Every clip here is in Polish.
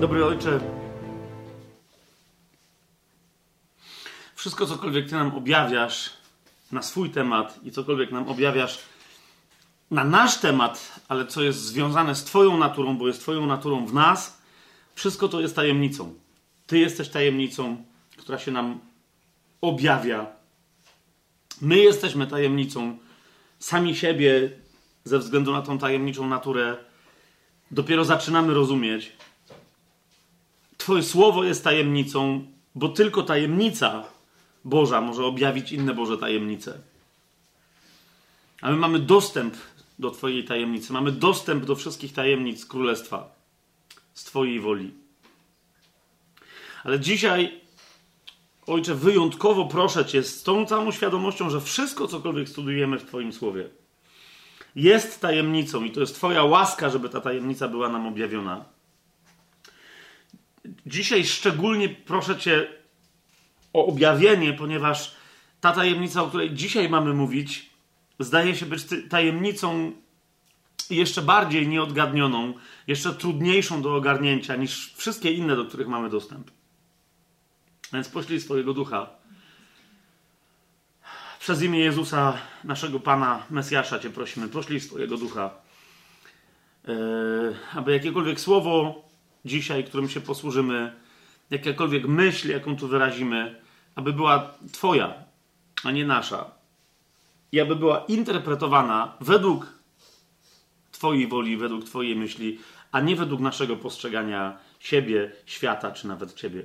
Dobry Ojcze, wszystko cokolwiek Ty nam objawiasz na swój temat i cokolwiek nam objawiasz na nasz temat, ale co jest związane z Twoją naturą, bo jest Twoją naturą w nas, wszystko to jest tajemnicą. Ty jesteś tajemnicą, która się nam objawia. My jesteśmy tajemnicą sami siebie ze względu na tą tajemniczą naturę. Dopiero zaczynamy rozumieć. Twoje słowo jest tajemnicą, bo tylko tajemnica Boża może objawić inne Boże tajemnice. A my mamy dostęp do Twojej tajemnicy. Mamy dostęp do wszystkich tajemnic Królestwa z Twojej woli. Ale dzisiaj, Ojcze, wyjątkowo proszę Cię z tą całą świadomością, że wszystko, cokolwiek studujemy w Twoim Słowie, jest tajemnicą i to jest Twoja łaska, żeby ta tajemnica była nam objawiona. Dzisiaj szczególnie proszę Cię o objawienie, ponieważ ta tajemnica, o której dzisiaj mamy mówić, zdaje się być tajemnicą jeszcze bardziej nieodgadnioną, jeszcze trudniejszą do ogarnięcia niż wszystkie inne, do których mamy dostęp. Więc poślij swojego Ducha. Przez imię Jezusa, naszego Pana, Mesjasza Cię prosimy, poślij swojego Ducha, aby jakiekolwiek słowo dzisiaj, którym się posłużymy, jakakolwiek myśl, jaką tu wyrazimy, aby była Twoja, a nie nasza. I aby była interpretowana według Twojej woli, według Twojej myśli, a nie według naszego postrzegania siebie, świata, czy nawet Ciebie.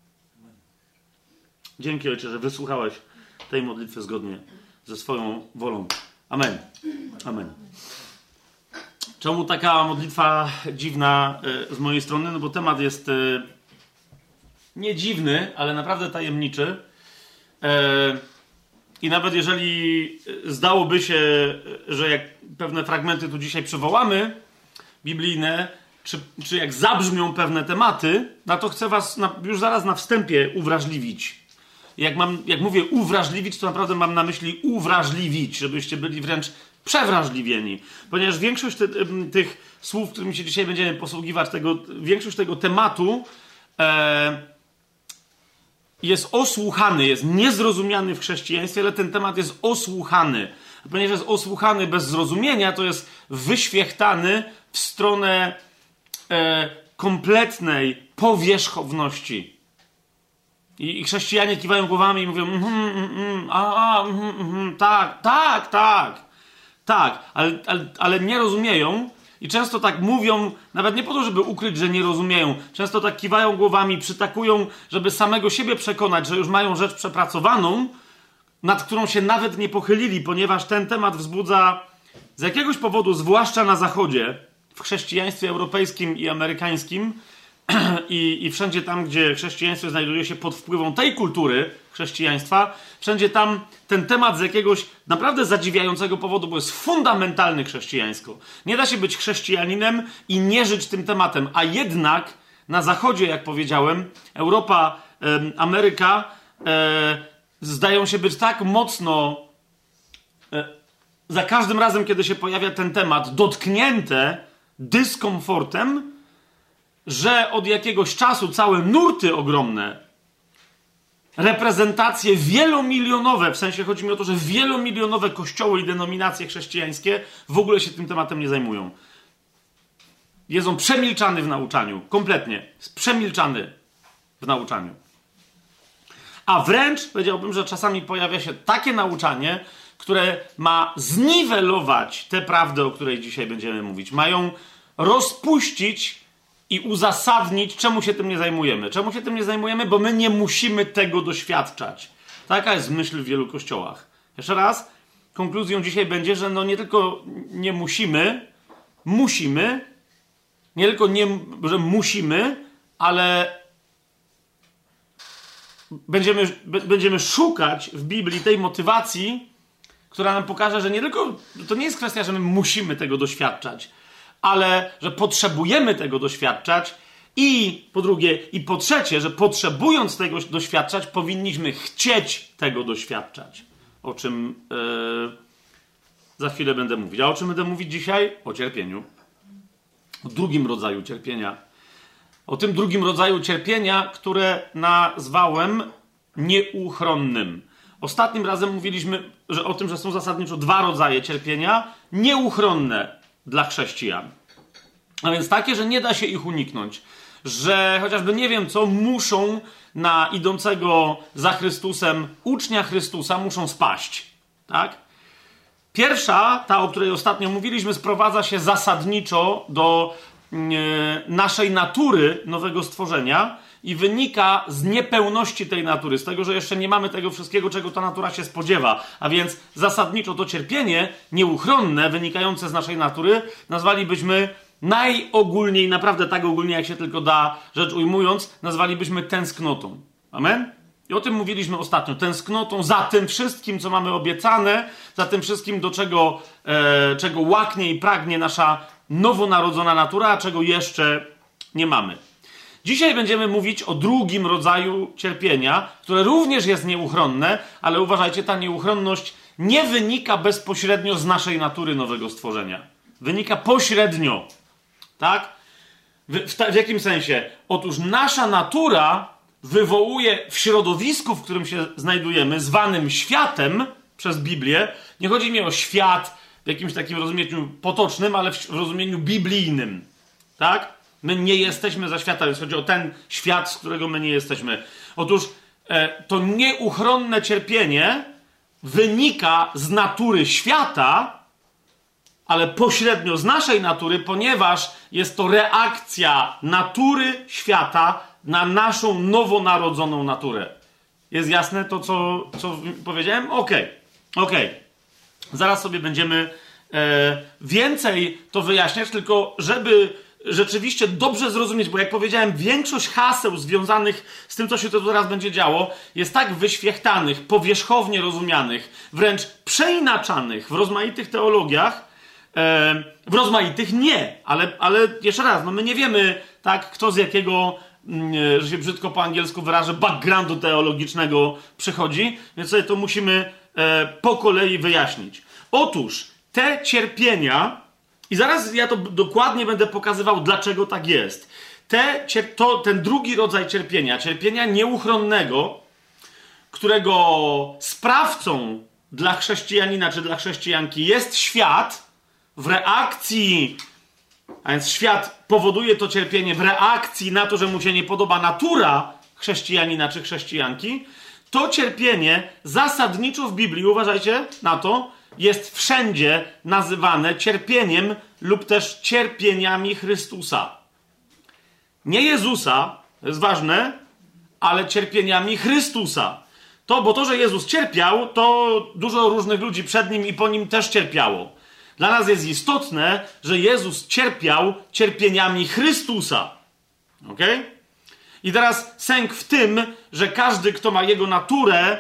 Dzięki, Ojcze, że wysłuchałeś tej modlitwy zgodnie ze swoją wolą. Amen. Amen. Czemu taka modlitwa dziwna z mojej strony? No bo temat jest nie dziwny, ale naprawdę tajemniczy. I nawet jeżeli zdałoby się, że jak pewne fragmenty tu dzisiaj przywołamy, biblijne, czy jak zabrzmią pewne tematy, no to chcę was już zaraz na wstępie uwrażliwić. Jak mówię uwrażliwić, to naprawdę mam na myśli uwrażliwić, żebyście byli wręcz przewrażliwieni. Ponieważ większość tych słów, którymi się dzisiaj będziemy posługiwać, większość tego tematu jest osłuchany, jest niezrozumiany w chrześcijaństwie, ale ten temat jest osłuchany. A ponieważ jest osłuchany bez zrozumienia, to jest wyświechtany w stronę kompletnej powierzchowności. I chrześcijanie kiwają głowami i mówią tak, ale nie rozumieją i często tak mówią, nawet nie po to, żeby ukryć, że nie rozumieją. Często tak kiwają głowami, przytakują, żeby samego siebie przekonać, że już mają rzecz przepracowaną, nad którą się nawet nie pochylili, ponieważ ten temat wzbudza z jakiegoś powodu, zwłaszcza na Zachodzie, w chrześcijaństwie europejskim i amerykańskim, i wszędzie tam, gdzie chrześcijaństwo znajduje się pod wpływem tej kultury chrześcijaństwa, wszędzie tam ten temat z jakiegoś naprawdę zadziwiającego powodu, bo jest fundamentalny chrześcijańsko. Nie da się być chrześcijaninem i nie żyć tym tematem, a jednak na Zachodzie, jak powiedziałem, Europa, Ameryka zdają się być tak mocno za każdym razem, kiedy się pojawia ten temat, dotknięte dyskomfortem, że od jakiegoś czasu całe nurty ogromne, reprezentacje wielomilionowe, w sensie chodzi mi o to, że wielomilionowe kościoły i denominacje chrześcijańskie w ogóle się tym tematem nie zajmują. Jest on przemilczany w nauczaniu. Kompletnie. Jest przemilczany w nauczaniu. A wręcz powiedziałbym, że czasami pojawia się takie nauczanie, które ma zniwelować tę prawdę, o której dzisiaj będziemy mówić. Mają rozpuścić i uzasadnić, czemu się tym nie zajmujemy. Czemu się tym nie zajmujemy? Bo my nie musimy tego doświadczać. Taka jest myśl w wielu kościołach. Jeszcze raz, konkluzją dzisiaj będzie, że no nie tylko nie musimy, nie tylko że musimy, ale będziemy szukać w Biblii tej motywacji, która nam pokaże, że nie tylko, to nie jest kwestia, że my musimy tego doświadczać, ale że potrzebujemy tego doświadczać i po drugie, i po trzecie, że potrzebując tego doświadczać, powinniśmy chcieć tego doświadczać. O czym za chwilę będę mówić. A o czym będę mówić dzisiaj? O cierpieniu. O drugim rodzaju cierpienia. O tym drugim rodzaju cierpienia, które nazwałem nieuchronnym. Ostatnim razem mówiliśmy o tym, że są zasadniczo dwa rodzaje cierpienia nieuchronne dla chrześcijan. A więc takie, że nie da się ich uniknąć. Że chociażby nie wiem co, muszą na idącego za Chrystusem ucznia Chrystusa muszą spaść. Tak? Pierwsza, ta o której ostatnio mówiliśmy, sprowadza się zasadniczo do naszej natury nowego stworzenia i wynika z niepełności tej natury, z tego, że jeszcze nie mamy tego wszystkiego, czego ta natura się spodziewa. A więc zasadniczo to cierpienie nieuchronne, wynikające z naszej natury, nazwalibyśmy najogólniej, naprawdę tak ogólnie, jak się tylko da, rzecz ujmując, nazwalibyśmy tęsknotą. Amen? I o tym mówiliśmy ostatnio. Tęsknotą za tym wszystkim, co mamy obiecane, za tym wszystkim, do czego łaknie i pragnie nasza nowonarodzona natura, a czego jeszcze nie mamy. Dzisiaj będziemy mówić o drugim rodzaju cierpienia, które również jest nieuchronne, ale uważajcie, ta nieuchronność nie wynika bezpośrednio z naszej natury nowego stworzenia. Wynika pośrednio. Tak? W jakim sensie? Otóż nasza natura wywołuje w środowisku, w którym się znajdujemy, zwanym światem przez Biblię. Nie chodzi mi o świat w jakimś takim rozumieniu potocznym, ale w rozumieniu biblijnym. Tak? My nie jesteśmy za świata, więc chodzi o ten świat, z którego my nie jesteśmy. Otóż to nieuchronne cierpienie wynika z natury świata, ale pośrednio z naszej natury, ponieważ jest to reakcja natury świata na naszą nowonarodzoną naturę. Jest jasne to, co powiedziałem? Okej. Zaraz sobie będziemy więcej to wyjaśniać, tylko żeby rzeczywiście dobrze zrozumieć, bo jak powiedziałem, większość haseł związanych z tym, co się to teraz będzie działo, jest tak wyświechtanych, powierzchownie rozumianych, wręcz przeinaczanych w rozmaitych teologiach, w rozmaitych nie, ale jeszcze raz, no my nie wiemy, tak, kto z jakiego, że się brzydko po angielsku wyrażę, backgroundu teologicznego przychodzi, więc sobie to musimy po kolei wyjaśnić. Otóż te cierpienia, i zaraz ja to dokładnie będę pokazywał, dlaczego tak jest. Ten drugi rodzaj cierpienia nieuchronnego, którego sprawcą dla chrześcijanina czy dla chrześcijanki jest świat, w reakcji, a więc świat powoduje to cierpienie w reakcji na to, że mu się nie podoba natura chrześcijanina czy chrześcijanki, to cierpienie zasadniczo w Biblii, uważajcie na to, jest wszędzie nazywane cierpieniem lub też cierpieniami Chrystusa. Nie Jezusa, to jest ważne, ale cierpieniami Chrystusa. Bo to, że Jezus cierpiał, to dużo różnych ludzi przed Nim i po Nim też cierpiało. Dla nas jest istotne, że Jezus cierpiał cierpieniami Chrystusa. Okej? I teraz sęk w tym, że każdy, kto ma Jego naturę,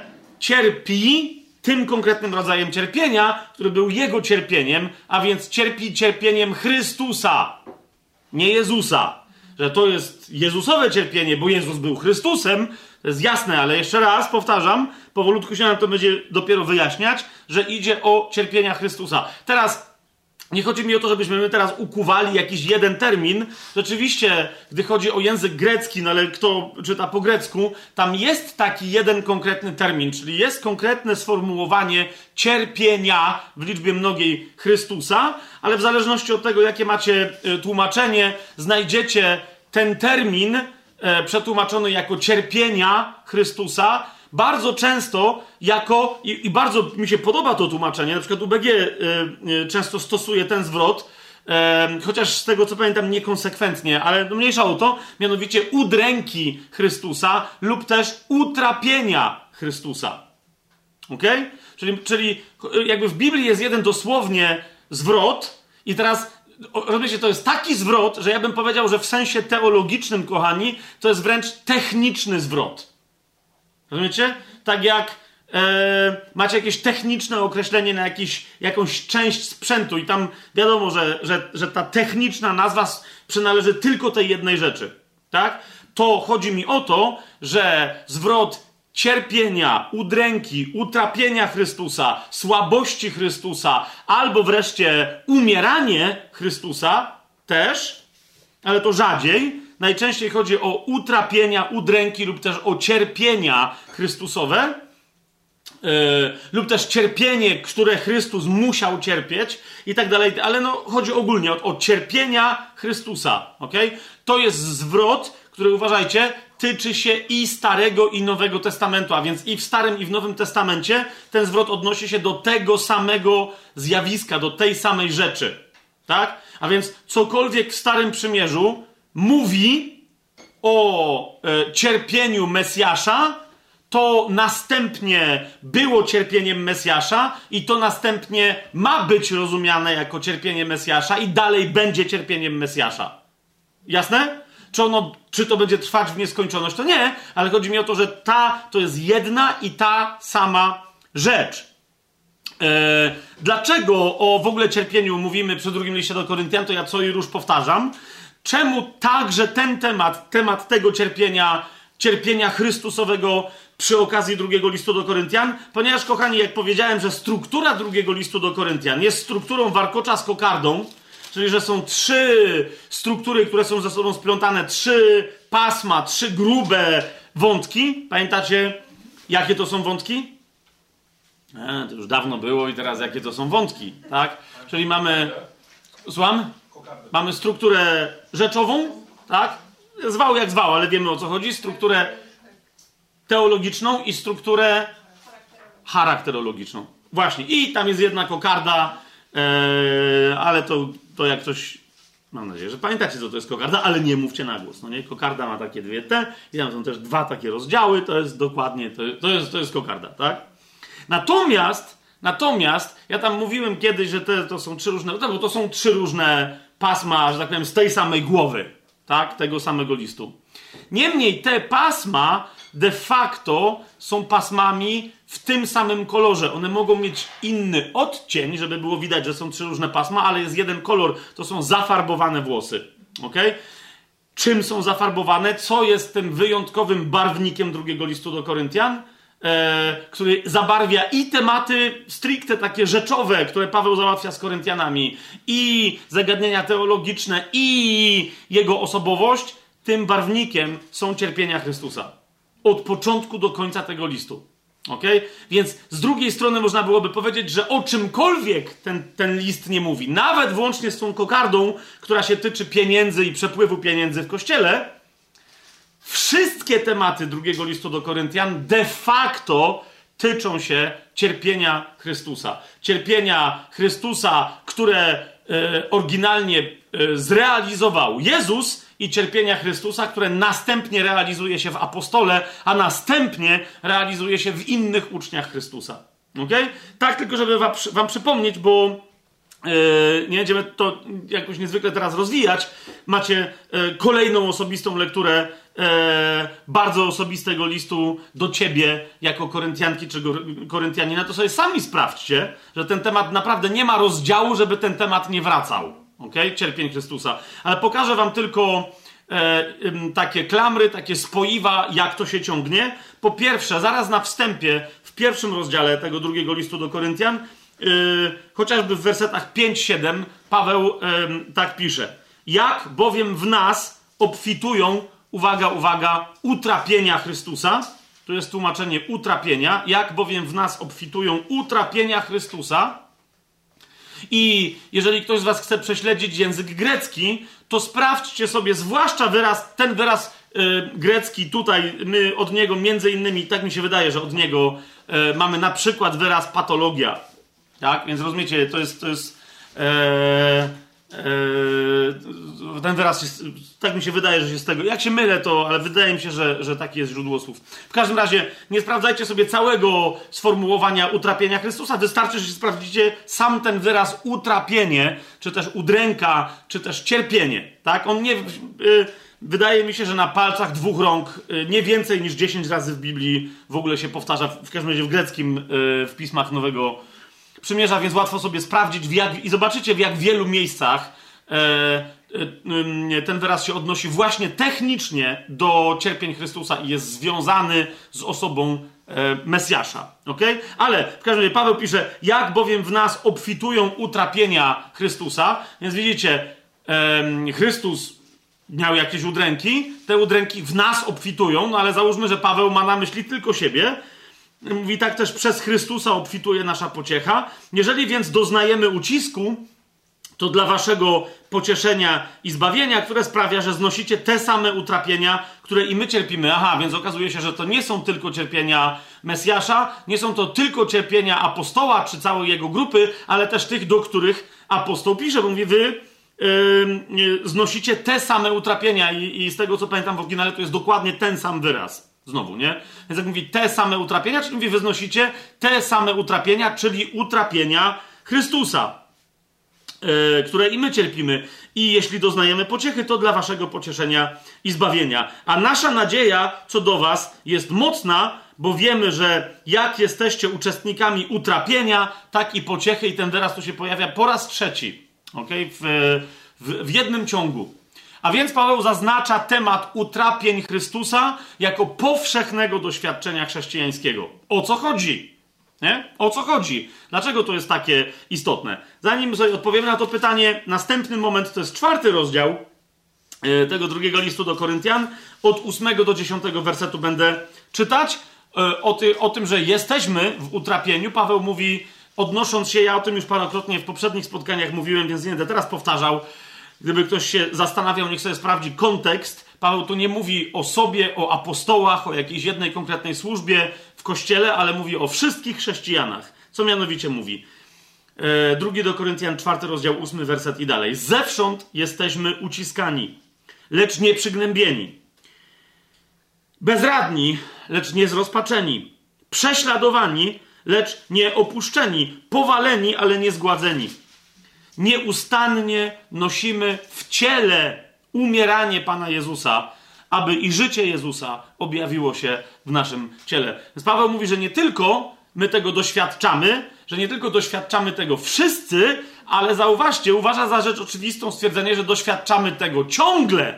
cierpi tym konkretnym rodzajem cierpienia, który był Jego cierpieniem, a więc cierpi cierpieniem Chrystusa, nie Jezusa. Że to jest Jezusowe cierpienie, bo Jezus był Chrystusem, to jest jasne, ale jeszcze raz powtarzam, powolutku się nam to będzie dopiero wyjaśniać, że idzie o cierpienia Chrystusa. Teraz nie chodzi mi o to, żebyśmy my teraz ukuwali jakiś jeden termin. Rzeczywiście, gdy chodzi o język grecki, no ale kto czyta po grecku, tam jest taki jeden konkretny termin, czyli jest konkretne sformułowanie cierpienia w liczbie mnogiej Chrystusa, ale w zależności od tego, jakie macie tłumaczenie, znajdziecie ten termin przetłumaczony jako cierpienia Chrystusa, bardzo często jako, i bardzo mi się podoba to tłumaczenie, na przykład UBG często stosuje ten zwrot, chociaż z tego co pamiętam niekonsekwentnie, ale mniejsza o to, mianowicie udręki Chrystusa lub też utrapienia Chrystusa. Okej? Czyli jakby w Biblii jest jeden dosłownie zwrot i teraz rozumiecie, to jest taki zwrot, że ja bym powiedział, że w sensie teologicznym, kochani, to jest wręcz techniczny zwrot. Rozumiecie? Tak jak macie jakieś techniczne określenie na jakąś część sprzętu i tam wiadomo, że ta techniczna nazwa przynależy tylko tej jednej rzeczy. Tak? To chodzi mi o to, że zwrot cierpienia, udręki, utrapienia Chrystusa, słabości Chrystusa, albo wreszcie umieranie Chrystusa też, ale to rzadziej, najczęściej chodzi o utrapienia, udręki lub też o cierpienia Chrystusowe, lub też cierpienie, które Chrystus musiał cierpieć i tak dalej, ale no chodzi ogólnie o cierpienia Chrystusa, okej? To jest zwrot, który, uważajcie, tyczy się i Starego i Nowego Testamentu, a więc i w Starym i w Nowym Testamencie ten zwrot odnosi się do tego samego zjawiska, do tej samej rzeczy, tak? A więc cokolwiek w Starym Przymierzu mówi o cierpieniu Mesjasza, to następnie było cierpieniem Mesjasza i to następnie ma być rozumiane jako cierpienie Mesjasza i dalej będzie cierpieniem Mesjasza. Jasne? Czy to będzie trwać w nieskończoność? To nie, ale chodzi mi o to, że to jest jedna i ta sama rzecz. Dlaczego o w ogóle cierpieniu mówimy przy drugim liście do Koryntian, to ja co i róż powtarzam. Czemu także ten temat tego cierpienia Chrystusowego przy okazji drugiego listu do Koryntian? Ponieważ, kochani, jak powiedziałem, że struktura drugiego listu do Koryntian jest strukturą warkocza z kokardą, czyli że są 3 struktury, które są ze sobą splątane, 3 pasma, 3 grube wątki. Pamiętacie, jakie to są wątki? To już dawno było i teraz jakie to są wątki, tak? Czyli mamy... Słucham? Mamy strukturę rzeczową, tak? Zwał jak zwał, ale wiemy, o co chodzi. Strukturę teologiczną i strukturę charakterologiczną. Właśnie. I tam jest jedna kokarda, ale to jak ktoś... Mam nadzieję, że pamiętacie, co to jest kokarda, ale nie mówcie na głos. No nie? Kokarda ma takie 2 i tam są też 2 takie rozdziały. To jest dokładnie... To jest kokarda, tak? Natomiast ja tam mówiłem kiedyś, że to są 3 różne... Bo to są 3 różne pasma, że tak powiem, z tej samej głowy, tak? Tego samego listu. Niemniej te pasma de facto są pasmami w tym samym kolorze. One mogą mieć inny odcień, żeby było widać, że są 3 różne pasma, ale jest jeden kolor. To są zafarbowane włosy. Okay? Czym są zafarbowane? Co jest tym wyjątkowym barwnikiem drugiego listu do Koryntian? Który zabarwia i tematy stricte takie rzeczowe, które Paweł załatwia z Koryntianami, i zagadnienia teologiczne, i jego osobowość. Tym barwnikiem są cierpienia Chrystusa. Od początku do końca tego listu. Okay? Więc z drugiej strony można byłoby powiedzieć, że o czymkolwiek ten list nie mówi, nawet włącznie z tą kokardą, która się tyczy pieniędzy i przepływu pieniędzy w Kościele, wszystkie tematy drugiego listu do Koryntian de facto tyczą się cierpienia Chrystusa. Cierpienia Chrystusa, które oryginalnie zrealizował Jezus, i cierpienia Chrystusa, które następnie realizuje się w apostole, a następnie realizuje się w innych uczniach Chrystusa. Okay? Tak, tylko żeby wam przypomnieć, bo nie będziemy to jakoś niezwykle teraz rozwijać. Macie kolejną osobistą lekturę bardzo osobistego listu do ciebie jako Koryntianki czy Koryntianina. To sobie sami sprawdźcie, że ten temat naprawdę nie ma rozdziału, żeby ten temat nie wracał. Okay? Cierpień Chrystusa. Ale pokażę wam tylko takie klamry, takie spoiwa, jak to się ciągnie. Po pierwsze, zaraz na wstępie, w 1 rozdziale tego drugiego listu do Koryntian, chociażby w wersetach 5-7, Paweł tak pisze. Jak bowiem w nas obfitują, uwaga, utrapienia Chrystusa. Tu jest tłumaczenie utrapienia. Jak bowiem w nas obfitują utrapienia Chrystusa. I jeżeli ktoś z was chce prześledzić język grecki, to sprawdźcie sobie zwłaszcza ten wyraz grecki tutaj, my od niego między innymi, tak mi się wydaje, że od niego mamy na przykład wyraz patologia. Tak? Więc rozumiecie, to jest ten wyraz jest, tak mi się wydaje, że się z tego... Jak się mylę, ale wydaje mi się, że takie jest źródło słów. W każdym razie nie sprawdzajcie sobie całego sformułowania utrapienia Chrystusa. Wystarczy, że sprawdzicie sam ten wyraz utrapienie, czy też udręka, czy też cierpienie. Tak? On nie... Wydaje mi się, że na palcach 2 rąk nie więcej niż 10 razy w Biblii w ogóle się powtarza, w każdym razie w greckim, w pismach Nowego Przymierza, więc łatwo sobie sprawdzić i zobaczycie, w jak wielu miejscach ten wyraz się odnosi właśnie technicznie do cierpień Chrystusa i jest związany z osobą Mesjasza. Okay? Ale w każdym razie Paweł pisze, jak bowiem w nas obfitują utrapienia Chrystusa. Więc widzicie, Chrystus miał jakieś udręki, te udręki w nas obfitują, no ale załóżmy, że Paweł ma na myśli tylko siebie. Mówi, tak też przez Chrystusa obfituje nasza pociecha. Jeżeli więc doznajemy ucisku, to dla waszego pocieszenia i zbawienia, które sprawia, że znosicie te same utrapienia, które i my cierpimy. Aha, więc okazuje się, że to nie są tylko cierpienia Mesjasza, nie są to tylko cierpienia apostoła czy całej jego grupy, ale też tych, do których apostoł pisze. Bo mówi, wy znosicie te same utrapienia i z tego, co pamiętam w oryginale, to jest dokładnie ten sam wyraz. Znowu, nie? Więc jak mówi te same utrapienia, czyli mówi, wy znosicie te same utrapienia, czyli utrapienia Chrystusa, które i my cierpimy. I jeśli doznajemy pociechy, to dla waszego pocieszenia i zbawienia. A nasza nadzieja co do was jest mocna, bo wiemy, że jak jesteście uczestnikami utrapienia, tak i pociechy. I ten wyraz tu się pojawia po raz trzeci. Okay? W jednym ciągu. A więc Paweł zaznacza temat utrapień Chrystusa jako powszechnego doświadczenia chrześcijańskiego. O co chodzi? Nie? O co chodzi? Dlaczego to jest takie istotne? Zanim sobie odpowiemy na to pytanie, następny moment to jest 4 rozdział tego drugiego listu do Koryntian. Od 8 do 10 wersetu będę czytać o tym, że jesteśmy w utrapieniu. Paweł mówi, odnosząc się, ja o tym już parokrotnie w poprzednich spotkaniach mówiłem, więc nie będę teraz powtarzał. Gdyby ktoś się zastanawiał, niech sobie sprawdzi kontekst. Paweł tu nie mówi o sobie, o apostołach, o jakiejś jednej konkretnej służbie w Kościele, ale mówi o wszystkich chrześcijanach. Co mianowicie mówi? 2 do Koryntian, 4 rozdział, 8 werset i dalej. Zewsząd jesteśmy uciskani, lecz nie przygnębieni. Bezradni, lecz nie zrozpaczeni. Prześladowani, lecz nie opuszczeni. Powaleni, ale nie zgładzeni. Nieustannie nosimy w ciele umieranie Pana Jezusa, aby i życie Jezusa objawiło się w naszym ciele. Więc Paweł mówi, że nie tylko my tego doświadczamy, że nie tylko doświadczamy tego wszyscy, ale zauważcie, uważa za rzecz oczywistą stwierdzenie, że doświadczamy tego ciągle.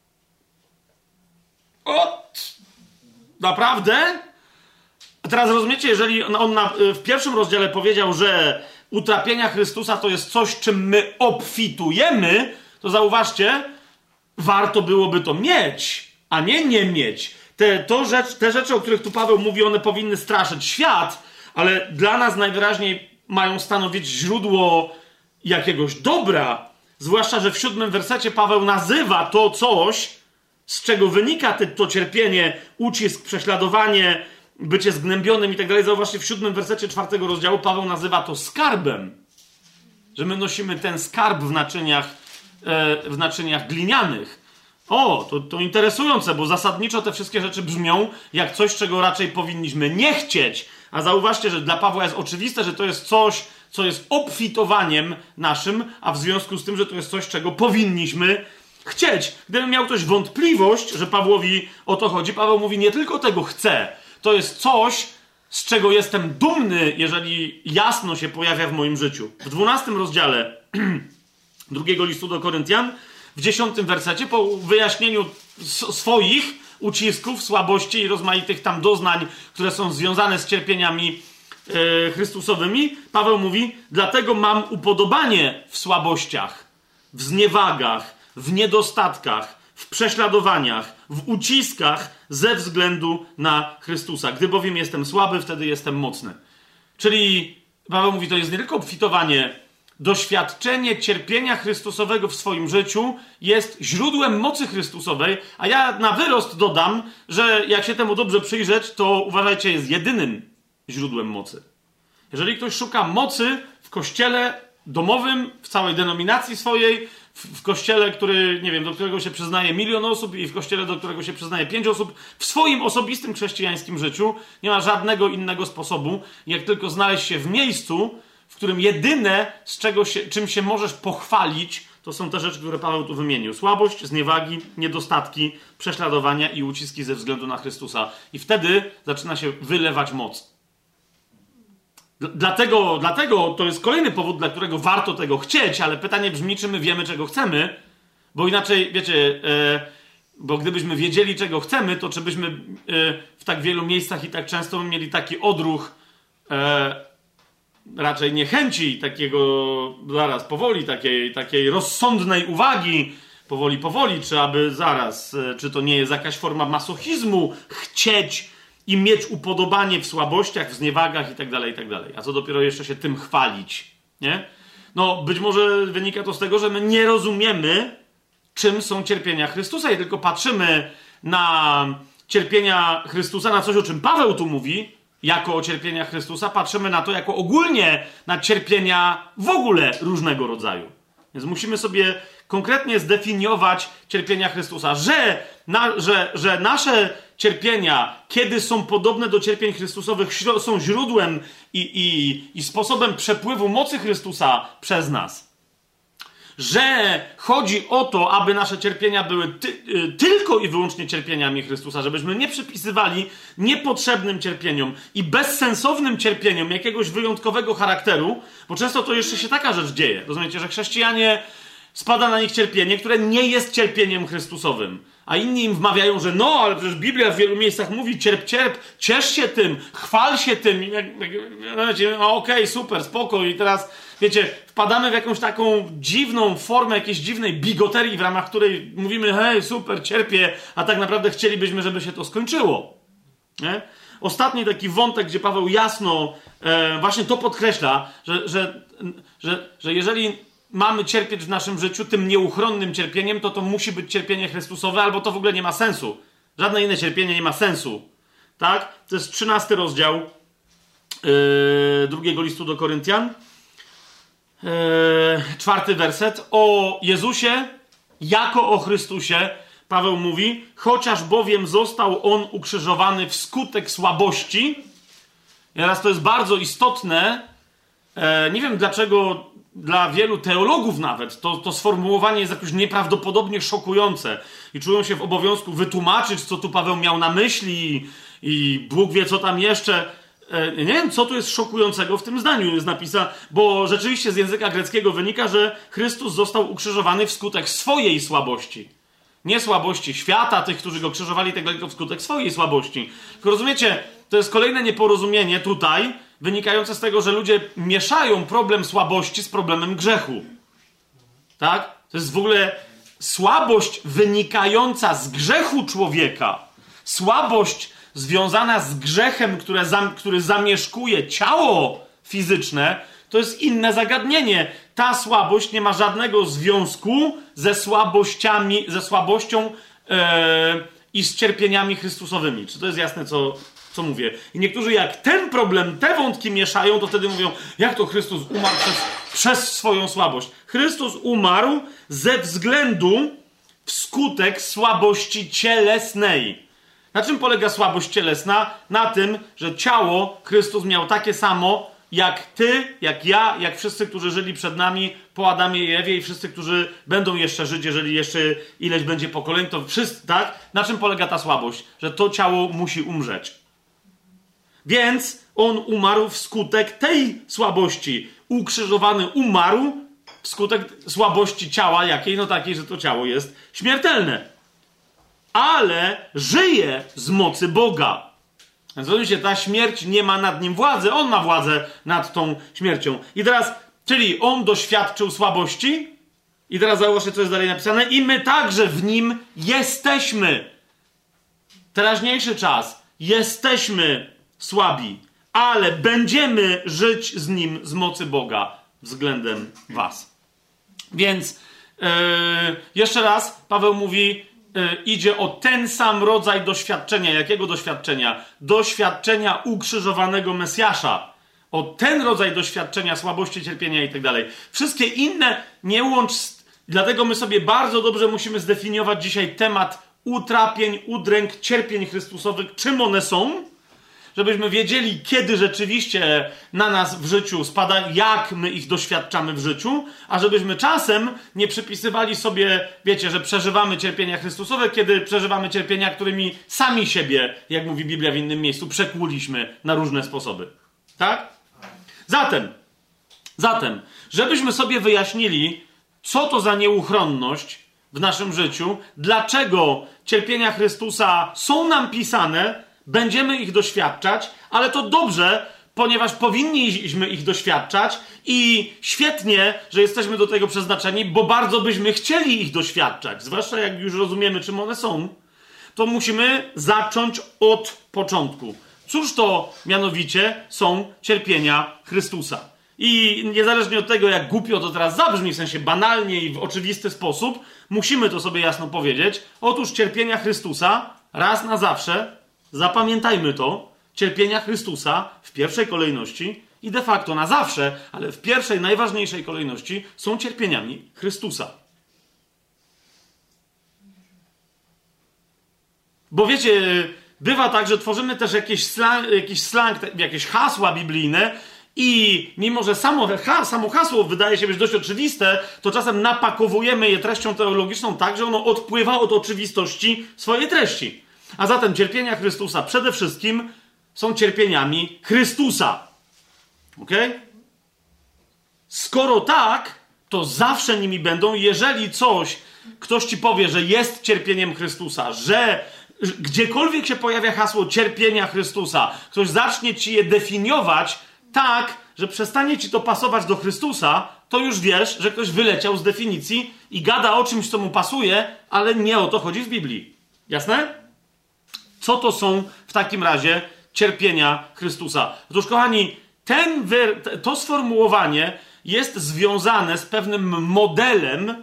Naprawdę? A teraz rozumiecie, jeżeli on w pierwszym rozdziale powiedział, że utrapienia Chrystusa to jest coś, czym my obfitujemy, to zauważcie, warto byłoby to mieć, a nie mieć. Te rzeczy, o których tu Paweł mówi, one powinny straszyć świat, ale dla nas najwyraźniej mają stanowić źródło jakiegoś dobra. Zwłaszcza, że w 7 wersecie Paweł nazywa to coś, z czego wynika to cierpienie, ucisk, prześladowanie, bycie zgnębionym i tak dalej. Zauważcie, w 7 wersecie 4 rozdziału Paweł nazywa to skarbem. Że my nosimy ten skarb w naczyniach glinianych. To interesujące, bo zasadniczo te wszystkie rzeczy brzmią jak coś, czego raczej powinniśmy nie chcieć. A zauważcie, że dla Pawła jest oczywiste, że to jest coś, co jest obfitowaniem naszym, a w związku z tym, że to jest coś, czego powinniśmy chcieć. Gdybym miał ktoś wątpliwość, że Pawłowi o to chodzi, Paweł mówi, nie tylko tego chcę. To jest coś, z czego jestem dumny, jeżeli jasno się pojawia w moim życiu. W 12 rozdziale drugiego listu do Koryntian, w 10 wersecie, po wyjaśnieniu swoich ucisków, słabości i rozmaitych tam doznań, które są związane z cierpieniami chrystusowymi, Paweł mówi, dlatego mam upodobanie w słabościach, w zniewagach, w niedostatkach, w prześladowaniach, w uciskach ze względu na Chrystusa. Gdy bowiem jestem słaby, wtedy jestem mocny. Czyli Paweł mówi, to jest nie tylko obfitowanie, doświadczenie cierpienia Chrystusowego w swoim życiu jest źródłem mocy Chrystusowej, a ja na wyrost dodam, że jak się temu dobrze przyjrzeć, to uważajcie, jest jedynym źródłem mocy. Jeżeli ktoś szuka mocy w kościele domowym, w całej denominacji swojej, w kościele, który, nie wiem, do którego się przyznaje 1 000 000 osób i w kościele, do którego się przyznaje 5 osób, w swoim osobistym chrześcijańskim życiu nie ma żadnego innego sposobu, jak tylko znaleźć się w miejscu, w którym jedyne, czym się możesz pochwalić, to są te rzeczy, które Paweł tu wymienił. Słabość, zniewagi, niedostatki, prześladowania i uciski ze względu na Chrystusa. I wtedy zaczyna się wylewać moc. Dlatego to jest kolejny powód, dla którego warto tego chcieć, ale pytanie brzmi, czy my wiemy, czego chcemy, bo inaczej, wiecie, bo gdybyśmy wiedzieli, czego chcemy, to czy byśmy w tak wielu miejscach i tak często mieli taki odruch raczej niechęci, takiego, zaraz, powoli, takiej rozsądnej uwagi, powoli, czy aby zaraz, czy to nie jest jakaś forma masochizmu, chcieć i mieć upodobanie w słabościach, w zniewagach i tak dalej, a co dopiero jeszcze się tym chwalić, nie? No, być może wynika to z tego, że my nie rozumiemy, czym są cierpienia Chrystusa i tylko patrzymy na cierpienia Chrystusa, na coś, o czym Paweł tu mówi, jako o cierpieniach Chrystusa, patrzymy na to jako ogólnie na cierpienia w ogóle różnego rodzaju. Więc musimy sobie konkretnie zdefiniować cierpienia Chrystusa, że nasze cierpienia, kiedy są podobne do cierpień Chrystusowych, są źródłem i sposobem przepływu mocy Chrystusa przez nas. Że chodzi o to, aby nasze cierpienia były tylko i wyłącznie cierpieniami Chrystusa, żebyśmy nie przypisywali niepotrzebnym cierpieniom i bezsensownym cierpieniom jakiegoś wyjątkowego charakteru, bo często to jeszcze się taka rzecz dzieje. Rozumiecie, że chrześcijanie spada na nich cierpienie, które nie jest cierpieniem Chrystusowym. A inni im wmawiają, że no, ale przecież Biblia w wielu miejscach mówi cierp, ciesz się tym, chwal się tym. Okej, super, spoko. I teraz, wiecie, wpadamy w jakąś taką dziwną formę, jakiejś dziwnej bigoterii, w ramach której mówimy, hej, super, cierpię, a tak naprawdę chcielibyśmy, żeby się to skończyło. Nie? Ostatni taki wątek, gdzie Paweł jasno właśnie to podkreśla, że jeżeli mamy cierpieć w naszym życiu tym nieuchronnym cierpieniem, to musi być cierpienie Chrystusowe, albo to w ogóle nie ma sensu. Żadne inne cierpienie nie ma sensu. Tak? To jest 13 rozdział drugiego listu do Koryntian. 4 werset. O Jezusie jako o Chrystusie Paweł mówi, chociaż bowiem został On ukrzyżowany wskutek słabości. I teraz to jest bardzo istotne. Nie wiem dlaczego dla wielu teologów nawet to sformułowanie jest jakoś nieprawdopodobnie szokujące i czują się w obowiązku wytłumaczyć, co tu Paweł miał na myśli i Bóg wie, co tam jeszcze. Nie wiem, co tu jest szokującego w tym zdaniu jest napisane, bo rzeczywiście z języka greckiego wynika, że Chrystus został ukrzyżowany wskutek swojej słabości. Nie słabości świata, tych, którzy go krzyżowali, tylko wskutek swojej słabości. Tylko rozumiecie, to jest kolejne nieporozumienie tutaj, wynikające z tego, że ludzie mieszają problem słabości z problemem grzechu. Tak? To jest w ogóle słabość wynikająca z grzechu człowieka. Słabość związana z grzechem, który zamieszkuje ciało fizyczne, to jest inne zagadnienie. Ta słabość nie ma żadnego związku ze słabością i z cierpieniami Chrystusowymi. Czy to jest jasne, co mówię? I niektórzy jak ten problem, te wątki mieszają, to wtedy mówią, jak to Chrystus umarł przez swoją słabość. Chrystus umarł ze względu wskutek słabości cielesnej. Na czym polega słabość cielesna? Na tym, że ciało Chrystus miał takie samo, jak ty, jak ja, jak wszyscy, którzy żyli przed nami po Adamie i Ewie i wszyscy, którzy będą jeszcze żyć, jeżeli jeszcze ileś będzie pokoleń, to wszyscy, tak? Na czym polega ta słabość? Że to ciało musi umrzeć. Więc on umarł wskutek tej słabości. Ukrzyżowany umarł wskutek słabości ciała, jakiej? No takiej, że to ciało jest śmiertelne. Ale żyje z mocy Boga. Więc rozumiecie, ta śmierć nie ma nad nim władzy, on ma władzę nad tą śmiercią. I teraz, czyli on doświadczył słabości, i teraz zauważcie, co jest dalej napisane, i my także w nim jesteśmy. Teraźniejszy czas. Jesteśmy słabi, ale będziemy żyć z nim z mocy Boga względem was. Więc jeszcze raz Paweł mówi, idzie o ten sam rodzaj doświadczenia. Jakiego doświadczenia? Doświadczenia ukrzyżowanego Mesjasza. O ten rodzaj doświadczenia, słabości, cierpienia i tak dalej. Wszystkie inne nie łącz. Dlatego my sobie bardzo dobrze musimy zdefiniować dzisiaj temat utrapień, udręk, cierpień Chrystusowych. Czym one są? Żebyśmy wiedzieli, kiedy rzeczywiście na nas w życiu spada, jak my ich doświadczamy w życiu, a żebyśmy czasem nie przypisywali sobie, wiecie, że przeżywamy cierpienia Chrystusowe, kiedy przeżywamy cierpienia, którymi sami siebie, jak mówi Biblia w innym miejscu, przekłuliśmy na różne sposoby. Tak? Zatem, żebyśmy sobie wyjaśnili, co to za nieuchronność w naszym życiu, dlaczego cierpienia Chrystusa są nam pisane, będziemy ich doświadczać, ale to dobrze ponieważ powinniśmy ich doświadczać i świetnie, że jesteśmy do tego przeznaczeni, bo bardzo byśmy chcieli ich doświadczać. Zwłaszcza jak już rozumiemy, czym one są, to musimy zacząć od początku. Cóż to mianowicie są cierpienia Chrystusa. I niezależnie od tego, jak głupio to teraz zabrzmi, w sensie banalnie i w oczywisty sposób, musimy to sobie jasno powiedzieć. Otóż cierpienia Chrystusa, raz na zawsze, zapamiętajmy to, cierpienia Chrystusa w pierwszej kolejności i de facto na zawsze, ale w pierwszej, najważniejszej kolejności są cierpieniami Chrystusa. Bo wiecie, bywa tak, że tworzymy też jakiś slang, jakieś hasła biblijne i mimo, że samo hasło wydaje się być dość oczywiste, to czasem napakowujemy je treścią teologiczną tak, że ono odpływa od oczywistości swojej treści. A zatem cierpienia Chrystusa przede wszystkim są cierpieniami Chrystusa. Okej? Skoro tak, to zawsze nimi będą, jeżeli ktoś ci powie, że jest cierpieniem Chrystusa, że gdziekolwiek się pojawia hasło cierpienia Chrystusa, ktoś zacznie ci je definiować tak, że przestanie ci to pasować do Chrystusa, to już wiesz, że ktoś wyleciał z definicji i gada o czymś, co mu pasuje, ale nie o to chodzi w Biblii. Jasne? Co to są w takim razie cierpienia Chrystusa? Otóż, kochani, to sformułowanie jest związane z pewnym modelem,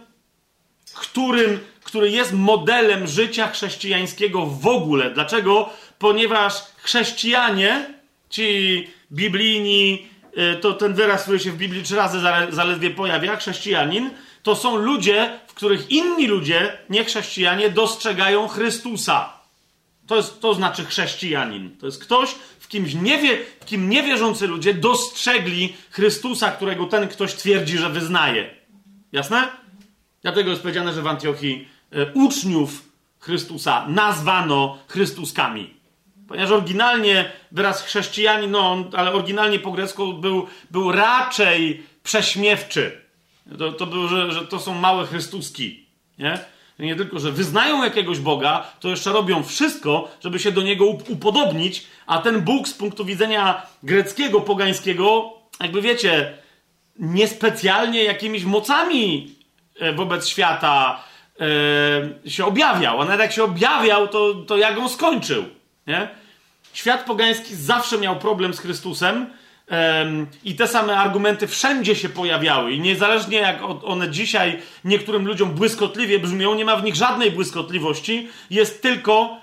który jest modelem życia chrześcijańskiego w ogóle. Dlaczego? Ponieważ chrześcijanie, ci biblijni, to ten wyraz, który się w Biblii 3 razy zaledwie pojawia, chrześcijanin, to są ludzie, w których inni ludzie, nie chrześcijanie, dostrzegają Chrystusa. To znaczy chrześcijanin. To jest ktoś, w kim niewierzący ludzie dostrzegli Chrystusa, którego ten ktoś twierdzi, że wyznaje. Jasne? Dlatego jest powiedziane, że w Antiochii uczniów Chrystusa nazwano Chrystuskami. Ponieważ oryginalnie wyraz chrześcijanin, ale oryginalnie po grecku był raczej prześmiewczy. To było, że to są małe Chrystuski. Nie tylko, że wyznają jakiegoś Boga, to jeszcze robią wszystko, żeby się do Niego upodobnić, a ten Bóg z punktu widzenia greckiego, pogańskiego, jakby wiecie, niespecjalnie jakimiś mocami wobec świata się objawiał. A nawet jak się objawiał, to jak on skończył. Nie? Świat pogański zawsze miał problem z Chrystusem i te same argumenty wszędzie się pojawiały. I niezależnie jak one dzisiaj niektórym ludziom błyskotliwie brzmią, nie ma w nich żadnej błyskotliwości. Jest tylko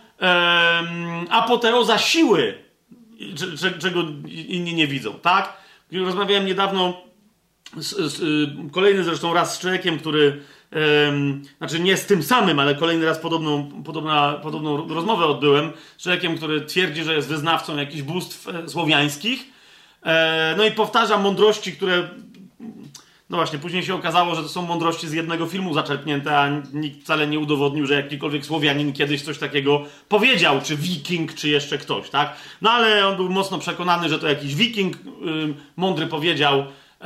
apoteoza siły, czego inni nie widzą. Tak? Rozmawiałem niedawno kolejny zresztą raz z człowiekiem, który znaczy nie z tym samym, ale kolejny raz podobną rozmowę odbyłem z człowiekiem, który twierdzi, że jest wyznawcą jakichś bóstw słowiańskich. No i powtarza mądrości, które no właśnie, później się okazało, że to są mądrości z jednego filmu zaczerpnięte, a nikt wcale nie udowodnił, że jakikolwiek Słowianin kiedyś coś takiego powiedział, czy Wiking, czy jeszcze ktoś, tak? No ale on był mocno przekonany, że to jakiś Wiking mądry powiedział,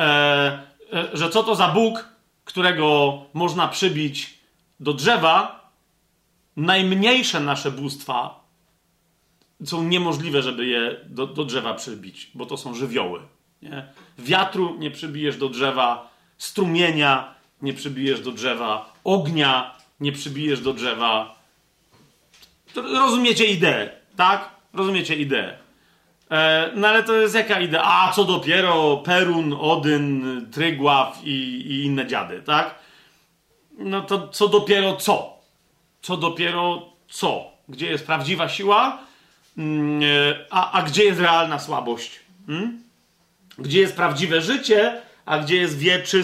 że co to za Bóg, którego można przybić do drzewa, najmniejsze nasze bóstwa są niemożliwe, żeby je do drzewa przybić, bo to są żywioły. Nie? Wiatru nie przybijesz do drzewa, strumienia nie przybijesz do drzewa, ognia nie przybijesz do drzewa. Rozumiecie ideę, tak? Rozumiecie ideę. No ale to jest jaka idea? A co dopiero Perun, Odyn, Trygław i inne dziady, tak? No to co dopiero co? Co dopiero co? Gdzie jest prawdziwa siła? A gdzie jest realna słabość? Gdzie jest prawdziwe życie, a gdzie jest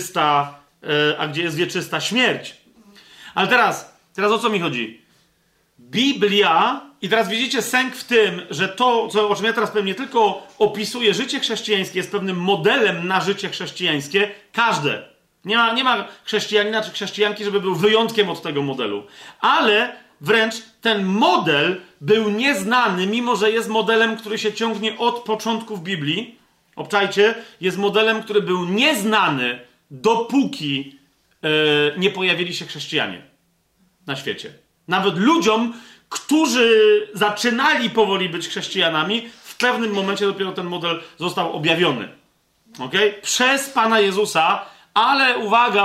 wieczysta śmierć? Ale teraz o co mi chodzi? Biblia, i teraz widzicie sęk w tym, że to, o czym ja teraz powiem, nie tylko opisuje życie chrześcijańskie, jest pewnym modelem na życie chrześcijańskie, każde. Nie ma chrześcijanina czy chrześcijanki, żeby był wyjątkiem od tego modelu. Ale wręcz ten model był nieznany, mimo że jest modelem, który się ciągnie od początków Biblii. Obczajcie, jest modelem, który był nieznany, dopóki nie pojawili się chrześcijanie na świecie. Nawet ludziom, którzy zaczynali powoli być chrześcijanami, w pewnym momencie dopiero ten model został objawiony. Okay? Przez Pana Jezusa, ale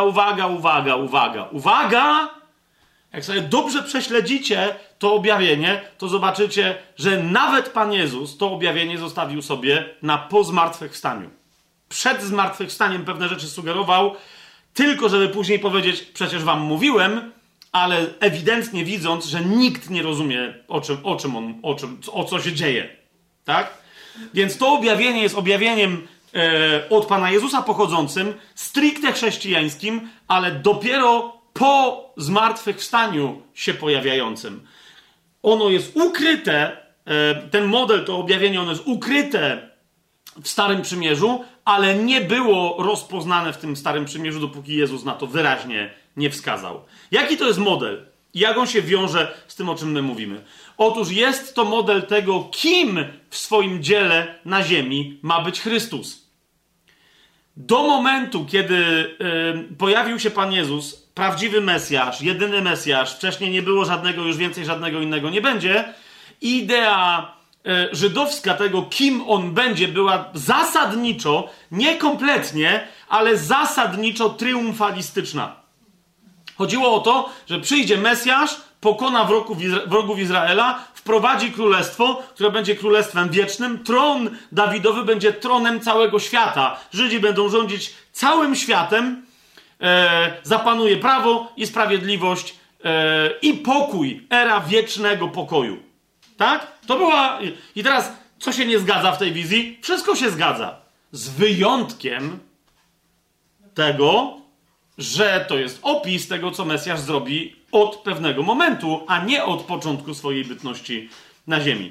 uwaga! Jak sobie dobrze prześledzicie to objawienie, to zobaczycie, że nawet Pan Jezus to objawienie zostawił sobie na po zmartwychwstaniu. Przed zmartwychwstaniem pewne rzeczy sugerował, tylko żeby później powiedzieć, przecież wam mówiłem, ale ewidentnie widząc, że nikt nie rozumie, o co się dzieje. Tak? Więc to objawienie jest objawieniem od Pana Jezusa pochodzącym, stricte chrześcijańskim, ale dopiero po zmartwychwstaniu się pojawiającym. Ono jest ukryte, ten model, to objawienie, ono jest ukryte w Starym Przymierzu, ale nie było rozpoznane w tym Starym Przymierzu, dopóki Jezus na to wyraźnie nie wskazał. Jaki to jest model? Jak on się wiąże z tym, o czym my mówimy? Otóż jest to model tego, kim w swoim dziele na ziemi ma być Chrystus. Do momentu, kiedy pojawił się Pan Jezus, prawdziwy Mesjasz, jedyny Mesjasz, wcześniej nie było żadnego, już więcej żadnego innego nie będzie, idea żydowska tego, kim on będzie, była zasadniczo, nie kompletnie, ale zasadniczo triumfalistyczna. Chodziło o to, że przyjdzie Mesjasz, pokona wrogów Izraela, wprowadzi królestwo, które będzie królestwem wiecznym. Tron Dawidowy będzie tronem całego świata. Żydzi będą rządzić całym światem. Zapanuje prawo i sprawiedliwość i pokój. Era wiecznego pokoju. Tak? To była... I teraz, co się nie zgadza w tej wizji? Wszystko się zgadza. Z wyjątkiem tego, że to jest opis tego, co Mesjasz zrobi od pewnego momentu, a nie od początku swojej bytności na ziemi.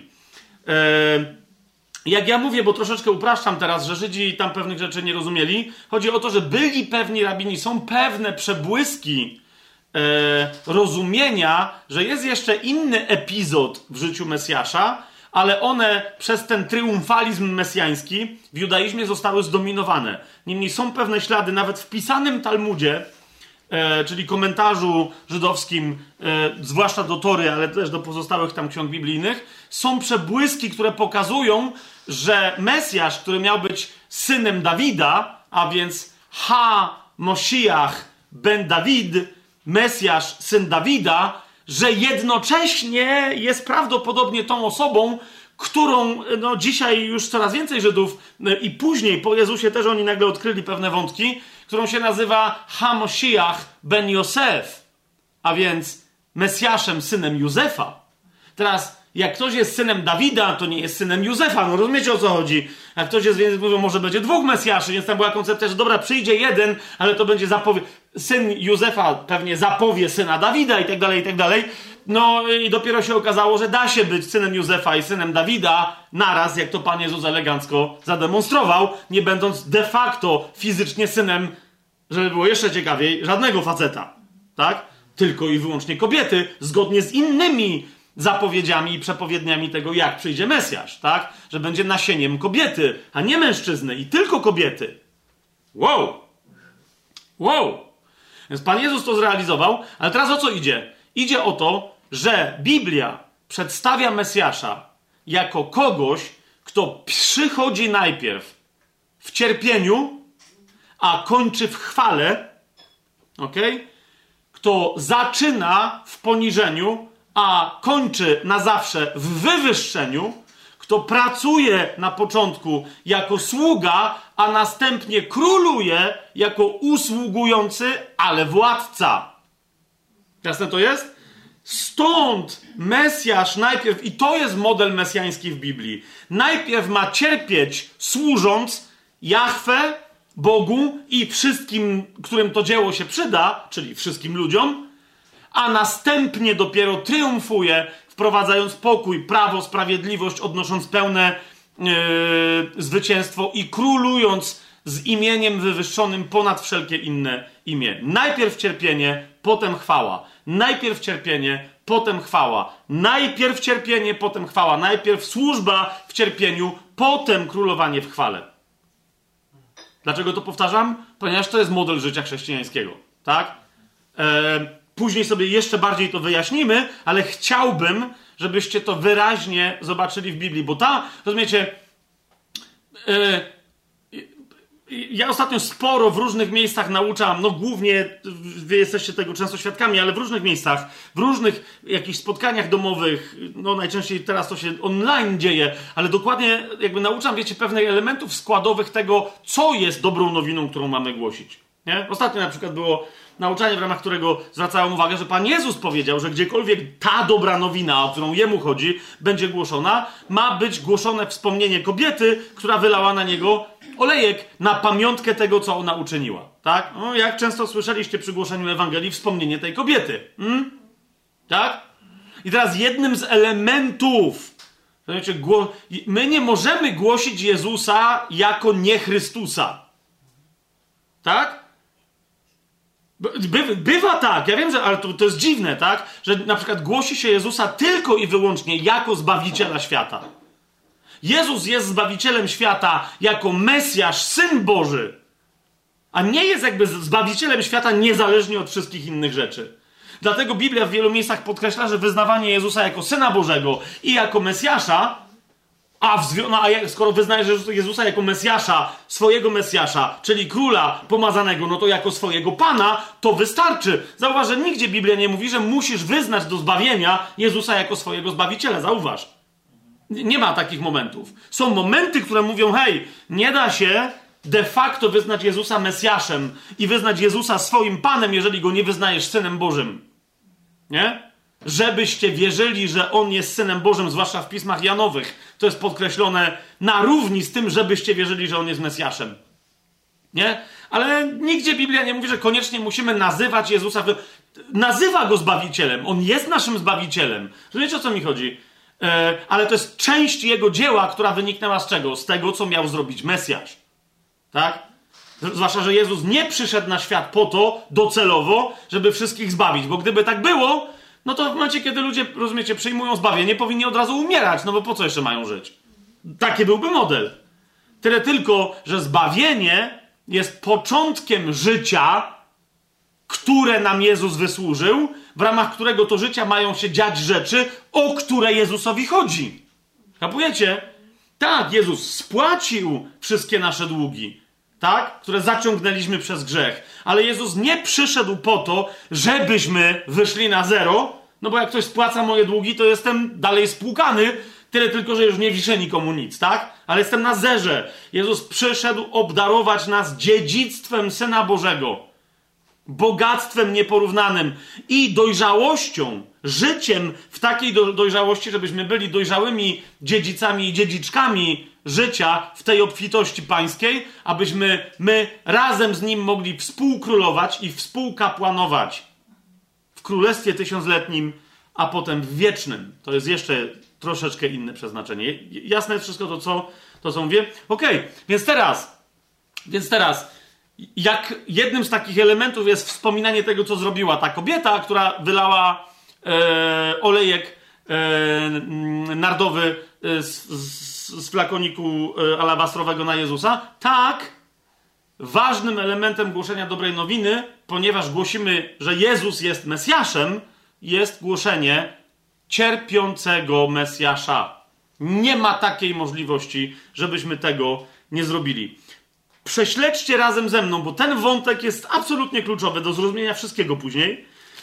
Jak ja mówię, bo troszeczkę upraszczam teraz, że Żydzi tam pewnych rzeczy nie rozumieli, chodzi o to, że byli pewni rabini, są pewne przebłyski rozumienia, że jest jeszcze inny epizod w życiu Mesjasza, ale one przez ten triumfalizm mesjański w judaizmie zostały zdominowane. Niemniej są pewne ślady, nawet w pisanym Talmudzie, czyli komentarzu żydowskim, zwłaszcza do Tory, ale też do pozostałych tam ksiąg biblijnych, są przebłyski, które pokazują, że Mesjasz, który miał być synem Dawida, a więc Moshiach ben Dawid, Mesjasz, syn Dawida, że jednocześnie jest prawdopodobnie tą osobą, którą dzisiaj już coraz więcej Żydów i później po Jezusie też oni nagle odkryli pewne wątki, którą się nazywa Moshiach ben Josef, a więc Mesjaszem, synem Józefa. Teraz, jak ktoś jest synem Dawida, to nie jest synem Józefa, no rozumiecie, o co chodzi. Jak ktoś jest, więc mówią, może będzie dwóch Mesjaszy, więc tam była koncepcja, że dobra, przyjdzie jeden, ale to będzie syn Józefa pewnie zapowie syna Dawida i tak dalej, i tak dalej. No i dopiero się okazało, że da się być synem Józefa i synem Dawida naraz, jak to Pan Jezus elegancko zademonstrował, nie będąc de facto fizycznie synem, żeby było jeszcze ciekawiej, żadnego faceta, tak? Tylko i wyłącznie kobiety, zgodnie z innymi zapowiedziami i przepowiedniami tego, jak przyjdzie Mesjasz, tak? Że będzie nasieniem kobiety, a nie mężczyzny i tylko kobiety. Wow! Więc Pan Jezus to zrealizował, ale teraz o co idzie? Idzie o to, że Biblia przedstawia Mesjasza jako kogoś, kto przychodzi najpierw w cierpieniu, a kończy w chwale, okej? Kto zaczyna w poniżeniu, a kończy na zawsze w wywyższeniu, kto pracuje na początku jako sługa, a następnie króluje jako usługujący, ale władca. Jasne to jest? Stąd Mesjasz najpierw, i to jest model mesjański w Biblii, najpierw ma cierpieć służąc Jahwe, Bogu i wszystkim, którym to dzieło się przyda, czyli wszystkim ludziom, a następnie dopiero triumfuje, wprowadzając pokój, prawo, sprawiedliwość, odnosząc pełne zwycięstwo i królując z imieniem wywyższonym ponad wszelkie inne imię. Najpierw cierpienie, potem chwała. Najpierw cierpienie, potem chwała. Najpierw cierpienie, potem chwała. Najpierw służba w cierpieniu, potem królowanie w chwale. Dlaczego to powtarzam? Ponieważ to jest model życia chrześcijańskiego. Tak? później sobie jeszcze bardziej to wyjaśnimy, ale chciałbym, żebyście to wyraźnie zobaczyli w Biblii, bo rozumiecie, ja ostatnio sporo w różnych miejscach nauczam, no głównie wy jesteście tego często świadkami, ale w różnych miejscach, w różnych jakichś spotkaniach domowych, no najczęściej teraz to się online dzieje, ale dokładnie jakby nauczam, wiecie, pewnych elementów składowych tego, co jest dobrą nowiną, którą mamy głosić. Nie? Ostatnio na przykład było nauczanie, w ramach którego zwracałem uwagę, że Pan Jezus powiedział, że gdziekolwiek ta dobra nowina, o którą Jemu chodzi, będzie głoszona, ma być głoszone wspomnienie kobiety, która wylała na Niego olejek na pamiątkę tego, co ona uczyniła. Tak? No, jak często słyszeliście przy głoszeniu Ewangelii wspomnienie tej kobiety. Tak? I teraz jednym z elementów, my nie możemy głosić Jezusa jako nie Chrystusa. Tak? Bywa tak, ja wiem, że ale to jest dziwne, tak? Że na przykład głosi się Jezusa tylko i wyłącznie jako Zbawiciela świata. Jezus jest Zbawicielem świata jako Mesjasz, Syn Boży, a nie jest jakby Zbawicielem świata niezależnie od wszystkich innych rzeczy. Dlatego Biblia w wielu miejscach podkreśla, że wyznawanie Jezusa jako Syna Bożego i jako Mesjasza, skoro wyznajesz Jezusa jako Mesjasza, swojego Mesjasza, czyli Króla pomazanego, no to jako swojego Pana, to wystarczy. Zauważ, że nigdzie Biblia nie mówi, że musisz wyznać do zbawienia Jezusa jako swojego Zbawiciela. Zauważ. Nie ma takich momentów. Są momenty, które mówią, hej, nie da się de facto wyznać Jezusa Mesjaszem i wyznać Jezusa swoim Panem, jeżeli Go nie wyznajesz Synem Bożym. Nie? Żebyście wierzyli, że On jest Synem Bożym, zwłaszcza w pismach Janowych. To jest podkreślone na równi z tym, żebyście wierzyli, że On jest Mesjaszem. Nie? Ale nigdzie Biblia nie mówi, że koniecznie musimy nazywać Jezusa. Nazywa Go Zbawicielem. On jest naszym Zbawicielem. Wiecie, o co mi chodzi? Ale to jest część Jego dzieła, która wyniknęła z czego? Z tego, co miał zrobić Mesjasz. Tak? Zwłaszcza, że Jezus nie przyszedł na świat po to, docelowo, żeby wszystkich zbawić. Bo gdyby tak było, no to w momencie, kiedy ludzie, rozumiecie, przyjmują zbawienie, powinni od razu umierać. No bo po co jeszcze mają żyć? Taki byłby model. Tyle tylko, że zbawienie jest początkiem życia, które nam Jezus wysłużył, w ramach którego to życia mają się dziać rzeczy, o które Jezusowi chodzi. Kapujecie? Tak, Jezus spłacił wszystkie nasze długi, tak? Które zaciągnęliśmy przez grzech. Ale Jezus nie przyszedł po to, żebyśmy wyszli na zero, no bo jak ktoś spłaca moje długi, to jestem dalej spłukany, tyle tylko, że już nie wiszę nikomu nic, tak? Ale jestem na zerze. Jezus przyszedł obdarować nas dziedzictwem Syna Bożego, bogactwem nieporównanym i dojrzałością, życiem w takiej dojrzałości, żebyśmy byli dojrzałymi dziedzicami i dziedziczkami życia w tej obfitości pańskiej, abyśmy my razem z Nim mogli współkrólować i współkapłanować w królestwie tysiącletnim, a potem w wiecznym. To jest jeszcze troszeczkę inne przeznaczenie. Jasne jest wszystko to, co mówię? Okej, więc teraz jak jednym z takich elementów jest wspominanie tego, co zrobiła ta kobieta, która wylała olejek nardowy z flakoniku alabastrowego na Jezusa. Tak, ważnym elementem głoszenia dobrej nowiny, ponieważ głosimy, że Jezus jest Mesjaszem, jest głoszenie cierpiącego Mesjasza. Nie ma takiej możliwości, żebyśmy tego nie zrobili. Prześledźcie razem ze mną, bo ten wątek jest absolutnie kluczowy do zrozumienia wszystkiego później.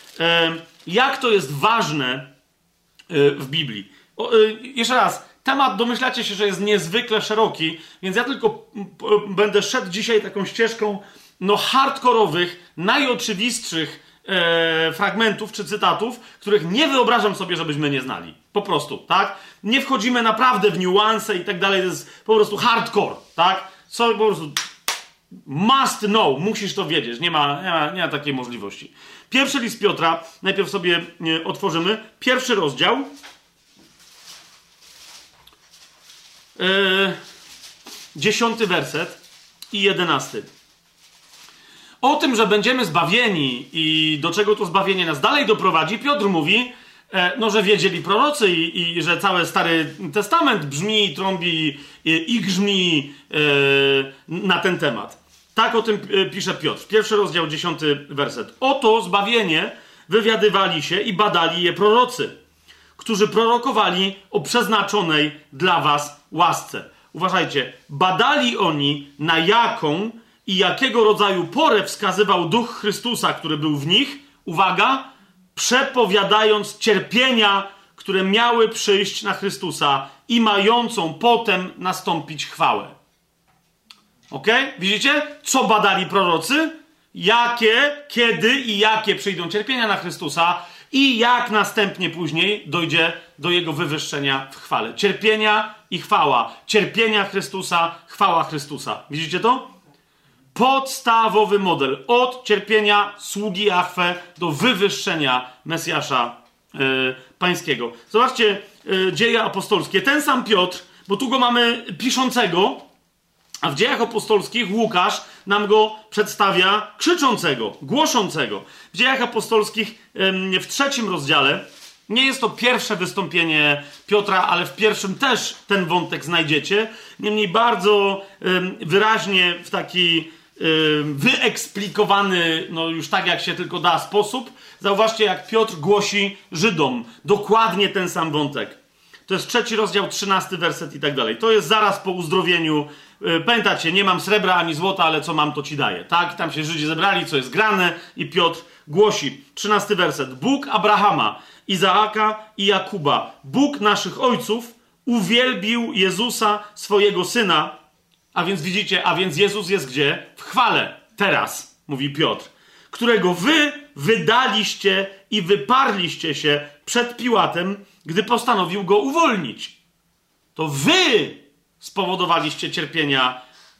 Jak to jest ważne w Biblii. Jeszcze raz, temat domyślacie się, że jest niezwykle szeroki, więc ja tylko będę szedł dzisiaj taką ścieżką hardkorowych, najoczywistszych fragmentów czy cytatów, których nie wyobrażam sobie, żebyśmy nie znali. Po prostu, tak? Nie wchodzimy naprawdę w niuanse i tak dalej, to jest po prostu hardcore, tak? Co po prostu must know, musisz to wiedzieć, nie ma takiej możliwości. Pierwszy list Piotra, najpierw sobie otworzymy, 1 rozdział, 10 werset i 11. O tym, że będziemy zbawieni i do czego to zbawienie nas dalej doprowadzi, Piotr mówi, że wiedzieli prorocy i że cały Stary Testament brzmi, trąbi i grzmi na ten temat. Tak o tym pisze Piotr. 1 rozdział, 10 werset. Oto zbawienie wywiadywali się i badali je prorocy, którzy prorokowali o przeznaczonej dla was łasce. Uważajcie, badali oni, na jaką i jakiego rodzaju porę wskazywał Duch Chrystusa, który był w nich, uwaga, przepowiadając cierpienia, które miały przyjść na Chrystusa i mającą potem nastąpić chwałę. Ok? Widzicie? Co badali prorocy? Jakie, kiedy i jakie przyjdą cierpienia na Chrystusa i jak następnie później dojdzie do Jego wywyższenia w chwale. Cierpienia i chwała. Cierpienia Chrystusa, chwała Chrystusa. Widzicie to? Podstawowy model. Od cierpienia sługi Jahwe do wywyższenia Mesjasza Pańskiego. Zobaczcie Dzieje apostolskie. Ten sam Piotr, bo tu go mamy piszącego, a w Dziejach apostolskich Łukasz nam go przedstawia krzyczącego, głoszącego. W Dziejach apostolskich w 3 rozdziale, nie jest to pierwsze wystąpienie Piotra, ale w pierwszym też ten wątek znajdziecie. Niemniej bardzo wyraźnie w taki wyeksplikowany, no już tak jak się tylko da sposób. Zauważcie, jak Piotr głosi Żydom dokładnie ten sam wątek. To jest 3 rozdział, 13 werset i tak dalej. To jest zaraz po uzdrowieniu. Pamiętacie, nie mam srebra ani złota, ale co mam, to ci daję. Tak? I tam się Żydzi zebrali, co jest grane i Piotr głosi. 13 werset. Bóg Abrahama, Izaaka i Jakuba, Bóg naszych ojców, uwielbił Jezusa, swojego Syna. A więc widzicie, a więc Jezus jest gdzie? W chwale. Teraz, mówi Piotr. Którego wy wydaliście i wyparliście się przed Piłatem, gdy postanowił go uwolnić. To wy spowodowaliście cierpienia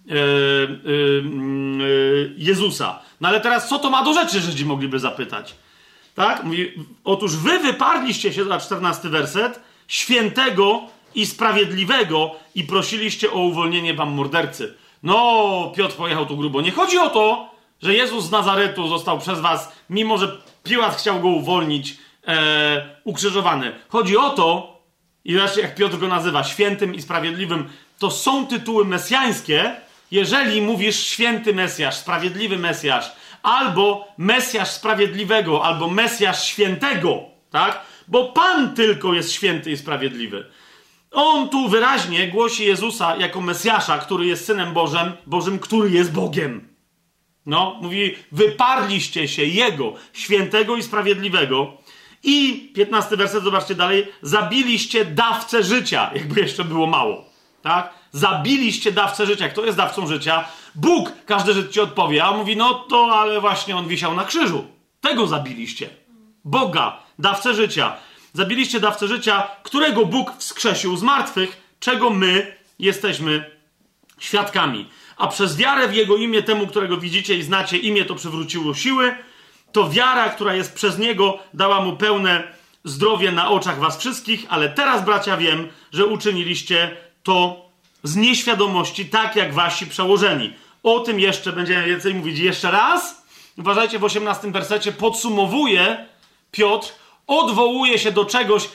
Jezusa. No ale teraz co to ma do rzeczy, Żydzi mogliby zapytać. Tak? Mówi, otóż wy wyparliście się, za 14 werset, świętego i sprawiedliwego i prosiliście o uwolnienie wam mordercy. No, Piotr pojechał tu grubo. Nie chodzi o to, że Jezus z Nazaretu został przez was, mimo że Piłat chciał go uwolnić, ukrzyżowany. Chodzi o to, i zobaczcie, jak Piotr go nazywa, świętym i sprawiedliwym, to są tytuły mesjańskie, jeżeli mówisz święty Mesjasz, sprawiedliwy Mesjasz, albo Mesjasz sprawiedliwego, albo Mesjasz świętego, tak? Bo Pan tylko jest święty i sprawiedliwy. On tu wyraźnie głosi Jezusa jako Mesjasza, który jest Synem Bożym, który jest Bogiem. No, mówi, wyparliście się Jego, świętego i sprawiedliwego. I 15 werset, zobaczcie dalej, zabiliście dawcę życia, jakby jeszcze było mało, tak? Zabiliście dawcę życia. Kto jest dawcą życia? Bóg. Każdy Żyd ci odpowie, a on mówi, no to ale właśnie on wisiał na krzyżu. Tego zabiliście. Boga, dawcę życia. Zabiliście dawcę życia, którego Bóg wskrzesił z martwych, czego my jesteśmy świadkami. A przez wiarę w Jego imię, temu, którego widzicie i znacie, imię to przywróciło siły, to wiara, która jest przez Niego, dała Mu pełne zdrowie na oczach was wszystkich, ale teraz, bracia, wiem, że uczyniliście to z nieświadomości, tak jak wasi przełożeni. O tym jeszcze będziemy więcej mówić. Jeszcze raz, uważajcie, w 18 wersecie podsumowuje Piotr, odwołuje się do czegoś.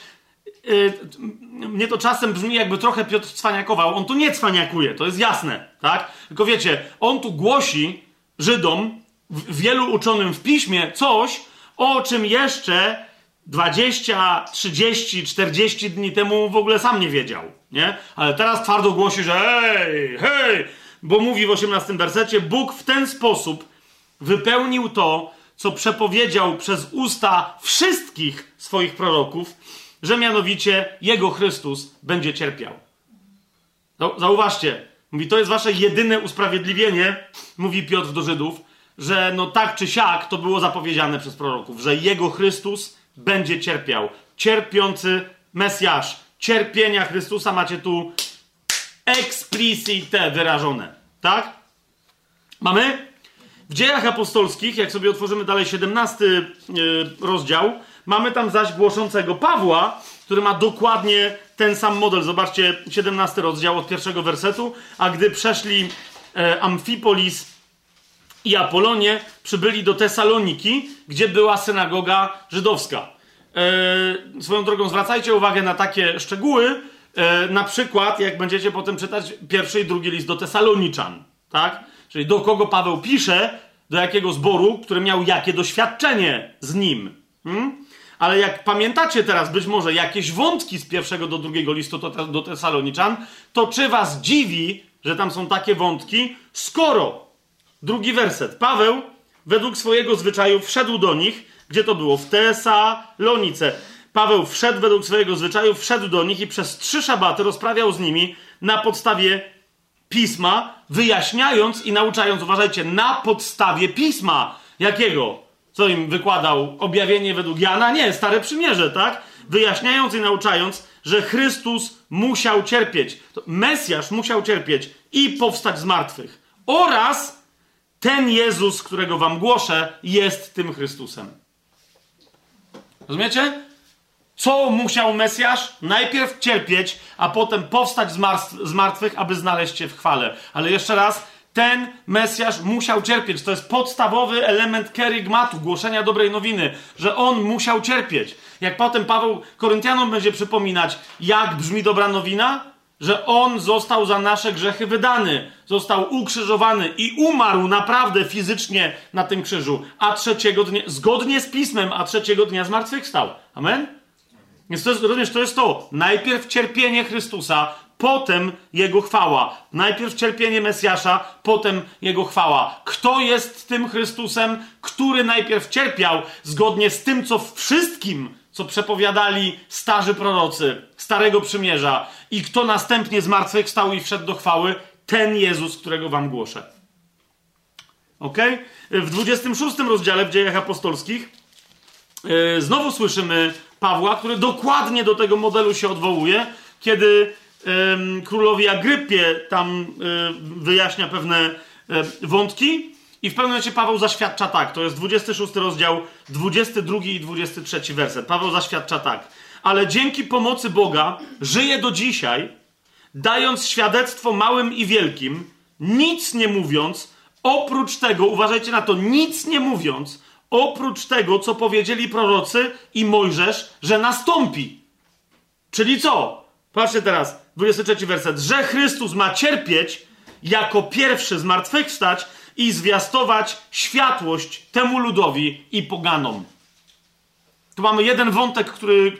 Mnie to czasem brzmi, jakby trochę Piotr cwaniakował. On tu nie cwaniakuje, to jest jasne, tak? Tylko wiecie, on tu głosi Żydom, wielu uczonym w piśmie, coś, o czym jeszcze 20, 30, 40 dni temu w ogóle sam nie wiedział, nie? Ale teraz twardo głosi, że hej, bo mówi w 18 wersecie, Bóg w ten sposób wypełnił to, co przepowiedział przez usta wszystkich swoich proroków, że mianowicie Jego Chrystus będzie cierpiał. Zauważcie, mówi, to jest wasze jedyne usprawiedliwienie, mówi Piotr do Żydów, że no tak czy siak to było zapowiedziane przez proroków, że Jego Chrystus będzie cierpiał. Cierpiący Mesjasz. Cierpienia Chrystusa macie tu explicite wyrażone. Tak? Mamy? W Dziejach Apostolskich, jak sobie otworzymy dalej 17 rozdział, mamy tam zaś głoszącego Pawła, który ma dokładnie ten sam model. Zobaczcie 17 rozdział od 1 wersetu. A gdy przeszli Amfipolis i Apolonię, przybyli do Tesaloniki, gdzie była synagoga żydowska. Swoją drogą zwracajcie uwagę na takie szczegóły, na przykład, jak będziecie potem czytać pierwszy i drugi list do Tesaloniczan, tak? Czyli do kogo Paweł pisze, do jakiego zboru, który miał jakie doświadczenie z nim. Ale jak pamiętacie teraz być może jakieś wątki z 1 do 2 listu do Tesaloniczan, to czy was dziwi, że tam są takie wątki, skoro, drugi werset, Paweł według swojego zwyczaju wszedł do nich, gdzie to było? W Tesalonice. Paweł wszedł według swojego zwyczaju, wszedł do nich i przez 3 szabaty rozprawiał z nimi na podstawie Pisma, wyjaśniając i nauczając, uważajcie, na podstawie Pisma. Jakiego? Co im wykładał? Objawienie według Jana? Nie, Stare Przymierze, tak? Wyjaśniając i nauczając, że Chrystus musiał cierpieć. Mesjasz musiał cierpieć i powstać z martwych. Oraz ten Jezus, którego wam głoszę, jest tym Chrystusem. Rozumiecie? Co musiał Mesjasz? Najpierw cierpieć, a potem powstać z martwych, aby znaleźć się w chwale. Ale jeszcze raz, ten Mesjasz musiał cierpieć. To jest podstawowy element kerygmatu, głoszenia dobrej nowiny, że on musiał cierpieć. Jak potem Paweł Koryntianom będzie przypominać, jak brzmi dobra nowina, że on został za nasze grzechy wydany, został ukrzyżowany i umarł naprawdę fizycznie na tym krzyżu, a 3 dnia, zgodnie z Pismem, a 3 dnia zmartwychwstał. Amen? Więc to jest, rozumiesz, to jest to. Najpierw cierpienie Chrystusa, potem Jego chwała. Najpierw cierpienie Mesjasza, potem Jego chwała. Kto jest tym Chrystusem, który najpierw cierpiał, zgodnie z tym, co wszystkim, co przepowiadali starzy prorocy Starego Przymierza i kto następnie zmartwychwstał i wszedł do chwały? Ten Jezus, którego wam głoszę. Okej? W 26 rozdziale w Dziejach Apostolskich znowu słyszymy Pawła, który dokładnie do tego modelu się odwołuje, kiedy królowi Agrypie tam wyjaśnia pewne wątki i w pewnym momencie Paweł zaświadcza tak, to jest 26 rozdział, 22 i 23 werset. Paweł zaświadcza tak: ale dzięki pomocy Boga żyję do dzisiaj, dając świadectwo małym i wielkim, nic nie mówiąc, oprócz tego, uważajcie na to, nic nie mówiąc, oprócz tego, co powiedzieli prorocy i Mojżesz, że nastąpi. Czyli co? Patrzcie teraz, 23 werset. Że Chrystus ma cierpieć, jako pierwszy zmartwychwstać i zwiastować światłość temu ludowi i poganom. Tu mamy jeden wątek,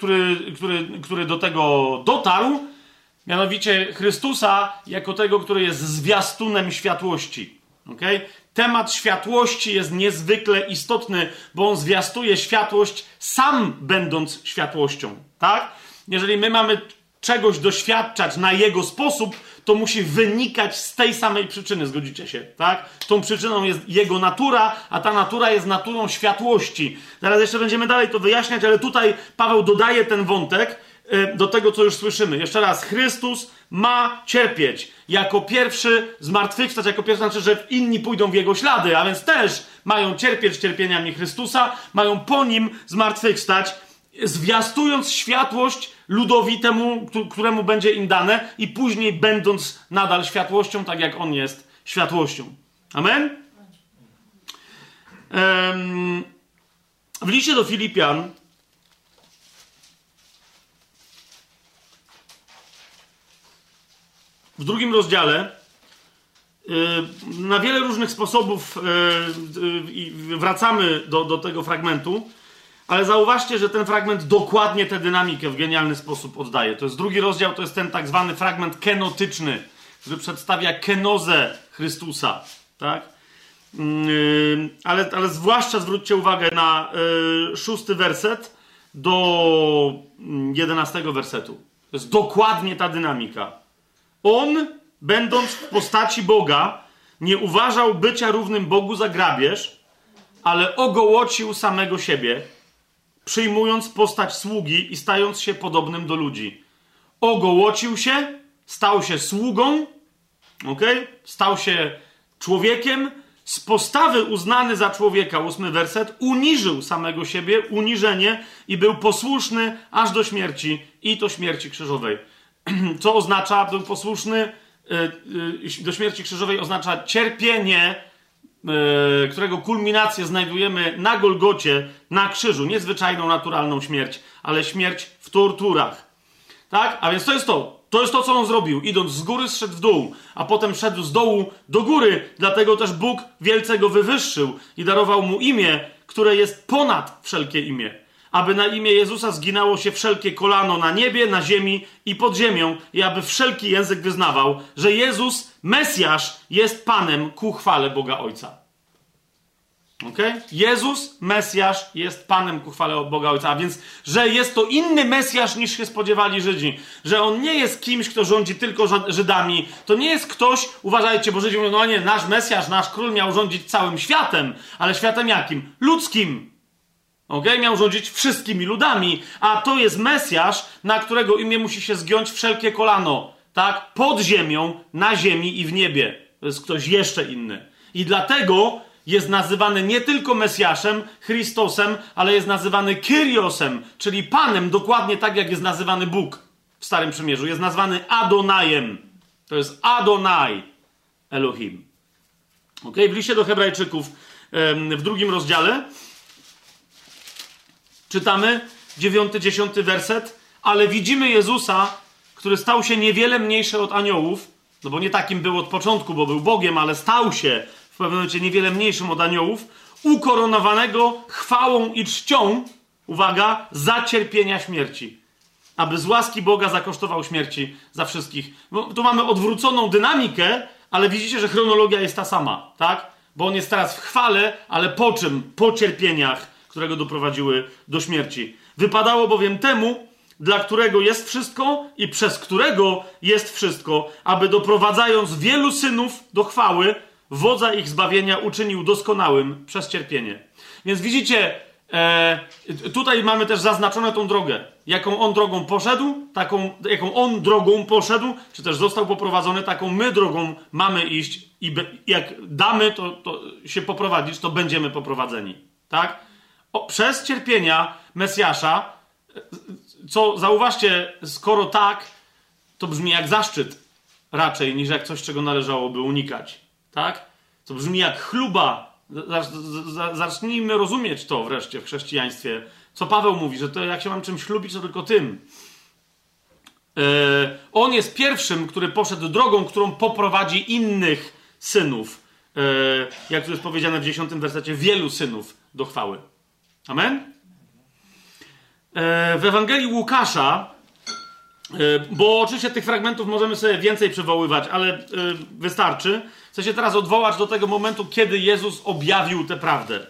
który do tego dotarł, mianowicie Chrystusa jako tego, który jest zwiastunem światłości. Okay? Temat światłości jest niezwykle istotny, bo on zwiastuje światłość, sam będąc światłością. Tak? Jeżeli my mamy czegoś doświadczać na jego sposób, to musi wynikać z tej samej przyczyny, zgodzicie się, tak? Tą przyczyną jest jego natura, a ta natura jest naturą światłości. Zaraz jeszcze będziemy dalej to wyjaśniać, ale tutaj Paweł dodaje ten wątek do tego, co już słyszymy. Jeszcze raz, Chrystus ma cierpieć. Jako pierwszy zmartwychwstać, jako pierwszy znaczy, że inni pójdą w jego ślady, a więc też mają cierpieć cierpieniami Chrystusa, mają po nim zmartwychwstać, zwiastując światłość ludowi temu, któremu będzie im dane i później będąc nadal światłością, tak jak on jest światłością. Amen? W liście do Filipian w 2 rozdziale na wiele różnych sposobów wracamy do tego fragmentu, ale zauważcie, że ten fragment dokładnie tę dynamikę w genialny sposób oddaje. To jest 2 rozdział, to jest ten tak zwany fragment kenotyczny, który przedstawia kenozę Chrystusa. Tak? Ale zwłaszcza zwróćcie uwagę na 6 werset do 11 wersetu. To jest dokładnie ta dynamika. On, będąc w postaci Boga, nie uważał bycia równym Bogu za grabież, ale ogołocił samego siebie, przyjmując postać sługi i stając się podobnym do ludzi. Ogołocił się, stał się sługą, stał się człowiekiem, z postawy uznany za człowieka, 8 werset, uniżył samego siebie, uniżenie i był posłuszny aż do śmierci i to śmierci krzyżowej. Co oznacza, był posłuszny do śmierci krzyżowej, oznacza cierpienie, którego kulminację znajdujemy na Golgocie, na krzyżu. Nie zwyczajną, naturalną śmierć, ale śmierć w torturach. Tak? A więc to jest to. To jest to, co on zrobił. Idąc z góry, zszedł w dół, a potem szedł z dołu do góry. Dlatego też Bóg wielce go wywyższył i darował mu imię, które jest ponad wszelkie imię. aby na imię Jezusa zginało się wszelkie kolano na niebie, na ziemi i pod ziemią i aby wszelki język wyznawał, że Jezus, Mesjasz, jest Panem ku chwale Boga Ojca. Okay? Jezus, Mesjasz, jest Panem ku chwale Boga Ojca. A więc, że jest to inny Mesjasz niż się spodziewali Żydzi. Że on nie jest kimś, kto rządzi tylko Żydami. To nie jest ktoś, uważajcie, bo Żydzi mówią, no nie, nasz Mesjasz, nasz król miał rządzić całym światem. Ale światem jakim? Ludzkim. Okay? Miał rządzić wszystkimi ludami. A to jest Mesjasz, na którego imię musi się zgiąć wszelkie kolano. Tak? Pod ziemią, na ziemi i w niebie. To jest ktoś jeszcze inny. I dlatego jest nazywany nie tylko Mesjaszem, Chrystosem, ale jest nazywany Kyriosem, czyli Panem, dokładnie tak jak jest nazywany Bóg w Starym Przymierzu. Jest nazwany Adonajem. To jest Adonai Elohim. Okay? W liście do Hebrajczyków w 2 rozdziale czytamy 9-10 werset. Ale widzimy Jezusa, który stał się niewiele mniejszy od aniołów, no bo nie takim był od początku, bo był Bogiem, ale stał się w pewnym momencie niewiele mniejszym od aniołów, ukoronowanego chwałą i czcią, uwaga, za cierpienia śmierci. Aby z łaski Boga zakosztował śmierci za wszystkich. No, tu mamy odwróconą dynamikę, ale widzicie, że chronologia jest ta sama, tak? Bo on jest teraz w chwale, ale po czym? Po cierpieniach, które go doprowadziły do śmierci. Wypadało bowiem temu, dla którego jest wszystko i przez którego jest wszystko, aby doprowadzając wielu synów do chwały, wodza ich zbawienia uczynił doskonałym przez cierpienie. Więc widzicie, tutaj mamy też zaznaczoną tą drogę. Jaką on drogą poszedł, jaką on drogą poszedł, czy też został poprowadzony, taką my drogą mamy iść i jak damy to się poprowadzić, to będziemy poprowadzeni. Tak? Przez cierpienia Mesjasza, co zauważcie, skoro tak, to brzmi jak zaszczyt raczej niż jak coś, czego należałoby unikać. Tak? To brzmi jak chluba. Zacznijmy rozumieć to wreszcie w chrześcijaństwie. Co Paweł mówi, że to jak się mam czymś chlubić, to tylko tym. On jest pierwszym, który poszedł drogą, którą poprowadzi innych synów. Jak tu jest powiedziane w 10 wersecie, wielu synów do chwały. Amen? W Ewangelii Łukasza, bo oczywiście tych fragmentów możemy sobie więcej przywoływać, ale wystarczy. Chcę się teraz odwołać do tego momentu, kiedy Jezus objawił tę prawdę.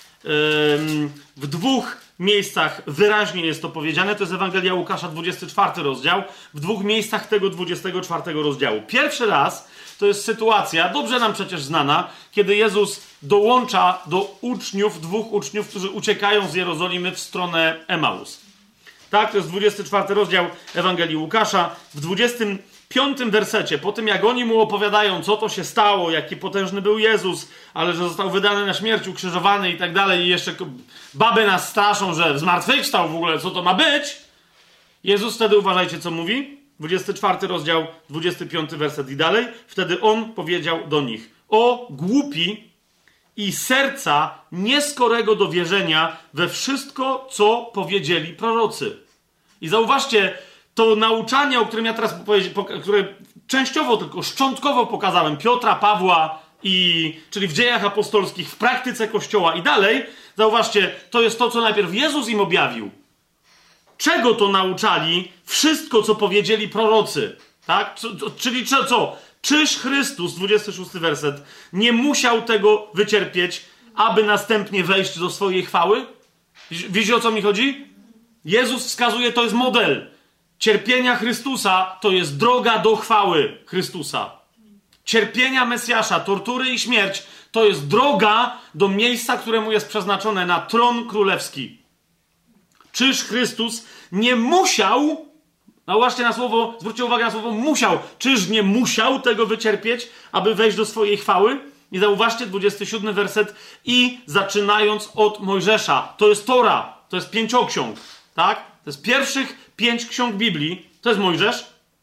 W 2 miejscach wyraźnie jest to powiedziane. To jest Ewangelia Łukasza, 24 rozdział. W 2 miejscach tego 24 rozdziału. Pierwszy raz to jest sytuacja, dobrze nam przecież znana, kiedy Jezus dołącza do uczniów, 2 uczniów, którzy uciekają z Jerozolimy w stronę Emaus. Tak, to jest 24 rozdział Ewangelii Łukasza. W 25 wersecie, po tym jak oni mu opowiadają, co to się stało, jaki potężny był Jezus, ale że został wydany na śmierć, ukrzyżowany i tak dalej, i jeszcze baby nas straszą, że zmartwychwstał w ogóle, co to ma być? Jezus wtedy, uważajcie, co mówi. 24 rozdział, 25 werset i dalej. Wtedy on powiedział do nich: o głupi i serca nieskorego do wierzenia we wszystko, co powiedzieli prorocy. I zauważcie, to nauczanie, o którym ja teraz które częściowo tylko, szczątkowo pokazałem, Piotra, Pawła, czyli w dziejach apostolskich, w praktyce Kościoła i dalej, zauważcie, to jest to, co najpierw Jezus im objawił. Czego to nauczali? Wszystko, co powiedzieli prorocy. Tak? Czyli co? Czyż Chrystus, 26 werset, nie musiał tego wycierpieć, aby następnie wejść do swojej chwały? Wiecie, o co mi chodzi? Jezus wskazuje, to jest model. Cierpienia Chrystusa to jest droga do chwały Chrystusa. Cierpienia Mesjasza, tortury i śmierć to jest droga do miejsca, któremu jest przeznaczone, na tron królewski. Czyż Chrystus nie musiał, właśnie na słowo, zwróćcie uwagę na słowo musiał, czyż nie musiał tego wycierpieć, aby wejść do swojej chwały? I zauważcie 27 werset. I zaczynając od Mojżesza, to jest Tora, to jest 5 ksiąg, tak? To jest pierwszych 5 ksiąg Biblii, to jest Mojżesz.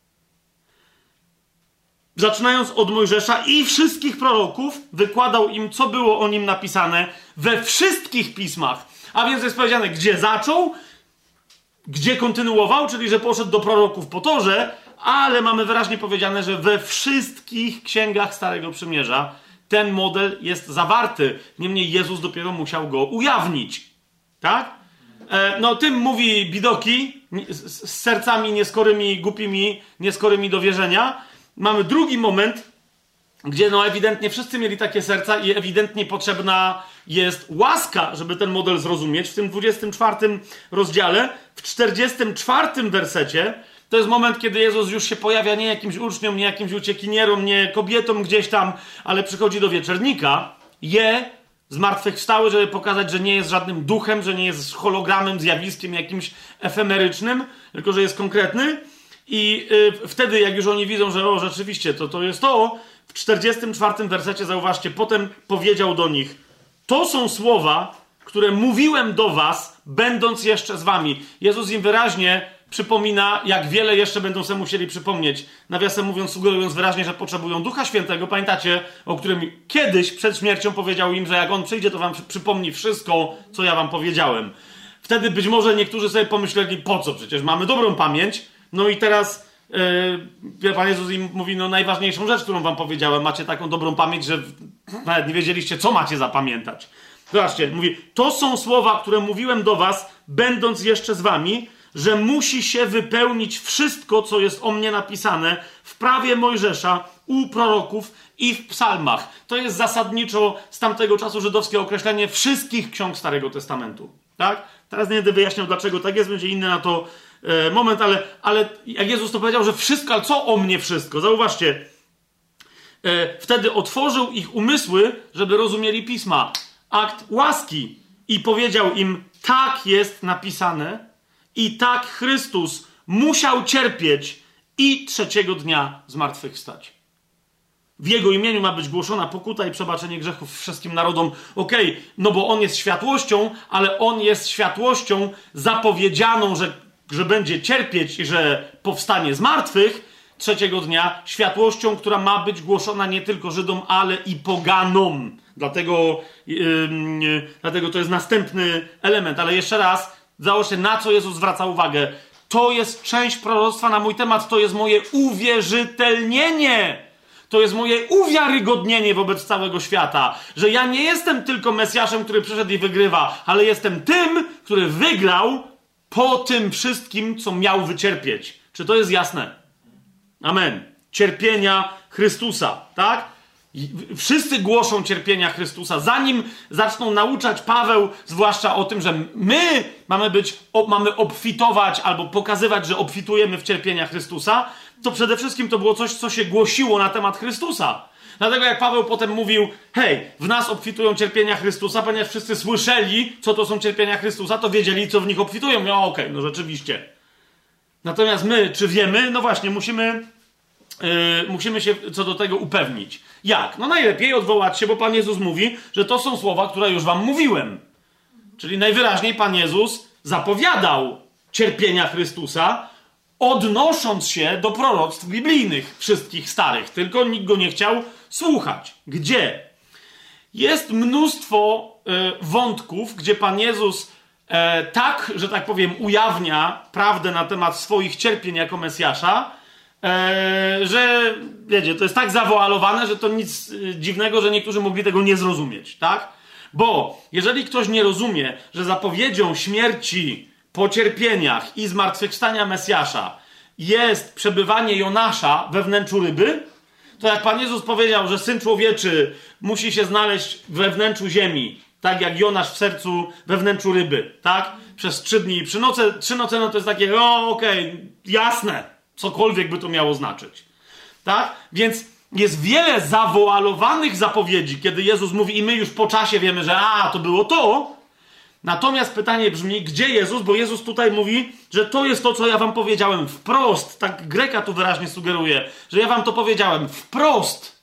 Zaczynając od Mojżesza i wszystkich proroków, wykładał im, co było o nim napisane we wszystkich pismach. A więc jest powiedziane, gdzie zaczął, gdzie kontynuował, czyli że poszedł do proroków po Torze, ale mamy wyraźnie powiedziane, że we wszystkich księgach Starego Przymierza ten model jest zawarty. Niemniej Jezus dopiero musiał go ujawnić. Tak? No tym mówi bidoki z sercami nieskorymi, głupimi, nieskorymi do wierzenia. Mamy drugi moment, gdzie no ewidentnie wszyscy mieli takie serca i ewidentnie potrzebna jest łaska, żeby ten model zrozumieć. W tym 24 rozdziale, w 44 wersecie, to jest moment, kiedy Jezus już się pojawia nie jakimś uczniom, nie jakimś uciekinierom, nie kobietom gdzieś tam, ale przychodzi do wieczernika, je zmartwychwstały, żeby pokazać, że nie jest żadnym duchem, że nie jest hologramem, zjawiskiem jakimś efemerycznym, tylko że jest konkretny. I wtedy, jak już oni widzą, że o, rzeczywiście, to jest to, w 44 wersecie, zauważcie, potem powiedział do nich: to są słowa, które mówiłem do was, będąc jeszcze z wami. Jezus im wyraźnie przypomina, jak wiele jeszcze będą sobie musieli przypomnieć. Nawiasem mówiąc, sugerując wyraźnie, że potrzebują Ducha Świętego. Pamiętacie, o którym kiedyś przed śmiercią powiedział im, że jak On przyjdzie, to wam przypomni wszystko, co ja wam powiedziałem. Wtedy być może niektórzy sobie pomyśleli, po co? Przecież mamy dobrą pamięć. No i teraz Pan Jezus im mówi, no najważniejszą rzecz, którą wam powiedziałem, macie taką dobrą pamięć, że nawet nie wiedzieliście, co macie zapamiętać. Zobaczcie, mówi, to są słowa, które mówiłem do was, będąc jeszcze z wami, że musi się wypełnić wszystko, co jest o mnie napisane w prawie Mojżesza, u proroków i w psalmach. To jest zasadniczo z tamtego czasu żydowskie określenie wszystkich ksiąg Starego Testamentu. Tak? Teraz nie będę wyjaśniał, dlaczego tak jest, będzie inny na to moment, ale jak Jezus to powiedział, że wszystko, ale co o mnie wszystko? Zauważcie, wtedy otworzył ich umysły, żeby rozumieli Pisma. Akt łaski. I powiedział im, tak jest napisane i tak Chrystus musiał cierpieć i trzeciego dnia zmartwychwstać. W Jego imieniu ma być głoszona pokuta i przebaczenie grzechów wszystkim narodom. Okej, no bo On jest światłością, ale On jest światłością zapowiedzianą, że będzie cierpieć i że powstanie z martwych trzeciego dnia. Światłością, która ma być głoszona nie tylko Żydom, ale i poganom. Dlatego to jest następny element. Ale jeszcze raz, załóżcie, na co Jezus zwraca uwagę. To jest część proroctwa na mój temat. To jest moje uwierzytelnienie. To jest moje uwiarygodnienie wobec całego świata. Że ja nie jestem tylko Mesjaszem, który przyszedł i wygrywa, ale jestem tym, który wygrał po tym wszystkim, co miał wycierpieć. Czy to jest jasne? Amen. Cierpienia Chrystusa, tak? Wszyscy głoszą cierpienia Chrystusa. Zanim zaczną nauczać Paweł, zwłaszcza o tym, że my mamy obfitować albo pokazywać, że obfitujemy w cierpienia Chrystusa, to przede wszystkim to było coś, co się głosiło na temat Chrystusa. Dlatego jak Paweł potem mówił, hej, w nas obfitują cierpienia Chrystusa, ponieważ wszyscy słyszeli, co to są cierpienia Chrystusa, to wiedzieli, co w nich obfitują. No okej, no rzeczywiście. Natomiast my, czy wiemy? No właśnie, musimy się co do tego upewnić. Jak? No najlepiej odwołać się, bo Pan Jezus mówi, że to są słowa, które już wam mówiłem. Czyli najwyraźniej Pan Jezus zapowiadał cierpienia Chrystusa, odnosząc się do proroctw biblijnych, wszystkich starych. Tylko nikt go nie chciał słuchać. Gdzie? Jest mnóstwo wątków, gdzie Pan Jezus tak, że tak powiem, ujawnia prawdę na temat swoich cierpień jako Mesjasza, że, wiecie, to jest tak zawoalowane, że to nic dziwnego, że niektórzy mogli tego nie zrozumieć, tak? Bo jeżeli ktoś nie rozumie, że zapowiedzią śmierci po cierpieniach i zmartwychwstania Mesjasza jest przebywanie Jonasza we wnętrzu ryby, to jak Pan Jezus powiedział, że Syn Człowieczy musi się znaleźć we wnętrzu ziemi, tak jak Jonasz w sercu we wnętrzu ryby, tak? Przez 3 dni i 3 noce. 3 noce, no to jest takie, jasne, cokolwiek by to miało znaczyć. Tak? Więc jest wiele zawoalowanych zapowiedzi, kiedy Jezus mówi i my już po czasie wiemy, że to było to. Natomiast pytanie brzmi, gdzie Jezus? Bo Jezus tutaj mówi, że to jest to, co ja wam powiedziałem wprost. Tak Greka tu wyraźnie sugeruje, że ja wam to powiedziałem wprost.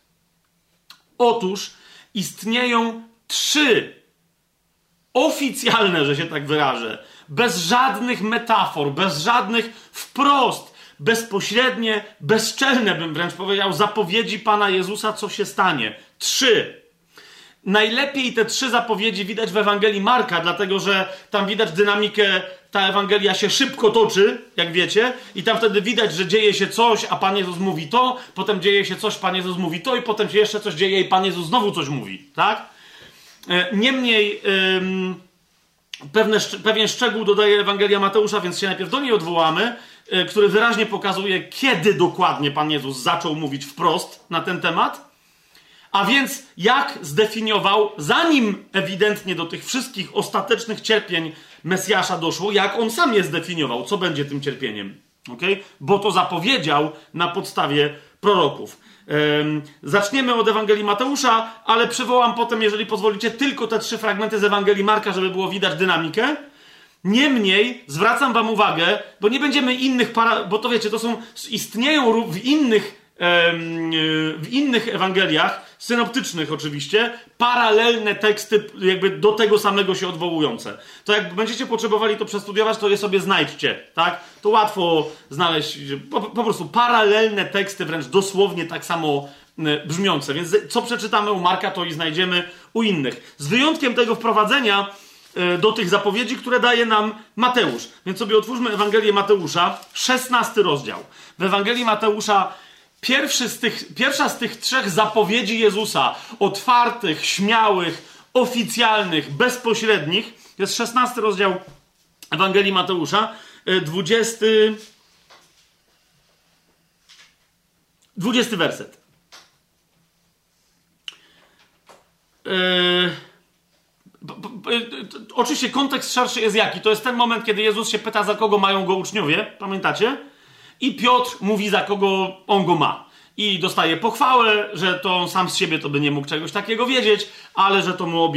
Otóż istnieją 3 oficjalne, że się tak wyrażę, bez żadnych metafor, bez żadnych wprost, bezpośrednie, bezczelne, bym wręcz powiedział, zapowiedzi Pana Jezusa, co się stanie. 3. Najlepiej te 3 zapowiedzi widać w Ewangelii Marka, dlatego że tam widać dynamikę, ta Ewangelia się szybko toczy, jak wiecie, i tam wtedy widać, że dzieje się coś, a Pan Jezus mówi to, potem dzieje się coś, Pan Jezus mówi to i potem się jeszcze coś dzieje i Pan Jezus znowu coś mówi, tak? Niemniej pewien szczegół dodaje Ewangelia Mateusza, więc się najpierw do niej odwołamy, który wyraźnie pokazuje, kiedy dokładnie Pan Jezus zaczął mówić wprost na ten temat. A więc jak zdefiniował, zanim ewidentnie do tych wszystkich ostatecznych cierpień Mesjasza doszło, jak on sam je zdefiniował, co będzie tym cierpieniem. Okay? Bo to zapowiedział na podstawie proroków. Zaczniemy od Ewangelii Mateusza, ale przywołam potem, jeżeli pozwolicie, tylko te 3 fragmenty z Ewangelii Marka, żeby było widać dynamikę. Niemniej zwracam wam uwagę, bo nie będziemy innych, bo to wiecie, to istnieją w innych Ewangeliach, synoptycznych oczywiście, paralelne teksty jakby do tego samego się odwołujące. To jak będziecie potrzebowali to przestudiować, to je sobie znajdźcie, tak? To łatwo znaleźć, po prostu paralelne teksty, wręcz dosłownie tak samo brzmiące. Więc co przeczytamy u Marka, to i znajdziemy u innych. Z wyjątkiem tego wprowadzenia do tych zapowiedzi, które daje nam Mateusz. Więc sobie otwórzmy Ewangelię Mateusza, 16 rozdział. W Ewangelii Mateusza pierwsza z tych 3 zapowiedzi Jezusa, otwartych, śmiałych, oficjalnych, bezpośrednich, jest 16 rozdział Ewangelii Mateusza, 20 werset. Oczywiście kontekst szerszy jest jaki? To jest ten moment, kiedy Jezus się pyta, za kogo mają go uczniowie, pamiętacie? I Piotr mówi, za kogo on go ma. I dostaje pochwałę, że to on sam z siebie to by nie mógł czegoś takiego wiedzieć, ale że to mu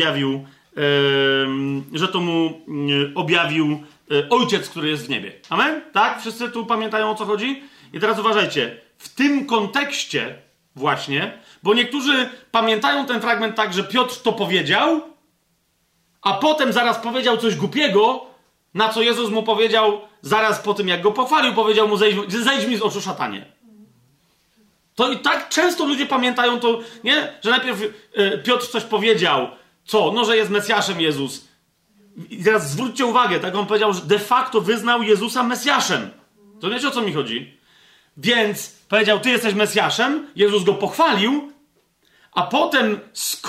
objawił Ojciec, który jest w niebie. Amen? Tak? Wszyscy tu pamiętają, o co chodzi? I teraz uważajcie. W tym kontekście właśnie, bo niektórzy pamiętają ten fragment tak, że Piotr to powiedział, a potem zaraz powiedział coś głupiego, na co Jezus mu powiedział, zaraz po tym jak go pochwalił, powiedział mu, zejdź mi z oczu, szatanie. To i tak często ludzie pamiętają to, nie? Że najpierw Piotr coś powiedział, co? No, że jest Mesjaszem Jezus. I teraz zwróćcie uwagę, tak on powiedział, że de facto wyznał Jezusa Mesjaszem. To wiecie, o co mi chodzi? Więc powiedział, ty jesteś Mesjaszem, Jezus go pochwalił, a potem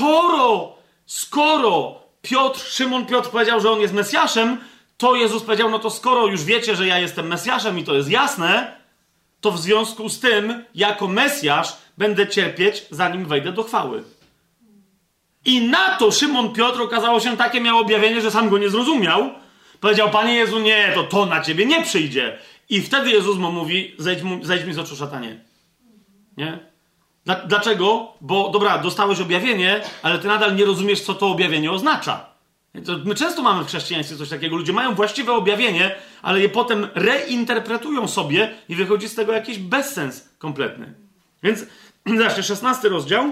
skoro Szymon Piotr powiedział, że on jest Mesjaszem, to Jezus powiedział, no to skoro już wiecie, że ja jestem Mesjaszem i to jest jasne, to w związku z tym, jako Mesjasz, będę cierpieć, zanim wejdę do chwały. I na to Szymon Piotr, okazało się, takie miał objawienie, że sam go nie zrozumiał. Powiedział, Panie Jezu, nie, to na ciebie nie przyjdzie. I wtedy Jezus mu mówi, zejdź mi z oczu, szatanie. Nie? Dlaczego? Bo, dobra, dostałeś objawienie, ale ty nadal nie rozumiesz, co to objawienie oznacza. My często mamy w chrześcijaństwie coś takiego. Ludzie mają właściwe objawienie, ale je potem reinterpretują sobie i wychodzi z tego jakiś bezsens kompletny. Więc, zobaczcie, 16 rozdział,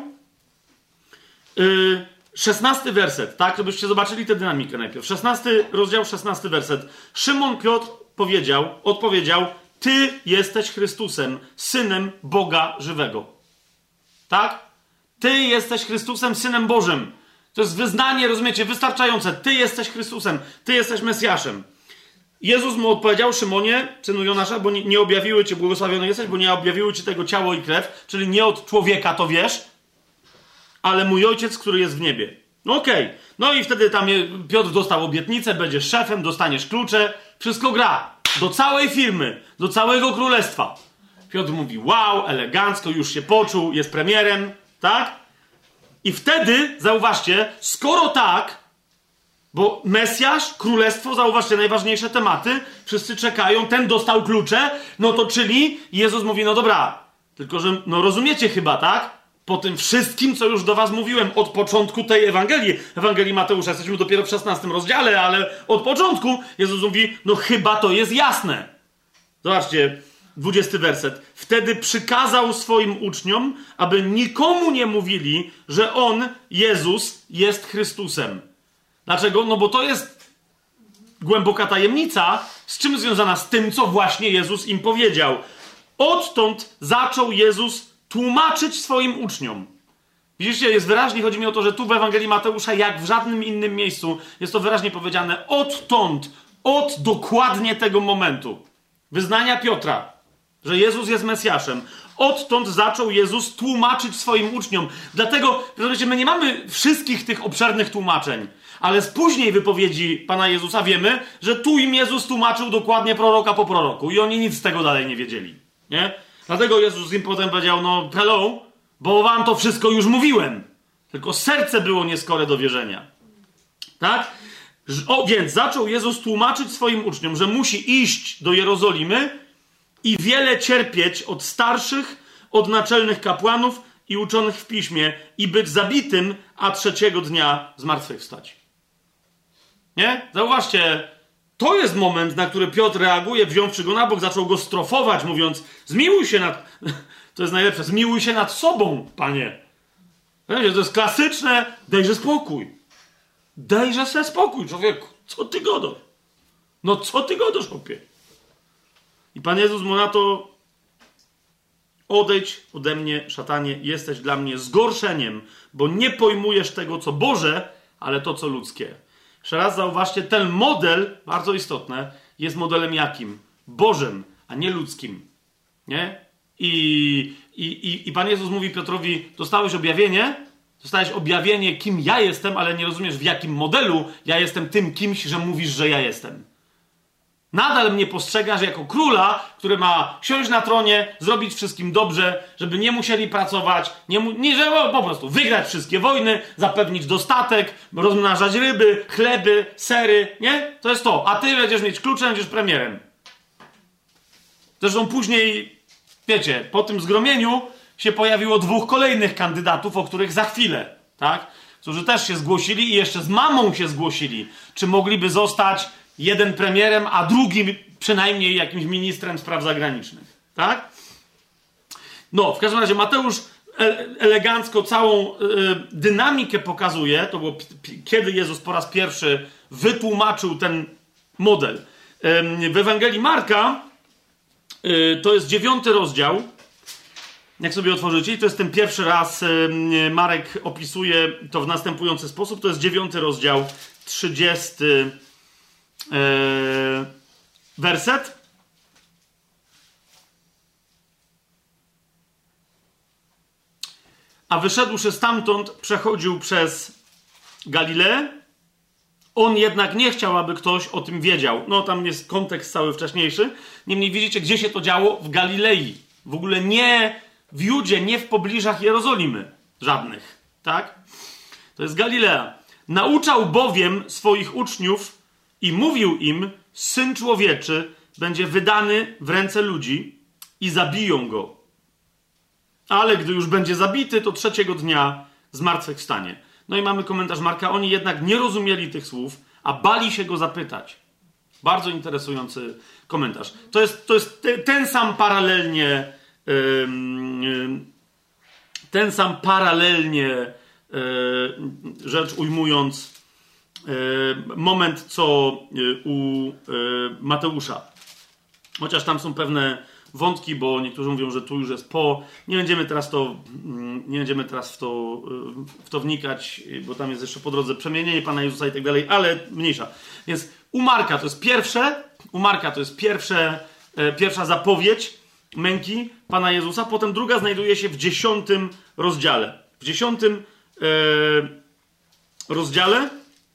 16 werset, tak? Żebyście zobaczyli tę dynamikę najpierw. 16 rozdział, 16 werset. Szymon Piotr odpowiedział, ty jesteś Chrystusem, Synem Boga żywego. Tak? Ty jesteś Chrystusem, Synem Bożym. To jest wyznanie, rozumiecie, wystarczające. Ty jesteś Chrystusem, ty jesteś Mesjaszem. Jezus mu odpowiedział, Szymonie, synu Jonasza, bo nie objawiły ci, błogosławiony jesteś, bo nie objawiły ci tego ciało i krew, czyli nie od człowieka to wiesz, ale mój Ojciec, który jest w niebie. Okej. No i wtedy tam Piotr dostał obietnicę, będziesz szefem, dostaniesz klucze, wszystko gra. Do całej firmy, do całego królestwa. Piotr mówi, wow, elegancko, już się poczuł, jest premierem, tak? I wtedy, zauważcie, skoro tak, bo Mesjasz, królestwo, zauważcie, najważniejsze tematy, wszyscy czekają, ten dostał klucze, no to czyli Jezus mówi, no dobra, tylko że, no rozumiecie chyba, tak? Po tym wszystkim, co już do was mówiłem od początku tej Ewangelii Mateusza, jesteśmy dopiero w 16 rozdziale, ale od początku Jezus mówi, no chyba to jest jasne. Zobaczcie, 20 werset. Wtedy przykazał swoim uczniom, aby nikomu nie mówili, że On, Jezus, jest Chrystusem. Dlaczego? No bo to jest głęboka tajemnica, z czym związana? Z tym, co właśnie Jezus im powiedział. Odtąd zaczął Jezus tłumaczyć swoim uczniom. Widzicie, jest wyraźnie, chodzi mi o to, że tu w Ewangelii Mateusza, jak w żadnym innym miejscu, jest to wyraźnie powiedziane odtąd, od dokładnie tego momentu wyznania Piotra, że Jezus jest Mesjaszem. Odtąd zaczął Jezus tłumaczyć swoim uczniom. Dlatego, rozumiecie, my nie mamy wszystkich tych obszernych tłumaczeń, Ale z później wypowiedzi Pana Jezusa wiemy, że tu im Jezus tłumaczył dokładnie proroka po proroku i oni nic z tego dalej nie wiedzieli. Nie? Dlatego Jezus im potem powiedział, no hello, bo wam to wszystko już mówiłem. Tylko serce było nieskore do wierzenia. Tak? Więc zaczął Jezus tłumaczyć swoim uczniom, że musi iść do Jerozolimy i wiele cierpieć od starszych, od naczelnych kapłanów i uczonych w piśmie i być zabitym, a trzeciego dnia zmartwychwstać. Nie? Zauważcie, to jest moment, na który Piotr reaguje, wziąwszy go na bok, zaczął go strofować, mówiąc, zmiłuj się nad... To jest najlepsze, zmiłuj się nad sobą, Panie. Wiecie, to jest klasyczne, dejże spokój. Dejże se spokój, człowieku. Co ty godasz? No co ty godasz, chłopie? I Pan Jezus mu na to: odejdź ode mnie, szatanie, jesteś dla mnie zgorszeniem, bo nie pojmujesz tego, co Boże, ale to, co ludzkie. Jeszcze raz zauważcie, ten model, bardzo istotne, jest jakim? Bożym, a nie ludzkim. Nie? I Pan Jezus mówi Piotrowi, dostałeś objawienie, kim ja jestem, ale nie rozumiesz, w jakim modelu ja jestem tym kimś, że mówisz, że ja jestem. Nadal mnie postrzegasz jako króla, który ma siąść na tronie, zrobić wszystkim dobrze, żeby nie musieli pracować, żeby po prostu wygrać wszystkie wojny, zapewnić dostatek, rozmnażać ryby, chleby, sery, nie? To jest to. A ty będziesz mieć klucze, będziesz premierem. Zresztą później, wiecie, po tym zgromieniu się pojawiło 2 kolejnych kandydatów, o których za chwilę, tak? Którzy też się zgłosili i jeszcze z mamą się zgłosili. Czy mogliby zostać jeden premierem, a drugi przynajmniej jakimś ministrem spraw zagranicznych, tak? No, w każdym razie Mateusz elegancko całą dynamikę pokazuje. To było kiedy Jezus po raz pierwszy wytłumaczył ten model. W Ewangelii Marka to jest 9 rozdział. Jak sobie otworzycie, i to jest ten pierwszy raz Marek opisuje to w następujący sposób. To jest 9 rozdział, 30 werset. A wyszedłszy stamtąd, przechodził przez Galileę. On jednak nie chciał, aby ktoś o tym wiedział. No, tam jest kontekst cały wcześniejszy. Niemniej widzicie, gdzie się to działo? W Galilei. W ogóle nie w Judzie, nie w pobliżach Jerozolimy. Żadnych. Tak? To jest Galilea. Nauczał bowiem swoich uczniów i mówił im, Syn Człowieczy będzie wydany w ręce ludzi i zabiją go. Ale gdy już będzie zabity, to trzeciego dnia zmartwychwstanie. No i mamy komentarz Marka. Oni jednak nie rozumieli tych słów, a bali się go zapytać. Bardzo interesujący komentarz. To jest ten sam paralelnie rzecz ujmując moment, co u Mateusza. Chociaż tam są pewne wątki, bo niektórzy mówią, że tu już jest po. Nie będziemy teraz w to wnikać, bo tam jest jeszcze po drodze przemienienie Pana Jezusa i tak dalej, ale mniejsza. Więc u Marka to jest pierwsza zapowiedź męki Pana Jezusa, potem druga znajduje się w 10 rozdziale. W 10 rozdziale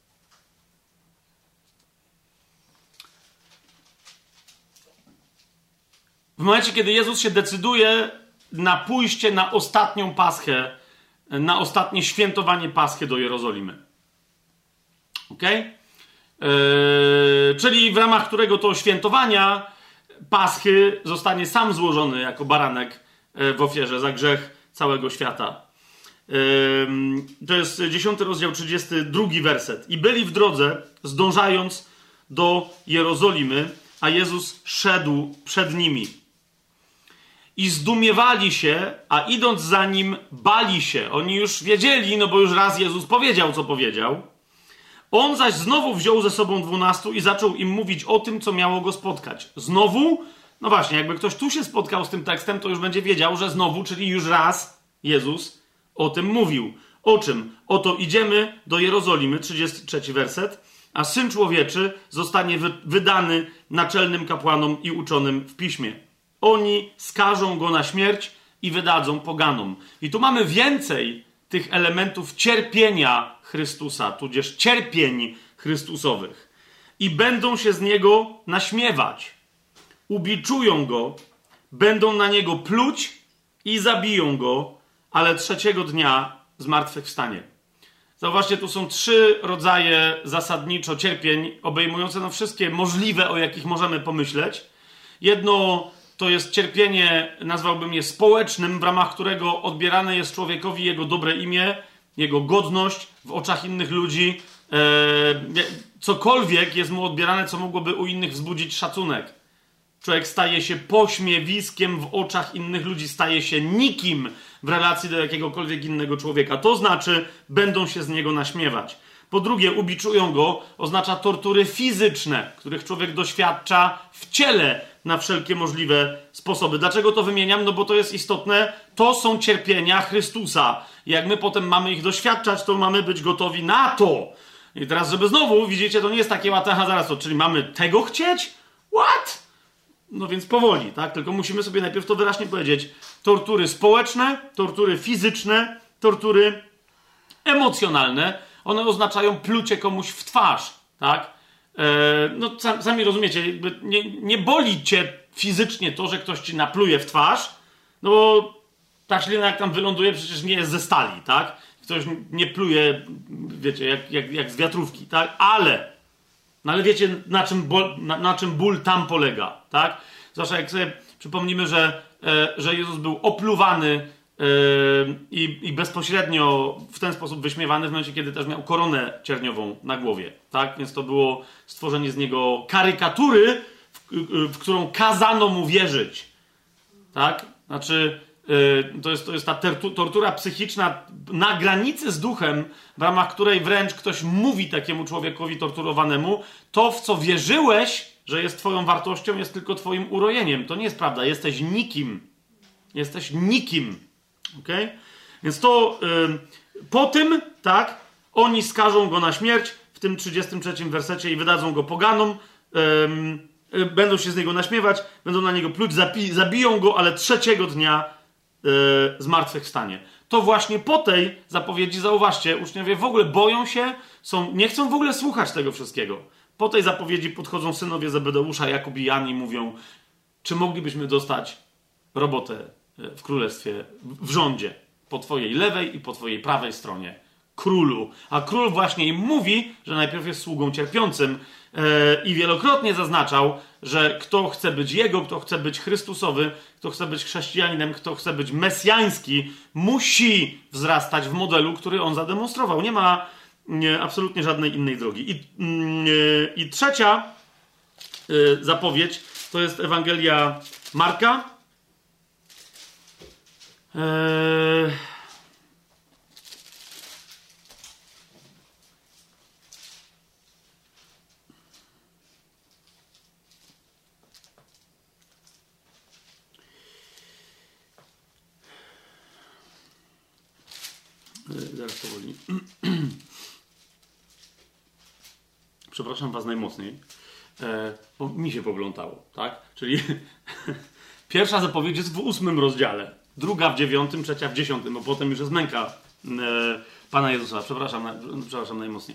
w momencie, kiedy Jezus się decyduje na pójście na ostatnią Paschę, na ostatnie świętowanie Paschy do Jerozolimy. Okej? Czyli w ramach którego to świętowania Paschy zostanie sam złożony jako baranek w ofierze za grzech całego świata. To jest 10 rozdział, 32 werset. I byli w drodze, zdążając do Jerozolimy, a Jezus szedł przed nimi. I zdumiewali się, a idąc za nim bali się. Oni już wiedzieli, no bo już raz Jezus powiedział, co powiedział. On zaś znowu wziął ze sobą 12 i zaczął im mówić o tym, co miało go spotkać. Znowu? No właśnie, jakby ktoś tu się spotkał z tym tekstem, to już będzie wiedział, że znowu, czyli już raz Jezus o tym mówił. O czym? Oto idziemy do Jerozolimy, 33 werset, a Syn Człowieczy zostanie wydany naczelnym kapłanom i uczonym w piśmie. Oni skażą go na śmierć i wydadzą poganom. I tu mamy więcej tych elementów cierpienia Chrystusa, tudzież cierpień Chrystusowych. I będą się z Niego naśmiewać. Ubiczują Go, będą na Niego pluć i zabiją Go, ale trzeciego dnia zmartwychwstanie. Zauważcie, tu są 3 rodzaje zasadniczo cierpień, obejmujące no wszystkie możliwe, o jakich możemy pomyśleć. Jedno to jest cierpienie, nazwałbym je społecznym, w ramach którego odbierane jest człowiekowi jego dobre imię, jego godność w oczach innych ludzi. Cokolwiek jest mu odbierane, co mogłoby u innych wzbudzić szacunek. Człowiek staje się pośmiewiskiem w oczach innych ludzi, staje się nikim w relacji do jakiegokolwiek innego człowieka. To znaczy, będą się z niego naśmiewać. Po drugie, ubiczują go, oznacza tortury fizyczne, których człowiek doświadcza w ciele na wszelkie możliwe sposoby. Dlaczego to wymieniam? No bo to jest istotne. To są cierpienia Chrystusa. Jak my potem mamy ich doświadczać, to mamy być gotowi na to. I teraz, żeby znowu, widzicie, to nie jest takie łatwe, zaraz to, czyli mamy tego chcieć? What? No więc powoli, tak? Tylko musimy sobie najpierw to wyraźnie powiedzieć. Tortury społeczne, tortury fizyczne, tortury emocjonalne. One oznaczają plucie komuś w twarz, tak? No sami rozumiecie, nie boli cię fizycznie to, że ktoś ci napluje w twarz, no bo ta ślina jak tam wyląduje, przecież nie jest ze stali, tak? Ktoś nie pluje, wiecie, jak z wiatrówki, tak? No ale wiecie, na czym ból tam polega, tak? Zwłaszcza jak sobie przypomnimy, że Jezus był opluwany i bezpośrednio w ten sposób wyśmiewany w momencie, kiedy też miał koronę cierniową na głowie, tak? Więc to było stworzenie z niego karykatury, w którą kazano mu wierzyć, tak? Znaczy, to jest ta tortura psychiczna na granicy z duchem, w ramach której wręcz ktoś mówi takiemu człowiekowi torturowanemu, to w co wierzyłeś, że jest twoją wartością, jest tylko twoim urojeniem. To nie jest prawda. Jesteś nikim. Jesteś nikim. Okay? Więc to po tym, tak, oni skażą go na śmierć w tym 33 wersecie i wydadzą go poganom. Będą się z niego naśmiewać, będą na niego pluć, zabiją go, ale trzeciego dnia zmartwychwstanie. To właśnie po tej zapowiedzi, zauważcie, uczniowie w ogóle boją się, nie chcą w ogóle słuchać tego wszystkiego. Po tej zapowiedzi podchodzą synowie Zebedeusza, Jakub i Jan i mówią, czy moglibyśmy dostać robotę w królestwie, w rządzie, po twojej lewej i po twojej prawej stronie, królu. A król właśnie im mówi, że najpierw jest sługą cierpiącym i wielokrotnie zaznaczał, że kto chce być jego, kto chce być Chrystusowy, kto chce być chrześcijaninem, kto chce być mesjański, musi wzrastać w modelu, który on zademonstrował. Nie ma absolutnie żadnej innej drogi. I trzecia zapowiedź to jest Ewangelia Marka. Zaraz powoli. Przepraszam was najmocniej, bo mi się poplątało, tak? Czyli pierwsza zapowiedź jest w 8 rozdziale, druga w 9, trzecia w 10, bo potem już jest męka Pana Jezusa. Przepraszam najmocniej.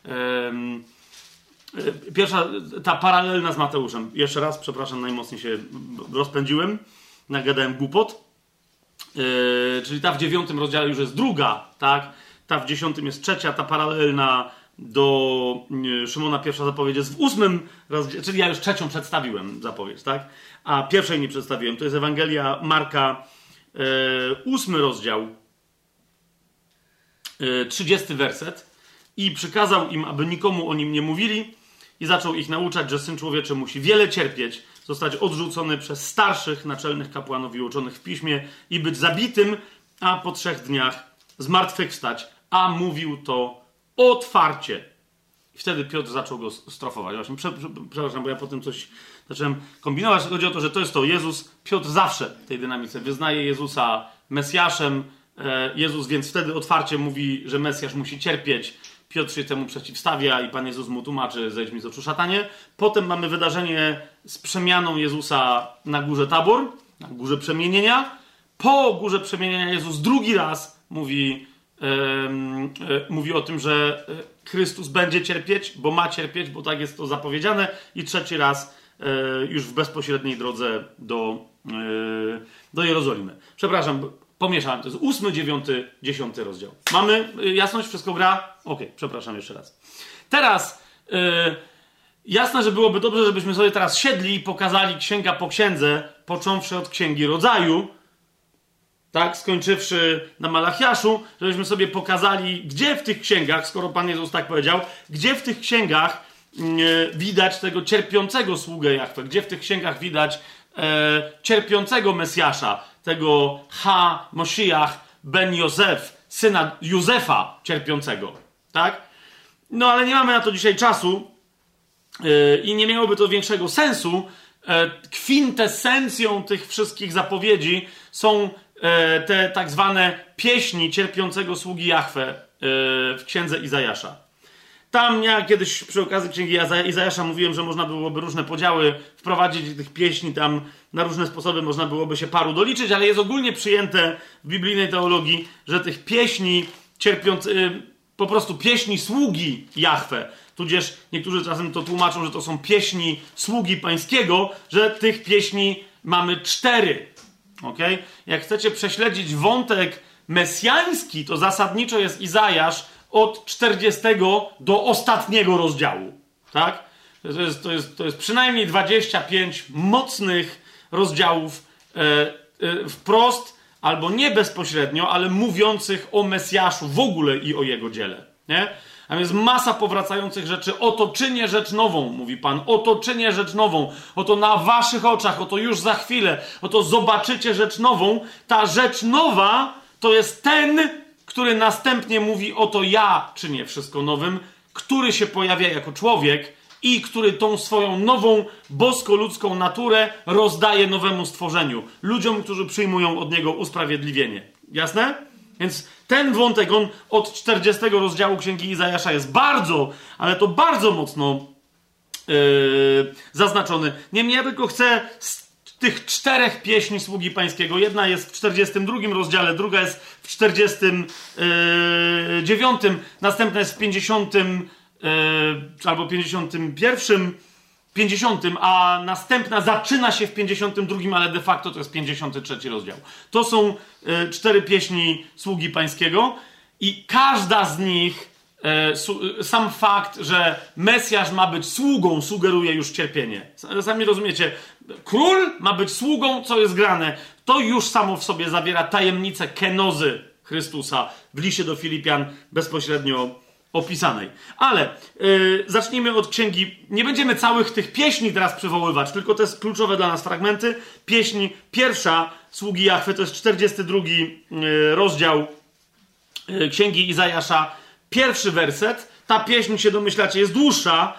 Pierwsza, ta paralelna z Mateuszem. Jeszcze raz, przepraszam, najmocniej się rozpędziłem, nagadałem głupot. Czyli ta w 9 rozdziale już jest druga, tak? Ta w 10 jest trzecia, ta paralelna do Szymona pierwsza zapowiedź jest w 8 rozdziale, czyli ja już trzecią przedstawiłem zapowiedź, tak? A pierwszej nie przedstawiłem. To jest Ewangelia Marka, 8 rozdział, 30 werset. I przykazał im, aby nikomu o nim nie mówili i zaczął ich nauczać, że Syn Człowieczy musi wiele cierpieć, zostać odrzucony przez starszych, naczelnych kapłanów i uczonych w piśmie i być zabitym, a po 3 dniach zmartwychwstać, a mówił to otwarcie. I wtedy Piotr zaczął go strofować. Właśnie, przepraszam, bo ja potem coś zacząłem kombinować. Chodzi o to, że to jest to Jezus. Piotr zawsze w tej dynamice wyznaje Jezusa Mesjaszem. Jezus więc wtedy otwarcie mówi, że Mesjasz musi cierpieć. Piotr się temu przeciwstawia i Pan Jezus mu tłumaczy, zejdź mi z oczu szatanie. Potem mamy wydarzenie z przemianą Jezusa na górze Tabor, na górze przemienienia. Po górze przemienienia Jezus drugi raz mówi mówi o tym, że Chrystus będzie cierpieć, bo ma cierpieć, bo tak jest to zapowiedziane. I trzeci raz już w bezpośredniej drodze do Jerozolimy. Przepraszam, pomieszałem. To jest 8, 9, 10 rozdział. Mamy jasność? Wszystko gra? Okej, przepraszam jeszcze raz. Teraz jasne, że byłoby dobrze, żebyśmy sobie teraz siedli i pokazali księga po księdze, począwszy od Księgi Rodzaju, tak, skończywszy na Malachiaszu, żebyśmy sobie pokazali, gdzie w tych księgach, skoro Pan Jezus tak powiedział, gdzie w tych księgach widać tego cierpiącego sługę Jahwe, gdzie w tych księgach widać cierpiącego Mesjasza, tego Moshiach ben Józef, syna Józefa cierpiącego, tak? No ale nie mamy na to dzisiaj czasu i nie miałoby to większego sensu. Kwintesencją tych wszystkich zapowiedzi są te tak zwane pieśni cierpiącego sługi Jahwe w księdze Izajasza. Tam ja kiedyś przy okazji księgi Izajasza mówiłem, że można byłoby różne podziały wprowadzić tych pieśni, tam na różne sposoby można byłoby się paru doliczyć, ale jest ogólnie przyjęte w biblijnej teologii, że tych pieśni po prostu pieśni sługi Jahwe, tudzież niektórzy czasem to tłumaczą, że to są pieśni sługi pańskiego, że tych pieśni mamy 4. Okay? Jak chcecie prześledzić wątek mesjański, to zasadniczo jest Izajasz od 40 do ostatniego rozdziału. Tak? To jest przynajmniej 25 mocnych rozdziałów wprost, albo nie bezpośrednio, ale mówiących o Mesjaszu w ogóle i o jego dziele. Nie? A więc masa powracających rzeczy. Oto czynię rzecz nową, mówi Pan. Oto czynię rzecz nową. Oto na waszych oczach, oto już za chwilę. Oto zobaczycie rzecz nową. Ta rzecz nowa to jest ten, który następnie mówi, oto ja czynię wszystko nowym, który się pojawia jako człowiek i który tą swoją nową, bosko-ludzką naturę rozdaje nowemu stworzeniu. Ludziom, którzy przyjmują od niego usprawiedliwienie. Jasne? Więc ten wątek, on od 40 rozdziału Księgi Izajasza jest bardzo, ale to bardzo mocno zaznaczony. Niemniej ja tylko chcę z tych 4 pieśni sługi pańskiego, jedna jest w 42 rozdziale, druga jest w 49, następna jest w 50 albo 51, 50, a następna zaczyna się w 52, ale de facto to jest 53 rozdział. To są 4 pieśni sługi pańskiego i każda z nich, sam fakt, że Mesjasz ma być sługą, sugeruje już cierpienie. Sami rozumiecie, król ma być sługą, co jest grane. To już samo w sobie zawiera tajemnicę kenozy Chrystusa w liście do Filipian bezpośrednio opisanej. Ale zacznijmy od księgi. Nie będziemy całych tych pieśni teraz przywoływać, tylko te kluczowe dla nas fragmenty. Pieśń pierwsza sługi Jahwe to jest 42 rozdział księgi Izajasza, 1 werset. Ta pieśń, się domyślacie, jest dłuższa,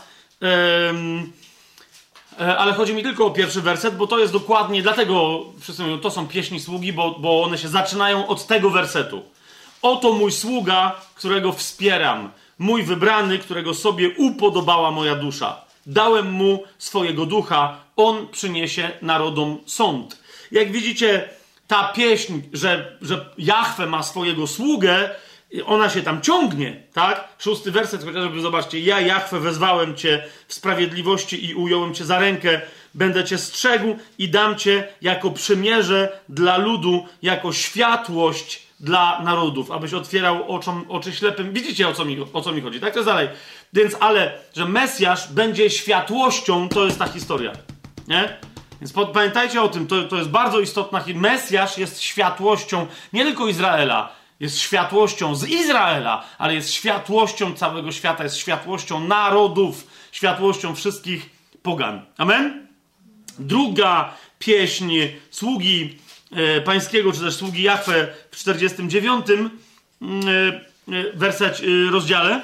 ale chodzi mi tylko o 1 werset, bo to jest dokładnie, dlatego wszyscy mówią, to są pieśni sługi, bo one się zaczynają od tego wersetu. Oto mój sługa, którego wspieram, mój wybrany, którego sobie upodobała moja dusza. Dałem mu swojego ducha, on przyniesie narodom sąd. Jak widzicie, ta pieśń, że Jahwe ma swojego sługę, ona się tam ciągnie, tak? 6 werset, chociażby zobaczcie, ja Jahwe wezwałem cię w sprawiedliwości i ująłem cię za rękę, będę cię strzegł i dam cię jako przymierze dla ludu, jako światłość dla narodów, abyś otwierał oczy ślepym. Widzicie, o co mi chodzi, tak? To jest dalej. Więc, ale, że Mesjasz będzie światłością, to jest ta historia, nie? Więc pamiętajcie o tym, to jest bardzo istotna historia. Mesjasz jest światłością nie tylko Izraela, jest światłością z Izraela, ale jest światłością całego świata, jest światłością narodów, światłością wszystkich pogan. Amen? Druga pieśń sługi pańskiego, czy też sługi Jahwe w 49 rozdziale.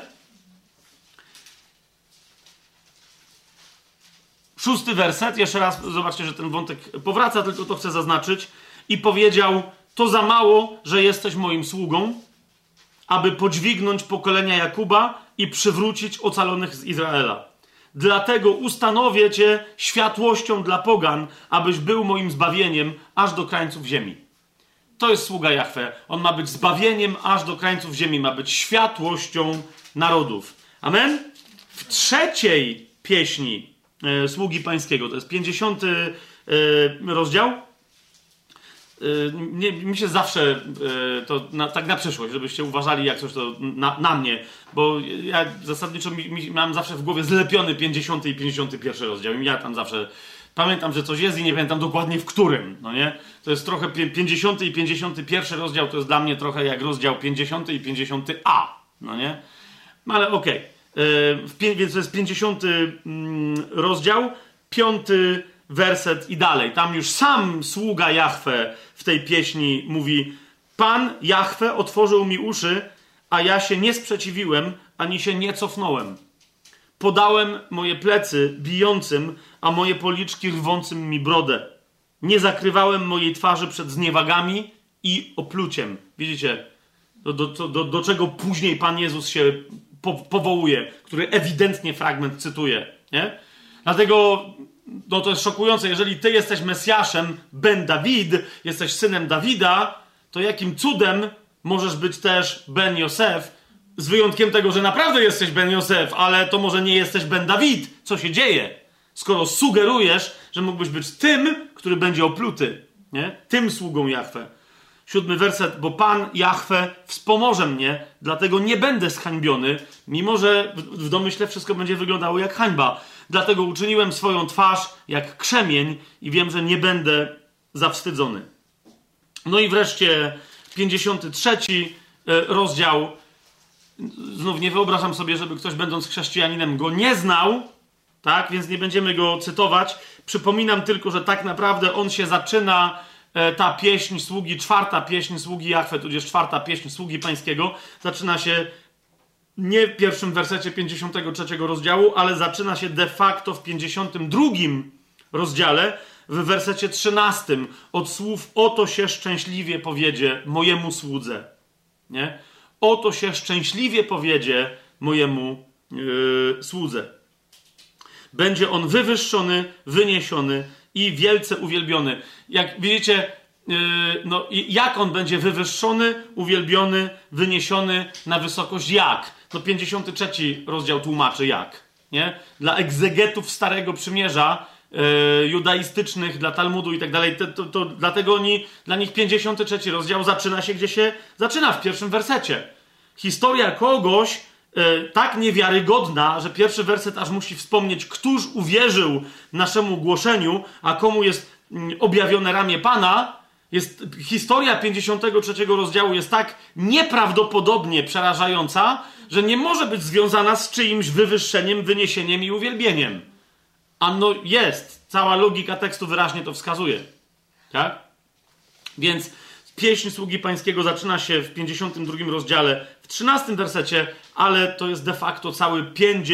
6 werset, jeszcze raz zobaczcie, że ten wątek powraca, tylko to chcę zaznaczyć. I powiedział, to za mało, że jesteś moim sługą, aby podźwignąć pokolenia Jakuba i przywrócić ocalonych z Izraela. Dlatego ustanowię cię światłością dla pogan, abyś był moim zbawieniem aż do krańców ziemi. To jest sługa Jahwe. On ma być zbawieniem aż do krańców ziemi. Ma być światłością narodów. Amen? W trzeciej pieśni sługi pańskiego, to jest 50 rozdział. Mi się zawsze to tak na przyszłość, żebyście uważali jak coś to na mnie, bo ja zasadniczo mam zawsze w głowie zlepiony 50 i 51 rozdział i ja tam zawsze pamiętam, że coś jest i nie pamiętam dokładnie w którym, no nie? To jest trochę 50 i 51 rozdział, to jest dla mnie trochę jak rozdział 50 i 50a, no nie? Ale okej. Więc to jest 50 rozdział, 5 werset i dalej. Tam już sam sługa Jahwe w tej pieśni mówi: Pan Jahwe otworzył mi uszy, a ja się nie sprzeciwiłem, ani się nie cofnąłem. Podałem moje plecy bijącym, a moje policzki rwącym mi brodę. Nie zakrywałem mojej twarzy przed zniewagami i opluciem. Widzicie, do czego później Pan Jezus się powołuje, który ewidentnie fragment cytuje, nie? Dlatego to jest szokujące. Jeżeli ty jesteś Mesjaszem, Ben Dawid, jesteś synem Dawida, to jakim cudem możesz być też Ben Josef, z wyjątkiem tego, że naprawdę jesteś Ben Josef, ale to może nie jesteś Ben Dawid. Co się dzieje? Skoro sugerujesz, że mógłbyś być tym, który będzie opluty, nie? Tym sługą Jahwe. 7 werset, bo Pan Jahwe wspomoże mnie, dlatego nie będę zhańbiony, mimo że w domyśle wszystko będzie wyglądało jak hańba. Dlatego uczyniłem swoją twarz jak krzemień i wiem, że nie będę zawstydzony. No i wreszcie 53 rozdział. Znów nie wyobrażam sobie, żeby ktoś będąc chrześcijaninem go nie znał, tak? Więc nie będziemy go cytować. Przypominam tylko, że tak naprawdę on się zaczyna, ta pieśń sługi, 4. pieśń sługi Jahwe, tudzież 4. pieśń sługi pańskiego, zaczyna się nie w pierwszym wersecie 53 rozdziału, ale zaczyna się de facto w 52 rozdziale, w wersecie 13 od słów: oto się szczęśliwie powiedzie mojemu słudze. Nie? Oto się szczęśliwie powiedzie mojemu słudze. Będzie on wywyższony, wyniesiony i wielce uwielbiony. Jak widzicie, jak on będzie wywyższony, uwielbiony, wyniesiony na wysokość jak? 53 rozdział tłumaczy jak. Nie? Dla egzegetów Starego Przymierza, judaistycznych, dla Talmudu i tak dalej, dlatego dla nich 53 rozdział zaczyna się, gdzie się zaczyna, w pierwszym wersecie. Historia kogoś tak niewiarygodna, że pierwszy werset aż musi wspomnieć, któż uwierzył naszemu głoszeniu, a komu jest objawione ramię Pana. Historia 53 rozdziału jest tak nieprawdopodobnie przerażająca, że nie może być związana z czyimś wywyższeniem, wyniesieniem i uwielbieniem. A no jest. Cała logika tekstu wyraźnie to wskazuje. Tak? Więc pieśń sługi pańskiego zaczyna się w 52 rozdziale, w 13 wersecie, ale to jest de facto cały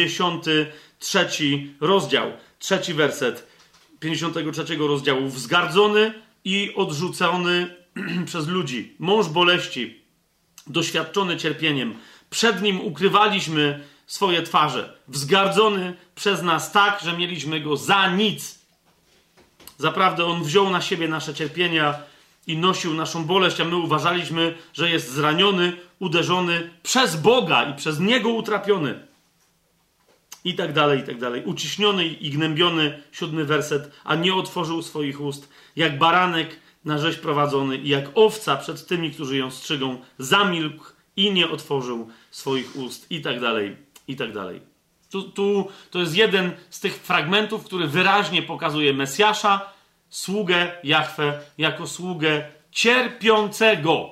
53 rozdział. 3 werset 53 rozdziału. Wzgardzony i odrzucony przez ludzi. Mąż boleści, doświadczony cierpieniem. Przed nim ukrywaliśmy swoje twarze. Wzgardzony przez nas tak, że mieliśmy go za nic. Zaprawdę on wziął na siebie nasze cierpienia i nosił naszą boleść, a my uważaliśmy, że jest zraniony, uderzony przez Boga i przez Niego utrapiony. I tak dalej, i tak dalej. Uciśniony i gnębiony, 7 werset, a nie otworzył swoich ust. Jak baranek na rzeź prowadzony i jak owca przed tymi, którzy ją strzygą, zamilkł i nie otworzył swoich ust. I tak dalej, i tak dalej. To jest jeden z tych fragmentów, który wyraźnie pokazuje Mesjasza, sługę Jahwe, jako sługę cierpiącego.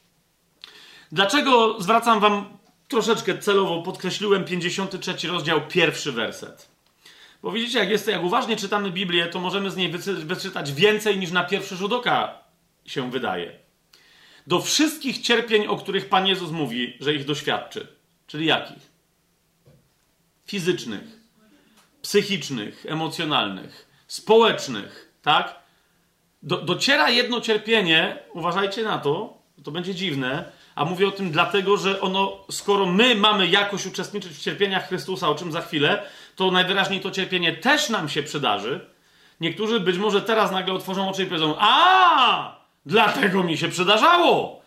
Dlaczego zwracam wam troszeczkę celowo, podkreśliłem 53 rozdział, 1 werset? Bo widzicie, jak uważnie czytamy Biblię, to możemy z niej wyczytać więcej niż na pierwszy rzut oka się wydaje. Do wszystkich cierpień, o których Pan Jezus mówi, że ich doświadczy. Czyli jakich? Fizycznych, psychicznych, emocjonalnych, społecznych, tak? Dociera jedno cierpienie, uważajcie na to, to będzie dziwne, a mówię o tym dlatego, że skoro my mamy jakoś uczestniczyć w cierpieniach Chrystusa, o czym za chwilę, to najwyraźniej to cierpienie też nam się przydarzy. Niektórzy być może teraz nagle otworzą oczy i powiedzą: Dlatego mi się przydarzało.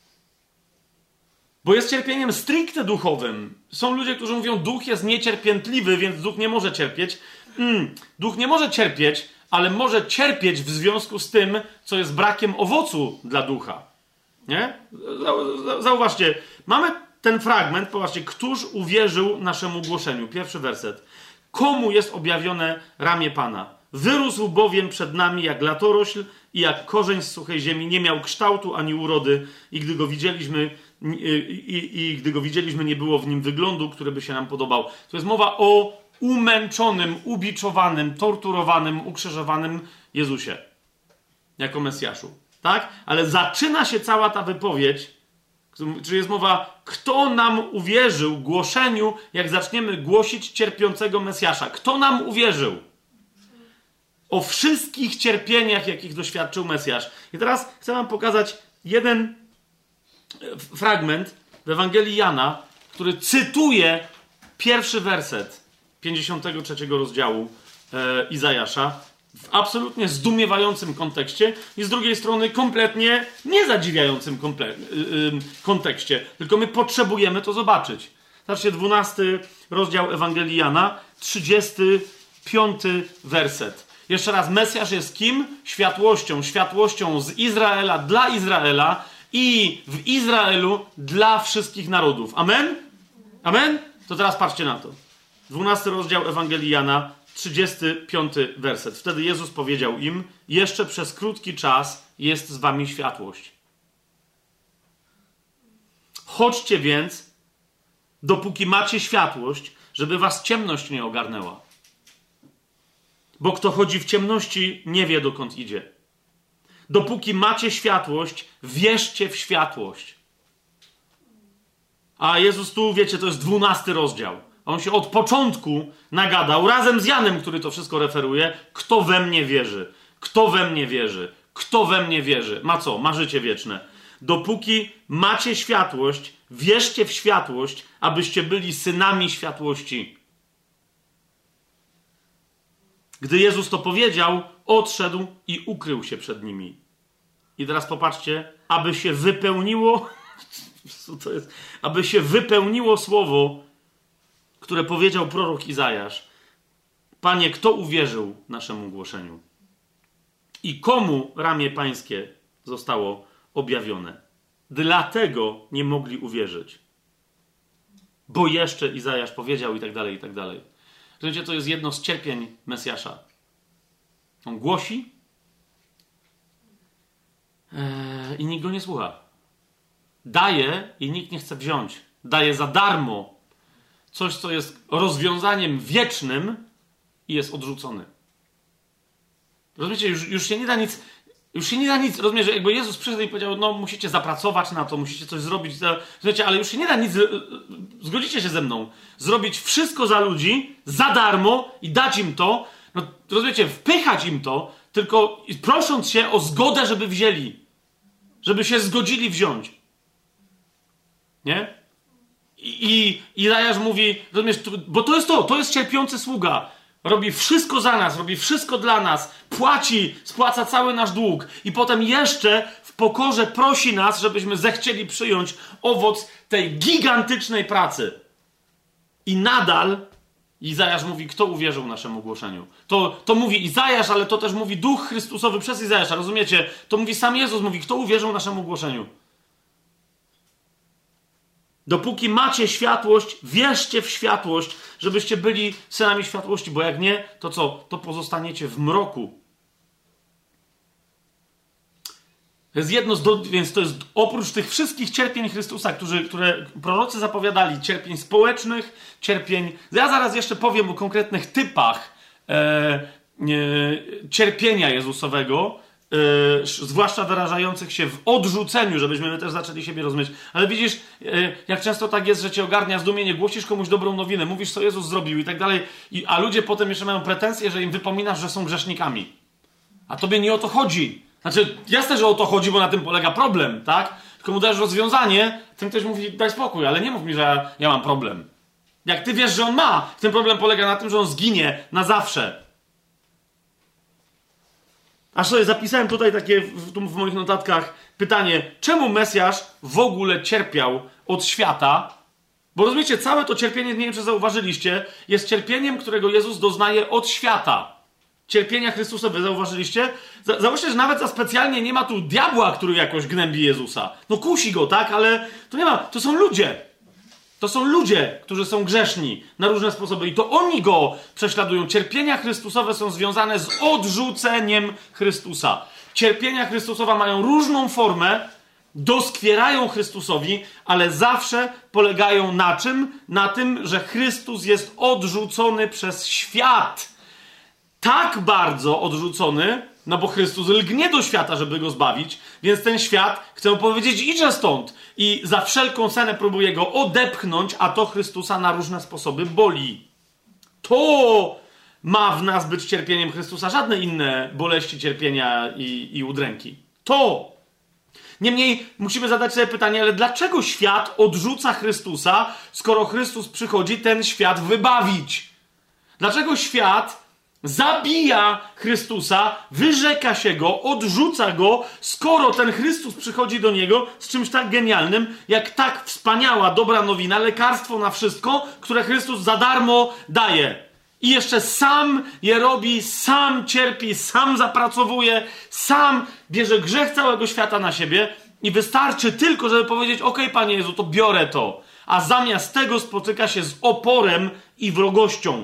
Bo jest cierpieniem stricte duchowym. Są ludzie, którzy mówią, duch jest niecierpiętliwy, więc duch nie może cierpieć. Duch nie może cierpieć, ale może cierpieć w związku z tym, co jest brakiem owocu dla ducha. Nie? Zauważcie, mamy ten fragment, popatrzcie, któż uwierzył naszemu głoszeniu? Pierwszy werset. Komu jest objawione ramię Pana? Wyrósł bowiem przed nami jak latorośl i jak korzeń z suchej ziemi, nie miał kształtu ani urody i gdy go widzieliśmy, nie było w nim wyglądu, który by się nam podobał. To jest mowa o umęczonym, ubiczowanym, torturowanym, ukrzyżowanym Jezusie jako Mesjaszu. Tak? Ale zaczyna się cała ta wypowiedź, czyli jest mowa, kto nam uwierzył głoszeniu, jak zaczniemy głosić cierpiącego Mesjasza. Kto nam uwierzył? O wszystkich cierpieniach, jakich doświadczył Mesjasz. I teraz chcę wam pokazać jeden fragment w Ewangelii Jana, który cytuje pierwszy werset 53 rozdziału Izajasza w absolutnie zdumiewającym kontekście i z drugiej strony kompletnie niezadziwiającym kontekście. Tylko my potrzebujemy to zobaczyć. Zobaczcie, 12 rozdział Ewangelii Jana, 35 werset. Jeszcze raz, Mesjasz jest kim? Światłością. Światłością z Izraela dla Izraela i w Izraelu dla wszystkich narodów. Amen? Amen? To teraz patrzcie na to. 12 rozdział Ewangelii Jana, 35 werset. Wtedy Jezus powiedział im, jeszcze przez krótki czas jest z wami światłość. Chodźcie więc, dopóki macie światłość, żeby was ciemność nie ogarnęła. Bo kto chodzi w ciemności, nie wie, dokąd idzie. Dopóki macie światłość, wierzcie w światłość. A Jezus tu, wiecie, to jest 12 rozdział. On się od początku nagadał, razem z Janem, który to wszystko referuje, kto we mnie wierzy. Kto we mnie wierzy. Kto we mnie wierzy. Ma co? Ma życie wieczne. Dopóki macie światłość, wierzcie w światłość, abyście byli synami światłości. Gdy Jezus to powiedział, odszedł i ukrył się przed nimi. I teraz popatrzcie, aby się wypełniło, co to jest? Aby się wypełniło słowo, które powiedział prorok Izajasz. Panie, kto uwierzył naszemu głoszeniu? I komu ramię pańskie zostało objawione? Dlatego nie mogli uwierzyć. Bo jeszcze Izajasz powiedział i tak dalej, i tak dalej. Wiecie, to jest jedno z cierpień Mesjasza. On głosi i nikt go nie słucha. Daje i nikt nie chce wziąć. Daje za darmo coś, co jest rozwiązaniem wiecznym i jest odrzucony. Rozumiecie, już się nie da nic... Już się nie da nic, rozumiesz, że jakby Jezus przyszedł i powiedział, no musicie zapracować na to, musicie coś zrobić, rozumiecie, ale już się nie da nic, zgodzicie się ze mną, zrobić wszystko za ludzi, za darmo i dać im to, no rozumiecie, wpychać im to, tylko prosząc się o zgodę, żeby wzięli, żeby się zgodzili wziąć. Nie? I Izajasz mówi, rozumiesz, bo to jest cierpiący sługa. Robi wszystko za nas, robi wszystko dla nas, płaci, spłaca cały nasz dług i potem jeszcze w pokorze prosi nas, żebyśmy zechcieli przyjąć owoc tej gigantycznej pracy. I nadal Izajasz mówi, kto uwierzył naszemu głoszeniu. To mówi Izajasz, ale to też mówi Duch Chrystusowy przez Izajasza, rozumiecie? To mówi sam Jezus, mówi, kto uwierzył naszemu głoszeniu. Dopóki macie światłość, wierzcie w światłość, żebyście byli synami światłości, bo jak nie, to co? To pozostaniecie w mroku. To jest jedno więc to jest oprócz tych wszystkich cierpień Chrystusa, które prorocy zapowiadali, cierpień społecznych, cierpień... Ja zaraz jeszcze powiem o konkretnych typach cierpienia Jezusowego, zwłaszcza wyrażających się w odrzuceniu, żebyśmy my też zaczęli siebie rozumieć. Ale widzisz, jak często tak jest, że cię ogarnia zdumienie, głosisz komuś dobrą nowinę, mówisz, co Jezus zrobił i tak dalej, a ludzie potem jeszcze mają pretensje, że im wypominasz, że są grzesznikami. A tobie nie o to chodzi. Znaczy, jasne, że o to chodzi, bo na tym polega problem, tak? Tylko mu dajesz rozwiązanie, tym ktoś mówi, daj spokój, ale nie mów mi, że ja mam problem. Jak ty wiesz, że on ma, ten problem polega na tym, że on zginie na zawsze. Aż sobie zapisałem tutaj takie tu w moich notatkach pytanie, czemu Mesjasz w ogóle cierpiał od świata? Bo rozumiecie, całe to cierpienie, nie wiem czy zauważyliście, jest cierpieniem, którego Jezus doznaje od świata. Cierpienia Chrystusa, wy zauważyliście? Zauważcie, że nawet za specjalnie nie ma tu diabła, który jakoś gnębi Jezusa. No kusi go, tak? Ale to nie ma, to są ludzie. To są ludzie, którzy są grzeszni na różne sposoby i to oni go prześladują. Cierpienia Chrystusowe są związane z odrzuceniem Chrystusa. Cierpienia Chrystusowe mają różną formę, doskwierają Chrystusowi, ale zawsze polegają na czym? Na tym, że Chrystus jest odrzucony przez świat. Tak bardzo odrzucony, no bo Chrystus lgnie do świata, żeby go zbawić, więc ten świat chce mu powiedzieć, idźże stąd. I za wszelką cenę próbuje go odepchnąć, a to Chrystusa na różne sposoby boli. To ma w nas być cierpieniem Chrystusa, żadne inne boleści, cierpienia i udręki. To. Niemniej musimy zadać sobie pytanie, ale dlaczego świat odrzuca Chrystusa, skoro Chrystus przychodzi ten świat wybawić? Dlaczego świat zabija Chrystusa, wyrzeka się go, odrzuca go, skoro ten Chrystus przychodzi do niego z czymś tak genialnym, jak tak wspaniała, dobra nowina, lekarstwo na wszystko, które Chrystus za darmo daje. I jeszcze sam je robi, sam cierpi, sam zapracowuje, sam bierze grzech całego świata na siebie i wystarczy tylko, żeby powiedzieć, okej, Panie Jezu, to biorę to. A zamiast tego spotyka się z oporem i wrogością.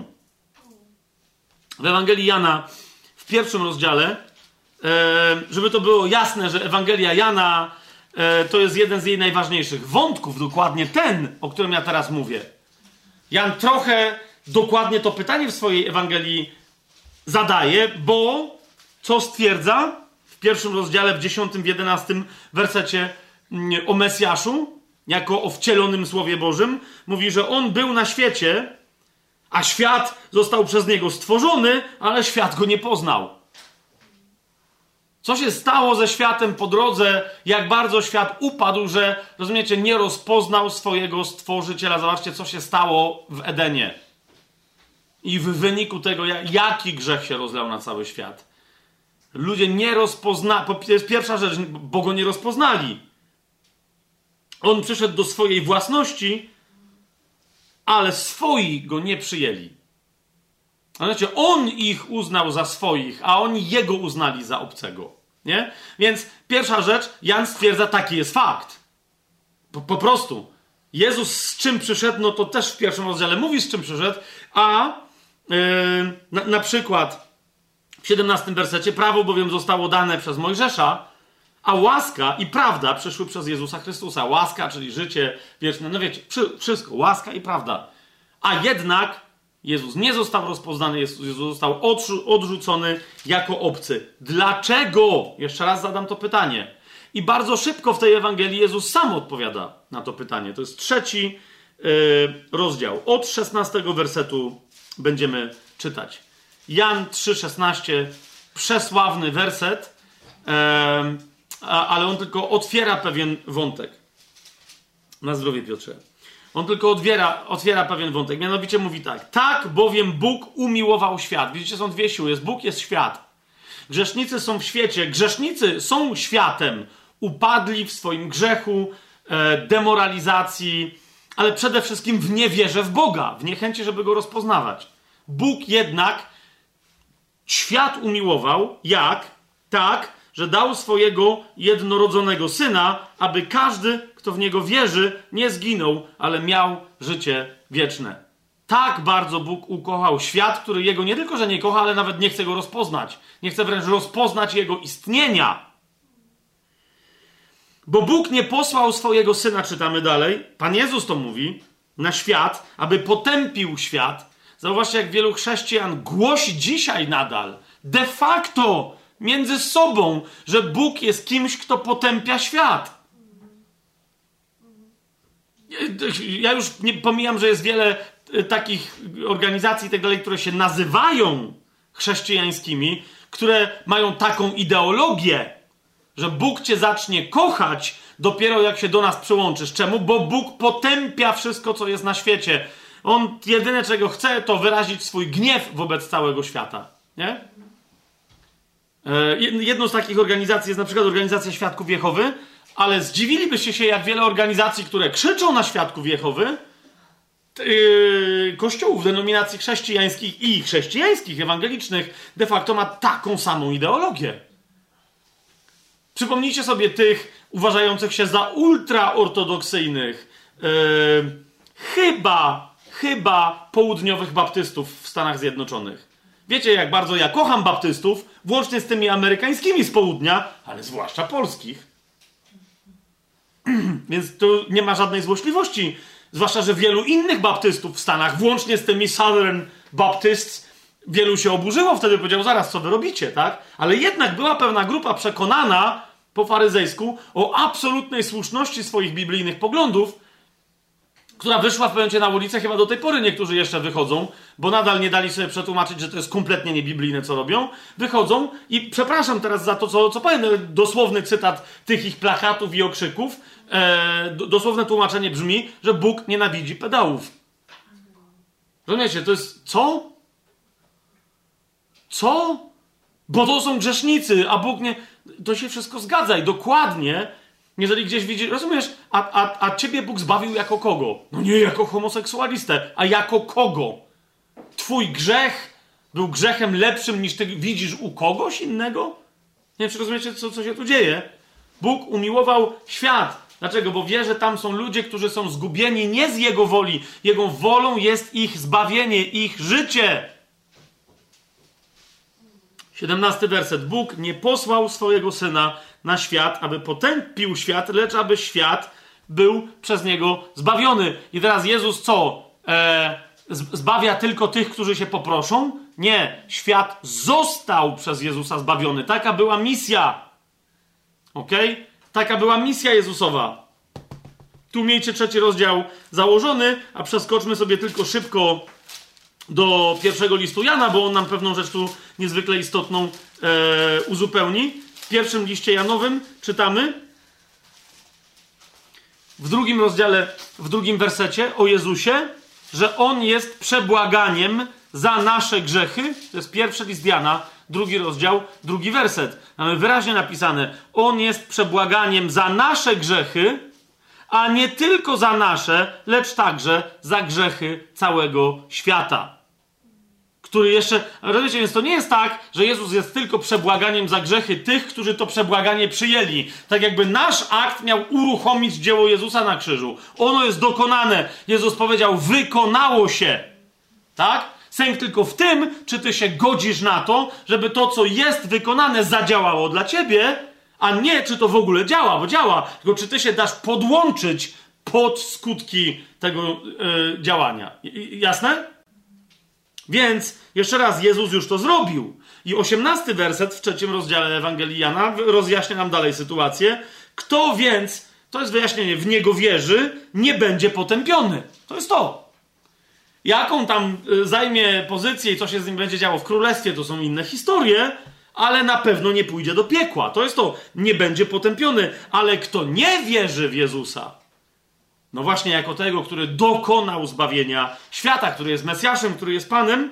W Ewangelii Jana, w 1 rozdziale, żeby to było jasne, że Ewangelia Jana to jest jeden z jej najważniejszych wątków, dokładnie ten, o którym ja teraz mówię. Jan trochę dokładnie to pytanie w swojej Ewangelii zadaje, bo co stwierdza w 1 rozdziale, w 10, w 11 wersecie o Mesjaszu, jako o wcielonym Słowie Bożym, mówi, że on był na świecie, a świat został przez niego stworzony, ale świat go nie poznał. Co się stało ze światem po drodze, jak bardzo świat upadł, że, rozumiecie, nie rozpoznał swojego Stworzyciela. Zobaczcie, co się stało w Edenie. I w wyniku tego, jaki grzech się rozlał na cały świat. Ludzie nie rozpoznali, to jest pierwsza rzecz, bo go nie rozpoznali. On przyszedł do swojej własności, ale swoi go nie przyjęli. Znaczy, on ich uznał za swoich, a oni jego uznali za obcego. Nie? Więc pierwsza rzecz, Jan stwierdza, taki jest fakt. Po prostu. Jezus z czym przyszedł, no to też w 1 rozdziale mówi, z czym przyszedł, a na przykład w 17 wersecie, prawo bowiem zostało dane przez Mojżesza, a łaska i prawda przyszły przez Jezusa Chrystusa. Łaska, czyli życie wieczne. No wiecie, wszystko. Łaska i prawda. A jednak Jezus nie został rozpoznany, Jezus został odrzucony jako obcy. Dlaczego? Jeszcze raz zadam to pytanie. I bardzo szybko w tej Ewangelii Jezus sam odpowiada na to pytanie. To jest 3 rozdział. Od 16 wersetu będziemy czytać. Jan 3,16, przesławny werset, ale on tylko otwiera pewien wątek. Na zdrowie, Piotrze. On tylko otwiera pewien wątek. Mianowicie mówi tak. Tak bowiem Bóg umiłował świat. Widzicie, są dwie siły. Jest Bóg, jest świat. Grzesznicy są w świecie. Grzesznicy są światem. Upadli w swoim grzechu, demoralizacji, ale przede wszystkim w niewierze w Boga. W niechęci, żeby Go rozpoznawać. Bóg jednak świat umiłował. Jak? Tak, że dał swojego jednorodzonego Syna, aby każdy, kto w Niego wierzy, nie zginął, ale miał życie wieczne. Tak bardzo Bóg ukochał świat, który Jego nie tylko, że nie kocha, ale nawet nie chce Go rozpoznać. Nie chce wręcz rozpoznać Jego istnienia. Bo Bóg nie posłał swojego Syna, czytamy dalej, Pan Jezus to mówi, na świat, aby potępił świat. Zauważcie, jak wielu chrześcijan głosi dzisiaj nadal, de facto, między sobą, że Bóg jest kimś, kto potępia świat. Ja już nie pomijam, że jest wiele takich organizacji i tak dalej, które się nazywają chrześcijańskimi, które mają taką ideologię, że Bóg cię zacznie kochać dopiero jak się do nas przyłączysz. Czemu? Bo Bóg potępia wszystko, co jest na świecie. On jedyne, czego chce, to wyrazić swój gniew wobec całego świata. Nie? Jedną z takich organizacji jest na przykład Organizacja Świadków Jehowy, ale zdziwilibyście się, jak wiele organizacji, które krzyczą na Świadków Jehowy, kościołów, denominacji chrześcijańskich i chrześcijańskich, ewangelicznych, de facto ma taką samą ideologię. Przypomnijcie sobie tych uważających się za ultraortodoksyjnych, chyba południowych baptystów w Stanach Zjednoczonych. Wiecie, jak bardzo ja kocham baptystów, włącznie z tymi amerykańskimi z południa, ale zwłaszcza polskich. Więc tu nie ma żadnej złośliwości. Zwłaszcza, że wielu innych baptystów w Stanach, włącznie z tymi Southern Baptists, wielu się oburzyło wtedy, powiedział, zaraz, co wy robicie, tak? Ale jednak była pewna grupa przekonana po faryzejsku o absolutnej słuszności swoich biblijnych poglądów, która wyszła w pewnym momencie na ulicę, chyba do tej pory niektórzy jeszcze wychodzą, bo nadal nie dali sobie przetłumaczyć, że to jest kompletnie niebiblijne, co robią. Wychodzą i przepraszam teraz za to, co powiem, dosłowny cytat tych ich plakatów i okrzyków, dosłowne tłumaczenie brzmi, że Bóg nienawidzi pedałów. Rozumiecie, to jest co? Co? Bo to są grzesznicy, a Bóg nie... To się wszystko zgadza i dokładnie, jeżeli gdzieś widzisz... Rozumiesz? A ciebie Bóg zbawił jako kogo? No nie jako homoseksualistę, a jako kogo? Twój grzech był grzechem lepszym niż ty widzisz u kogoś innego? Nie wiem, czy rozumiecie, co się tu dzieje? Bóg umiłował świat. Dlaczego? Bo wie, że tam są ludzie, którzy są zgubieni nie z Jego woli. Jego wolą jest ich zbawienie, ich życie. 17 werset. Bóg nie posłał swojego Syna na świat, aby potępił świat, lecz aby świat był przez Niego zbawiony. I teraz Jezus co? Zbawia tylko tych, którzy się poproszą? Nie. Świat został przez Jezusa zbawiony. Taka była misja. Okej? Taka była misja Jezusowa. Tu miejcie 3 rozdział założony, a przeskoczmy sobie tylko szybko do 1 listu Jana, bo on nam pewną rzecz tu niezwykle istotną uzupełni. W 1 liście Janowym czytamy w 2 rozdziale, w 2 wersecie o Jezusie, że On jest przebłaganiem za nasze grzechy. To jest 1 list Jana, 2 rozdział, 2 werset. Mamy wyraźnie napisane, On jest przebłaganiem za nasze grzechy, a nie tylko za nasze, lecz także za grzechy całego świata. Który jeszcze... Rozumiecie, więc to nie jest tak, że Jezus jest tylko przebłaganiem za grzechy tych, którzy to przebłaganie przyjęli. Tak jakby nasz akt miał uruchomić dzieło Jezusa na krzyżu. Ono jest dokonane. Jezus powiedział, wykonało się. Tak? Sęk tylko w tym, czy ty się godzisz na to, żeby to, co jest wykonane, zadziałało dla ciebie, a nie, czy to w ogóle działa, bo działa. Tylko czy ty się dasz podłączyć pod skutki tego działania. Jasne? Więc, jeszcze raz, Jezus już to zrobił. I 18 werset w 3 rozdziale Ewangelii Jana rozjaśnia nam dalej sytuację. Kto więc, to jest wyjaśnienie, w Niego wierzy, nie będzie potępiony. To jest to. Jaką tam zajmie pozycję i co się z nim będzie działo w królestwie, to są inne historie, ale na pewno nie pójdzie do piekła. To jest to, nie będzie potępiony. Ale kto nie wierzy w Jezusa, no właśnie jako tego, który dokonał zbawienia świata, który jest Mesjaszem, który jest Panem,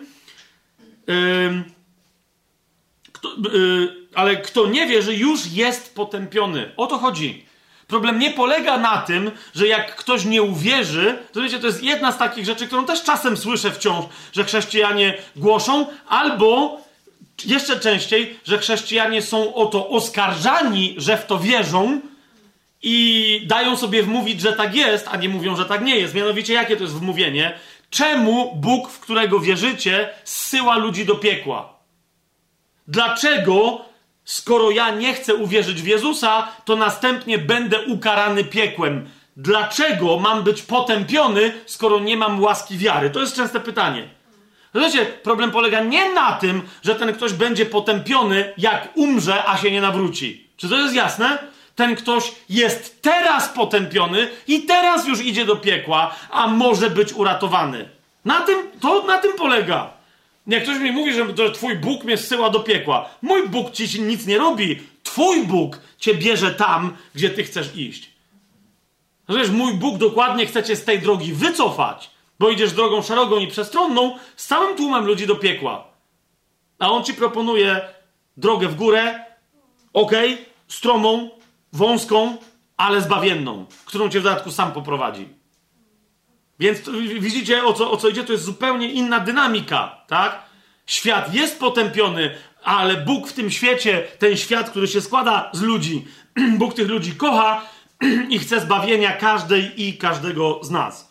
ale kto nie wierzy, już jest potępiony. O to chodzi. Problem nie polega na tym, że jak ktoś nie uwierzy, to wiecie, to jest jedna z takich rzeczy, którą też czasem słyszę wciąż, że chrześcijanie głoszą, albo jeszcze częściej, że chrześcijanie są o to oskarżani, że w to wierzą i dają sobie wmówić, że tak jest, a nie mówią, że tak nie jest. Mianowicie, jakie to jest wmówienie? Czemu Bóg, w którego wierzycie, zsyła ludzi do piekła? Dlaczego, skoro ja nie chcę uwierzyć w Jezusa, to następnie będę ukarany piekłem? Dlaczego mam być potępiony, skoro nie mam łaski wiary? To jest częste pytanie. Wiecie, problem polega nie na tym, że ten ktoś będzie potępiony, jak umrze, a się nie nawróci. Czy to jest jasne? Ten ktoś jest teraz potępiony i teraz już idzie do piekła, a może być uratowany. Na tym polega. Jak ktoś mi mówi, że twój Bóg mnie zsyła do piekła. Mój Bóg ci nic nie robi. Twój Bóg cię bierze tam, gdzie ty chcesz iść. Rozumiesz, mój Bóg dokładnie chce cię z tej drogi wycofać, bo idziesz drogą szeroką i przestronną z całym tłumem ludzi do piekła. A on ci proponuje drogę w górę, okej, stromą, wąską, ale zbawienną, którą cię w dodatku sam poprowadzi. Więc widzicie, o co idzie? To jest zupełnie inna dynamika, tak? Świat jest potępiony, ale Bóg w tym świecie, ten świat, który się składa z ludzi, Bóg tych ludzi kocha i chce zbawienia każdej i każdego z nas.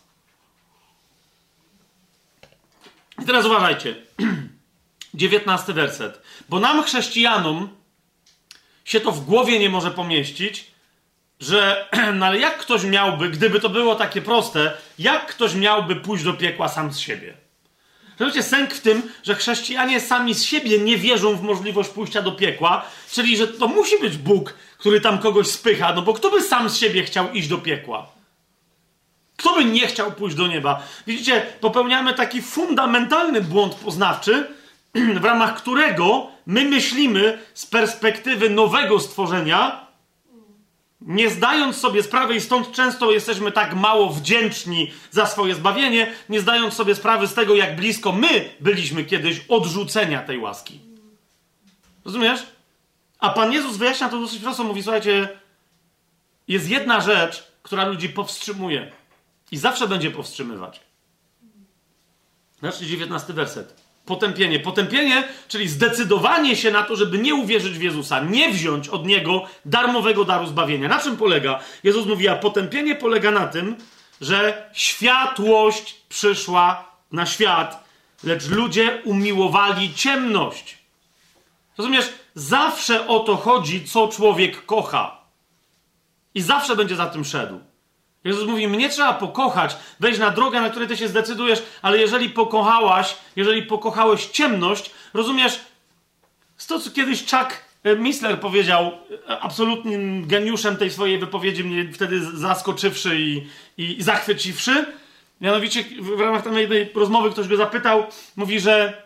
I teraz uważajcie. 19 werset. Bo nam, chrześcijanom, się to w głowie nie może pomieścić, że, no ale jak ktoś miałby, gdyby to było takie proste, jak ktoś miałby pójść do piekła sam z siebie? Rozumiecie, sęk w tym, że chrześcijanie sami z siebie nie wierzą w możliwość pójścia do piekła, czyli że to musi być Bóg, który tam kogoś spycha, no bo kto by sam z siebie chciał iść do piekła? Kto by nie chciał pójść do nieba? Widzicie, popełniamy taki fundamentalny błąd poznawczy, w ramach którego my myślimy z perspektywy nowego stworzenia, nie zdając sobie sprawy, i stąd często jesteśmy tak mało wdzięczni za swoje zbawienie, nie zdając sobie sprawy z tego, jak blisko my byliśmy kiedyś odrzucenia tej łaski. Rozumiesz? A Pan Jezus wyjaśnia to dosyć prosto. Mówi, słuchajcie, jest jedna rzecz, która ludzi powstrzymuje i zawsze będzie powstrzymywać. Zobaczcie 19 werset. Potępienie. Potępienie, czyli zdecydowanie się na to, żeby nie uwierzyć w Jezusa, nie wziąć od Niego darmowego daru zbawienia. Na czym polega? Jezus mówi, a potępienie polega na tym, że światłość przyszła na świat, lecz ludzie umiłowali ciemność. Rozumiesz? Zawsze o to chodzi, co człowiek kocha. I zawsze będzie za tym szedł. Jezus mówi, mnie trzeba pokochać, wejść na drogę, na której ty się zdecydujesz, ale jeżeli pokochałeś ciemność, rozumiesz, to co kiedyś Chuck Missler powiedział, absolutnym geniuszem tej swojej wypowiedzi, mnie wtedy zaskoczywszy i zachwyciwszy, mianowicie w ramach tam jednej rozmowy ktoś go zapytał, mówi, że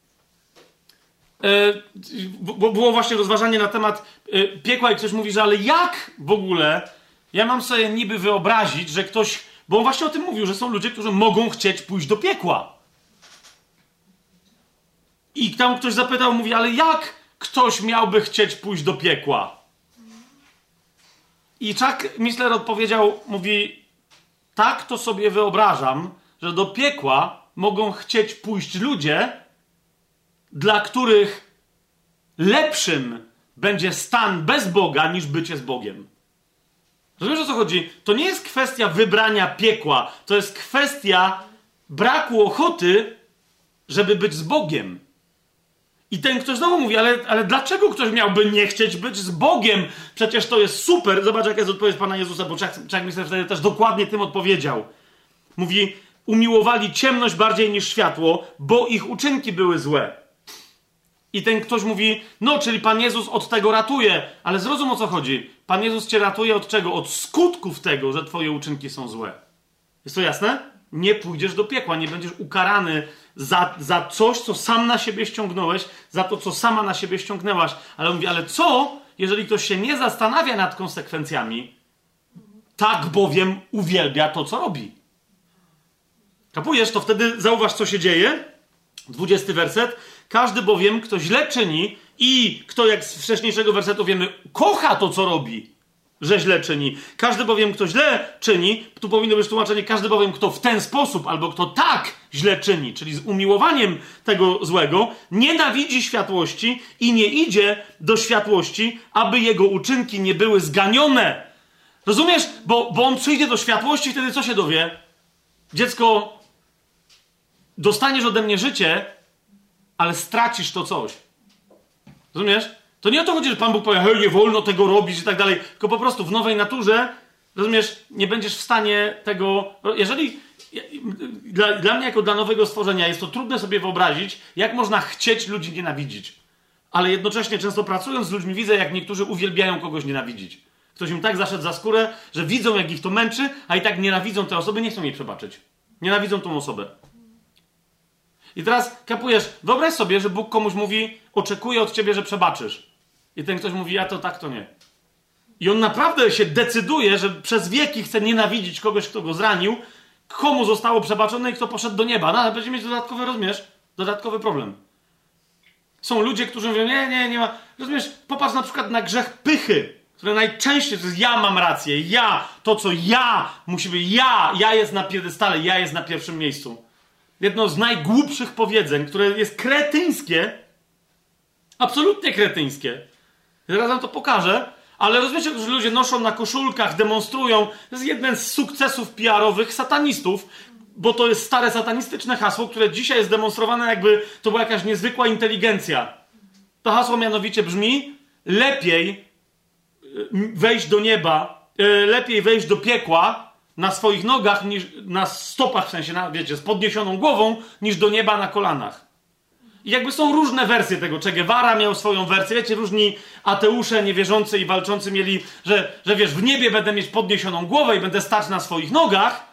było właśnie rozważanie na temat piekła i ktoś mówi, że ale jak w ogóle ja mam sobie niby wyobrazić, że ktoś... Bo on właśnie o tym mówił, że są ludzie, którzy mogą chcieć pójść do piekła. I tam ktoś zapytał, mówi, ale jak ktoś miałby chcieć pójść do piekła? I Chuck Missler odpowiedział, mówi, tak to sobie wyobrażam, że do piekła mogą chcieć pójść ludzie, dla których lepszym będzie stan bez Boga niż bycie z Bogiem. Rozumiesz, o co chodzi? To nie jest kwestia wybrania piekła. To jest kwestia braku ochoty, żeby być z Bogiem. I ten ktoś znowu mówi, ale dlaczego ktoś miałby nie chcieć być z Bogiem? Przecież to jest super. Zobacz, jaka jest odpowiedź Pana Jezusa, bo Chuck Missler wtedy też dokładnie tym odpowiedział. Mówi, umiłowali ciemność bardziej niż światło, bo ich uczynki były złe. I ten ktoś mówi, no, czyli Pan Jezus od tego ratuje. Ale zrozum, o co chodzi. Pan Jezus cię ratuje od czego? Od skutków tego, że twoje uczynki są złe. Jest to jasne? Nie pójdziesz do piekła, nie będziesz ukarany za coś, co sam na siebie ściągnąłeś, za to, co sama na siebie ściągnęłaś. Ale on mówi, ale co, jeżeli ktoś się nie zastanawia nad konsekwencjami, tak bowiem uwielbia to, co robi. Kapujesz? To wtedy zauważ, co się dzieje. 20 werset. Każdy bowiem, kto źle czyni i kto, jak z wcześniejszego wersetu wiemy, kocha to, co robi, że źle czyni. Każdy bowiem, kto źle czyni, tu powinno być tłumaczenie, każdy bowiem, kto w ten sposób, albo kto tak źle czyni, czyli z umiłowaniem tego złego, nienawidzi światłości i nie idzie do światłości, aby jego uczynki nie były zganione. Rozumiesz? Bo on przyjdzie do światłości i wtedy co się dowie? Dziecko, dostaniesz ode mnie życie, ale stracisz to coś. Rozumiesz? To nie o to chodzi, że Pan Bóg powie, hej, nie wolno tego robić i tak dalej, tylko po prostu w nowej naturze, rozumiesz, nie będziesz w stanie tego... Jeżeli... Dla mnie jako dla nowego stworzenia jest to trudne sobie wyobrazić, jak można chcieć ludzi nienawidzić. Ale jednocześnie często pracując z ludźmi widzę, jak niektórzy uwielbiają kogoś nienawidzić. Ktoś im tak zaszedł za skórę, że widzą, jak ich to męczy, a i tak nienawidzą te osoby, nie chcą jej przebaczyć. Nienawidzą tą osobę. I teraz kapujesz, wyobraź sobie, że Bóg komuś mówi, oczekuje od ciebie, że przebaczysz. I ten ktoś mówi, ja to tak, to nie. I on naprawdę się decyduje, że przez wieki chce nienawidzić kogoś, kto go zranił, komu zostało przebaczone i kto poszedł do nieba. No ale będzie mieć dodatkowy, rozumiesz, dodatkowy problem. Są ludzie, którzy mówią, nie ma. Rozumiesz, popatrz na przykład na grzech pychy, które najczęściej to jest ja mam rację, to co ja, musi być ja jest na piedestale, ja jest na pierwszym miejscu. Jedno z najgłupszych powiedzeń, które jest kretyńskie, absolutnie kretyńskie. Zaraz wam to pokażę, ale rozumiecie, że ludzie noszą na koszulkach, demonstrują. To jest jeden z sukcesów PR-owych satanistów, bo to jest stare satanistyczne hasło, które dzisiaj jest demonstrowane, jakby to była jakaś niezwykła inteligencja. To hasło mianowicie brzmi: lepiej wejść do nieba, lepiej wejść do piekła na swoich nogach, niż na stopach, w sensie, wiecie, z podniesioną głową, niż do nieba na kolanach. I jakby są różne wersje tego. Che Guevara miał swoją wersję. Wiecie, różni ateusze, niewierzący i walczący mieli, że wiesz, w niebie będę mieć podniesioną głowę i będę stać na swoich nogach,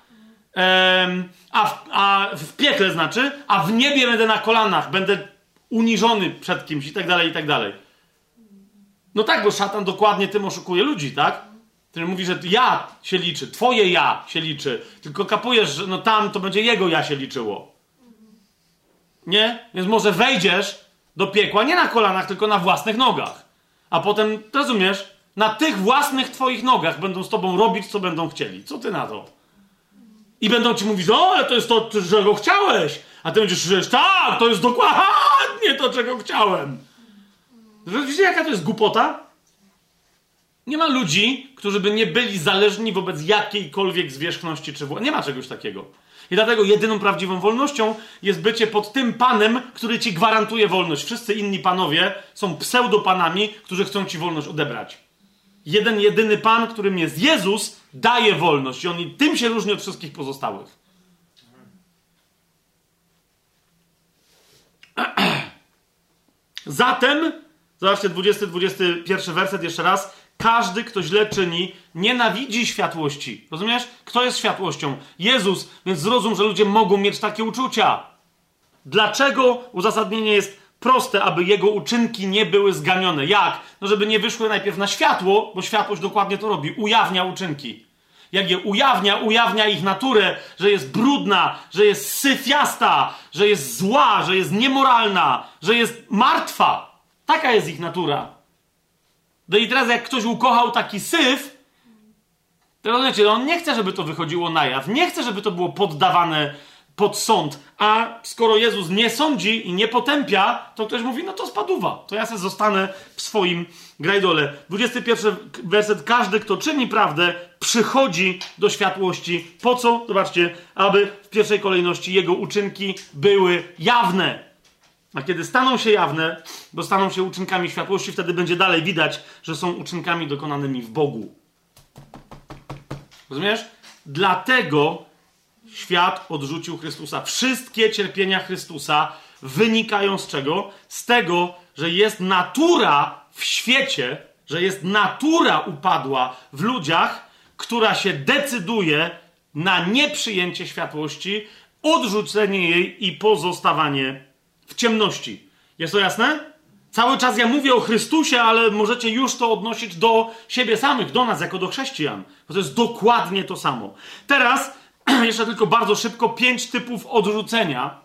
a w piekle znaczy, a w niebie będę na kolanach, będę uniżony przed kimś i tak dalej, i tak dalej. No tak, bo szatan dokładnie tym oszukuje ludzi, tak? Który mówi, że ja się liczy, twoje ja się liczy, tylko kapujesz, że no tam to będzie jego ja się liczyło. Nie? Więc może wejdziesz do piekła nie na kolanach, tylko na własnych nogach. A potem, rozumiesz, na tych własnych twoich nogach będą z tobą robić, co będą chcieli. Co ty na to? I będą ci mówić, ale to jest to, czego chciałeś. A ty będziesz krzyczeć, tak, to jest dokładnie to, czego chciałem. Wiecie, jaka to jest głupota? Nie ma ludzi, którzy by nie byli zależni wobec jakiejkolwiek zwierzchności czy władzy. Nie ma czegoś takiego. I dlatego jedyną prawdziwą wolnością jest bycie pod tym panem, który ci gwarantuje wolność. Wszyscy inni panowie są pseudopanami, którzy chcą ci wolność odebrać. Jeden, jedyny pan, którym jest Jezus, daje wolność. I on tym się różni od wszystkich pozostałych. Zatem, zobaczcie 20-21 werset jeszcze raz. Każdy, kto źle czyni, nienawidzi światłości. Rozumiesz? Kto jest światłością? Jezus. Więc zrozum, że ludzie mogą mieć takie uczucia. Dlaczego? Uzasadnienie jest proste, aby jego uczynki nie były zganione. Jak? No żeby nie wyszły najpierw na światło, bo światłość dokładnie to robi. Ujawnia uczynki. Jak je ujawnia ich naturę, że jest brudna, że jest syfiasta, że jest zła, że jest niemoralna, że jest martwa. Taka jest ich natura. No i teraz jak ktoś ukochał taki syf, to rozumiecie, on nie chce, żeby to wychodziło na jaw, nie chce, żeby to było poddawane pod sąd, a skoro Jezus nie sądzi i nie potępia, to ktoś mówi, no to spaduwa, to ja sobie zostanę w swoim grajdole. 21 werset, każdy, kto czyni prawdę, przychodzi do światłości. Po co? Zobaczcie, aby w pierwszej kolejności jego uczynki były jawne. A kiedy staną się jawne, bo staną się uczynkami światłości, wtedy będzie dalej widać, że są uczynkami dokonanymi w Bogu. Rozumiesz? Dlatego świat odrzucił Chrystusa. Wszystkie cierpienia Chrystusa wynikają z czego? Z tego, że jest natura w świecie, że jest natura upadła w ludziach, która się decyduje na nieprzyjęcie światłości, odrzucenie jej i pozostawanie w ciemności. Jest to jasne? Cały czas ja mówię o Chrystusie, ale możecie już to odnosić do siebie samych, do nas, jako do chrześcijan. Bo to jest dokładnie to samo. Teraz, jeszcze tylko bardzo szybko, 5 typów odrzucenia,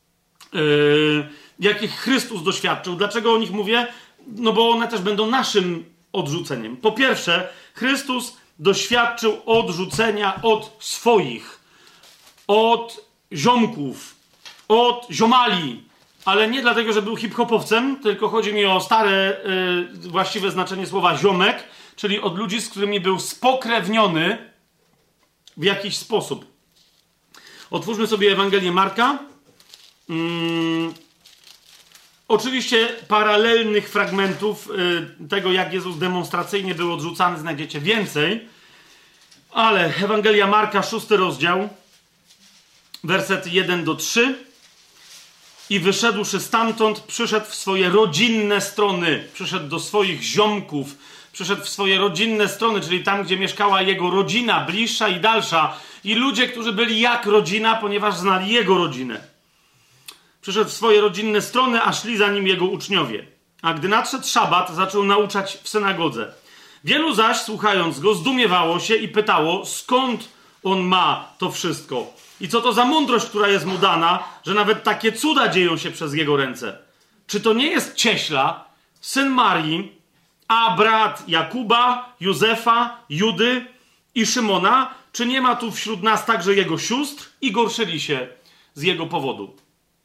jakich Chrystus doświadczył. Dlaczego o nich mówię? No bo one też będą naszym odrzuceniem. Po pierwsze, Chrystus doświadczył odrzucenia od swoich, od ziomków, od ziomali. Ale nie dlatego, że był hip-hopowcem, tylko chodzi mi o stare, właściwe znaczenie słowa ziomek, czyli od ludzi, z którymi był spokrewniony w jakiś sposób. Otwórzmy sobie Ewangelię Marka. Oczywiście paralelnych fragmentów tego, jak Jezus demonstracyjnie był odrzucany, znajdziecie więcej, ale Ewangelia Marka, 6 rozdział, wersety 1-3. I wyszedłszy stamtąd, przyszedł w swoje rodzinne strony, przyszedł do swoich ziomków, przyszedł w swoje rodzinne strony, czyli tam, gdzie mieszkała jego rodzina, bliższa i dalsza, i ludzie, którzy byli jak rodzina, ponieważ znali jego rodzinę. Przyszedł w swoje rodzinne strony, a szli za nim jego uczniowie. A gdy nadszedł szabat, zaczął nauczać w synagodze. Wielu zaś, słuchając go, zdumiewało się i pytało, skąd on ma to wszystko. I co to za mądrość, która jest mu dana, że nawet takie cuda dzieją się przez jego ręce. czy to nie jest cieśla, syn Marii, a brat Jakuba, Józefa, Judy i Szymona? Czy nie ma tu wśród nas także jego sióstr? I gorszyli się z jego powodu.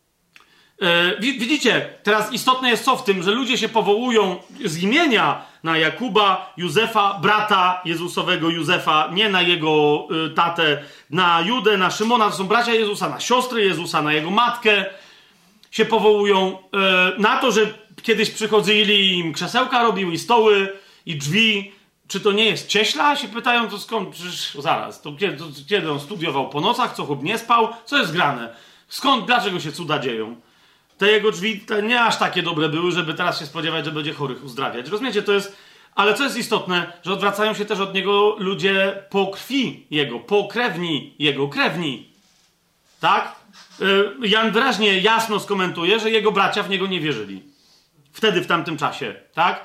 Widzicie, teraz istotne jest co w tym, że ludzie się powołują z imienia na Jakuba, Józefa, brata Jezusowego Józefa, nie na jego tatę, na Judę, na Szymona, to są bracia Jezusa, na siostry Jezusa, na jego matkę. Się powołują na to, że kiedyś przychodzili i im krzesełka robił, i stoły, i drzwi. Czy to nie jest cieśla? Się pytają, to skąd? Przecież zaraz, to kiedy on studiował po nocach, co chłop nie spał? Co jest grane? Skąd, dlaczego się cuda dzieją? Te jego drzwi nie aż takie dobre były, żeby teraz się spodziewać, że będzie chorych uzdrawiać. Rozumiecie, to jest... Ale co jest istotne, że odwracają się też od niego ludzie po krwi jego, pokrewni jego, krewni. Tak? Jan wyraźnie, jasno skomentuje, że jego bracia w niego nie wierzyli. Wtedy, w tamtym czasie. Tak?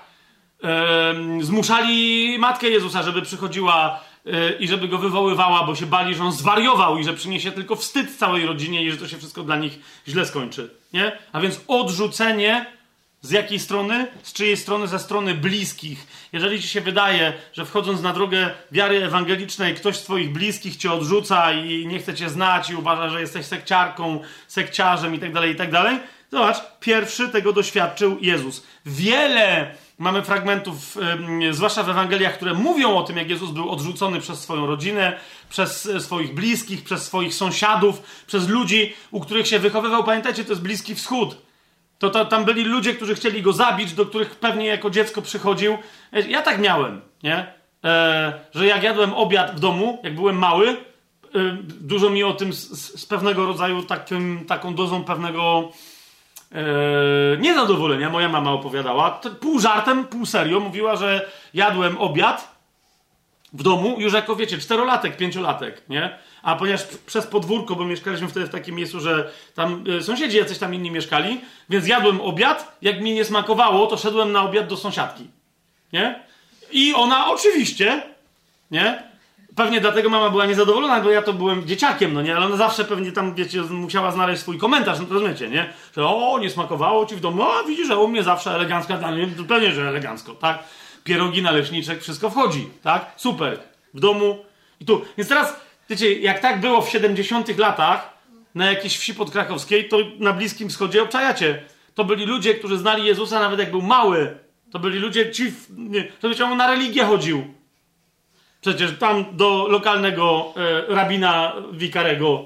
Zmuszali matkę Jezusa, żeby przychodziła i żeby go wywoływała, bo się bali, że on zwariował i że przyniesie tylko wstyd całej rodzinie i że to się wszystko dla nich źle skończy. Nie? A więc odrzucenie z jakiej strony? Z czyjej strony? Ze strony bliskich. Jeżeli ci się wydaje, że wchodząc na drogę wiary ewangelicznej ktoś z twoich bliskich cię odrzuca i nie chce cię znać i uważa, że jesteś sekciarką, sekciarzem i tak dalej, zobacz, pierwszy tego doświadczył Jezus. Wiele mamy fragmentów, zwłaszcza w Ewangeliach, które mówią o tym, jak Jezus był odrzucony przez swoją rodzinę, przez swoich bliskich, przez swoich sąsiadów, przez ludzi, u których się wychowywał. Pamiętajcie, to jest Bliski Wschód. Tam byli ludzie, którzy chcieli go zabić, do których pewnie jako dziecko przychodził. Ja tak miałem, nie? Że jak jadłem obiad w domu, jak byłem mały, dużo mi o tym z pewnego rodzaju taką dozą pewnego niezadowolenia moja mama opowiadała. Pół żartem, pół serio mówiła, że jadłem obiad w domu już jako, wiecie, 4-latek, 5-latek, nie? A ponieważ przez podwórko, bo mieszkaliśmy wtedy w takim miejscu, że tam sąsiedzi jacyś tam inni mieszkali, więc jadłem obiad, jak mi nie smakowało, to szedłem na obiad do sąsiadki, nie? I ona oczywiście, nie? Pewnie dlatego mama była niezadowolona, bo ja to byłem dzieciakiem, no nie? Ale ona zawsze pewnie tam, wiecie, musiała znaleźć swój komentarz, no to rozumiecie, nie? Że nie smakowało ci w domu, widzisz, że u mnie zawsze elegancka danie, pewnie, że elegancko, tak? Pierogi, naleśniczek, wszystko wchodzi, tak? Super. W domu i tu. Więc teraz, wiecie, jak tak było w 70 latach na jakiejś wsi podkrakowskiej, to na Bliskim Wschodzie obczajacie. To byli ludzie, którzy znali Jezusa nawet jak był mały. To byli ludzie, to wiecie, on na religię chodził. Przecież tam do lokalnego rabina wikarego.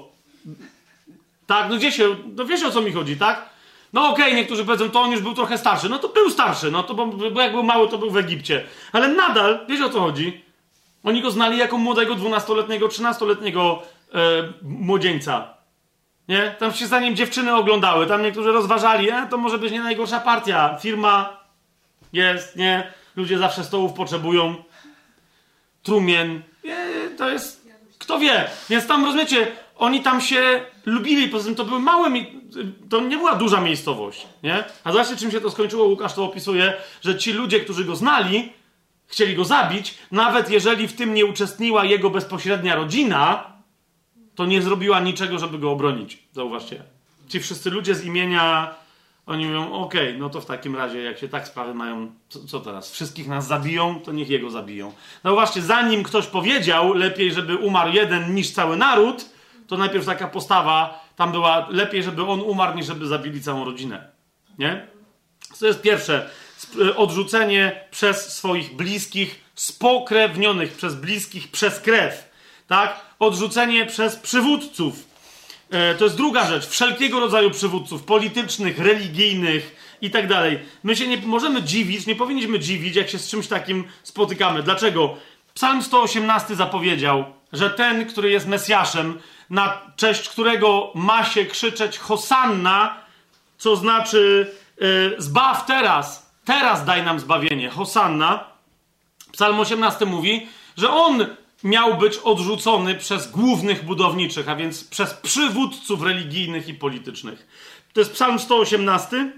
Tak, no wiesz o co mi chodzi, tak? No okej, niektórzy powiedzą, to on już był trochę starszy. No to był starszy, no to bo jak był mały, to był w Egipcie. Ale nadal, wiesz o co chodzi? Oni go znali jako młodego 12-letniego, 13-letniego młodzieńca. Nie? Tam się za nim dziewczyny oglądały, tam niektórzy rozważali, to może być nie najgorsza partia. Firma jest, nie? Ludzie zawsze stołów potrzebują. Trumien. To jest... Kto wie? Więc tam, rozumiecie, oni tam się lubili, poza tym to były małe... To nie była duża miejscowość, nie? A zobaczcie, czym się to skończyło. Łukasz to opisuje, że ci ludzie, którzy go znali, chcieli go zabić, nawet jeżeli w tym nie uczestniczyła jego bezpośrednia rodzina, to nie zrobiła niczego, żeby go obronić. Zauważcie. Ci wszyscy ludzie z imienia, oni mówią, okej, no to w takim razie, jak się tak sprawy mają, co teraz? Wszystkich nas zabiją, to niech jego zabiją. Zauważcie, zanim ktoś powiedział, lepiej, żeby umarł jeden niż cały naród, to najpierw taka postawa tam była, lepiej, żeby on umarł, niż żeby zabili całą rodzinę. Nie? To jest pierwsze. Odrzucenie przez swoich bliskich, spokrewnionych przez bliskich, przez krew. Tak? Odrzucenie przez przywódców. To jest druga rzecz. Wszelkiego rodzaju przywódców, politycznych, religijnych i tak dalej. My się nie możemy dziwić, nie powinniśmy dziwić, jak się z czymś takim spotykamy. Dlaczego? Psalm 118 zapowiedział, że ten, który jest Mesjaszem, na cześć którego ma się krzyczeć Hosanna, co znaczy zbaw teraz. Teraz daj nam zbawienie. Hosanna. Psalm 18 mówi, że on miał być odrzucony przez głównych budowniczych, a więc przez przywódców religijnych i politycznych. To jest Psalm 118,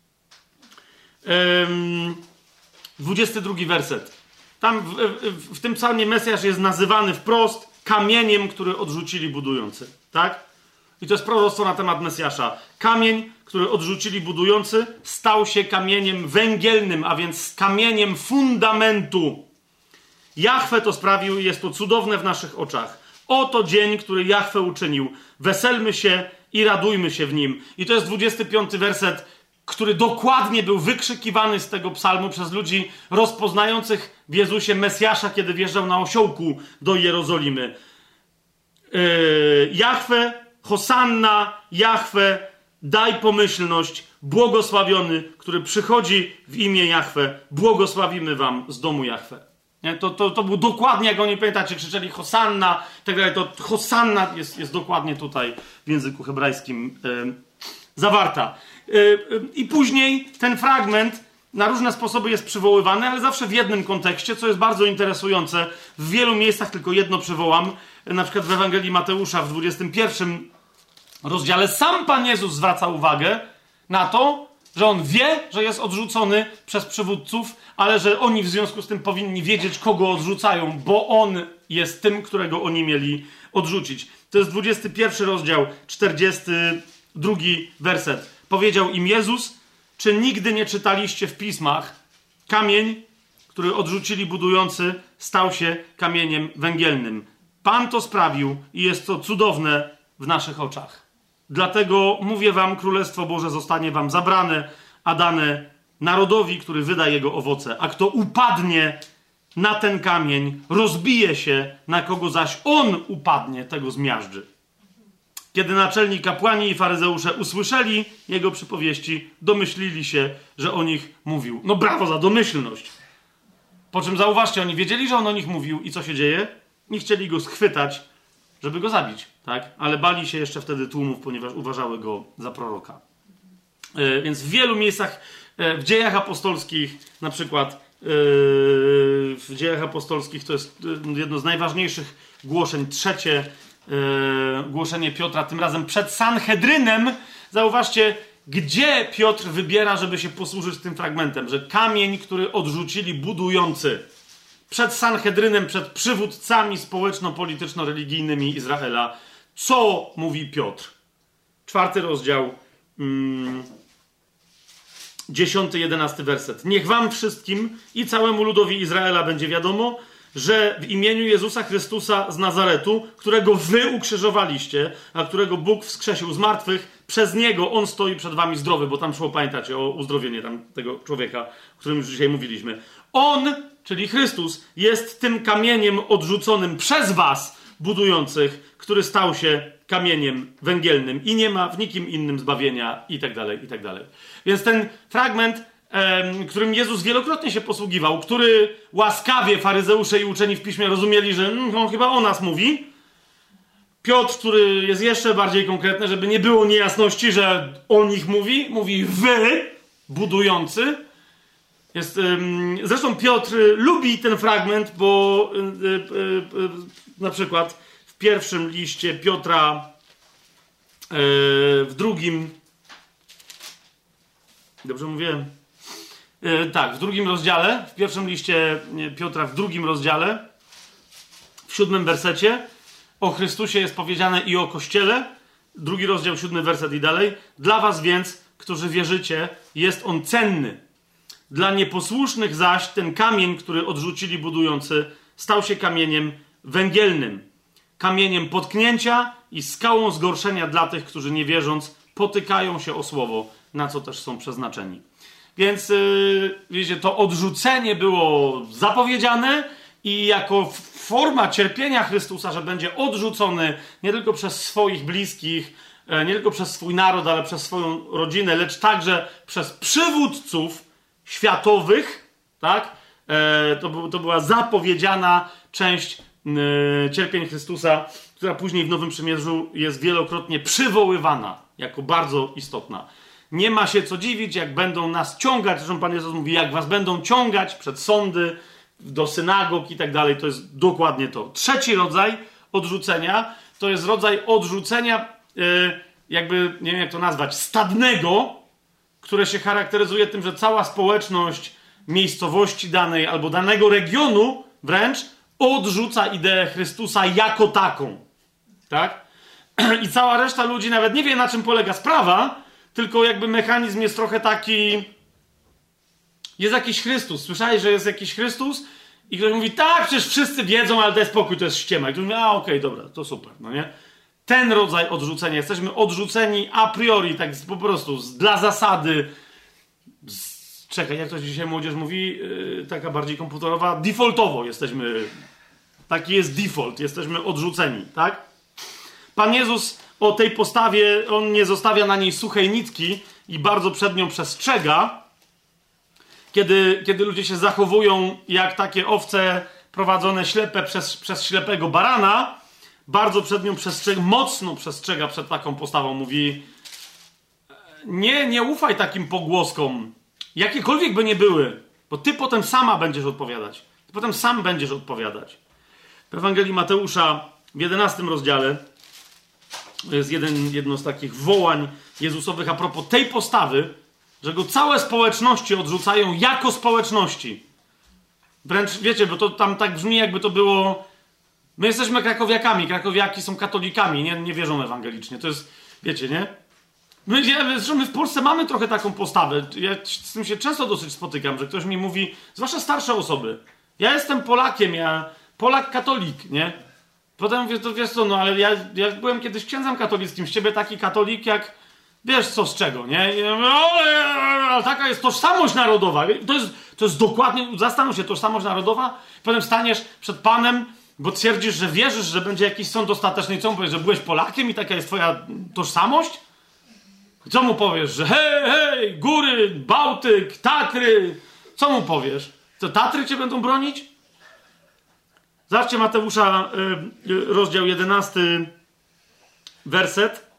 22 werset. Tam w tym psalmie Mesjasz jest nazywany wprost kamieniem, który odrzucili budujący. Tak? I to jest proroctwo na temat Mesjasza. Kamień, który odrzucili budujący, stał się kamieniem węgielnym, a więc kamieniem fundamentu. Jahwe to sprawił i jest to cudowne w naszych oczach. Oto dzień, który Jahwe uczynił. Weselmy się i radujmy się w nim. I to jest 25 werset, który dokładnie był wykrzykiwany z tego psalmu przez ludzi rozpoznających w Jezusie Mesjasza, kiedy wjeżdżał na osiołku do Jerozolimy. Jahwe, Hosanna, Jahwe, daj pomyślność, błogosławiony, który przychodzi w imię Jahwe, błogosławimy wam z domu Jahwe. Nie? To było dokładnie, jak oni, pamiętacie, krzyczeli Hosanna, tak dalej, to Hosanna jest dokładnie tutaj w języku hebrajskim zawarta. I później ten fragment na różne sposoby jest przywoływany, ale zawsze w jednym kontekście, co jest bardzo interesujące. W wielu miejscach tylko jedno przywołam, na przykład w Ewangelii Mateusza w 21 rozdziale sam Pan Jezus zwraca uwagę na to, że On wie, że jest odrzucony przez przywódców, ale że oni w związku z tym powinni wiedzieć, kogo odrzucają, bo On jest tym, którego oni mieli odrzucić. To jest 21 rozdział, 42 werset. Powiedział im Jezus, czy nigdy nie czytaliście w pismach, kamień, który odrzucili budujący, stał się kamieniem węgielnym. Pan to sprawił i jest to cudowne w naszych oczach. Dlatego mówię wam, Królestwo Boże zostanie wam zabrane, a dane narodowi, który wyda jego owoce. A kto upadnie na ten kamień, rozbije się, na kogo zaś on upadnie, tego zmiażdży. Kiedy naczelni kapłani i faryzeusze usłyszeli jego przypowieści, domyślili się, że o nich mówił. No brawo za domyślność. Po czym zauważcie, oni wiedzieli, że on o nich mówił i co się dzieje? Nie chcieli go schwytać, żeby go zabić, tak? Ale bali się jeszcze wtedy tłumów, ponieważ uważały go za proroka. Więc w wielu miejscach w Dziejach Apostolskich, na przykład w Dziejach Apostolskich to jest jedno z najważniejszych głoszeń, trzecie głoszenie Piotra, tym razem przed Sanhedrynem. Zauważcie, gdzie Piotr wybiera, żeby się posłużyć tym fragmentem, że kamień, który odrzucili budujący, przed Sanhedrynem, przed przywódcami społeczno-polityczno-religijnymi Izraela. Co mówi Piotr? 4 rozdział, 10-11 werset. Niech wam wszystkim i całemu ludowi Izraela będzie wiadomo, że w imieniu Jezusa Chrystusa z Nazaretu, którego wy ukrzyżowaliście, a którego Bóg wskrzesił z martwych, przez Niego On stoi przed wami zdrowy, bo tam szło, pamiętacie, o uzdrowienie tego człowieka, o którym już dzisiaj mówiliśmy. On, czyli Chrystus, jest tym kamieniem odrzuconym przez was, budujących, który stał się kamieniem węgielnym i nie ma w nikim innym zbawienia i tak dalej, i tak dalej. Więc ten fragment, którym Jezus wielokrotnie się posługiwał, który łaskawie faryzeusze i uczeni w piśmie rozumieli, że on chyba o nas mówi. Piotr, który jest jeszcze bardziej konkretny, żeby nie było niejasności, że o nich mówi wy, budujący. Zresztą Piotr lubi ten fragment, bo na przykład w pierwszym liście Piotra, w drugim, dobrze mówię? Tak, w drugim rozdziale, w pierwszym liście Piotra, w drugim rozdziale, w 7 wersecie, o Chrystusie jest powiedziane i o Kościele. 2 rozdział, 7 werset i dalej. Dla was więc, którzy wierzycie, jest on cenny. Dla nieposłusznych zaś ten kamień, który odrzucili budujący, stał się kamieniem węgielnym. Kamieniem potknięcia i skałą zgorszenia dla tych, którzy nie wierząc, potykają się o słowo, na co też są przeznaczeni. Więc, wiecie, to odrzucenie było zapowiedziane i jako forma cierpienia Chrystusa, że będzie odrzucony nie tylko przez swoich bliskich, nie tylko przez swój naród, ale przez swoją rodzinę, lecz także przez przywódców światowych, tak? To była zapowiedziana część cierpień Chrystusa, która później w Nowym Przymierzu jest wielokrotnie przywoływana jako bardzo istotna. Nie ma się co dziwić, jak będą nas ciągać, zresztą Pan Jezus mówi, jak was będą ciągać przed sądy, do synagog i tak dalej, to jest dokładnie to. Trzeci rodzaj odrzucenia, to jest rodzaj odrzucenia, jakby, nie wiem jak to nazwać, stadnego, które się charakteryzuje tym, że cała społeczność miejscowości danej albo danego regionu wręcz odrzuca ideę Chrystusa jako taką. Tak? I cała reszta ludzi nawet nie wie, na czym polega sprawa, tylko jakby mechanizm jest trochę taki... Jest jakiś Chrystus. Słyszałeś, że jest jakiś Chrystus? I ktoś mówi, tak, przecież wszyscy wiedzą, ale daj spokój, to jest ściema. I ktoś mówi, okej, dobra, to super, no nie? Ten rodzaj odrzucenia. Jesteśmy odrzuceni a priori, tak po prostu, dla zasady. Czekaj, jak to dzisiaj młodzież mówi, taka bardziej komputerowa, defaultowo jesteśmy, taki jest default, jesteśmy odrzuceni, tak? Pan Jezus o tej postawie, on nie zostawia na niej suchej nitki i bardzo przed nią przestrzega, kiedy ludzie się zachowują jak takie owce prowadzone ślepe przez ślepego barana, bardzo przed nią przestrzega, mocno przestrzega przed taką postawą. Mówi, nie ufaj takim pogłoskom, jakiekolwiek by nie były, bo ty potem sama będziesz odpowiadać. Ty potem sam będziesz odpowiadać. W Ewangelii Mateusza w 11 rozdziale to jest jedno z takich wołań Jezusowych a propos tej postawy, że go całe społeczności odrzucają jako społeczności. Wręcz, wiecie, bo to tam tak brzmi, jakby to było... My jesteśmy krakowiakami, krakowiaki są katolikami, nie wierzą ewangelicznie. To jest, wiecie, nie? My w Polsce mamy trochę taką postawę. Ja z tym się często dosyć spotykam, że ktoś mi mówi, zwłaszcza starsze osoby, ja jestem Polakiem, Polak katolik, nie? Potem mówię, to wiesz co, no ale ja byłem kiedyś księdzem katolickim, z ciebie taki katolik jak, wiesz co z czego, nie? Ale taka jest tożsamość narodowa. To jest dokładnie, zastanów się, tożsamość narodowa, potem staniesz przed Panem, bo twierdzisz, że wierzysz, że będzie jakiś sąd ostateczny i co mu powiesz, że byłeś Polakiem i taka jest twoja tożsamość? Co mu powiesz, że hej, góry, Bałtyk, Tatry, co mu powiesz? Co, Tatry cię będą bronić? Zobaczcie Mateusza, rozdział 11, werset.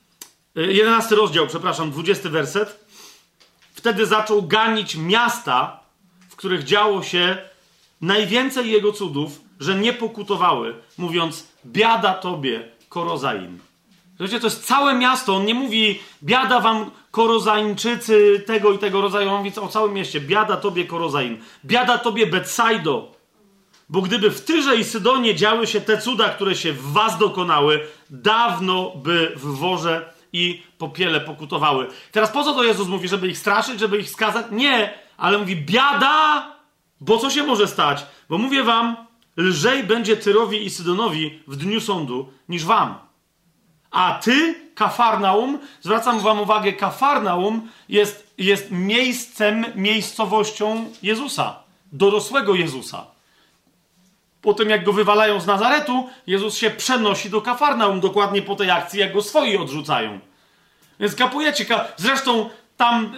11 rozdział, przepraszam, 20 werset. Wtedy zaczął ganić miasta, w których działo się najwięcej jego cudów, że nie pokutowały, mówiąc, biada tobie, Korozain. Wiecie, to jest całe miasto. On nie mówi, biada wam Korozańczycy tego i tego rodzaju. On mówi o całym mieście. Biada tobie, Korozain. Biada tobie, Betsaido. Bo gdyby w Tyrze i Sydonie działy się te cuda, które się w was dokonały, dawno by w worze i popiele pokutowały. Teraz po co to Jezus mówi? Żeby ich straszyć? Żeby ich skazać? Nie. Ale mówi, biada, bo co się może stać? Bo mówię wam, lżej będzie Tyrowi i Sydonowi w dniu sądu niż wam. A ty, Kafarnaum, zwracam wam uwagę, Kafarnaum jest miejscowością Jezusa. Dorosłego Jezusa. Po tym, jak go wywalają z Nazaretu, Jezus się przenosi do Kafarnaum, dokładnie po tej akcji, jak go swoi odrzucają. Więc kapujecie, zresztą tam,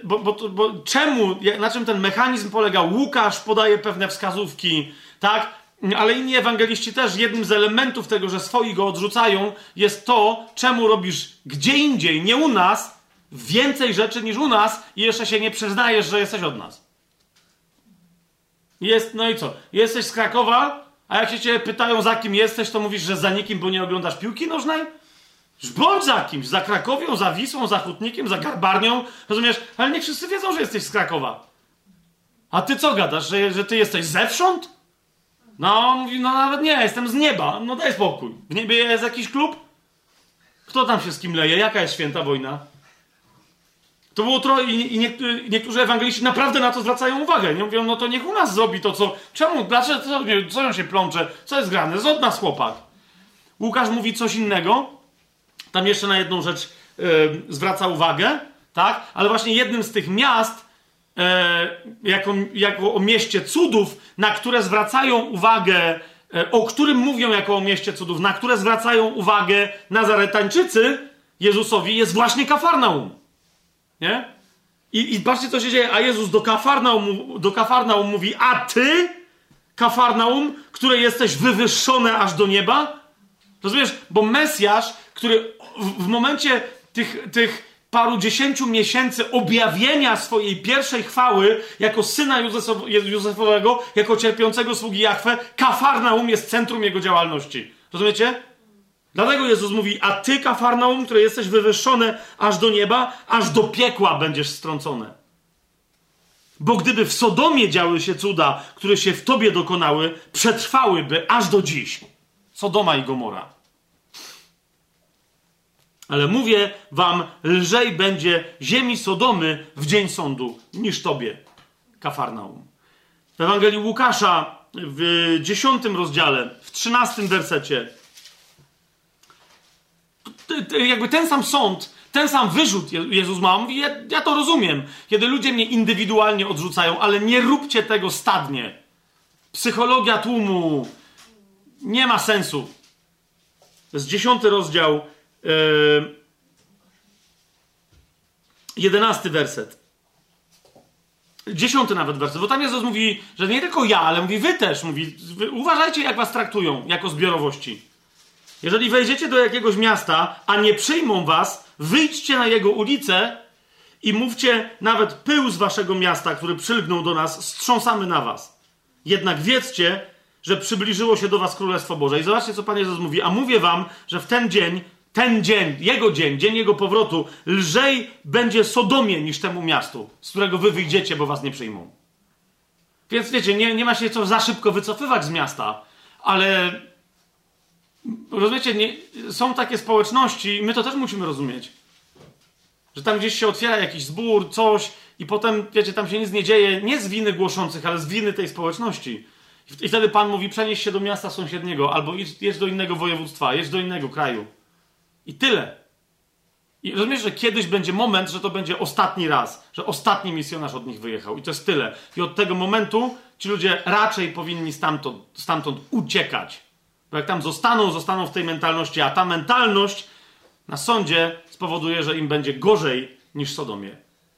czemu, na czym ten mechanizm polega? Łukasz podaje pewne wskazówki, tak? Ale inni ewangeliści też, jednym z elementów tego, że swoi go odrzucają, jest to, czemu robisz gdzie indziej, nie u nas, więcej rzeczy niż u nas i jeszcze się nie przyznajesz, że jesteś od nas. No i co? Jesteś z Krakowa, a jak się cię pytają, za kim jesteś, to mówisz, że za nikim, bo nie oglądasz piłki nożnej? Bądź za kimś, za Krakowią, za Wisłą, za Hutnikiem, za Garbarnią, rozumiesz? Ale nie wszyscy wiedzą, że jesteś z Krakowa. A ty co gadasz, że ty jesteś zewsząd? No, mówi, no nawet nie, jestem z nieba. No daj spokój. W niebie jest jakiś klub? Kto tam się z kim leje? Jaka jest święta wojna? To było trochę i niektórzy ewangeliści naprawdę na to zwracają uwagę. Nie mówią, no to niech u nas zrobi to, co... Czemu? Dlaczego? Co on się plącze? Co jest grane? Z od nas chłopak. Łukasz mówi coś innego. Tam jeszcze na jedną rzecz zwraca uwagę, tak? Ale właśnie jednym z tych miast, jako o mieście cudów, na które zwracają uwagę, o którym mówią jako o mieście cudów, na które zwracają uwagę Nazaretańczycy Jezusowi, jest właśnie Kafarnaum. Nie? I patrzcie, co się dzieje. A Jezus do Kafarnaum mówi, a ty, Kafarnaum, które jesteś wywyższone aż do nieba? Rozumiesz? Bo Mesjasz, który w momencie tych parudziesięciu miesięcy objawienia swojej pierwszej chwały jako syna Józefowego, jako cierpiącego sługi Jahwe, Kafarnaum jest centrum jego działalności. Rozumiecie? Dlatego Jezus mówi, a ty, Kafarnaum, które jesteś wywyższone aż do nieba, aż do piekła będziesz strącone. Bo gdyby w Sodomie działy się cuda, które się w tobie dokonały, przetrwałyby aż do dziś. Sodoma i Gomora. Ale mówię wam, lżej będzie ziemi Sodomy w dzień sądu niż tobie, Kafarnaum. W Ewangelii Łukasza w 10 rozdziale, w 13 wersecie, jakby ten sam sąd, ten sam wyrzut Jezus ma. Mówi, ja to rozumiem, kiedy ludzie mnie indywidualnie odrzucają, ale nie róbcie tego stadnie. Psychologia tłumu nie ma sensu. To jest 10 rozdział, 11 werset. 10 nawet werset, bo tam Jezus mówi, że nie tylko ja, ale mówi wy też. Mówi, uważajcie, jak was traktują jako zbiorowości. Jeżeli wejdziecie do jakiegoś miasta, a nie przyjmą was, wyjdźcie na jego ulicę i mówcie, nawet pył z waszego miasta, który przylgnął do nas, strząsamy na was. Jednak wiedzcie, że przybliżyło się do was Królestwo Boże. I zobaczcie, co Pan Jezus mówi. A mówię wam, że w ten dzień, dzień jego powrotu, lżej będzie Sodomie niż temu miastu, z którego wy wyjdziecie, bo was nie przyjmą. Więc wiecie, nie ma się co za szybko wycofywać z miasta, ale rozumiecie, są takie społeczności, my to też musimy rozumieć, że tam gdzieś się otwiera jakiś zbór, coś i potem, wiecie, tam się nic nie dzieje, nie z winy głoszących, ale z winy tej społeczności. I wtedy Pan mówi, przenieś się do miasta sąsiedniego, albo jedź do innego województwa, jedź do innego kraju. I tyle. I rozumiesz, że kiedyś będzie moment, że to będzie ostatni raz, że ostatni misjonarz od nich wyjechał. I to jest tyle. I od tego momentu ci ludzie raczej powinni stamtąd uciekać. Bo jak tam zostaną w tej mentalności, a ta mentalność na sądzie spowoduje, że im będzie gorzej niż Sodomie.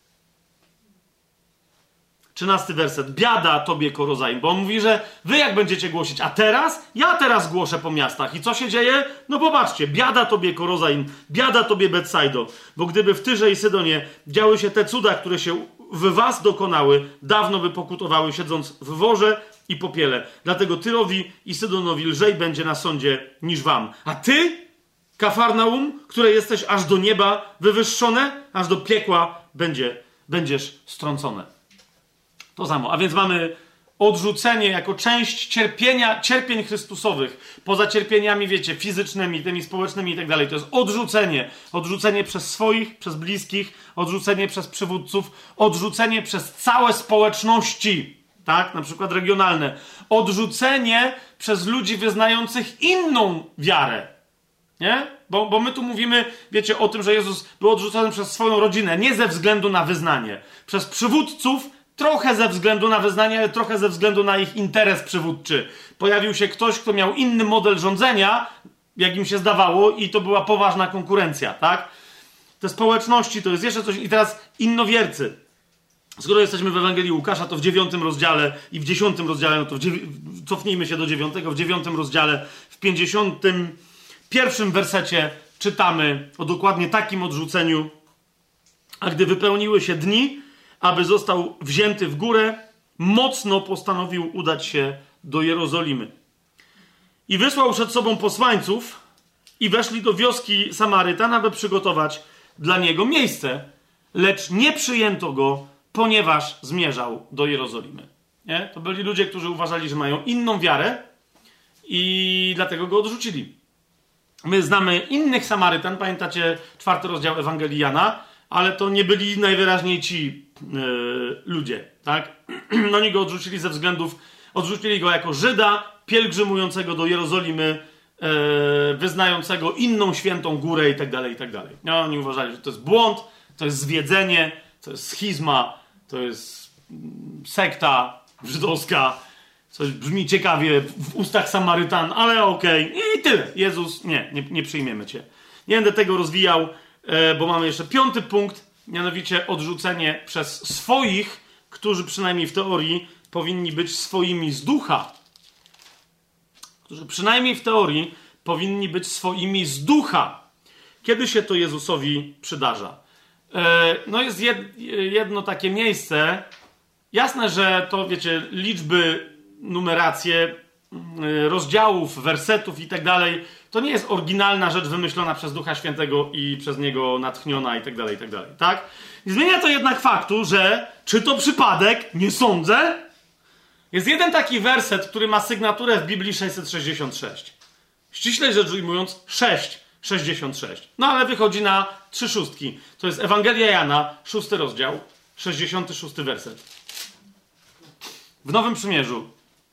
13 werset. Biada tobie, Korozaim, bo on mówi, że wy jak będziecie głosić, a teraz? Ja teraz głoszę po miastach. I co się dzieje? No popatrzcie. Biada tobie, Korozaim, biada tobie, Betsaido, bo gdyby w Tyrze i Sydonie działy się te cuda, które się w was dokonały, dawno by pokutowały, siedząc w worze i popiele. Dlatego Tyrowi i Sydonowi lżej będzie na sądzie niż wam. A ty, Kafarnaum, które jesteś aż do nieba wywyższone, aż do piekła będziesz strącone. To samo. A więc mamy odrzucenie jako część cierpień Chrystusowych. Poza cierpieniami, wiecie, fizycznymi, tymi społecznymi i tak dalej. To jest odrzucenie. Odrzucenie przez swoich, przez bliskich, odrzucenie przez przywódców, odrzucenie przez całe społeczności, tak? Na przykład regionalne. Odrzucenie przez ludzi wyznających inną wiarę. Nie? Bo my tu mówimy, wiecie, o tym, że Jezus był odrzucony przez swoją rodzinę, nie ze względu na wyznanie. Przez przywódców, trochę ze względu na wyznanie, ale trochę ze względu na ich interes przywódczy. Pojawił się ktoś, kto miał inny model rządzenia, jak im się zdawało, i to była poważna konkurencja, tak? Te społeczności to jest jeszcze coś. I teraz innowiercy. Skoro jesteśmy w Ewangelii Łukasza, to w 9 rozdziale i w 10 rozdziale, no to cofnijmy się do 9, w 9 rozdziale, w 51 wersecie czytamy o dokładnie takim odrzuceniu. A gdy wypełniły się dni, aby został wzięty w górę, mocno postanowił udać się do Jerozolimy. I wysłał przed sobą posłańców i weszli do wioski Samarytan, aby przygotować dla niego miejsce, lecz nie przyjęto go, ponieważ zmierzał do Jerozolimy. Nie? To byli ludzie, którzy uważali, że mają inną wiarę i dlatego go odrzucili. My znamy innych Samarytan, pamiętacie 4 rozdział Ewangelii Jana, ale to nie byli najwyraźniej ci ludzie, tak? Oni go odrzucili ze względów, odrzucili go jako Żyda, pielgrzymującego do Jerozolimy, wyznającego inną świętą górę i tak dalej, i tak dalej. No, oni uważali, że to jest błąd, to jest zwiedzenie, to jest schizma, to jest sekta żydowska, coś brzmi ciekawie w ustach Samarytan, ale okej. I tyle. Jezus, nie przyjmiemy cię. Nie będę tego rozwijał, bo mamy jeszcze 5 punkt, mianowicie odrzucenie przez swoich, którzy przynajmniej w teorii powinni być swoimi z ducha. Którzy przynajmniej w teorii powinni być swoimi z ducha. Kiedy się to Jezusowi przydarza? No jest jedno takie miejsce. Jasne, że to, wiecie, liczby, numeracje rozdziałów, wersetów i tak dalej, to nie jest oryginalna rzecz wymyślona przez Ducha Świętego i przez Niego natchniona i tak dalej, tak? Nie zmienia to jednak faktu, że czy to przypadek? Nie sądzę. Jest jeden taki werset, który ma sygnaturę w Biblii 666. Ściślej rzecz ujmując, 6, 66. No ale wychodzi na 3 szóstki. To jest Ewangelia Jana, 6 rozdział, 66 werset. W Nowym Przymierzu.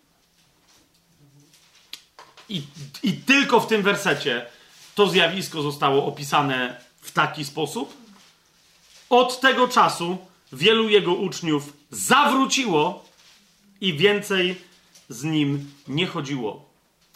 I tylko w tym wersecie to zjawisko zostało opisane w taki sposób. Od tego czasu wielu jego uczniów zawróciło i więcej z nim nie chodziło.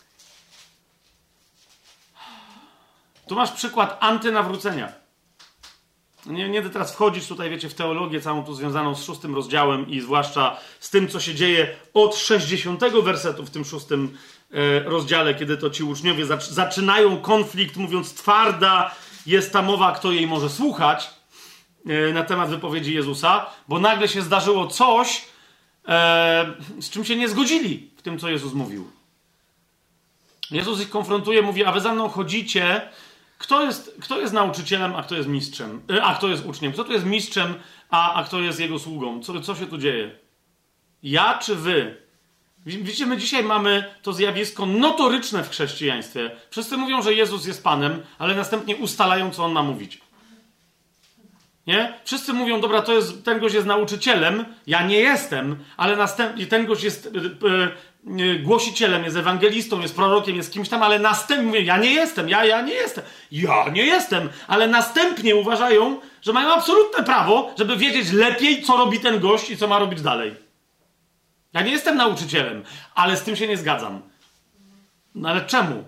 Tu masz przykład antynawrócenia. Nie będę teraz wchodzić tutaj, wiecie, w teologię całą tu związaną z 6 rozdziałem i zwłaszcza z tym, co się dzieje od 60 wersetu w tym 6 rozdziale, kiedy to ci uczniowie zaczynają konflikt, mówiąc, twarda jest ta mowa, kto jej może słuchać, na temat wypowiedzi Jezusa, bo nagle się zdarzyło coś, z czym się nie zgodzili w tym, co Jezus mówił. Jezus ich konfrontuje, mówi, a wy za mną chodzicie. Kto jest nauczycielem, a kto jest mistrzem? A kto jest uczniem? Kto tu jest mistrzem, a kto jest jego sługą? Co się tu dzieje? Ja czy wy? Widzicie, my dzisiaj mamy to zjawisko notoryczne w chrześcijaństwie. Wszyscy mówią, że Jezus jest Panem, ale następnie ustalają, co On ma mówić. Nie? Wszyscy mówią, dobra, ten gość jest nauczycielem, ja nie jestem, ale następnie ten gość jest głosicielem, jest ewangelistą, jest prorokiem, jest kimś tam, ale następnie mówią, ja nie jestem, ale następnie uważają, że mają absolutne prawo, żeby wiedzieć lepiej, co robi ten gość i co ma robić dalej. Ja nie jestem nauczycielem, ale z tym się nie zgadzam. No ale czemu?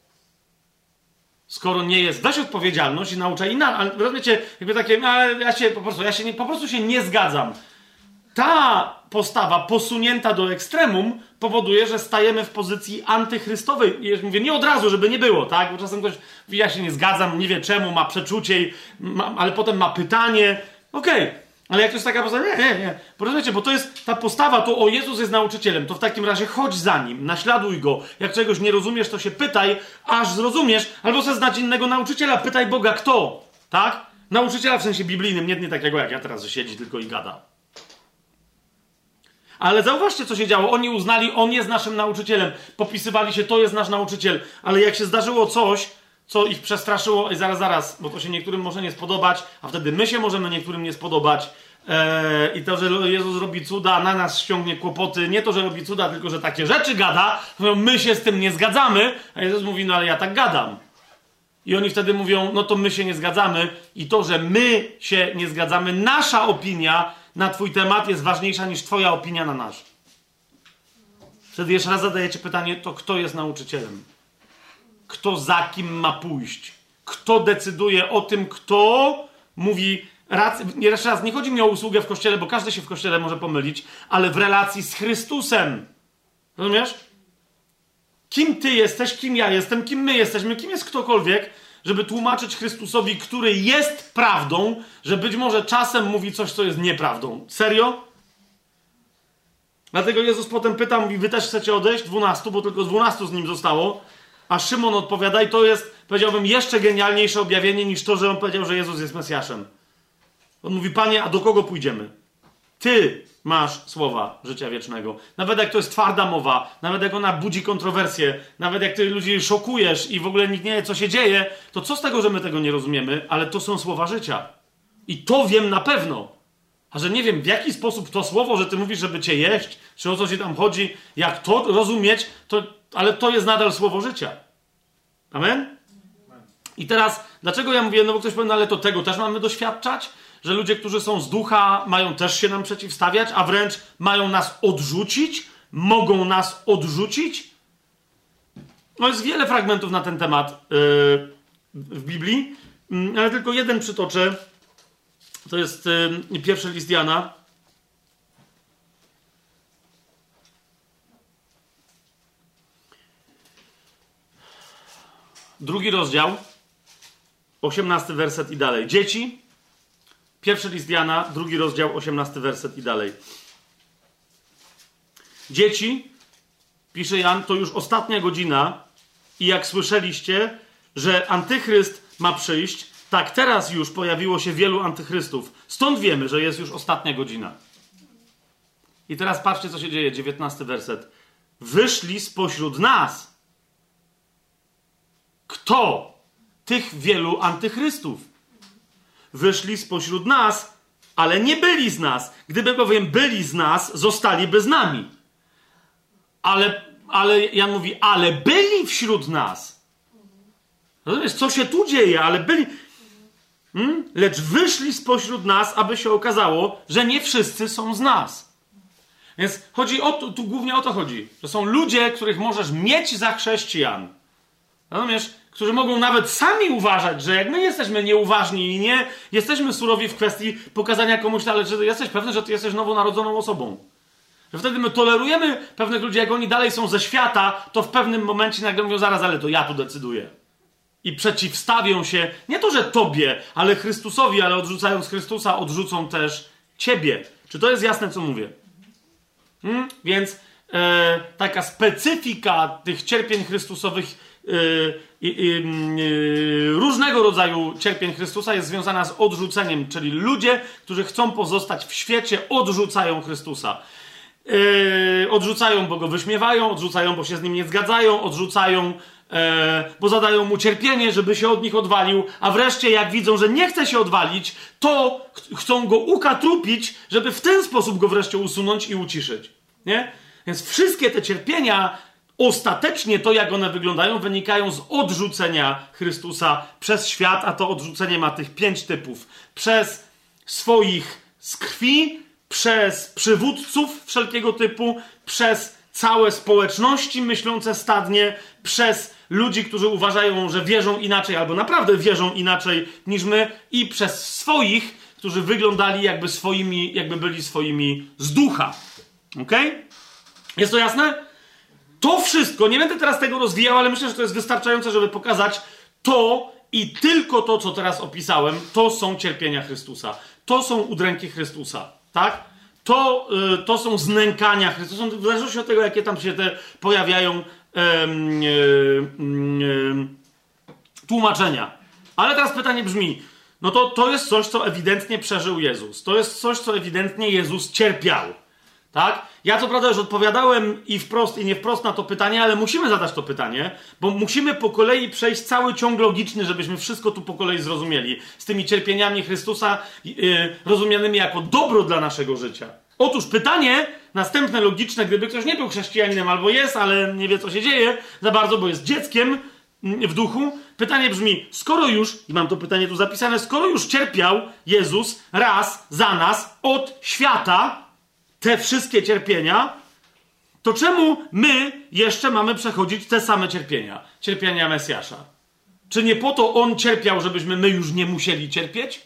Skoro nie jest, weź odpowiedzialność i nauczaj inaczej. Rozumiecie, jakby takie, no ale po prostu się nie zgadzam. Ta postawa posunięta do ekstremum powoduje, że stajemy w pozycji antychrystowej. I mówię, nie od razu, żeby nie było, tak? Bo czasem ktoś mówi, ja się nie zgadzam, nie wie czemu, ma przeczucie, ale potem ma pytanie. Okej. Ale jak to jest taka postawa, nie. Rozumiecie, bo to jest ta postawa, to o Jezus jest nauczycielem, to w takim razie chodź za Nim, naśladuj Go. Jak czegoś nie rozumiesz, to się pytaj, aż zrozumiesz, albo chcesz znać innego nauczyciela, pytaj Boga, kto, tak? Nauczyciela w sensie biblijnym, nie takiego jak ja teraz, że siedzi tylko i gada. Ale zauważcie, co się działo. Oni uznali, On jest naszym nauczycielem. Popisywali się, to jest nasz nauczyciel. Ale jak się zdarzyło coś, co ich przestraszyło, i zaraz, bo to się niektórym może nie spodobać, a wtedy my się możemy niektórym nie spodobać. I to, że Jezus robi cuda, na nas ściągnie kłopoty. Nie to, że robi cuda, tylko że takie rzeczy gada. My się z tym nie zgadzamy. A Jezus mówi, no ale ja tak gadam. I oni wtedy mówią, no to my się nie zgadzamy. I to, że my się nie zgadzamy, nasza opinia na twój temat jest ważniejsza niż twoja opinia na nasz. Wtedy jeszcze raz zadajecie pytanie, to kto jest nauczycielem? Kto za kim ma pójść? Kto decyduje o tym, kto mówi rację? Jeszcze raz, nie chodzi mi o usługę w kościele, bo każdy się w kościele może pomylić, ale w relacji z Chrystusem. Rozumiesz? Kim ty jesteś, kim ja jestem, kim my jesteśmy, kim jest ktokolwiek, żeby tłumaczyć Chrystusowi, który jest prawdą, że być może czasem mówi coś, co jest nieprawdą. Serio? Dlatego Jezus potem pyta, mówi, wy też chcecie odejść? 12, bo tylko 12 z nim zostało. A Szymon odpowiada i to jest, powiedziałbym, jeszcze genialniejsze objawienie niż to, że on powiedział, że Jezus jest Mesjaszem. On mówi, Panie, a do kogo pójdziemy? Ty masz słowa życia wiecznego. Nawet jak to jest twarda mowa, nawet jak ona budzi kontrowersje, nawet jak ty ludzi szokujesz i w ogóle nikt nie wie, co się dzieje, to co z tego, że my tego nie rozumiemy, ale to są słowa życia. I to wiem na pewno. A że nie wiem, w jaki sposób to słowo, że ty mówisz, żeby cię jeść, czy o co ci tam chodzi, jak to rozumieć, ale to jest nadal słowo życia. Amen? I teraz, dlaczego ja mówię, no bo ktoś powie, no ale to tego też mamy doświadczać? Że ludzie, którzy są z ducha, mają też się nam przeciwstawiać, a wręcz mają nas odrzucić? Mogą nas odrzucić? No jest wiele fragmentów na ten temat w Biblii, ale tylko jeden przytoczę. To jest pierwszy list Jana. Drugi rozdział, 18 werset i dalej. Dzieci, pierwszy list Jana, drugi rozdział, 18 werset i dalej. Dzieci, pisze Jan, to już ostatnia godzina i jak słyszeliście, że antychryst ma przyjść, tak teraz już pojawiło się wielu antychrystów. Stąd wiemy, że jest już ostatnia godzina. I teraz patrzcie, co się dzieje, 19 werset. Wyszli spośród nas. Kto? tych wielu antychrystów. Wyszli spośród nas, ale nie byli z nas. Gdyby bowiem byli z nas, zostaliby z nami. Ale Jan mówi, ale byli wśród nas. Rozumiesz, co się tu dzieje? Ale byli... Lecz wyszli spośród nas, aby się okazało, że nie wszyscy są z nas. Więc chodzi o to, tu głównie o to chodzi. To są ludzie, których możesz mieć za chrześcijan. Rozumiesz? Którzy mogą nawet sami uważać, że jak my jesteśmy nieuważni i nie jesteśmy surowi w kwestii pokazania komuś, ale że jesteś pewny, że ty jesteś nowonarodzoną osobą. Że wtedy my tolerujemy pewnych ludzi, jak oni dalej są ze świata, to w pewnym momencie nagle mówią, zaraz, ale to ja tu decyduję. I przeciwstawią się, nie to, że tobie, ale Chrystusowi, ale odrzucając Chrystusa, odrzucą też ciebie. Czy to jest jasne, co mówię? Więc taka specyfika tych cierpień Chrystusowych, różnego rodzaju cierpień Chrystusa jest związana z odrzuceniem, czyli ludzie, którzy chcą pozostać w świecie, odrzucają Chrystusa. Odrzucają, bo go wyśmiewają, odrzucają, bo się z nim nie zgadzają, odrzucają, bo zadają mu cierpienie, żeby się od nich odwalił, a wreszcie jak widzą, że nie chce się odwalić, to chcą go ukatrupić, żeby w ten sposób go wreszcie usunąć i uciszyć. Nie? Więc wszystkie te cierpienia, ostatecznie to, jak one wyglądają, wynikają z odrzucenia Chrystusa przez świat, a to odrzucenie ma tych 5 typów. Przez swoich z krwi, przez przywódców wszelkiego typu, przez całe społeczności myślące stadnie, przez ludzi, którzy uważają, że wierzą inaczej, albo naprawdę wierzą inaczej niż my, i przez swoich, którzy wyglądali jakby byli swoimi z ducha. Okej? Jest to jasne? To wszystko, nie będę teraz tego rozwijał, ale myślę, że to jest wystarczające, żeby pokazać to i tylko to, co teraz opisałem, to są cierpienia Chrystusa. To są udręki Chrystusa. Tak? To są znękania Chrystusa. W zależności od tego, jakie tam się te pojawiają tłumaczenia. Ale teraz pytanie brzmi, no to jest coś, co ewidentnie przeżył Jezus. To jest coś, co ewidentnie Jezus cierpiał. Tak? Ja co prawda już odpowiadałem i wprost, i nie wprost na to pytanie, ale musimy zadać to pytanie, bo musimy po kolei przejść cały ciąg logiczny, żebyśmy wszystko tu po kolei zrozumieli. Z tymi cierpieniami Chrystusa rozumianymi jako dobro dla naszego życia. Otóż pytanie następne logiczne, gdyby ktoś nie był chrześcijaninem albo jest, ale nie wie, co się dzieje za bardzo, bo jest dzieckiem w duchu. Pytanie brzmi, skoro już, i mam to pytanie tu zapisane, skoro już cierpiał Jezus raz za nas od świata, te wszystkie cierpienia, to czemu my jeszcze mamy przechodzić te same cierpienia? Cierpienia Mesjasza. Czy nie po to On cierpiał, żebyśmy my już nie musieli cierpieć?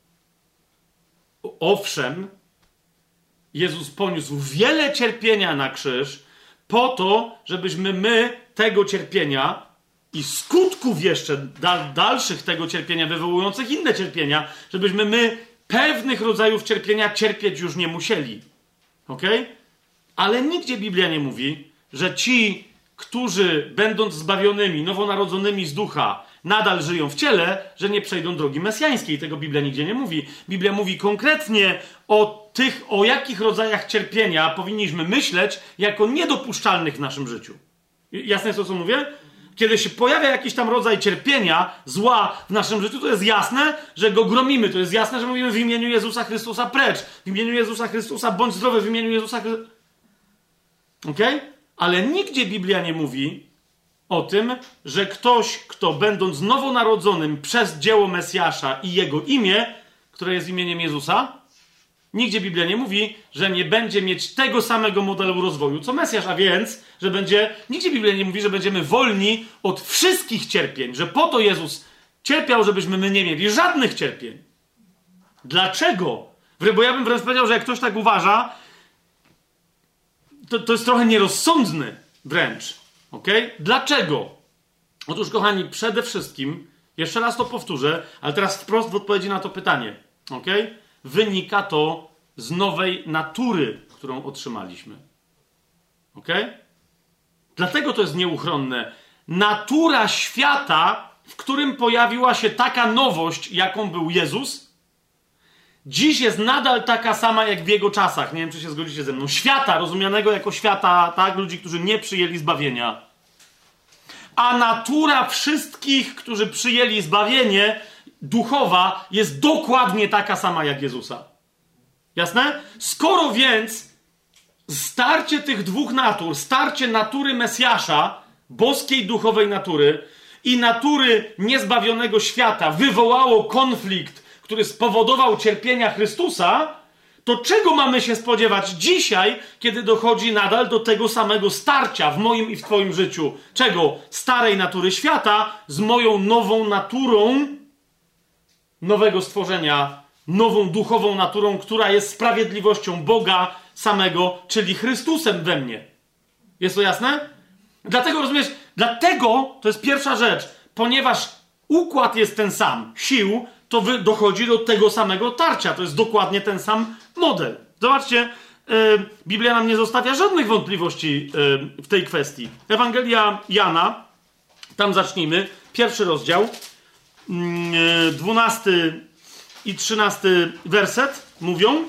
Owszem, Jezus poniósł wiele cierpienia na krzyż po to, żebyśmy my tego cierpienia i skutków jeszcze dalszych tego cierpienia, wywołujących inne cierpienia, żebyśmy my pewnych rodzajów cierpienia cierpieć już nie musieli. Okej? Ale nigdzie Biblia nie mówi, że ci, którzy będąc zbawionymi, nowonarodzonymi z ducha, nadal żyją w ciele, że nie przejdą drogi mesjańskiej. Tego Biblia nigdzie nie mówi. Biblia mówi konkretnie o jakich rodzajach cierpienia powinniśmy myśleć jako niedopuszczalnych w naszym życiu. Jasne jest to, co mówię? Kiedy się pojawia jakiś tam rodzaj cierpienia, zła w naszym życiu, to jest jasne, że go gromimy. To jest jasne, że mówimy w imieniu Jezusa Chrystusa precz. W imieniu Jezusa Chrystusa bądź zdrowy, w imieniu Jezusa Chrystusa. Okej? Ale nigdzie Biblia nie mówi o tym, że ktoś, kto będąc nowonarodzonym przez dzieło Mesjasza i jego imię, które jest imieniem Jezusa, nigdzie Biblia nie mówi, że nie będzie mieć tego samego modelu rozwoju, co Mesjasz, a więc, że będzie... Nigdzie Biblia nie mówi, że będziemy wolni od wszystkich cierpień, że po to Jezus cierpiał, żebyśmy my nie mieli żadnych cierpień. Dlaczego? Bo ja bym wręcz powiedział, że jak ktoś tak uważa, to jest trochę nierozsądny wręcz. Okej? Dlaczego? Otóż, kochani, przede wszystkim, jeszcze raz to powtórzę, ale teraz wprost w odpowiedzi na to pytanie. Okej? Wynika to z nowej natury, którą otrzymaliśmy. Okej? Dlatego to jest nieuchronne. Natura świata, w którym pojawiła się taka nowość, jaką był Jezus, dziś jest nadal taka sama, jak w jego czasach. Nie wiem, czy się zgodzicie ze mną. Świata, rozumianego jako świata, tak? Ludzi, którzy nie przyjęli zbawienia. a natura wszystkich, którzy przyjęli zbawienie duchowa, jest dokładnie taka sama jak Jezusa. Jasne? Skoro więc starcie tych dwóch natur, starcie natury Mesjasza, boskiej duchowej natury i natury niezbawionego świata wywołało konflikt, który spowodował cierpienia Chrystusa, to czego mamy się spodziewać dzisiaj, kiedy dochodzi nadal do tego samego starcia w moim i w twoim życiu? Czego? Starej natury świata z moją nową naturą, nowego stworzenia, nową duchową naturą, która jest sprawiedliwością Boga samego, czyli Chrystusem we mnie. Jest to jasne? Dlatego, rozumiesz, to jest pierwsza rzecz, ponieważ układ jest ten sam, sił, to dochodzi do tego samego tarcia. To jest dokładnie ten sam model. Zobaczcie, Biblia nam nie zostawia żadnych wątpliwości w tej kwestii. Ewangelia Jana, tam zacznijmy, 1 rozdział, 12 i 13 werset mówią,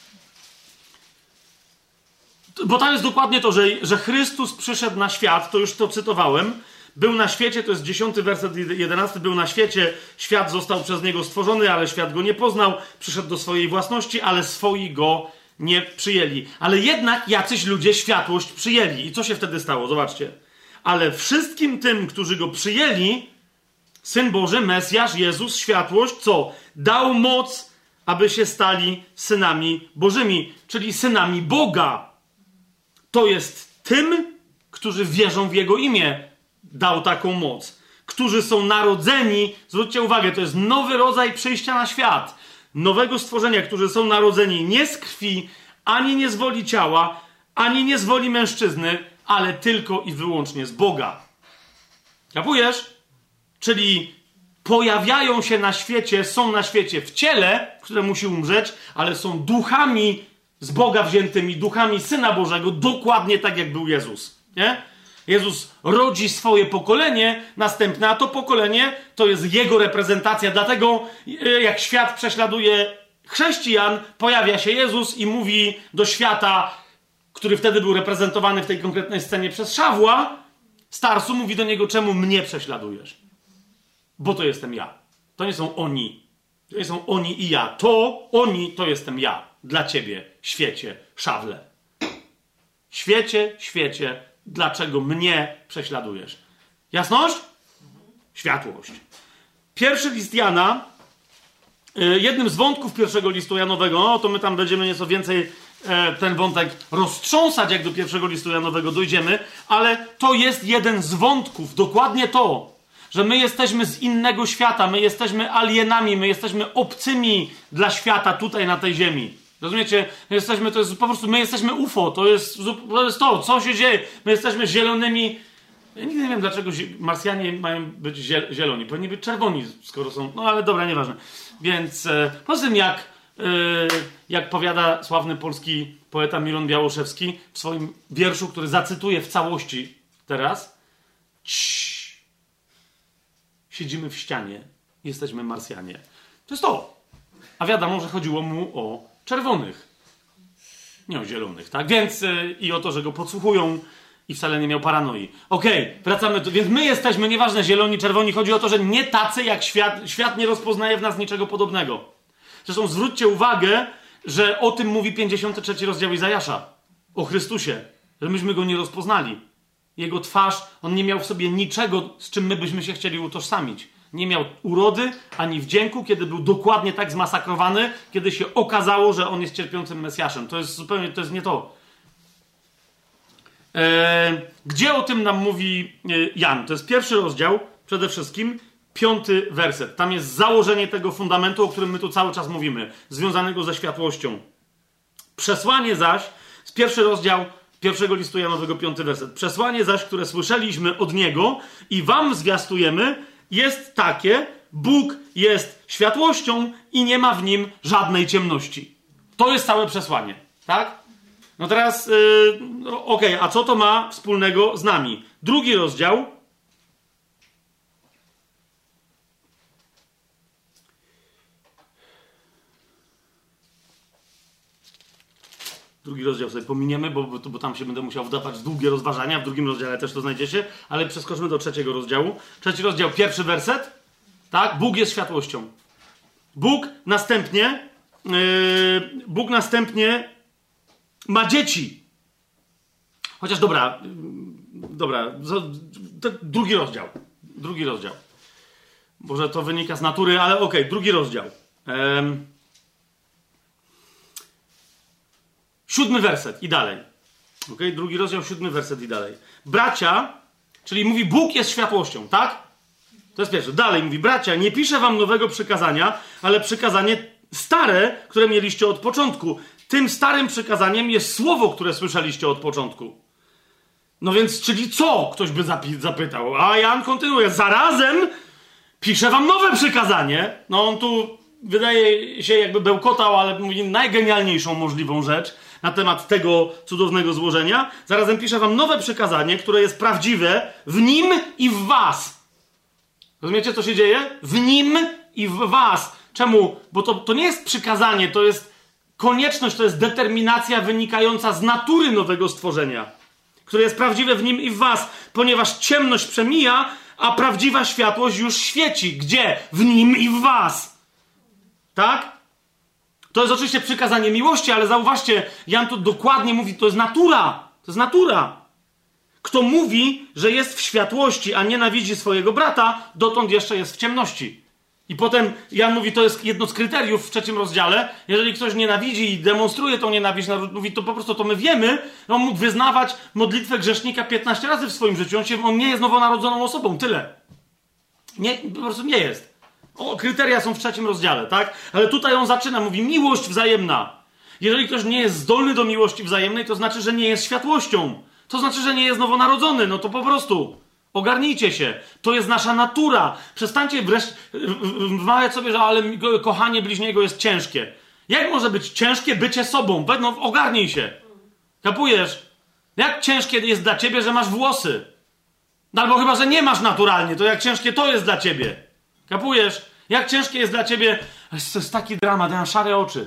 bo tam jest dokładnie to, że Chrystus przyszedł na świat, to już to cytowałem, był na świecie, to jest 10 werset 11, był na świecie, świat został przez niego stworzony, ale świat go nie poznał, przyszedł do swojej własności, ale swoi go nie przyjęli. Ale jednak jacyś ludzie światłość przyjęli. I co się wtedy stało? Zobaczcie. Ale wszystkim tym, którzy go przyjęli, Syn Boży, Mesjasz, Jezus, światłość, co? Dał moc, aby się stali synami Bożymi, czyli synami Boga. To jest tym, którzy wierzą w Jego imię, dał taką moc. Którzy są narodzeni, zwróćcie uwagę, to jest nowy rodzaj przyjścia na świat. Nowego stworzenia, którzy są narodzeni nie z krwi, ani nie z woli ciała, ani nie z woli mężczyzny, ale tylko i wyłącznie z Boga. Kapujesz? Czyli pojawiają się na świecie, są na świecie w ciele, które musi umrzeć, ale są duchami z Boga wziętymi, duchami Syna Bożego, dokładnie tak jak był Jezus. Nie? Jezus rodzi swoje pokolenie, następne, a to pokolenie to jest Jego reprezentacja. Dlatego jak świat prześladuje chrześcijan, pojawia się Jezus i mówi do świata, który wtedy był reprezentowany w tej konkretnej scenie przez Szawła, Starsu, mówi do niego, czemu mnie prześladujesz? Bo to jestem ja. To nie są oni. To nie są oni i ja. To jestem ja. Dla ciebie, świecie, Szawle. Świecie, dlaczego mnie prześladujesz? Jasność? Światłość. Pierwszy list Jana, jednym z wątków pierwszego listu Janowego, no to my tam będziemy nieco więcej ten wątek roztrząsać, jak do pierwszego listu Janowego dojdziemy, ale to jest jeden z wątków, dokładnie to, że my jesteśmy z innego świata, my jesteśmy alienami, my jesteśmy obcymi dla świata tutaj na tej ziemi. Rozumiecie? My jesteśmy UFO, to jest to, co się dzieje. My jesteśmy zielonymi. Ja nigdy nie wiem, dlaczego Marsjanie mają być zieloni. Powinni być czerwoni, skoro są. No ale dobra, nieważne. Więc poza tym, jak powiada sławny polski poeta Miron Białoszewski w swoim wierszu, który zacytuję w całości teraz. Siedzimy w ścianie, jesteśmy Marsjanie. To jest to. A wiadomo, że chodziło mu o czerwonych. Nie o zielonych, tak? Więc i o to, że go podsłuchują i wcale nie miał paranoi. Okej, wracamy tu. Więc my jesteśmy, nieważne zieloni, czerwoni, chodzi o to, że nie tacy jak świat. Świat nie rozpoznaje w nas niczego podobnego. Zresztą zwróćcie uwagę, że o tym mówi 53 rozdział Izajasza. O Chrystusie. Że myśmy go nie rozpoznali. Jego twarz, on nie miał w sobie niczego, z czym my byśmy się chcieli utożsamić. Nie miał urody, ani wdzięku, kiedy był dokładnie tak zmasakrowany, kiedy się okazało, że on jest cierpiącym Mesjaszem. To jest zupełnie, to jest nie to. Gdzie o tym nam mówi Jan? To jest 1 rozdział, przede wszystkim 5 werset. Tam jest założenie tego fundamentu, o którym my tu cały czas mówimy, związanego ze światłością. Przesłanie zaś, z 1 rozdział 1 listu Janowego, 5 werset. Przesłanie zaś, które słyszeliśmy od Niego i wam zwiastujemy, jest takie: Bóg jest światłością i nie ma w nim żadnej ciemności. To jest całe przesłanie, tak? No teraz, okej, a co to ma wspólnego z nami? 2 rozdział. Drugi rozdział sobie pominiemy, bo tam się będę musiał wdawać w długie rozważania. W drugim rozdziale też to znajdziecie, ale przeskoczmy do 3 rozdziału. 3 rozdział, 1 werset. Tak? Bóg jest światłością. Bóg następnie ma dzieci. Chociaż dobra, drugi rozdział. Może to wynika z natury, ale okej, drugi rozdział. 7 werset i dalej. Drugi rozdział, 7 werset i dalej. Bracia, czyli mówi Bóg jest światłością, tak? To jest pierwsze. Dalej mówi, bracia, nie piszę wam nowego przykazania, ale przykazanie stare, które mieliście od początku. Tym starym przykazaniem jest słowo, które słyszeliście od początku. No więc, czyli co? Ktoś by zapytał. A Jan kontynuuje. Zarazem piszę wam nowe przykazanie. No on tu wydaje się jakby bełkotał, ale mówi najgenialniejszą możliwą rzecz na temat tego cudownego złożenia. Zarazem piszę wam nowe przykazanie, które jest prawdziwe w nim i w was. Rozumiecie, co się dzieje? W nim i w was. Czemu? Bo to nie jest przykazanie, to jest konieczność, to jest determinacja wynikająca z natury nowego stworzenia, które jest prawdziwe w nim i w was, ponieważ ciemność przemija, a prawdziwa światłość już świeci. Gdzie? W nim i w was. Tak? To jest oczywiście przykazanie miłości, ale zauważcie, Jan tu dokładnie mówi, to jest natura. To jest natura. Kto mówi, że jest w światłości, a nienawidzi swojego brata, dotąd jeszcze jest w ciemności. I potem Jan mówi, to jest jedno z kryteriów w 3 rozdziale. Jeżeli ktoś nienawidzi i demonstruje tą nienawiść, mówi, to po prostu to my wiemy, on mógł wyznawać modlitwę grzesznika 15 razy w swoim życiu. On nie jest nowonarodzoną osobą, tyle. Nie, po prostu nie jest. Kryteria są w 3 rozdziale, tak? Ale tutaj on zaczyna, mówi, miłość wzajemna. Jeżeli ktoś nie jest zdolny do miłości wzajemnej, to znaczy, że nie jest światłością. To znaczy, że nie jest nowonarodzony. No to po prostu ogarnijcie się. To jest nasza natura. Przestańcie wreszcie wmawiać sobie, że ale kochanie bliźniego jest ciężkie. Jak może być ciężkie bycie sobą? No ogarnij się. Kapujesz? Jak ciężkie jest dla ciebie, że masz włosy? No albo chyba, że nie masz naturalnie, to jak ciężkie to jest dla ciebie? Kapujesz? Jak ciężkie jest dla ciebie? To jest taki dramat, ja mam szare oczy.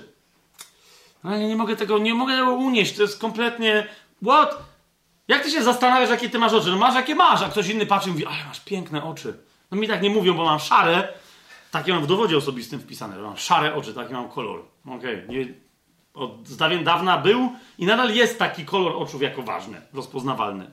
No, nie mogę tego unieść. To jest kompletnie... What? Jak ty się zastanawiasz, jakie ty masz oczy? No masz, jakie masz, a ktoś inny patrzy i mówi, ale masz piękne oczy. No mi tak nie mówią, bo mam szare. Takie mam w dowodzie osobistym wpisane, że mam szare oczy, taki mam kolor. Okej. Od dawien dawna był i nadal jest taki kolor oczów jako ważny, rozpoznawalny.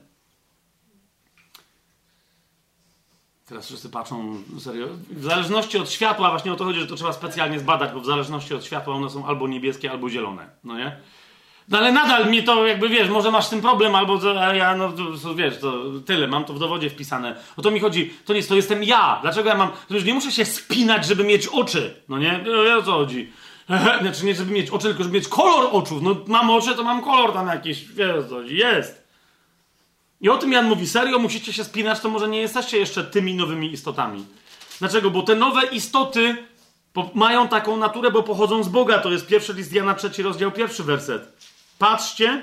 Teraz wszyscy patrzą, serio. W zależności od światła, właśnie o to chodzi, że to trzeba specjalnie zbadać, bo w zależności od światła one są albo niebieskie, albo zielone. No nie? No ale nadal mi to jakby, wiesz, może masz z tym problem, albo ja, no to, wiesz, to tyle, mam to w dowodzie wpisane. O to mi chodzi, to jestem ja. Dlaczego ja mam, to już nie muszę się spinać, żeby mieć oczy, no nie? O co chodzi? Znaczy nie, żeby mieć oczy, tylko żeby mieć kolor oczów. No mam oczy, to mam kolor tam jakiś, wiesz o co chodzi, jest. I o tym Jan mówi, serio, musicie się spinać, to może nie jesteście jeszcze tymi nowymi istotami. Dlaczego? Bo te nowe istoty mają taką naturę, bo pochodzą z Boga. To jest 1 list Jana, 3 rozdział, 1 werset. Patrzcie,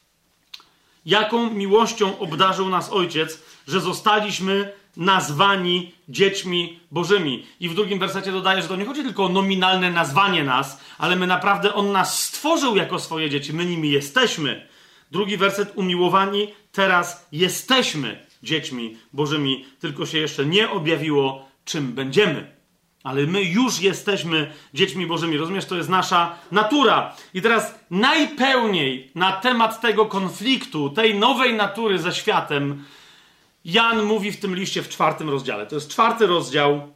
jaką miłością obdarzył nas Ojciec, że zostaliśmy nazwani dziećmi Bożymi. I w 2 wersecie dodaje, że to nie chodzi tylko o nominalne nazwanie nas, ale my naprawdę On nas stworzył jako swoje dzieci. My nimi jesteśmy. 2 werset, umiłowani, teraz jesteśmy dziećmi Bożymi, tylko się jeszcze nie objawiło, czym będziemy. Ale my już jesteśmy dziećmi Bożymi. Rozumiesz, to jest nasza natura. I teraz najpełniej na temat tego konfliktu, tej nowej natury ze światem, Jan mówi w tym liście w 4 rozdziale. To jest 4 rozdział,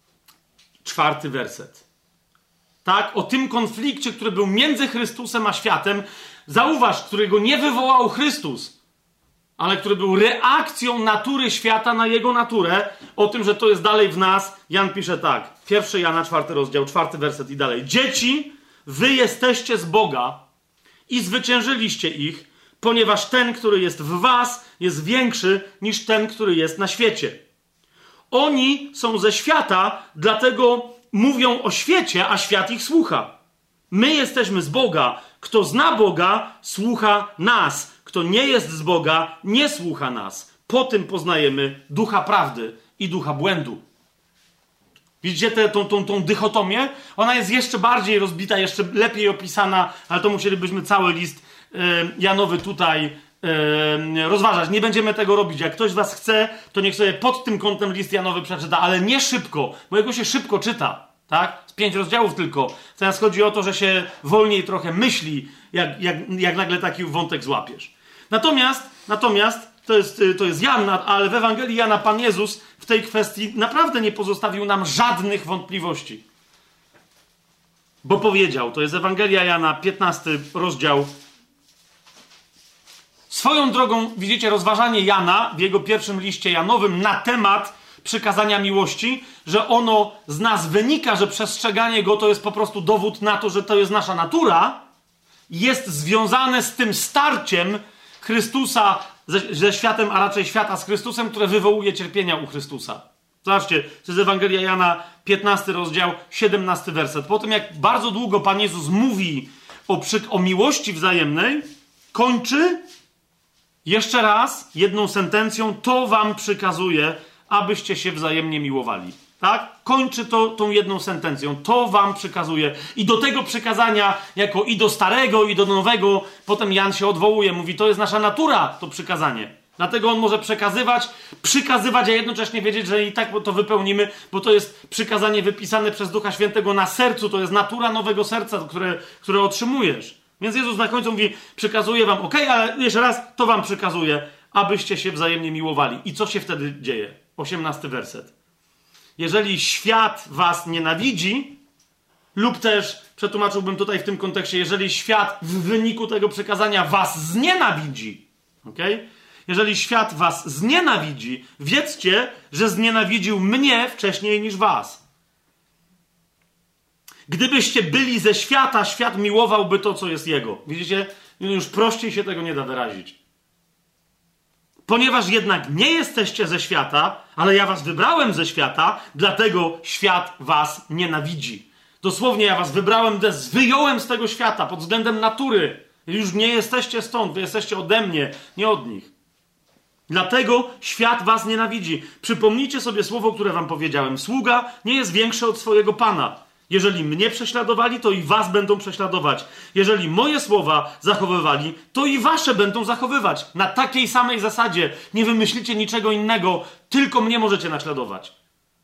4 werset. Tak? O tym konflikcie, który był między Chrystusem a światem, zauważ, którego nie wywołał Chrystus, ale który był reakcją natury świata na jego naturę, o tym, że to jest dalej w nas. Jan pisze tak, 1 Jana, 4 rozdział, 4 werset i dalej. Dzieci, wy jesteście z Boga i zwyciężyliście ich, ponieważ ten, który jest w was, jest większy niż ten, który jest na świecie. Oni są ze świata, dlatego mówią o świecie, a świat ich słucha. My jesteśmy z Boga. Kto zna Boga, słucha nas. Kto nie jest z Boga, nie słucha nas. Po tym poznajemy ducha prawdy i ducha błędu. Widzicie tą dychotomię? Ona jest jeszcze bardziej rozbita, jeszcze lepiej opisana, ale to musielibyśmy cały list Janowy tutaj rozważać. Nie będziemy tego robić. Jak ktoś z was chce, to niech sobie pod tym kątem list Janowy przeczyta, ale nie szybko, bo jego się szybko czyta. Tak? Z 5 rozdziałów tylko. Teraz chodzi o to, że się wolniej trochę myśli, jak nagle taki wątek złapiesz. Natomiast to jest Jan, ale w Ewangelii Jana Pan Jezus w tej kwestii naprawdę nie pozostawił nam żadnych wątpliwości. Bo powiedział, to jest Ewangelia Jana, 15 rozdział. Swoją drogą, widzicie, rozważanie Jana w jego pierwszym liście Janowym na temat przykazania miłości, że ono z nas wynika, że przestrzeganie go to jest po prostu dowód na to, że to jest nasza natura, jest związane z tym starciem Chrystusa ze światem, a raczej świata z Chrystusem, które wywołuje cierpienia u Chrystusa. Zobaczcie, to jest Ewangelia Jana, 15 rozdział, 17 werset. Po tym, jak bardzo długo Pan Jezus mówi o miłości wzajemnej, kończy jeszcze raz jedną sentencją: to wam przykazuje, abyście się wzajemnie miłowali. Tak? Kończy to tą jedną sentencją. To wam przykazuje. I do tego przykazania, jako i do starego, i do nowego, potem Jan się odwołuje. Mówi, to jest nasza natura, to przykazanie. Dlatego on może przykazywać, a jednocześnie wiedzieć, że i tak to wypełnimy, bo to jest przykazanie wypisane przez Ducha Świętego na sercu. To jest natura nowego serca, które otrzymujesz. Więc Jezus na końcu mówi, przykazuje wam, ale jeszcze raz, to wam przykazuje, abyście się wzajemnie miłowali. I co się wtedy dzieje? 18 werset. Jeżeli świat was nienawidzi, lub też, przetłumaczyłbym tutaj w tym kontekście, jeżeli świat w wyniku tego przykazania was znienawidzi, jeżeli świat was znienawidzi, wiedzcie, że znienawidził mnie wcześniej niż was. Gdybyście byli ze świata, świat miłowałby to, co jest jego. Widzicie? Już prościej się tego nie da wyrazić. Ponieważ jednak nie jesteście ze świata, ale ja was wybrałem ze świata, dlatego świat was nienawidzi. Dosłownie ja was wybrałem, wyjąłem z tego świata pod względem natury. Już nie jesteście stąd, wy jesteście ode mnie, nie od nich. Dlatego świat was nienawidzi. Przypomnijcie sobie słowo, które wam powiedziałem. Sługa nie jest większy od swojego Pana. Jeżeli mnie prześladowali, to i was będą prześladować. Jeżeli moje słowa zachowywali, to i wasze będą zachowywać. Na takiej samej zasadzie. Nie wymyślicie niczego innego, tylko mnie możecie naśladować.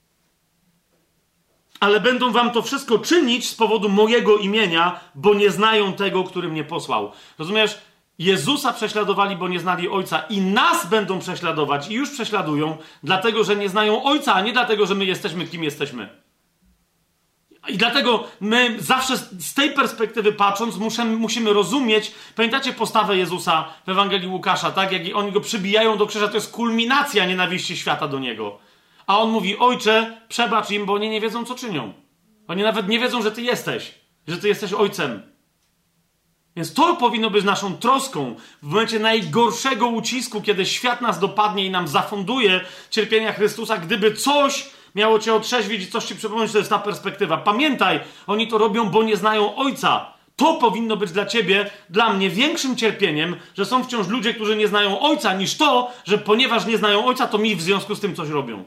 Ale będą wam to wszystko czynić z powodu mojego imienia, bo nie znają tego, który mnie posłał. Rozumiesz? Jezusa prześladowali, bo nie znali Ojca, i nas będą prześladować i już prześladują, dlatego, że nie znają Ojca, a nie dlatego, że my jesteśmy, kim jesteśmy. I dlatego my zawsze z tej perspektywy patrząc musimy rozumieć, pamiętacie postawę Jezusa w Ewangelii Łukasza, tak? Jak oni go przybijają do krzyża, to jest kulminacja nienawiści świata do Niego. A On mówi, Ojcze, przebacz im, bo oni nie wiedzą, co czynią. Oni nawet nie wiedzą, że Ty jesteś Ojcem. Więc to powinno być naszą troską w momencie najgorszego ucisku, kiedy świat nas dopadnie i nam zafunduje cierpienia Chrystusa. Gdyby coś miało cię otrzeźwić i coś ci przypomnieć, to jest ta perspektywa. Pamiętaj, oni to robią, bo nie znają Ojca. To powinno być dla ciebie, dla mnie większym cierpieniem, że są wciąż ludzie, którzy nie znają Ojca, niż to, że ponieważ nie znają Ojca, to mi w związku z tym coś robią.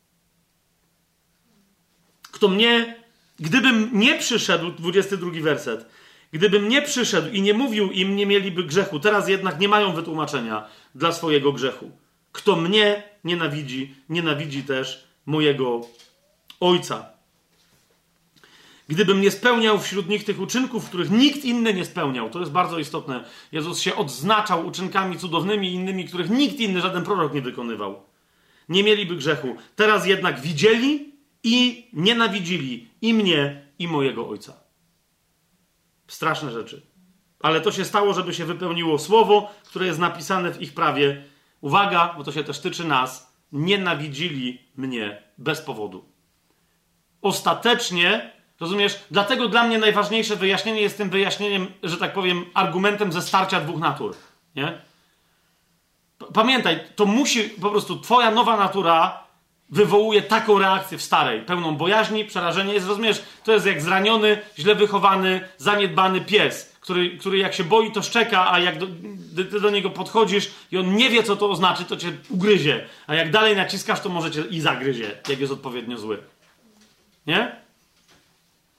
Gdybym nie przyszedł, 22 werset, gdybym nie przyszedł i nie mówił im, nie mieliby grzechu. Teraz jednak nie mają wytłumaczenia dla swojego grzechu. Kto mnie nienawidzi, nienawidzi też mojego Ojca. Gdybym nie spełniał wśród nich tych uczynków, których nikt inny nie spełniał, to jest bardzo istotne. Jezus się odznaczał uczynkami cudownymi innymi, których nikt inny, żaden prorok nie wykonywał. Nie mieliby grzechu. Teraz jednak widzieli i nienawidzili i mnie, i mojego Ojca. Straszne rzeczy. Ale to się stało, żeby się wypełniło słowo, które jest napisane w ich prawie. Uwaga, bo to się też tyczy nas. Nienawidzili mnie bez powodu. Ostatecznie, rozumiesz, dlatego dla mnie najważniejsze wyjaśnienie jest tym wyjaśnieniem, że tak powiem, argumentem ze starcia dwóch natur. Nie? Pamiętaj, to musi po prostu, twoja nowa natura wywołuje taką reakcję w starej, pełną bojaźni, przerażenia. Rozumiesz, to jest jak zraniony, źle wychowany, zaniedbany pies, który jak się boi, to szczeka, a jak ty do niego podchodzisz i on nie wie, co to oznaczy, to cię ugryzie. A jak dalej naciskasz, to może cię i zagryzie, jak jest odpowiednio zły. Nie?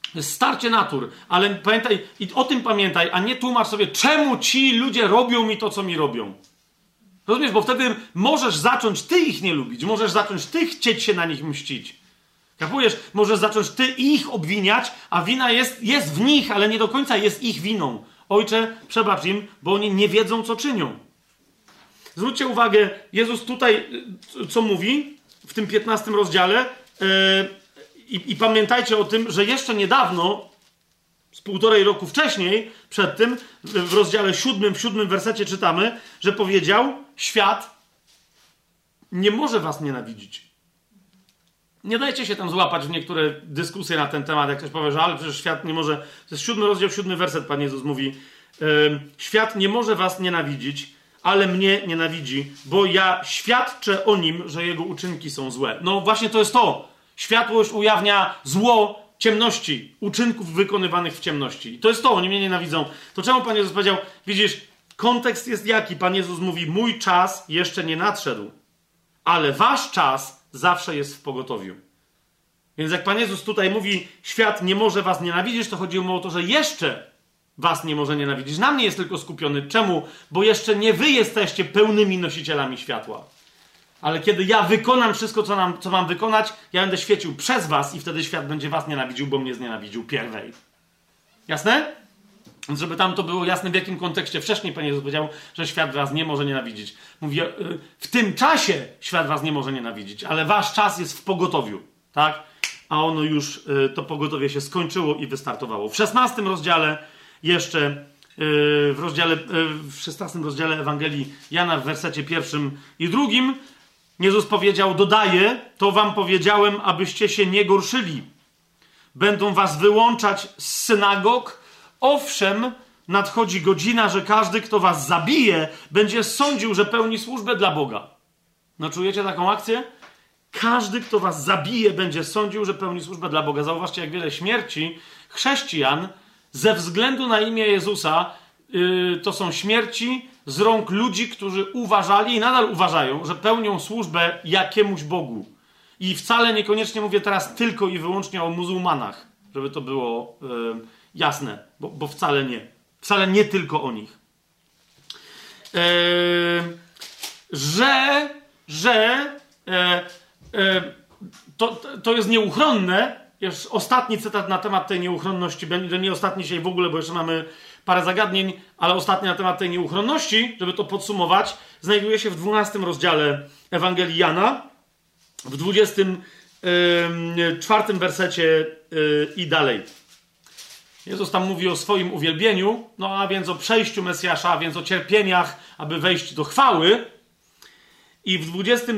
jest starcie natur, ale pamiętaj, i o tym pamiętaj, a nie tłumacz sobie, czemu ci ludzie robią mi to, co mi robią. Rozumiesz? Bo wtedy możesz zacząć ty ich nie lubić, możesz zacząć ty chcieć się na nich mścić. Kapujesz? Możesz zacząć ty ich obwiniać, a wina jest w nich, ale nie do końca jest ich winą. Ojcze, przebacz im, bo oni nie wiedzą, co czynią. Zwróćcie uwagę, Jezus tutaj, co mówi w tym 15 rozdziale, i pamiętajcie o tym, że jeszcze niedawno, z 1,5 roku wcześniej, przed tym, w rozdziale 7, w 7 wersecie czytamy, że powiedział, świat nie może was nienawidzić. Nie dajcie się tam złapać w niektóre dyskusje na ten temat, jak ktoś powie, że ale przecież świat nie może... To jest 7 rozdział, 7 werset, Pan Jezus mówi, świat nie może was nienawidzić, ale mnie nienawidzi, bo ja świadczę o nim, że jego uczynki są złe. No właśnie to jest to. Światłość ujawnia zło ciemności, uczynków wykonywanych w ciemności. I to jest to, oni mnie nienawidzą. To czemu Pan Jezus powiedział, widzisz, kontekst jest jaki? Pan Jezus mówi, mój czas jeszcze nie nadszedł, ale wasz czas zawsze jest w pogotowiu. Więc jak Pan Jezus tutaj mówi, świat nie może was nienawidzieć, to chodzi mu o to, że jeszcze was nie może nienawidzić. Na mnie jest tylko skupiony. Czemu? Bo jeszcze nie wy jesteście pełnymi nosicielami światła. Ale kiedy ja wykonam wszystko, co mam wykonać, ja będę świecił przez was i wtedy świat będzie was nienawidził, bo mnie znienawidził pierwej. Jasne? Więc żeby tam to było jasne, w jakim kontekście wcześniej Pan Jezus powiedział, że świat was nie może nienawidzić. Mówi, w tym czasie świat was nie może nienawidzić, ale wasz czas jest w pogotowiu, tak? A ono już, to pogotowie się skończyło i wystartowało. W 16 rozdziale jeszcze, w 16 rozdziale Ewangelii Jana w wersecie 1 i 2 Jezus powiedział, dodaje, to wam powiedziałem, abyście się nie gorszyli. Będą was wyłączać z synagog. Owszem, nadchodzi godzina, że każdy, kto was zabije, będzie sądził, że pełni służbę dla Boga. No czujecie taką akcję? Każdy, kto was zabije, będzie sądził, że pełni służbę dla Boga. Zauważcie, jak wiele śmierci chrześcijan ze względu na imię Jezusa to są śmierci z rąk ludzi, którzy uważali i nadal uważają, że pełnią służbę jakiemuś Bogu. I wcale niekoniecznie mówię teraz tylko i wyłącznie o muzułmanach, żeby to było jasne, bo wcale nie. Wcale nie tylko o nich. To jest nieuchronne. Już ostatni cytat na temat tej nieuchronności, będzie nie ostatni dzisiaj w ogóle, bo jeszcze mamy parę zagadnień, ale ostatni na temat tej nieuchronności, żeby to podsumować, znajduje się w 12 rozdziale Ewangelii Jana, w 24 wersecie i dalej. Jezus tam mówi o swoim uwielbieniu, no a więc o przejściu Mesjasza, a więc o cierpieniach, aby wejść do chwały. I w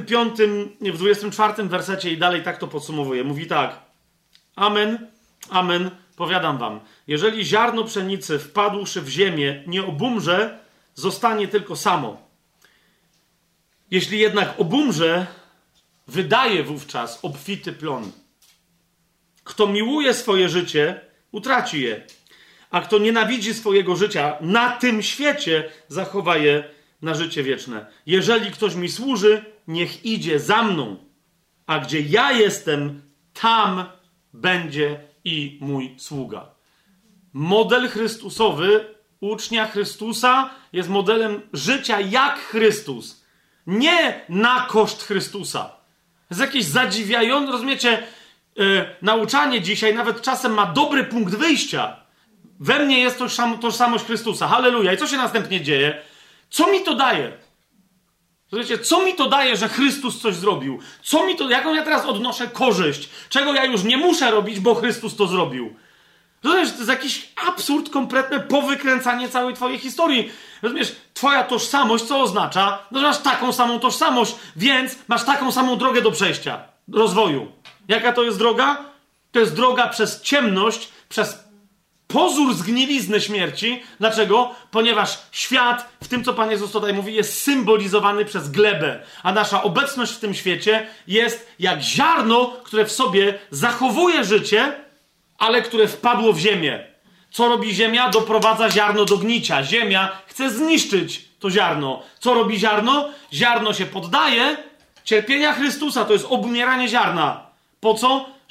24 wersecie i dalej tak to podsumowuje. Mówi tak. Amen, amen, powiadam wam. Jeżeli ziarno pszenicy wpadłszy w ziemię nie obumrze, zostanie tylko samo. Jeśli jednak obumrze, wydaje wówczas obfity plon. Kto miłuje swoje życie, utraci je. A kto nienawidzi swojego życia na tym świecie, zachowa je na życie wieczne. Jeżeli ktoś mi służy, niech idzie za mną. A gdzie ja jestem, tam będzie i mój sługa. Model Chrystusowy, ucznia Chrystusa, jest modelem życia jak Chrystus. Nie na koszt Chrystusa. Jest jakieś zadziwiające, rozumiecie, nauczanie dzisiaj nawet czasem ma dobry punkt wyjścia. We mnie jest tożsamość Chrystusa. Halleluja. I co się następnie dzieje? Co mi to daje? Rozumiecie, co mi to daje, że Chrystus coś zrobił? Co mi to, jaką ja teraz odnoszę korzyść? Czego ja już nie muszę robić, bo Chrystus to zrobił? Rozumiesz, to jest jakiś absurd, kompletne powykręcanie całej twojej historii. Rozumiesz, twoja tożsamość co oznacza? No, że masz taką samą tożsamość, więc masz taką samą drogę do przejścia, do rozwoju. Jaka to jest droga? To jest droga przez ciemność, przez pozór zgnilizny śmierci. Dlaczego? Ponieważ świat, w tym co Pan Jezus tutaj mówi, jest symbolizowany przez glebę. A nasza obecność w tym świecie jest jak ziarno, które w sobie zachowuje życie, ale które wpadło w ziemię. Co robi ziemia? Doprowadza ziarno do gnicia. Ziemia chce zniszczyć to ziarno. Co robi ziarno? Ziarno się poddaje. Cierpienia Chrystusa to jest obumieranie ziarna. Po co?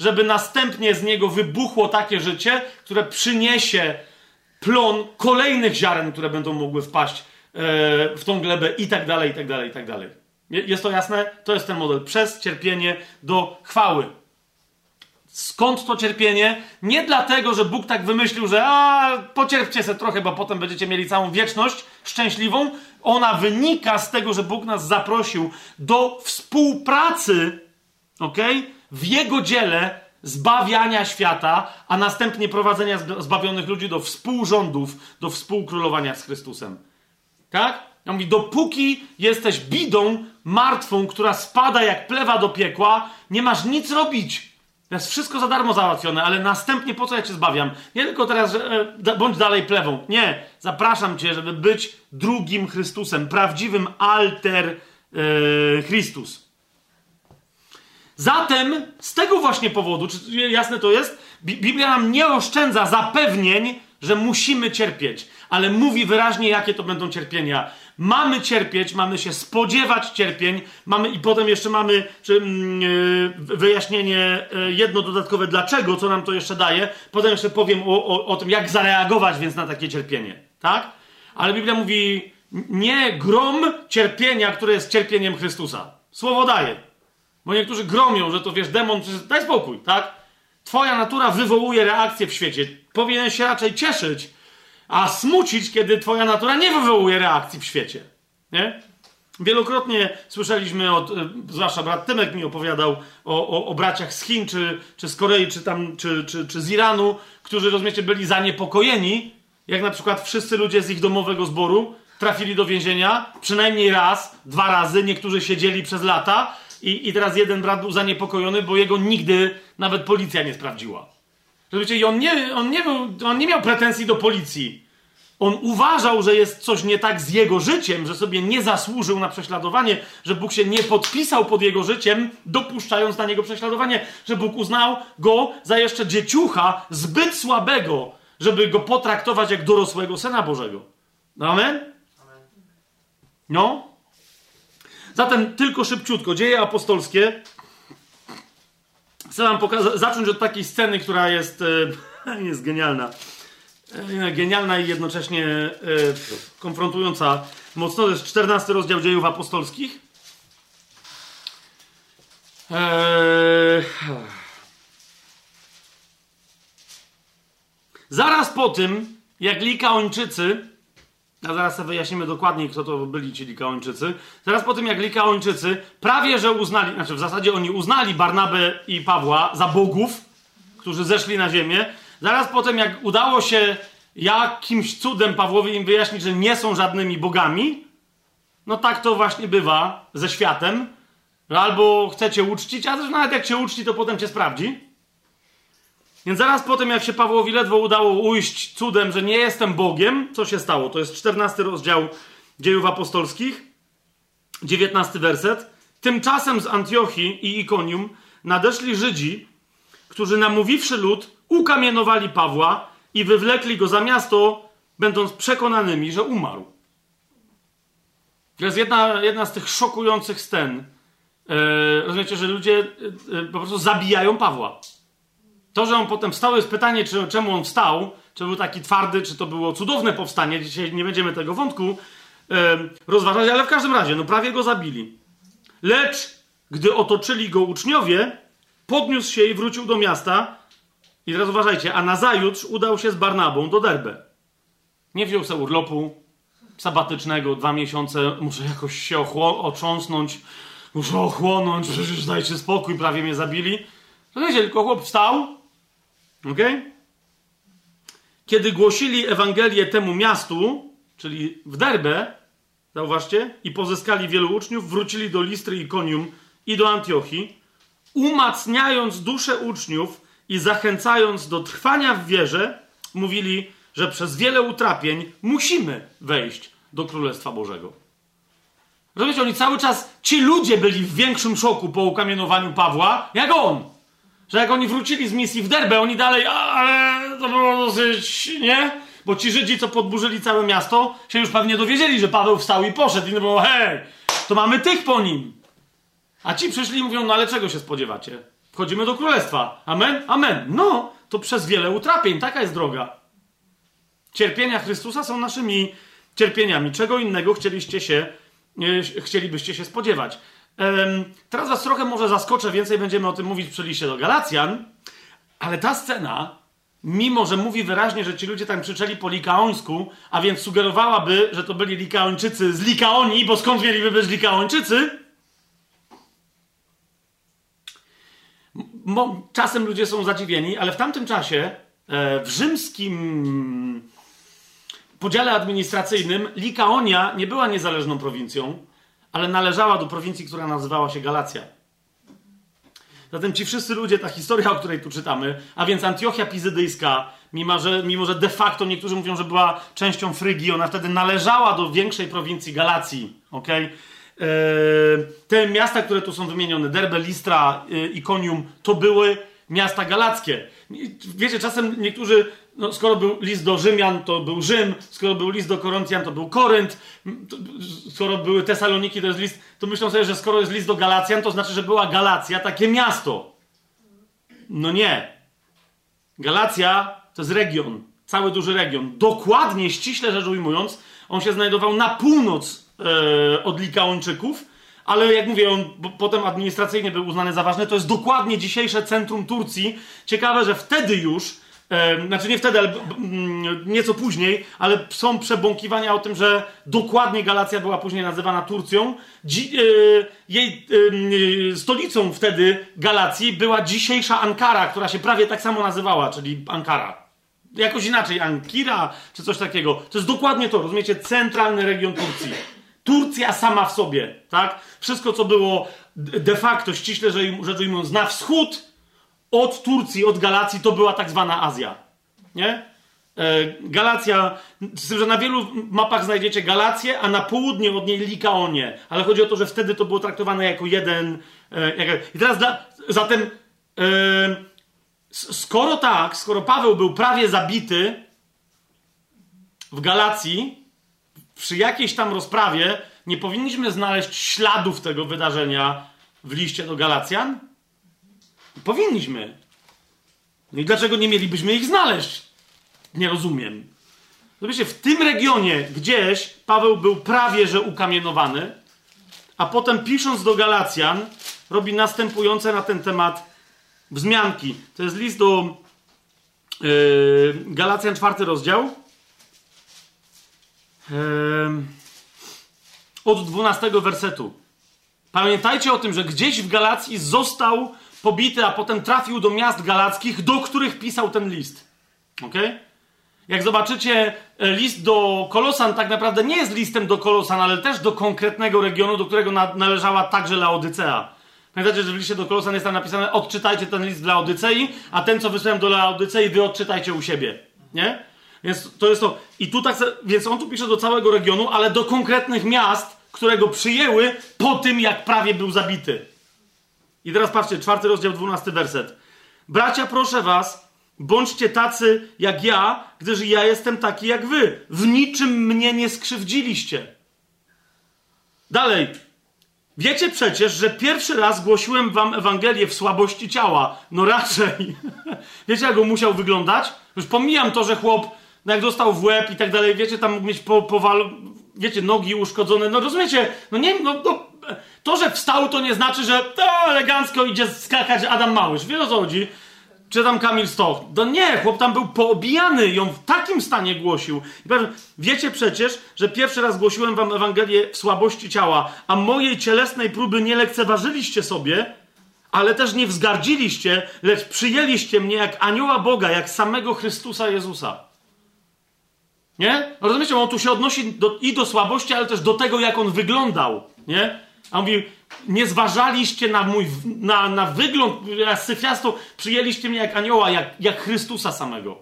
żeby następnie z niego wybuchło takie życie, które przyniesie plon kolejnych ziaren, które będą mogły wpaść w tą glebę i tak dalej, i tak dalej, i tak dalej. Jest to jasne? To jest ten model. Przez cierpienie do chwały. Skąd to cierpienie? Nie dlatego, że Bóg tak wymyślił, że pocierpcie se trochę, bo potem będziecie mieli całą wieczność szczęśliwą. Ona wynika z tego, że Bóg nas zaprosił do współpracy, w Jego dziele zbawiania świata, a następnie prowadzenia zbawionych ludzi do współrządów, do współkrólowania z Chrystusem. Tak? Ja mówię, dopóki jesteś bidą martwą, która spada jak plewa do piekła, nie masz nic robić. To jest wszystko za darmo załatwione, ale następnie po co ja cię zbawiam? Nie tylko teraz, że bądź dalej plewą. Nie. Zapraszam cię, żeby być drugim Chrystusem, prawdziwym alter Chrystus. Zatem z tego właśnie powodu, czy jasne to jest, Biblia nam nie oszczędza zapewnień, że musimy cierpieć, ale mówi wyraźnie, jakie to będą cierpienia. Mamy cierpieć, mamy się spodziewać cierpień, i potem jeszcze mamy wyjaśnienie jedno dodatkowe dlaczego, co nam to jeszcze daje. Potem jeszcze powiem o tym, jak zareagować więc na takie cierpienie. Tak? Ale Biblia mówi, nie grom cierpienia, które jest cierpieniem Chrystusa. Słowo daje. Bo niektórzy gromią, że to demon, daj spokój, tak? Twoja natura wywołuje reakcję w świecie. Powinien się raczej cieszyć, a smucić, kiedy twoja natura nie wywołuje reakcji w świecie. Nie? Wielokrotnie słyszeliśmy zwłaszcza brat Tymek mi opowiadał o braciach z Chin, czy z Korei, czy z Iranu, którzy, rozumiecie, byli zaniepokojeni, jak na przykład wszyscy ludzie z ich domowego zboru trafili do więzienia, przynajmniej raz, 2 razy, niektórzy siedzieli przez lata i teraz jeden brat był zaniepokojony, bo jego nigdy nawet policja nie sprawdziła. Rozumiecie, i on nie miał pretensji do policji. On uważał, że jest coś nie tak z jego życiem, że sobie nie zasłużył na prześladowanie, że Bóg się nie podpisał pod jego życiem, dopuszczając na niego prześladowanie, że Bóg uznał go za jeszcze dzieciucha zbyt słabego, żeby go potraktować jak dorosłego Syna Bożego. Amen? No. Zatem tylko szybciutko. Dzieje apostolskie. Chcę wam zacząć od takiej sceny, która jest genialna. Genialna i jednocześnie konfrontująca mocno. To jest 14 rozdział Dziejów apostolskich. Zaraz po tym, jak Likaończycy, a zaraz sobie wyjaśnimy dokładniej, kto to byli ci Likaończycy, zaraz po tym, jak Likaończycy prawie że uznali, znaczy w zasadzie oni uznali Barnabę i Pawła za bogów, którzy zeszli na ziemię, zaraz po tym, jak udało się jakimś cudem Pawłowi im wyjaśnić, że nie są żadnymi bogami, no tak to właśnie bywa ze światem, że albo chcecie uczcić, a też nawet jak cię uczci, to potem cię sprawdzi. Więc zaraz po tym, jak się Pawłowi ledwo udało ujść cudem, że nie jestem Bogiem, co się stało? To jest 14 rozdział Dziejów apostolskich, 19 werset. Tymczasem z Antiochii i Ikonium nadeszli Żydzi, którzy namówiwszy lud, ukamienowali Pawła i wywlekli go za miasto, będąc przekonanymi, że umarł. To jest jedna z tych szokujących scen. Rozumiecie, że ludzie po prostu zabijają Pawła. To, że on potem wstał, jest pytanie, czemu on wstał, czy był taki twardy, czy to było cudowne powstanie. Dzisiaj nie będziemy tego wątku rozważać, ale w każdym razie, no prawie go zabili. Lecz, gdy otoczyli go uczniowie, podniósł się i wrócił do miasta. I teraz uważajcie, a nazajutrz udał się z Barnabą do Derbe. Nie wziął sobie urlopu sabatycznego, 2 miesiące, muszę jakoś się otrząsnąć, muszę ochłonąć, przecież dajcie spokój, prawie mnie zabili. Wiecie, tylko chłop wstał, okej? Kiedy głosili Ewangelię temu miastu, czyli w Derbe, zauważcie, i pozyskali wielu uczniów, wrócili do Listry i Ikonium i do Antiochii, umacniając duszę uczniów i zachęcając do trwania w wierze, mówili, że przez wiele utrapień musimy wejść do Królestwa Bożego. Rozumiecie, oni cały czas, ci ludzie byli w większym szoku po ukamienowaniu Pawła, jak on. Że jak oni wrócili z misji w Derbe, oni dalej, ale to było dosyć, nie? Bo ci Żydzi, co podburzyli całe miasto, się już pewnie dowiedzieli, że Paweł wstał i poszedł. I to było, hej, to mamy tych po nim. A ci przyszli i mówią, no ale czego się spodziewacie? Wchodzimy do królestwa. Amen? Amen. No, to przez wiele utrapień. Taka jest droga. Cierpienia Chrystusa są naszymi cierpieniami. Czego innego chcielibyście się spodziewać. Teraz was trochę może zaskoczę, więcej będziemy o tym mówić przy liście do Galacjan, ale ta scena, mimo że mówi wyraźnie, że ci ludzie tam krzyczeli po likaońsku, a więc sugerowałaby, że to byli Likaończycy z Likaonii, bo skąd mieliby być Likaończycy? Czasem ludzie są zadziwieni, ale w tamtym czasie w rzymskim podziale administracyjnym Likaonia nie była niezależną prowincją, ale należała do prowincji, która nazywała się Galacja. Zatem ci wszyscy ludzie, ta historia, o której tu czytamy, a więc Antiochia Pizydyjska, mimo że de facto niektórzy mówią, że była częścią Frygii, ona wtedy należała do większej prowincji Galacji. Okay? Te miasta, które tu są wymienione, Derbe, Listra, Ikonium, to były miasta galackie. Wiecie, czasem niektórzy, no, skoro był list do Rzymian, to był Rzym, skoro był list do Koryntian, to był Korynt, skoro były Tesaloniki, to jest list, to myślą sobie, że skoro jest list do Galacjan, to znaczy, że była Galacja, takie miasto. No nie. Galacja to jest region, cały duży region. Dokładnie, ściśle rzecz ujmując, on się znajdował na północ od Likaończyków, ale jak mówię, on potem administracyjnie był uznany za ważny. To jest dokładnie dzisiejsze centrum Turcji. Ciekawe, że wtedy już, znaczy nie wtedy, ale nieco później, ale są przebąkiwania o tym, że dokładnie Galacja była później nazywana Turcją. Jej stolicą wtedy Galacji była dzisiejsza Ankara, która się prawie tak samo nazywała, czyli Ankara. Jakoś inaczej, Ankira, czy coś takiego. To jest dokładnie to, rozumiecie? Centralny region Turcji. Turcja sama w sobie, tak? Wszystko, co było de facto, ściśle rzecz ujmując, na wschód od Turcji, od Galacji, to była tak zwana Azja. Nie? Galacja, z tym, że na wielu mapach znajdziecie Galację, a na południe od niej Likaonię. Ale chodzi o to, że wtedy to było traktowane jako jeden... I teraz zatem skoro Paweł był prawie zabity w Galacji, przy jakiejś tam rozprawie, nie powinniśmy znaleźć śladów tego wydarzenia w liście do Galacjan? Powinniśmy. No i dlaczego nie mielibyśmy ich znaleźć? Nie rozumiem. Zobaczcie, w tym regionie gdzieś Paweł był prawie że ukamienowany, a potem pisząc do Galacjan robi następujące na ten temat wzmianki. To jest list do Galacjan, 4 rozdział. Od 12 wersetu. Pamiętajcie o tym, że gdzieś w Galacji został pobity, a potem trafił do miast galackich, do których pisał ten list. Okay? Jak zobaczycie, list do Kolosan tak naprawdę nie jest listem do Kolosan, ale też do konkretnego regionu, do którego należała także Laodycea. Pamiętajcie, że w liście do Kolosan jest tam napisane: odczytajcie ten list dla Laodycei, a ten, co wysłałem do Laodycei, wy odczytajcie u siebie. Nie? Więc to jest to. I tu tak, więc on tu pisze do całego regionu, ale do konkretnych miast, które go przyjęły po tym, jak prawie był zabity. I teraz patrzcie, 4 rozdział, 12 werset. Bracia, proszę was, bądźcie tacy jak ja, gdyż ja jestem taki jak wy. W niczym mnie nie skrzywdziliście. Dalej. Wiecie przecież, że pierwszy raz głosiłem wam Ewangelię w słabości ciała. No raczej. Wiecie, jak on musiał wyglądać? Już pomijam to, że chłop, no jak dostał w łeb i tak dalej, wiecie, tam mógł mieć wiecie, nogi uszkodzone. No rozumiecie? No nie, to, że wstał, to nie znaczy, że to elegancko idzie skakać Adam Małysz. Wiesz, o co chodzi? Czy tam Kamil Stoch? No nie, chłop tam był poobijany i on w takim stanie głosił. Wiecie przecież, że pierwszy raz głosiłem wam Ewangelię w słabości ciała, a mojej cielesnej próby nie lekceważyliście sobie, ale też nie wzgardziliście, lecz przyjęliście mnie jak anioła Boga, jak samego Chrystusa Jezusa. Nie? Rozumiecie? On tu się odnosi i do słabości, ale też do tego, jak on wyglądał. Nie? A on mówi: nie zważaliście na wygląd, syfiasto, przyjęliście mnie jak anioła, jak Chrystusa samego.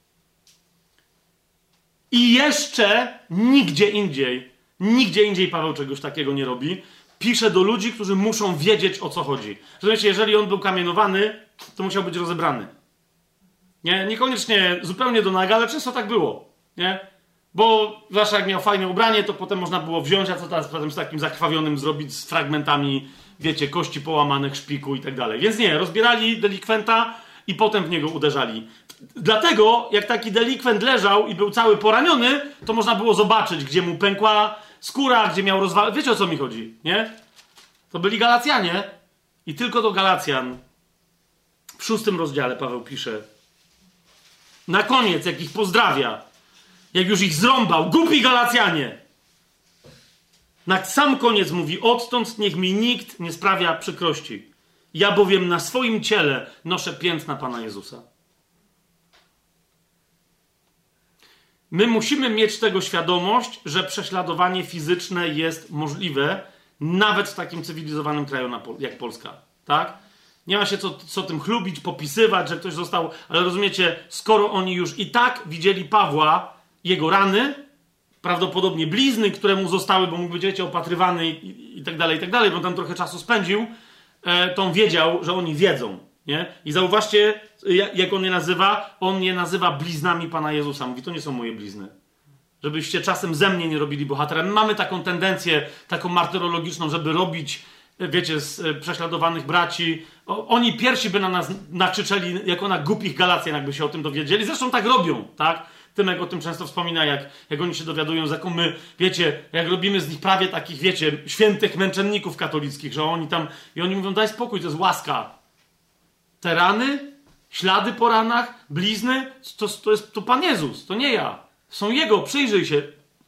I jeszcze nigdzie indziej Paweł czegoś takiego nie robi. Pisze do ludzi, którzy muszą wiedzieć, o co chodzi. Rozumiecie, jeżeli on był kamienowany, to musiał być rozebrany. Nie? Niekoniecznie zupełnie do naga, ale często tak było. Nie? Bo zwłaszcza jak miał fajne ubranie, to potem można było wziąć, a co teraz potem z takim zakrwawionym zrobić, z fragmentami wiecie, kości połamane, szpiku i tak dalej. Więc nie, rozbierali delikwenta i potem w niego uderzali. Dlatego, jak taki delikwent leżał i był cały poraniony, to można było zobaczyć, gdzie mu pękła skóra, gdzie miał rozwal... Wiecie, o co mi chodzi, nie? To byli Galacjanie i tylko do Galacjan w 6 rozdziale Paweł pisze, na koniec, jak ich pozdrawia, jak już ich zrąbał, głupi Galacjanie, na sam koniec mówi, odtąd niech mi nikt nie sprawia przykrości. Ja bowiem na swoim ciele noszę piętna Pana Jezusa. My musimy mieć tego świadomość, że prześladowanie fizyczne jest możliwe nawet w takim cywilizowanym kraju jak Polska. Tak? Nie ma się co tym chlubić, popisywać, że ktoś został... Ale rozumiecie, skoro oni już i tak widzieli Pawła, jego rany, prawdopodobnie blizny, które mu zostały, bo mógł być, wiecie, opatrywany i tak dalej, bo tam trochę czasu spędził, to on wiedział, że oni wiedzą. Nie? I zauważcie, jak on je nazywa. On je nazywa bliznami Pana Jezusa. Mówi, to nie są moje blizny. Żebyście czasem ze mnie nie robili bohatera. My mamy taką tendencję, taką martyrologiczną, żeby robić, wiecie, z prześladowanych braci. Oni pierwsi by na nas nakrzyczeli, jako na głupich Galacjan, jakby się o tym dowiedzieli. Zresztą tak robią, tak? Tymek o tym często wspomina, jak oni się dowiadują, z jaką my, wiecie, jak robimy z nich prawie takich, wiecie, świętych męczenników katolickich, że oni tam, i oni mówią, daj spokój, to jest łaska. Te rany, ślady po ranach, blizny, to Pan Jezus, to nie ja. Są Jego, przyjrzyj się.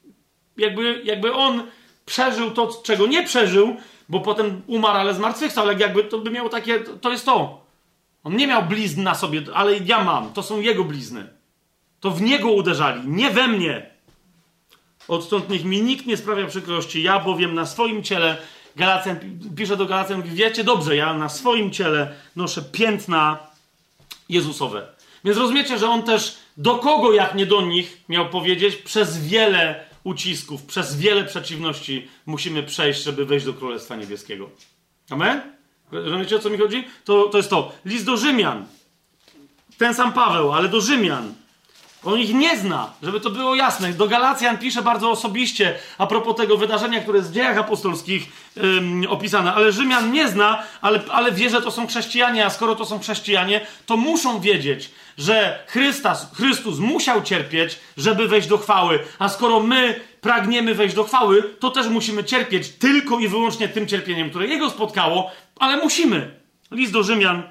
Jakby On przeżył to, czego nie przeżył, bo potem umarł, ale zmartwychwstał, ale jakby to by miało takie, to jest to. On nie miał blizn na sobie, ale ja mam, to są Jego blizny. To w Niego uderzali, nie we mnie. Odtąd niech mi nikt nie sprawia przykrości, ja bowiem na swoim ciele, Galacjan, pisze do Galacjan, mówi, wiecie dobrze, ja na swoim ciele noszę piętna Jezusowe. Więc rozumiecie, że on też do kogo, jak nie do nich, miał powiedzieć, przez wiele ucisków, przez wiele przeciwności musimy przejść, żeby wejść do Królestwa Niebieskiego. Amen? Rozumiecie, o co mi chodzi? To jest to. List do Rzymian. Ten sam Paweł, ale do Rzymian. On ich nie zna, żeby to było jasne. Do Galacjan pisze bardzo osobiście a propos tego wydarzenia, które jest w Dziejach Apostolskich opisane. Ale Rzymian nie zna, ale wie, że to są chrześcijanie, a skoro to są chrześcijanie, to muszą wiedzieć, że Chrystus musiał cierpieć, żeby wejść do chwały. A skoro my pragniemy wejść do chwały, to też musimy cierpieć tylko i wyłącznie tym cierpieniem, które Jego spotkało, ale musimy. List do Rzymian,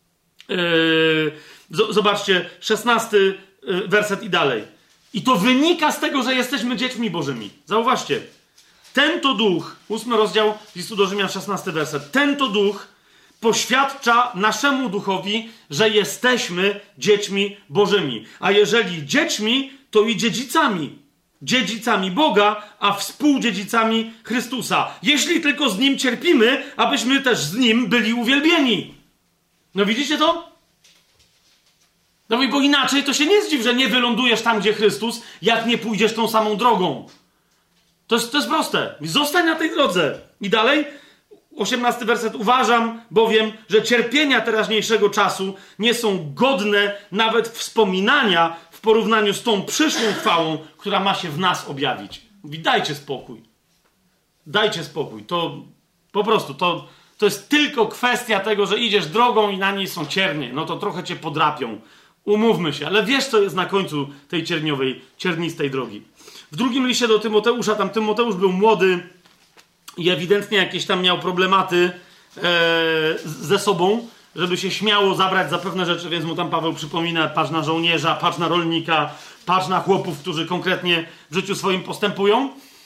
zobaczcie, 16 werset i dalej. I to wynika z tego, że jesteśmy dziećmi Bożymi. Zauważcie. Ten to duch, 8 rozdział listu do Rzymian, 16 werset. Ten to duch poświadcza naszemu duchowi, że jesteśmy dziećmi Bożymi. A jeżeli dziećmi, to i dziedzicami. Dziedzicami Boga, a współdziedzicami Chrystusa. Jeśli tylko z Nim cierpimy, abyśmy też z Nim byli uwielbieni. No widzicie to? No bo inaczej to się nie zdziw, że nie wylądujesz tam, gdzie Chrystus, jak nie pójdziesz tą samą drogą. To jest proste. Zostań na tej drodze. I dalej, 18 werset. Uważam bowiem, że cierpienia teraźniejszego czasu nie są godne nawet wspominania w porównaniu z tą przyszłą chwałą, która ma się w nas objawić. Mówi, dajcie spokój. Dajcie spokój. To po prostu, to jest tylko kwestia tego, że idziesz drogą i na niej są ciernie. No to trochę cię podrapią. Umówmy się, ale wiesz, co jest na końcu tej ciernistej drogi. W drugim liście do Tymoteusza, tam Tymoteusz był młody i ewidentnie jakieś tam miał problematy ze sobą, żeby się śmiało zabrać za pewne rzeczy, więc mu tam Paweł przypomina, patrz na żołnierza, patrz na rolnika, patrz na chłopów, którzy konkretnie w życiu swoim postępują.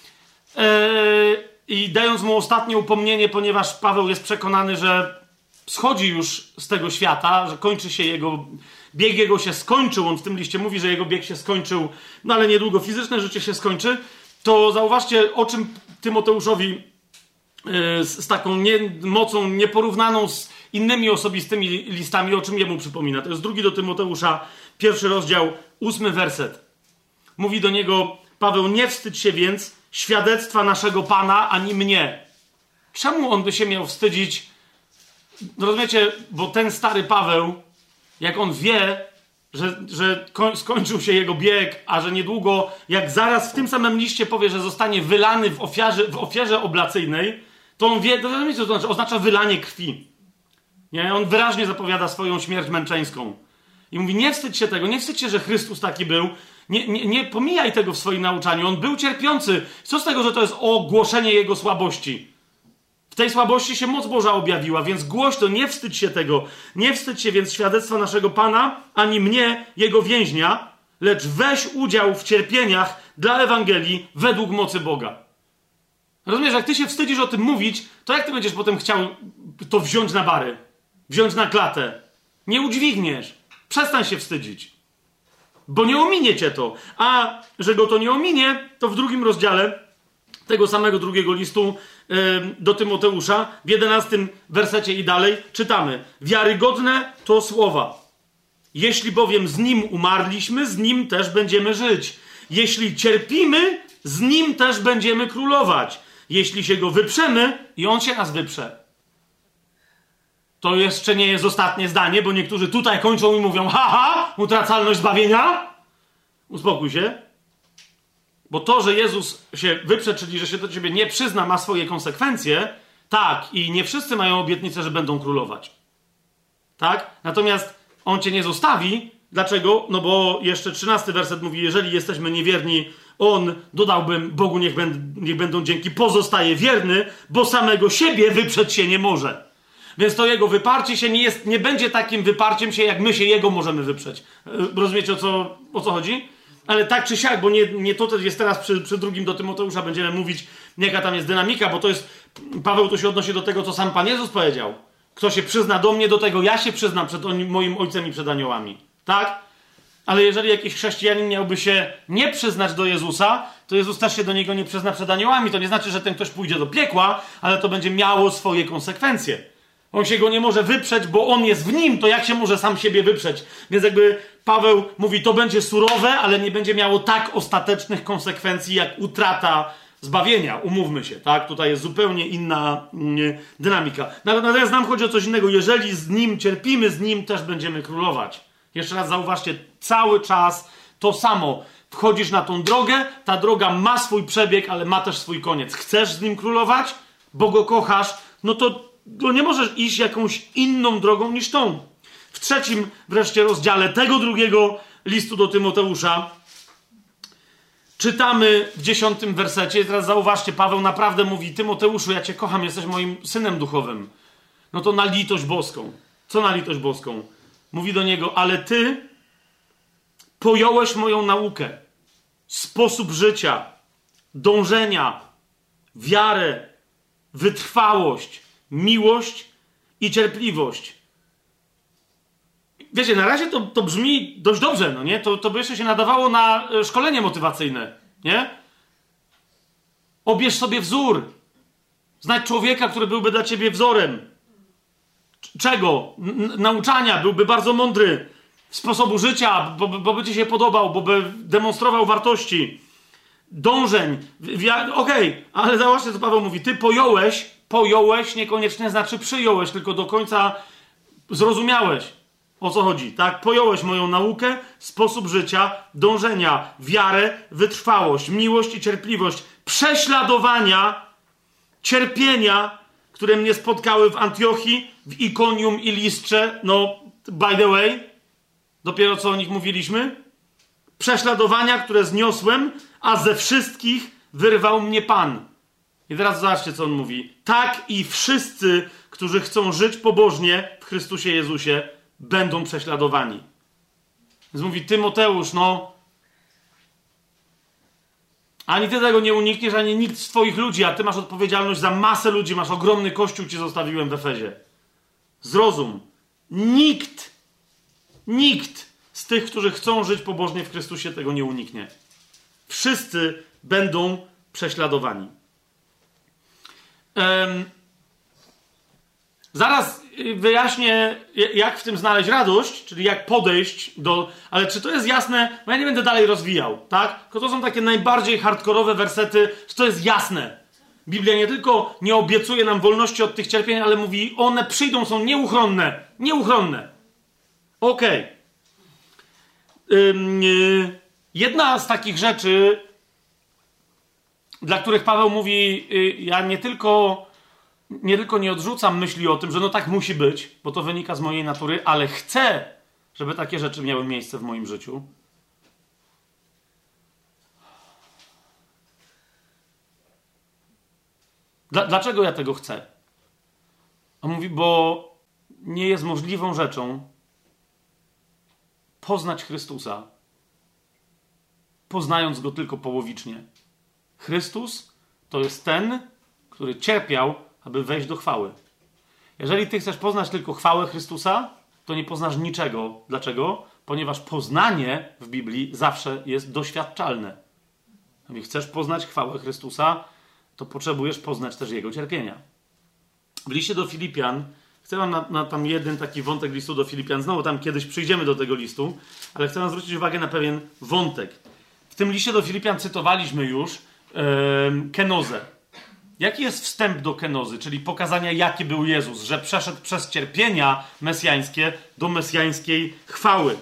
I dając mu ostatnie upomnienie, ponieważ Paweł jest przekonany, że schodzi już z tego świata, że kończy się bieg jego się skończył, on w tym liście mówi, że jego bieg się skończył, no ale niedługo fizyczne życie się skończy, to zauważcie, o czym Tymoteuszowi z taką mocą nieporównaną z innymi osobistymi listami, o czym jemu przypomina. To jest 2 do Tymoteusza, 1 rozdział, 8 werset. Mówi do niego Paweł, nie wstydź się więc świadectwa naszego Pana, ani mnie. Czemu on by się miał wstydzić? Rozumiecie, bo ten stary Paweł, jak on wie, że skończył się jego bieg, a że niedługo, jak zaraz w tym samym liście powie, że zostanie wylany w ofierze oblacyjnej, to on wie, to wiecie, co to znaczy? Oznacza wylanie krwi. Nie? On wyraźnie zapowiada swoją śmierć męczeńską. I mówi, nie wstydź się tego, nie wstydź się, że Chrystus taki był. Nie pomijaj tego w swoim nauczaniu. On był cierpiący. Co z tego, że to jest ogłoszenie Jego słabości? W tej słabości się moc Boża objawiła, więc głoś to, nie wstydź się tego. Nie wstydź się więc świadectwa naszego Pana, ani mnie, Jego więźnia, lecz weź udział w cierpieniach dla Ewangelii według mocy Boga. Rozumiesz, jak ty się wstydzisz o tym mówić, to jak ty będziesz potem chciał to wziąć na bary? Wziąć na klatę? Nie udźwigniesz. Przestań się wstydzić. Bo nie ominie cię to. A że go to nie ominie, to w 2 rozdziale tego samego 2 listu do Tymoteusza, w 11 wersecie i dalej, czytamy. Wiarygodne to słowa. Jeśli bowiem z Nim umarliśmy, z Nim też będziemy żyć. Jeśli cierpimy, z Nim też będziemy królować. Jeśli się Go wyprzemy, i On się nas wyprze. To jeszcze nie jest ostatnie zdanie, bo niektórzy tutaj kończą i mówią, haha, utracalność zbawienia. Uspokój się. Bo to, że Jezus się wyprze, czyli że się do ciebie nie przyzna, ma swoje konsekwencje. Tak, i nie wszyscy mają obietnicę, że będą królować. Tak? Natomiast On cię nie zostawi. Dlaczego? No bo jeszcze 13 werset mówi, jeżeli jesteśmy niewierni, On, dodałbym, Bogu niech będą dzięki, pozostaje wierny, bo samego siebie wyprzeć się nie może. Więc to Jego wyparcie się nie będzie takim wyparciem się, jak my się Jego możemy wyprzeć. Rozumiecie, o co chodzi? Ale tak czy siak, bo nie to jest teraz przy 2 do Tymoteusza będziemy mówić, jaka tam jest dynamika, bo to jest, Paweł tu się odnosi do tego, co sam Pan Jezus powiedział. Kto się przyzna do mnie, do tego ja się przyznam przed moim Ojcem i przed aniołami. Tak? Ale jeżeli jakiś chrześcijanin miałby się nie przyznać do Jezusa, to Jezus też się do Niego nie przyzna przed aniołami. To nie znaczy, że ten ktoś pójdzie do piekła, ale to będzie miało swoje konsekwencje. On się Go nie może wyprzeć, bo On jest w Nim, to jak się może sam siebie wyprzeć? Więc jakby Paweł mówi, to będzie surowe, ale nie będzie miało tak ostatecznych konsekwencji, jak utrata zbawienia. Umówmy się, tak? Tutaj jest zupełnie inna dynamika. Natomiast nam chodzi o coś innego. Jeżeli z Nim cierpimy, z Nim też będziemy królować. Jeszcze raz zauważcie, cały czas to samo. Wchodzisz na tą drogę, ta droga ma swój przebieg, ale ma też swój koniec. Chcesz z Nim królować, bo Go kochasz, no to nie możesz iść jakąś inną drogą niż tą. W 3 wreszcie rozdziale tego 2 listu do Tymoteusza czytamy w 10 wersecie. Teraz zauważcie, Paweł naprawdę mówi, Tymoteuszu, ja cię kocham, jesteś moim synem duchowym. No to na litość boską. Co na litość boską? Mówi do niego, ale ty pojąłeś moją naukę, sposób życia, dążenia, wiarę, wytrwałość, miłość i cierpliwość. Wiecie, na razie to brzmi dość dobrze, no nie? To by jeszcze się nadawało na szkolenie motywacyjne, nie? Obierz sobie wzór. Znajdź człowieka, który byłby dla ciebie wzorem. Czego? Nauczania. Byłby bardzo mądry. Sposobu życia, bo by ci się podobał, bo by demonstrował wartości. Dążeń. Okej, ale zobaczcie, co Paweł mówi. Ty pojąłeś niekoniecznie znaczy przyjąłeś, tylko do końca zrozumiałeś, o co chodzi, tak? Pojąłeś moją naukę, sposób życia, dążenia, wiarę, wytrwałość, miłość i cierpliwość, prześladowania, cierpienia, które mnie spotkały w Antiochii, w Ikonium i Listrze, no, by the way, dopiero co o nich mówiliśmy, prześladowania, które zniosłem, a ze wszystkich wyrwał mnie Pan. I teraz zobaczcie, co on mówi. Tak i wszyscy, którzy chcą żyć pobożnie w Chrystusie Jezusie, będą prześladowani. Więc mówi Tymoteusz, no, ani ty tego nie unikniesz, ani nikt z twoich ludzi, a ty masz odpowiedzialność za masę ludzi, masz ogromny kościół, ci zostawiłem w Efezie. Zrozum. Nikt z tych, którzy chcą żyć pobożnie w Chrystusie, tego nie uniknie. Wszyscy będą prześladowani. Zaraz wyjaśnię, jak w tym znaleźć radość, czyli jak podejść do... Ale czy to jest jasne? Bo ja nie będę dalej rozwijał, tak? Tylko to są takie najbardziej hardkorowe wersety, czy to jest jasne. Biblia nie tylko nie obiecuje nam wolności od tych cierpień, ale mówi, one przyjdą, są nieuchronne. Nieuchronne. Okej. Jedna z takich rzeczy, dla których Paweł mówi, ja nie tylko nie tylko nie odrzucam myśli o tym, że no tak musi być, bo to wynika z mojej natury, ale chcę, żeby takie rzeczy miały miejsce w moim życiu. Dlaczego ja tego chcę? On mówi, bo nie jest możliwą rzeczą poznać Chrystusa, poznając Go tylko połowicznie. Chrystus to jest ten, który cierpiał, aby wejść do chwały. Jeżeli ty chcesz poznać tylko chwałę Chrystusa, to nie poznasz niczego. Dlaczego? Ponieważ poznanie w Biblii zawsze jest doświadczalne. Jeżeli chcesz poznać chwałę Chrystusa, to potrzebujesz poznać też Jego cierpienia. W liście do Filipian, chcę wam na tam jeden taki wątek listu do Filipian, znowu tam kiedyś przyjdziemy do tego listu, ale chcę wam zwrócić uwagę na pewien wątek. W tym liście do Filipian cytowaliśmy już kenozę. Jaki jest wstęp do kenozy, czyli pokazania, jaki był Jezus, że przeszedł przez cierpienia mesjańskie do mesjańskiej chwały.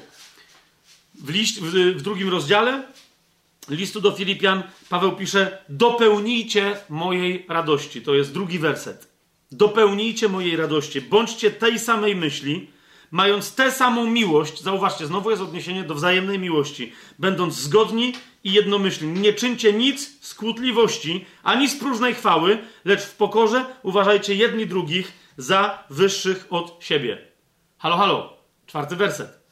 W drugim rozdziale listu do Filipian Paweł pisze: dopełnijcie mojej radości. To jest drugi werset. Dopełnijcie mojej radości. Bądźcie tej samej myśli, mając tę samą miłość. Zauważcie, znowu jest odniesienie do wzajemnej miłości. Będąc zgodni i jednomyślni. Nie czyńcie nic z kłótliwości, ani z próżnej chwały, lecz w pokorze uważajcie jedni drugich za wyższych od siebie. Halo, halo. 4 werset.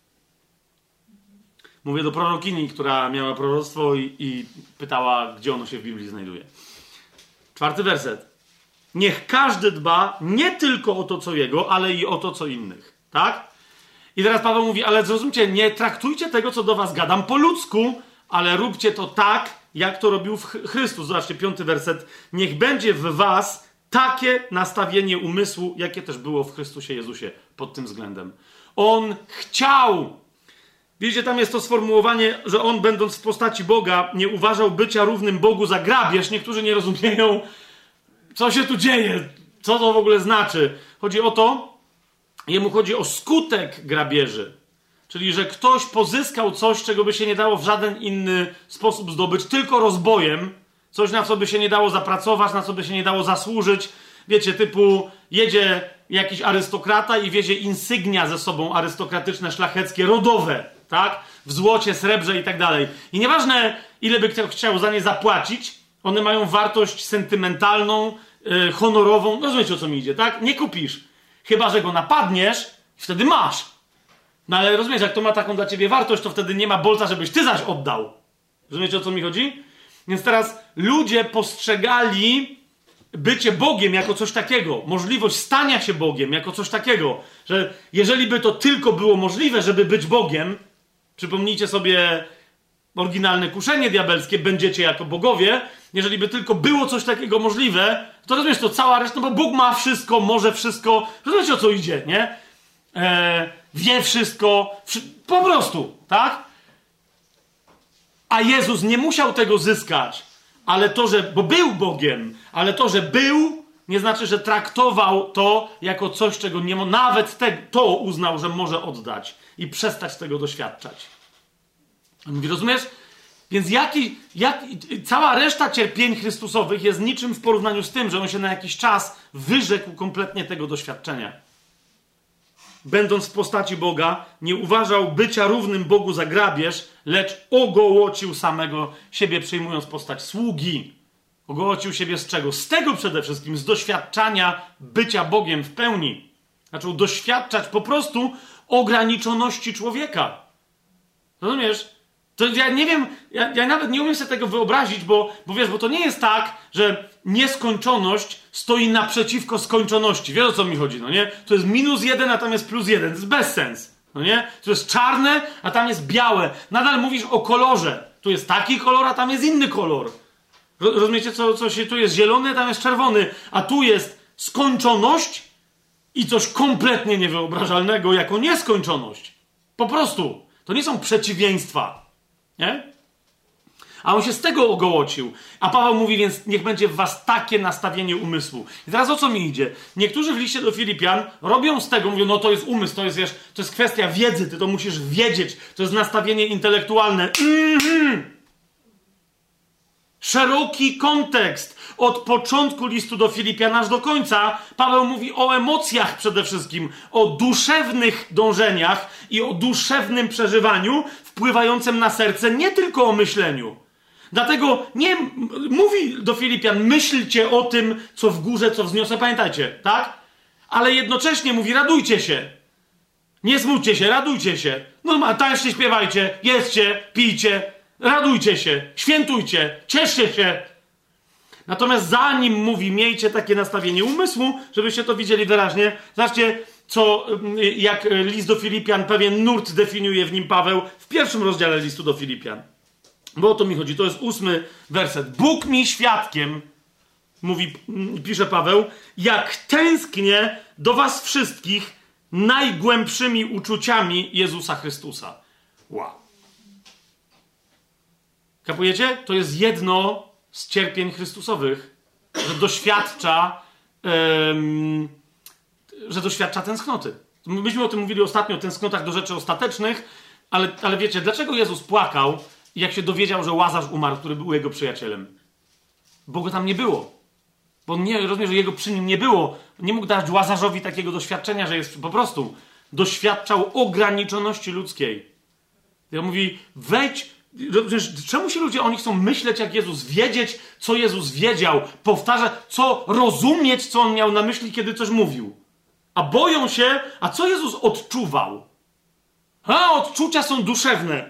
Mówię do prorokini, która miała proroctwo i pytała, gdzie ono się w Biblii znajduje. 4 werset. Niech każdy dba nie tylko o to, co jego, ale i o to, co innych. Tak? I teraz Paweł mówi, ale zrozumcie, nie traktujcie tego, co do was gadam, po ludzku, ale róbcie to tak, jak to robił Chrystus. Zobaczcie, 5 werset. Niech będzie w was takie nastawienie umysłu, jakie też było w Chrystusie Jezusie pod tym względem. On chciał. Widzicie, tam jest to sformułowanie, że on, będąc w postaci Boga, nie uważał bycia równym Bogu za grabież. Niektórzy nie rozumieją, co się tu dzieje, co to w ogóle znaczy. Chodzi o to, jemu chodzi o skutek grabieży. Czyli, że ktoś pozyskał coś, czego by się nie dało w żaden inny sposób zdobyć, tylko rozbojem. Coś, na co by się nie dało zapracować, na co by się nie dało zasłużyć. Wiecie, typu jedzie jakiś arystokrata i wiezie insygnia ze sobą arystokratyczne, szlacheckie, rodowe, tak? W złocie, srebrze i tak dalej. I nieważne, ile by chciał za nie zapłacić, one mają wartość sentymentalną, honorową. Rozumiecie, o co mi idzie, tak? Nie kupisz. Chyba że go napadniesz i wtedy masz. No ale rozumiesz, jak to ma taką dla ciebie wartość, to wtedy nie ma bolca, żebyś ty zaś oddał. Rozumiecie, o co mi chodzi? Więc teraz ludzie postrzegali bycie Bogiem jako coś takiego, możliwość stania się Bogiem jako coś takiego, że jeżeli by to tylko było możliwe, żeby być Bogiem, przypomnijcie sobie oryginalne kuszenie diabelskie, będziecie jako bogowie, jeżeli by tylko było coś takiego możliwe, to rozumiesz, to cała reszta, bo Bóg ma wszystko, może wszystko, rozumiecie, o co idzie, nie? Wie wszystko, po prostu, tak? A Jezus nie musiał tego zyskać, ale to, że, bo był Bogiem, ale to, że był, nie znaczy, że traktował to jako coś, czego nie nawet to uznał, że może oddać i przestać tego doświadczać. On mówi, rozumiesz? Więc cała reszta cierpień Chrystusowych jest niczym w porównaniu z tym, że on się na jakiś czas wyrzekł kompletnie tego doświadczenia. Będąc w postaci Boga, nie uważał bycia równym Bogu za grabież, lecz ogołocił samego siebie, przyjmując postać sługi. Ogołocił siebie z czego? Z tego przede wszystkim, z doświadczania bycia Bogiem w pełni. Zaczął doświadczać po prostu ograniczoności człowieka. Rozumiesz? To ja nie wiem, ja nawet nie umiem sobie tego wyobrazić, bo wiesz, bo to nie jest tak, że nieskończoność stoi naprzeciwko skończoności. Wiesz, o co mi chodzi, no nie? To jest -1, a tam jest +1. To jest bezsens, no nie? To jest czarne, a tam jest białe. Nadal mówisz o kolorze. Tu jest taki kolor, a tam jest inny kolor. Rozumiecie, co się tu jest zielony, a tam jest czerwony. A tu jest skończoność i coś kompletnie niewyobrażalnego jako nieskończoność. Po prostu. To nie są przeciwieństwa. Nie? A on się z tego ogołocił. A Paweł mówi, więc niech będzie w was takie nastawienie umysłu. I teraz o co mi idzie? Niektórzy w liście do Filipian robią z tego, mówią, no to jest umysł, to jest, wiesz, to jest kwestia wiedzy, ty to musisz wiedzieć, to jest nastawienie intelektualne. Szeroki kontekst. Od początku listu do Filipian aż do końca Paweł mówi o emocjach przede wszystkim, o duszewnych dążeniach i o duszewnym przeżywaniu wpływającym na serce, nie tylko o myśleniu. Dlatego nie mówi do Filipian, myślcie o tym, co w górze, co wzniosę. Pamiętajcie, tak? Ale jednocześnie mówi, radujcie się. Nie smućcie się, radujcie się. Normalnie, tańczcie, śpiewajcie, jedzcie, pijcie, radujcie się, świętujcie, cieszcie się. Natomiast zanim mówi, miejcie takie nastawienie umysłu, żebyście to widzieli wyraźnie. Zobaczcie, jak list do Filipian, pewien nurt definiuje w nim Paweł w 1 rozdziale listu do Filipian. Bo o to mi chodzi, to jest 8 werset. Bóg mi świadkiem, pisze Paweł, jak tęsknię do was wszystkich najgłębszymi uczuciami Jezusa Chrystusa. Wow. Kapujecie? To jest jedno z cierpień Chrystusowych, że doświadcza tęsknoty. Myśmy o tym mówili ostatnio, o tęsknotach do rzeczy ostatecznych, ale wiecie, dlaczego Jezus płakał, jak się dowiedział, że Łazarz umarł, który był jego przyjacielem? Bo go tam nie było. Bo on nie rozumie, że jego przy nim nie było. Nie mógł dać Łazarzowi takiego doświadczenia, że jest po prostu doświadczał ograniczoności ludzkiej. I on mówi, wejdź. Czemu ci ludzie, oni chcą myśleć jak Jezus, wiedzieć, co Jezus wiedział, powtarzać, rozumieć, co on miał na myśli, kiedy coś mówił. A boją się, a co Jezus odczuwał? Odczucia są duszewne.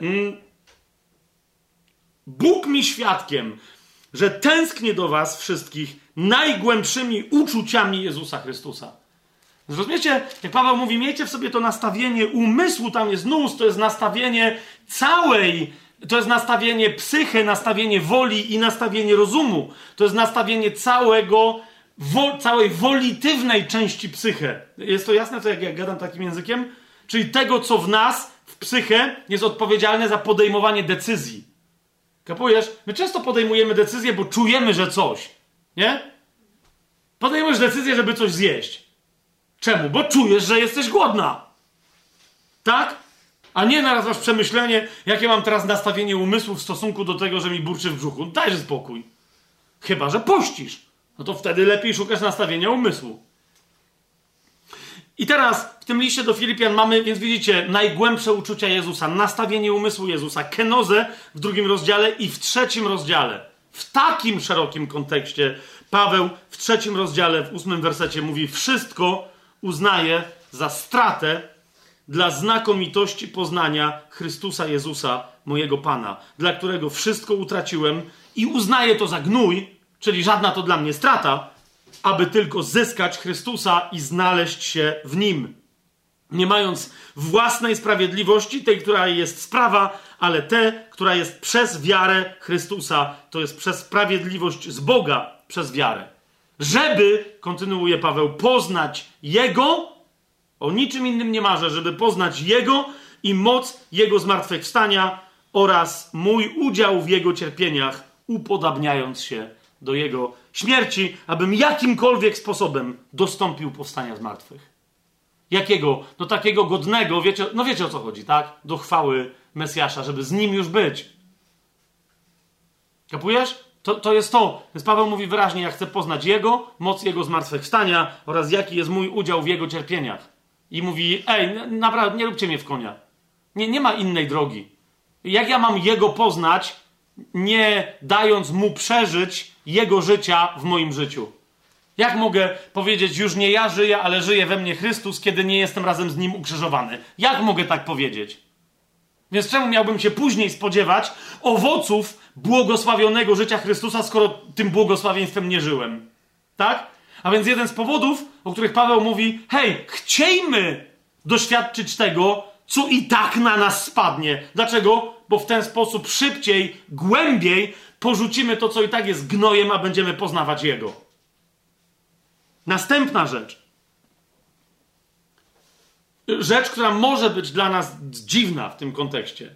Bóg mi świadkiem, że tęsknię do was wszystkich najgłębszymi uczuciami Jezusa Chrystusa. Rozumiecie? Jak Paweł mówi, miejcie w sobie to nastawienie umysłu, tam jest nus, to jest nastawienie to jest nastawienie psychy, nastawienie woli i nastawienie rozumu. To jest nastawienie całej wolitywnej części psychę. Jest to jasne, co jak gadam takim językiem? Czyli tego, co w nas, w psychę, jest odpowiedzialne za podejmowanie decyzji. Kapujesz? My często podejmujemy decyzję, bo czujemy, że coś. Nie? Podejmujesz decyzję, żeby coś zjeść. Czemu? Bo czujesz, że jesteś głodna. Tak? A nie naraz przemyślenie, jakie mam teraz nastawienie umysłu w stosunku do tego, że mi burczy w brzuchu. Dajże spokój. Chyba że pościsz. No to wtedy lepiej szukasz nastawienia umysłu. I teraz w tym liście do Filipian mamy, więc widzicie, najgłębsze uczucia Jezusa, nastawienie umysłu Jezusa, kenozę w 2 rozdziale i w 3 rozdziale. W takim szerokim kontekście Paweł w 3 rozdziale, w 8 wersecie mówi, wszystko uznaję za stratę dla znakomitości poznania Chrystusa Jezusa, mojego Pana, dla którego wszystko utraciłem i uznaję to za gnój, czyli żadna to dla mnie strata, aby tylko zyskać Chrystusa i znaleźć się w Nim. Nie mając własnej sprawiedliwości, tej, która jest z prawa, ale tę, która jest przez wiarę Chrystusa, to jest przez sprawiedliwość z Boga, przez wiarę. Żeby, kontynuuje Paweł, poznać Jego, o niczym innym nie marzę, żeby poznać Jego i moc Jego zmartwychwstania oraz mój udział w Jego cierpieniach, upodabniając się do Jego śmierci, abym jakimkolwiek sposobem dostąpił powstania z martwych. Jakiego? Do takiego godnego, wiecie o co chodzi, tak? Do chwały Mesjasza, żeby z Nim już być. Kapujesz? To jest to. Więc Paweł mówi wyraźnie, ja chcę poznać Jego, moc Jego zmartwychwstania oraz jaki jest mój udział w Jego cierpieniach. I mówi, naprawdę, nie róbcie mnie w konia. Nie ma innej drogi. Jak ja mam Jego poznać, nie dając Mu przeżyć Jego życia w moim życiu? Jak mogę powiedzieć, już nie ja żyję, ale żyje we mnie Chrystus, kiedy nie jestem razem z Nim ukrzyżowany? Jak mogę tak powiedzieć? Więc czemu miałbym się później spodziewać owoców błogosławionego życia Chrystusa, skoro tym błogosławieństwem nie żyłem? Tak? A więc jeden z powodów, o których Paweł mówi, chciejmy doświadczyć tego, co i tak na nas spadnie. Dlaczego? Bo w ten sposób szybciej, głębiej porzucimy to, co i tak jest gnojem, a będziemy poznawać Jego. Następna rzecz. Rzecz, która może być dla nas dziwna w tym kontekście.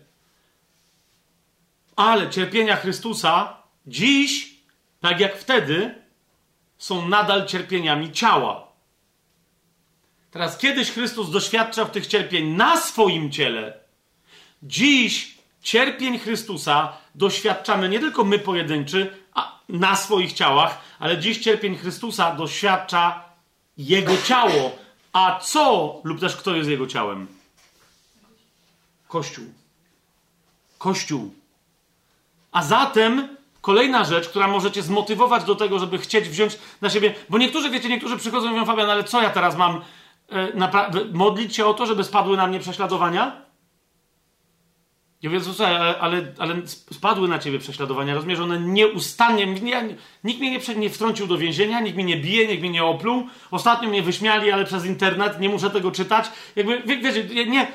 Ale cierpienia Chrystusa dziś, tak jak wtedy, są nadal cierpieniami ciała. Teraz kiedyś Chrystus doświadczał tych cierpień na swoim ciele. Dziś cierpień Chrystusa doświadczamy nie tylko my pojedynczy, na swoich ciałach, ale dziś cierpień Chrystusa doświadcza Jego ciało. A co, lub też kto jest Jego ciałem? Kościół. Kościół. A zatem kolejna rzecz, która może cię zmotywować do tego, żeby chcieć wziąć na siebie, bo niektórzy przychodzą i mówią, Fabian, ale co ja teraz mam modlić się o to, żeby spadły na mnie prześladowania? Ja mówię, słuchaj, ale spadły na ciebie prześladowania, rozumiesz, one nieustannie, nikt mnie nie wtrącił do więzienia, nikt mnie nie bije, nikt mnie nie opluł, ostatnio mnie wyśmiali, ale przez internet, nie muszę tego czytać, wiecie, nie,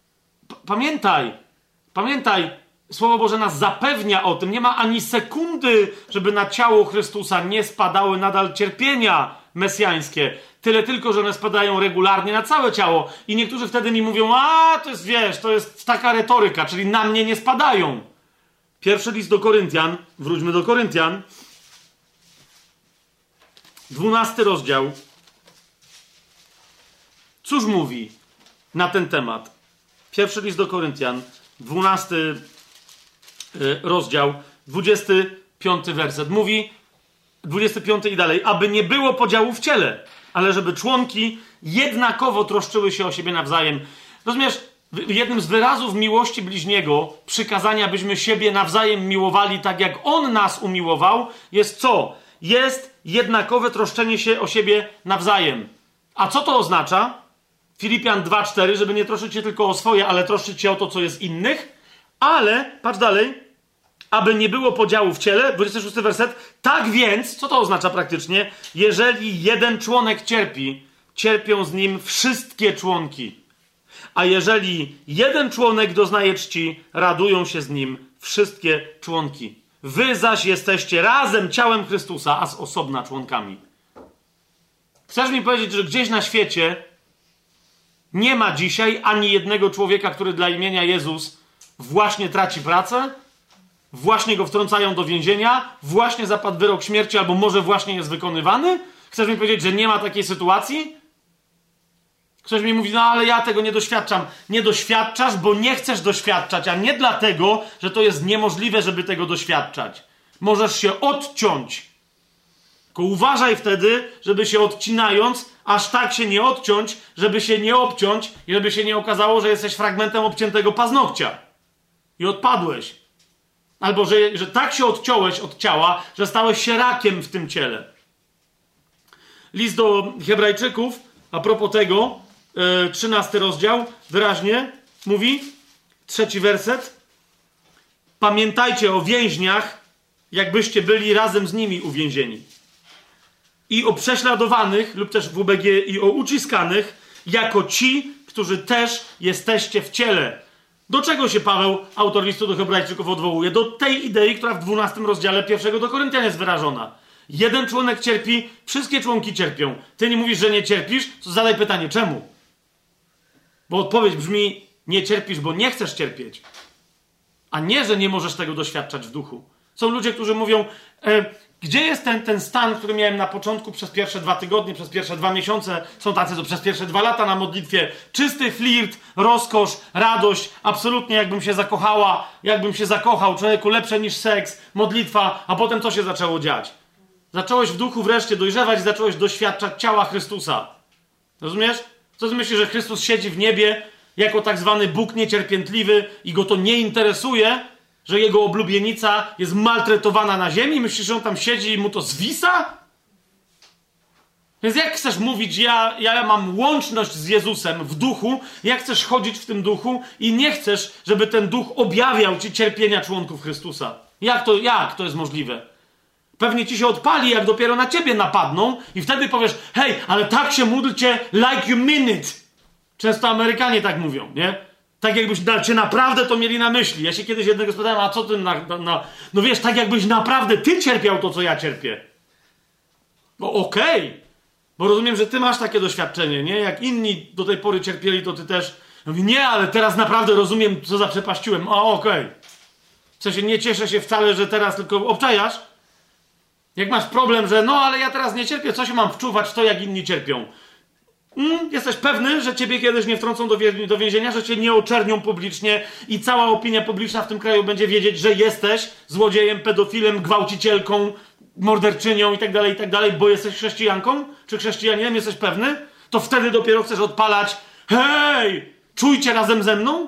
pamiętaj, Słowo Boże nas zapewnia o tym, nie ma ani sekundy, żeby na ciało Chrystusa nie spadały nadal cierpienia mesjańskie. Tyle tylko, że one spadają regularnie na całe ciało. I niektórzy wtedy mi mówią, to jest, to jest taka retoryka, czyli na mnie nie spadają. Pierwszy list do Koryntian, wróćmy do Koryntian. 12 rozdział. Cóż mówi na ten temat? Pierwszy list do Koryntian, 12 rozdział, 25 werset. Mówi, 25 i dalej, aby nie było podziału w ciele, ale żeby członki jednakowo troszczyły się o siebie nawzajem. Rozumiesz, jednym z wyrazów miłości bliźniego, przykazania, byśmy siebie nawzajem miłowali tak, jak On nas umiłował, jest co? Jest jednakowe troszczenie się o siebie nawzajem. A co to oznacza? Filipian 2,4, żeby nie troszczyć się tylko o swoje, ale troszczyć się o to, co jest innych. Ale, patrz dalej, aby nie było podziału w ciele, 26 werset, tak więc, co to oznacza praktycznie? Jeżeli jeden członek cierpi, cierpią z nim wszystkie członki. A jeżeli jeden członek doznaje czci, radują się z nim wszystkie członki. Wy zaś jesteście razem ciałem Chrystusa, a z osobna członkami. Chcesz mi powiedzieć, że gdzieś na świecie nie ma dzisiaj ani jednego człowieka, który dla imienia Jezus właśnie traci pracę, właśnie go wtrącają do więzienia, właśnie zapadł wyrok śmierci, albo może właśnie jest wykonywany? Chcesz mi powiedzieć, że nie ma takiej sytuacji? Ktoś mi mówi, ale ja tego nie doświadczam. Nie doświadczasz, bo nie chcesz doświadczać, a nie dlatego, że to jest niemożliwe, żeby tego doświadczać. Możesz się odciąć. Tylko uważaj wtedy, żeby się odcinając, aż tak się nie odciąć, żeby się nie obciąć i żeby się nie okazało, że jesteś fragmentem obciętego paznokcia. I odpadłeś. Albo, że tak się odciąłeś od ciała, że stałeś się rakiem w tym ciele. List do Hebrajczyków, a propos tego, 13 rozdział, wyraźnie mówi, 3 werset. Pamiętajcie o więźniach, jakbyście byli razem z nimi uwięzieni. I o prześladowanych, lub też w UBG, i o uciskanych, jako ci, którzy też jesteście w ciele. Do czego się Paweł, autor listu do Hebrajczyków, odwołuje? Do tej idei, która w 12 rozdziale 1 do Koryntian jest wyrażona. Jeden członek cierpi, wszystkie członki cierpią. Ty nie mówisz, że nie cierpisz, to zadaj pytanie, czemu? Bo odpowiedź brzmi, nie cierpisz, bo nie chcesz cierpieć. A nie, że nie możesz tego doświadczać w duchu. Są ludzie, którzy mówią, gdzie jest ten stan, który miałem na początku przez pierwsze 2 tygodnie, przez pierwsze 2 miesiące, są tacy, co przez pierwsze 2 lata na modlitwie. Czysty flirt, rozkosz, radość, absolutnie jakbym się zakochała, jakbym się zakochał, człowieku lepsze niż seks, modlitwa, a potem co się zaczęło dziać? Zacząłeś w duchu wreszcie dojrzewać i zacząłeś doświadczać ciała Chrystusa. Rozumiesz? Co ty myślisz, że Chrystus siedzi w niebie jako tak zwany Bóg niecierpiętliwy i go to nie interesuje, że jego oblubienica jest maltretowana na ziemi? Myślisz, że on tam siedzi i mu to zwisa? Więc jak chcesz mówić, ja mam łączność z Jezusem w duchu, jak chcesz chodzić w tym duchu i nie chcesz, żeby ten duch objawiał ci cierpienia członków Chrystusa? Jak to jest możliwe? Pewnie ci się odpali, jak dopiero na ciebie napadną i wtedy powiesz, hej, ale tak się módlcie like you mean it. Często Amerykanie tak mówią, nie? Tak jakbyście naprawdę to mieli na myśli. Ja się kiedyś jednego spytałem, a co ty no wiesz, tak jakbyś naprawdę ty cierpiał to, co ja cierpię. No okej. Bo rozumiem, że ty masz takie doświadczenie, nie? Jak inni do tej pory cierpieli, to ty też. Ja mówię, nie, ale teraz naprawdę rozumiem, co zaprzepaściłem. Okej. W sensie nie cieszę się wcale, że teraz tylko obczajasz. Jak masz problem, że ale ja teraz nie cierpię, co się mam wczuwać w to, jak inni cierpią? Jesteś pewny, że ciebie kiedyś nie wtrącą do więzienia, że cię nie oczernią publicznie i cała opinia publiczna w tym kraju będzie wiedzieć, że jesteś złodziejem, pedofilem, gwałcicielką, morderczynią i tak dalej, bo jesteś chrześcijanką czy chrześcijaninem, jesteś pewny? To wtedy dopiero chcesz odpalać: hej, czujcie razem ze mną?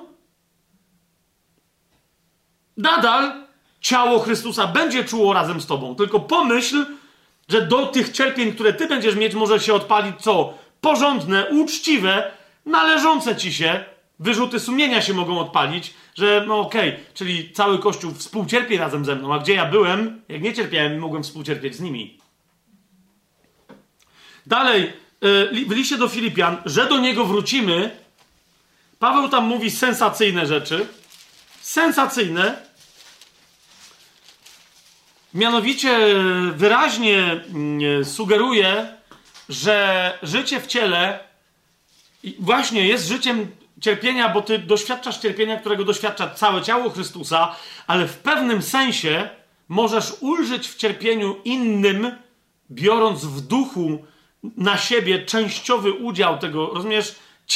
Nadal ciało Chrystusa będzie czuło razem z tobą, tylko pomyśl, że do tych cierpień, które ty będziesz mieć, może się odpalić co? Porządne, uczciwe, należące ci się wyrzuty sumienia się mogą odpalić, że no okej, czyli cały Kościół współcierpi razem ze mną, a gdzie ja byłem, jak nie cierpiałem, mogłem współcierpieć z nimi. Dalej, w liście do Filipian, że do niego wrócimy, Paweł tam mówi sensacyjne rzeczy. Sensacyjne. Mianowicie wyraźnie sugeruje, że życie w ciele właśnie jest życiem cierpienia, bo ty doświadczasz cierpienia, którego doświadcza całe ciało Chrystusa, ale w pewnym sensie możesz ulżyć w cierpieniu innym, biorąc w duchu na siebie częściowy udział tego, rozumiesz?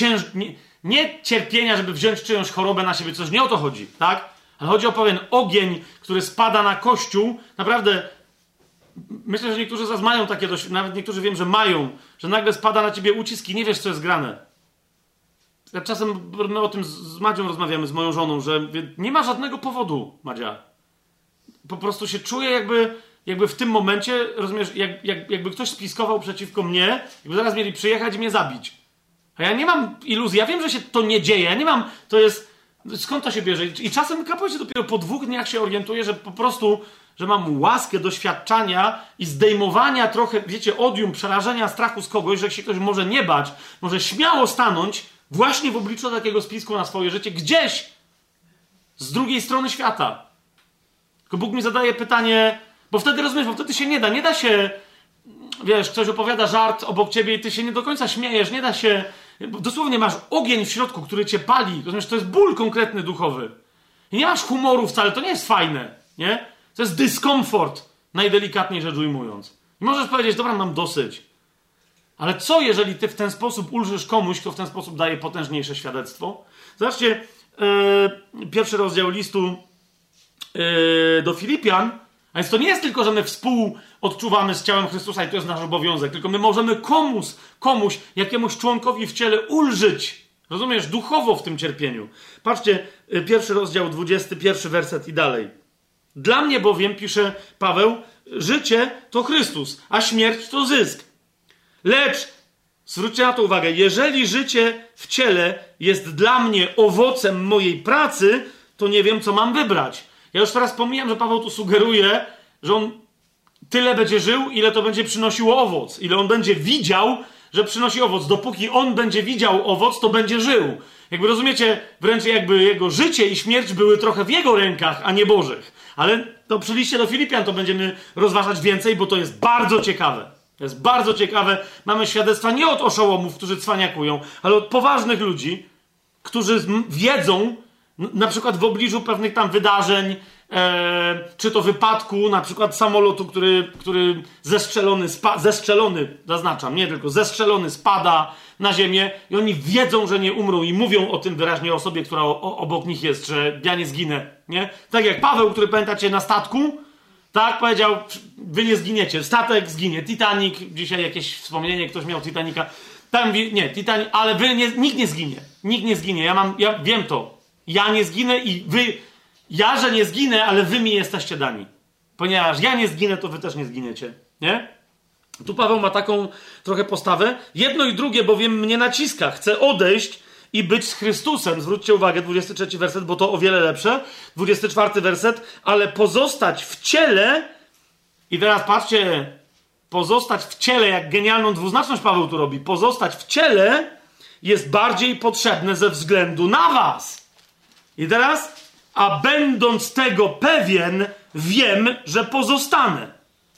Nie cierpienia, żeby wziąć czyjąś chorobę na siebie, coś nie o to chodzi, tak? Ale chodzi o pewien ogień, który spada na Kościół. Naprawdę, myślę, że niektórzy z was mają takie doświadczenia, nawet niektórzy wiem, że mają, że nagle spada na ciebie ucisk i nie wiesz, co jest grane. Ja czasem my o tym z Madzią rozmawiamy, z moją żoną, że nie ma żadnego powodu, Madzia. Po prostu się czuję jakby w tym momencie, rozumiesz, jakby ktoś spiskował przeciwko mnie, jakby zaraz mieli przyjechać i mnie zabić. A ja nie mam iluzji, ja wiem, że się to nie dzieje, ja nie mam, to jest... Skąd to się bierze? I czasem kapujecie dopiero po 2 dniach się orientuję, że po prostu, że mam łaskę doświadczania i zdejmowania trochę, wiecie, odium, przerażenia, strachu z kogoś, że się ktoś może nie bać, może śmiało stanąć właśnie w obliczu takiego spisku na swoje życie, gdzieś z drugiej strony świata. Tylko Bóg mi zadaje pytanie, bo wtedy rozumiesz, bo wtedy się nie da się, wiesz, ktoś opowiada żart obok ciebie i ty się nie do końca śmiejesz, nie da się... Dosłownie masz ogień w środku, który cię pali. Rozumiesz, to jest ból konkretny duchowy. I nie masz humoru wcale, to nie jest fajne, nie? To jest dyskomfort, najdelikatniej rzecz ujmując. I możesz powiedzieć: dobra, mam dosyć. Ale co, jeżeli ty w ten sposób ulżysz komuś, kto w ten sposób daje potężniejsze świadectwo? Zobaczcie, 1 rozdział listu do Filipian. A więc to nie jest tylko, że my współodczuwamy z ciałem Chrystusa i to jest nasz obowiązek, tylko my możemy komuś, jakiemuś członkowi w ciele ulżyć. Rozumiesz? Duchowo w tym cierpieniu. Patrzcie, 1 rozdział, 21 werset i dalej. Dla mnie bowiem, pisze Paweł, życie to Chrystus, a śmierć to zysk. Lecz, zwróćcie na to uwagę, jeżeli życie w ciele jest dla mnie owocem mojej pracy, to nie wiem, co mam wybrać. Ja już teraz pomijam, że Paweł tu sugeruje, że on tyle będzie żył, ile to będzie przynosiło owoc. Ile on będzie widział, że przynosi owoc. Dopóki on będzie widział owoc, to będzie żył. Jakby rozumiecie, wręcz jakby jego życie i śmierć były trochę w jego rękach, a nie Bożych. Ale to przy liście do Filipian to będziemy rozważać więcej, bo to jest bardzo ciekawe. To jest bardzo ciekawe. Mamy świadectwa nie od oszołomów, którzy cwaniakują, ale od poważnych ludzi, którzy wiedzą, na przykład w obliczu pewnych tam wydarzeń, czy to wypadku, na przykład samolotu, który zestrzelony, zaznaczam, nie tylko zestrzelony, spada na ziemię i oni wiedzą, że nie umrą i mówią o tym wyraźnie osobie, która obok nich jest, że ja nie zginę, nie? Tak jak Paweł, który, pamiętacie, na statku, tak, powiedział: wy nie zginiecie, statek zginie, Titanic, dzisiaj jakieś wspomnienie, ktoś miał Titanica, tam nie, Titanic, ale nikt nie zginie, nikt nie zginie, ja wiem to. Ja nie zginę i wy... Ja, że nie zginę, ale wy mi jesteście dani. Ponieważ ja nie zginę, to wy też nie zginiecie. Nie? Tu Paweł ma taką trochę postawę. Jedno i drugie bowiem mnie naciska. Chcę odejść i być z Chrystusem. Zwróćcie uwagę, 23 werset, bo to o wiele lepsze. 24 werset. Ale pozostać w ciele... I teraz patrzcie, pozostać w ciele, jak genialną dwuznaczność Paweł tu robi. Pozostać w ciele jest bardziej potrzebne ze względu na was. I teraz, a będąc tego pewien, wiem, że pozostanę.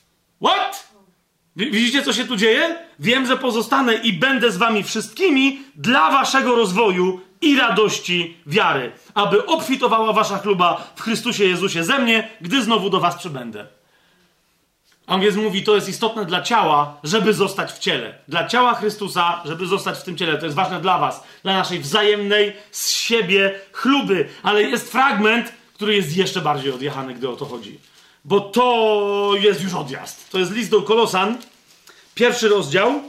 What? Widzicie, co się tu dzieje? Wiem, że pozostanę i będę z wami wszystkimi dla waszego rozwoju i radości wiary, aby obfitowała wasza chluba w Chrystusie Jezusie ze mnie, gdy znowu do was przybędę. A on więc mówi, to jest istotne dla ciała, żeby zostać w ciele. Dla ciała Chrystusa, żeby zostać w tym ciele. To jest ważne dla was, dla naszej wzajemnej z siebie chluby. Ale jest fragment, który jest jeszcze bardziej odjechany, gdy o to chodzi. Bo to jest już odjazd. To jest list do Kolosan, 1 rozdział.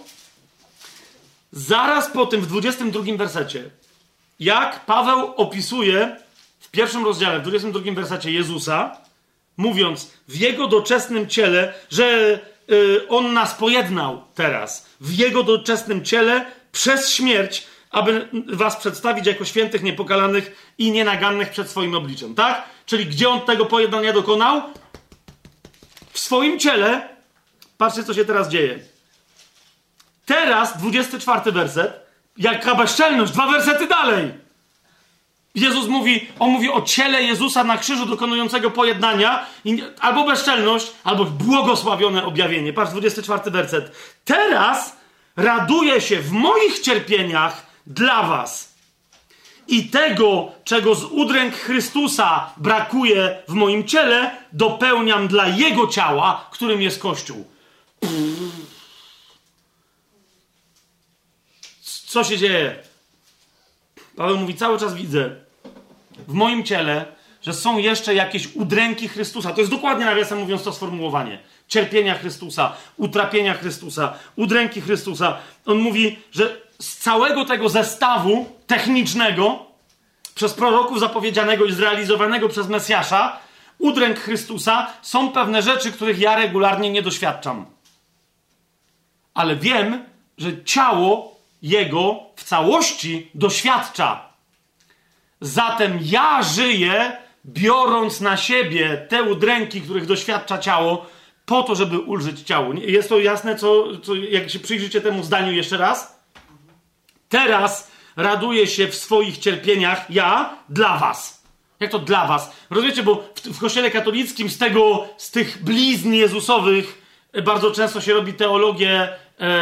Zaraz po tym, w 22 wersecie, jak Paweł opisuje w 1 rozdziale, w 22 wersecie Jezusa, mówiąc w Jego doczesnym ciele, że On nas pojednał teraz. W Jego doczesnym ciele przez śmierć, aby was przedstawić jako świętych, niepokalanych i nienagannych przed swoim obliczem. Tak? Czyli gdzie On tego pojednania dokonał? W swoim ciele. Patrzcie, co się teraz dzieje. Teraz, 24 werset, jaka bezczelność, 2 wersety dalej. Jezus mówi, on mówi o ciele Jezusa na krzyżu dokonującego pojednania, albo bezczelność, albo błogosławione objawienie. Patrz, 24 werset. Teraz raduję się w moich cierpieniach dla was i tego, czego z udręk Chrystusa brakuje w moim ciele, dopełniam dla Jego ciała, którym jest Kościół. Co się dzieje? Paweł mówi, cały czas widzę w moim ciele, że są jeszcze jakieś udręki Chrystusa. To jest dokładnie, nawiasem mówiąc, to sformułowanie. Cierpienia Chrystusa, utrapienia Chrystusa, udręki Chrystusa. On mówi, że z całego tego zestawu technicznego, przez proroków zapowiedzianego i zrealizowanego przez Mesjasza, udręk Chrystusa, są pewne rzeczy, których ja regularnie nie doświadczam. Ale wiem, że ciało Jego w całości doświadcza. Zatem ja żyję, biorąc na siebie te udręki, których doświadcza ciało, po to, żeby ulżyć ciału. Jest to jasne, jak się przyjrzycie temu zdaniu jeszcze raz? Teraz raduję się w swoich cierpieniach ja dla was. Jak to dla was? Rozumiecie, bo w Kościele katolickim z tych blizn Jezusowych bardzo często się robi teologię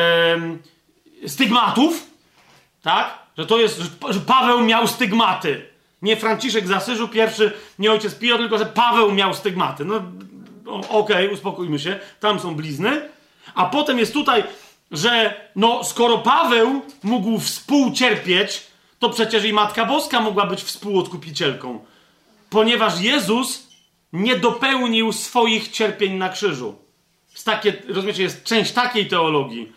stygmatów, tak? Że to jest, że Paweł miał stygmaty. Nie Franciszek z Asyżu pierwszy, nie ojciec Pio, tylko że Paweł miał stygmaty. No okej, uspokójmy się, tam są blizny. A potem jest tutaj, że no skoro Paweł mógł współcierpieć, to przecież i Matka Boska mogła być współodkupicielką. Ponieważ Jezus nie dopełnił swoich cierpień na krzyżu. Rozumiecie, jest część takiej teologii.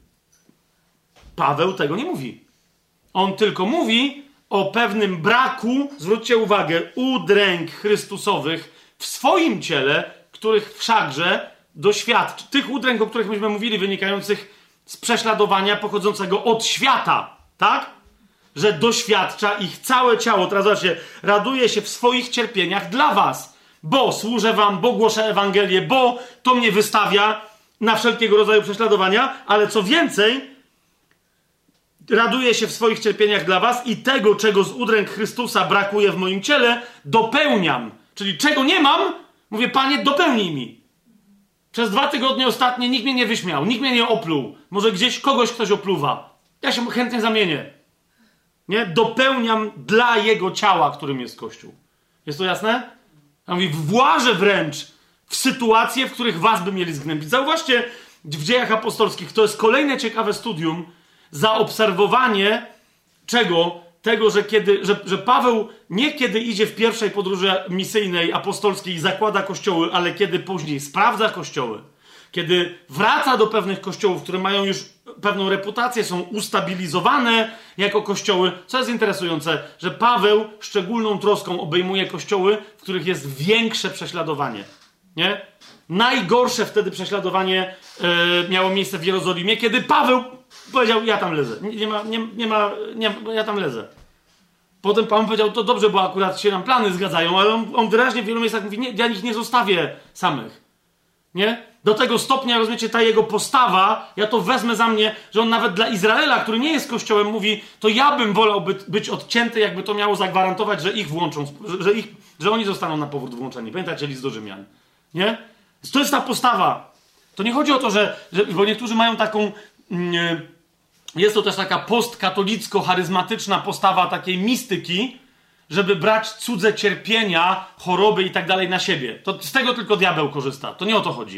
Paweł tego nie mówi. On tylko mówi o pewnym braku, zwróćcie uwagę, udręk Chrystusowych w swoim ciele, których wszakże doświadczy. Tych udręk, o których myśmy mówili, wynikających z prześladowania pochodzącego od świata, tak? Że doświadcza ich całe ciało. Teraz zobaczcie, raduje się w swoich cierpieniach dla was, bo służę wam, bo głoszę Ewangelię, bo to mnie wystawia na wszelkiego rodzaju prześladowania, ale co więcej, raduję się w swoich cierpieniach dla was i tego, czego z udręk Chrystusa brakuje w moim ciele, dopełniam. Czyli czego nie mam, mówię, Panie, dopełnij mi. Przez 2 tygodnie ostatnie nikt mnie nie wyśmiał, nikt mnie nie opluł. Może gdzieś ktoś opluwa. Ja się chętnie zamienię. Nie? Dopełniam dla Jego ciała, którym jest Kościół. Jest to jasne? A mówi, włażę wręcz w sytuacje, w których was by mieli zgnębić. Zauważcie, w Dziejach Apostolskich, to jest kolejne ciekawe studium, zaobserwowanie czego? Tego, że Paweł nie kiedy idzie w pierwszej podróży misyjnej, apostolskiej i zakłada kościoły, ale kiedy później sprawdza kościoły, kiedy wraca do pewnych kościołów, które mają już pewną reputację, są ustabilizowane jako kościoły. Co jest interesujące, że Paweł szczególną troską obejmuje kościoły, w których jest większe prześladowanie. Nie? Najgorsze wtedy prześladowanie miało miejsce w Jerozolimie, kiedy Paweł powiedział, ja tam lezę. Ja tam lezę. Potem Paweł powiedział, to dobrze, bo akurat się nam plany zgadzają, ale on wyraźnie w wielu miejscach mówi, nie, ja ich nie zostawię samych. Nie? Do tego stopnia, rozumiecie, ta jego postawa, ja to wezmę za mnie, że on nawet dla Izraela, który nie jest kościołem, mówi, to ja bym wolał być odcięty, jakby to miało zagwarantować, że ich włączą, że oni zostaną na powrót włączeni. Pamiętacie list do Rzymian? Nie? To jest ta postawa. To nie chodzi o to, bo niektórzy mają taką... Jest to też taka postkatolicko-charyzmatyczna postawa takiej mistyki, żeby brać cudze cierpienia, choroby i tak dalej na siebie. To z tego tylko diabeł korzysta. To nie o to chodzi.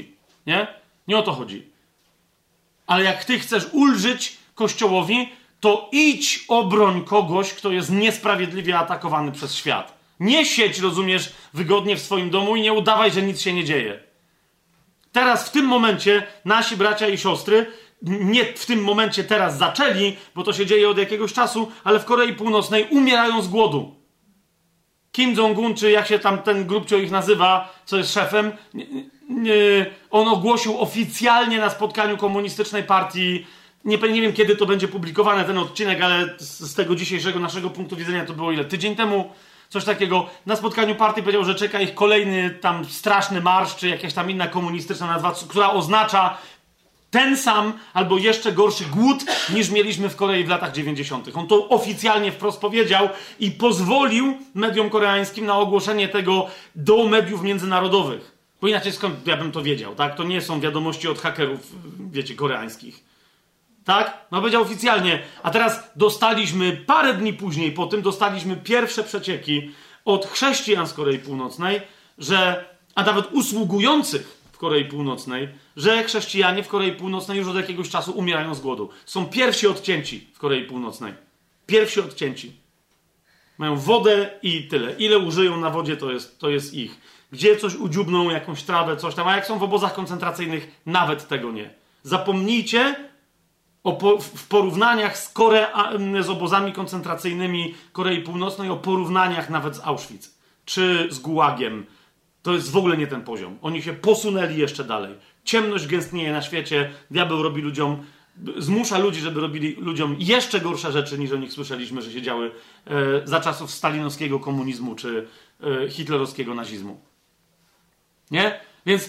Nie? Nie o to chodzi. Ale jak ty chcesz ulżyć Kościołowi, to idź obroń kogoś, kto jest niesprawiedliwie atakowany przez świat. Nie siedź, rozumiesz, wygodnie w swoim domu i nie udawaj, że nic się nie dzieje. Teraz w tym momencie nasi bracia i siostry, nie w tym momencie teraz zaczęli, bo to się dzieje od jakiegoś czasu, ale w Korei Północnej umierają z głodu. Kim Jong-un, czy jak się tam ten grupcio ich nazywa, co jest szefem, on ogłosił oficjalnie na spotkaniu komunistycznej partii, nie wiem kiedy to będzie publikowane ten odcinek, ale z tego dzisiejszego naszego punktu widzenia to było ile? Tydzień temu? Coś takiego. Na spotkaniu partii powiedział, że czeka ich kolejny tam straszny marsz, czy jakaś tam inna komunistyczna nazwa, która oznacza ten sam albo jeszcze gorszy głód, niż mieliśmy w Korei w latach 90. On to oficjalnie wprost powiedział i pozwolił mediom koreańskim na ogłoszenie tego do mediów międzynarodowych. Bo inaczej skąd ja bym to wiedział, tak? To nie są wiadomości od hakerów, wiecie, koreańskich. Tak? No powiedział oficjalnie. A teraz dostaliśmy, parę dni później po tym, dostaliśmy pierwsze przecieki od chrześcijan z Korei Północnej, a nawet usługujących w Korei Północnej, że chrześcijanie w Korei Północnej już od jakiegoś czasu umierają z głodu. Są pierwsi odcięci w Korei Północnej. Pierwsi odcięci. Mają wodę i tyle. Ile użyją na wodzie, to jest ich. Gdzie coś udziubną, jakąś trawę, coś tam. A jak są w obozach koncentracyjnych, nawet tego nie. Zapomnijcie w porównaniach z obozami koncentracyjnymi Korei Północnej, o porównaniach nawet z Auschwitz. Czy z Gułagiem. To jest w ogóle nie ten poziom. Oni się posunęli jeszcze dalej. Ciemność gęstnieje na świecie. Diabeł robi zmusza ludzi, żeby robili ludziom jeszcze gorsze rzeczy, niż o nich słyszeliśmy, że się działy za czasów stalinowskiego komunizmu czy hitlerowskiego nazizmu. Nie? Więc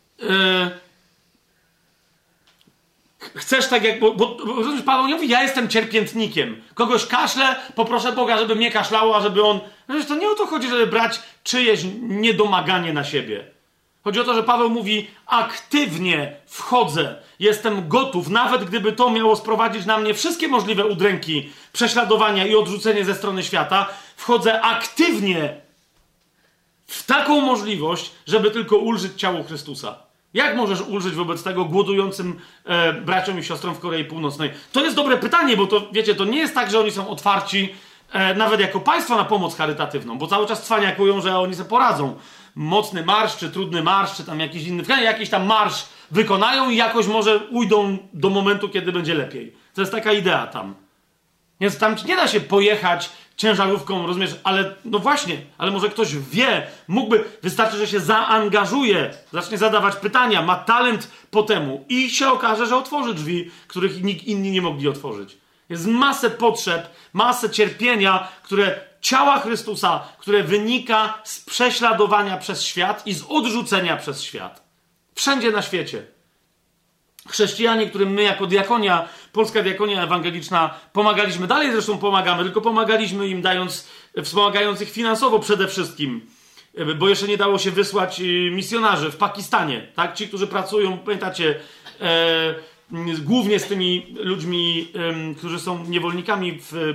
chcesz tak jak... Bo Paweł nie mówi, ja jestem cierpiętnikiem. Kogoś kaszlę, poproszę Boga, żeby mnie kaszlało, a żeby on... Przecież to nie o to chodzi, żeby brać czyjeś niedomaganie na siebie. Chodzi o to, że Paweł mówi, aktywnie wchodzę, jestem gotów, nawet gdyby to miało sprowadzić na mnie wszystkie możliwe udręki, prześladowania i odrzucenie ze strony świata, wchodzę aktywnie w taką możliwość, żeby tylko ulżyć ciału Chrystusa. Jak możesz ulżyć wobec tego głodującym braciom i siostrom w Korei Północnej? To jest dobre pytanie, bo to, wiecie, to nie jest tak, że oni są otwarci nawet jako państwo na pomoc charytatywną, bo cały czas cwaniakują, że oni sobie poradzą. Mocny marsz, czy trudny marsz, czy tam jakiś inny, jakiś tam marsz wykonają i jakoś może ujdą do momentu, kiedy będzie lepiej. To jest taka idea tam. Więc tam nie da się pojechać ciężarówką, rozumiesz, ale no właśnie, ale może ktoś wie, wystarczy, że się zaangażuje, zacznie zadawać pytania, ma talent po temu i się okaże, że otworzy drzwi, których nikt inni nie mogli otworzyć. Jest masę potrzeb, masę cierpienia, ciała Chrystusa, które wynika z prześladowania przez świat i z odrzucenia przez świat. Wszędzie na świecie. Chrześcijanie, którym my jako diakonia, Polska Diakonia Ewangeliczna pomagaliśmy, dalej zresztą pomagamy, tylko pomagaliśmy im wspomagając ich finansowo przede wszystkim, bo jeszcze nie dało się wysłać misjonarzy w Pakistanie, tak? Ci, którzy pracują, pamiętacie, głównie z tymi ludźmi, którzy są niewolnikami w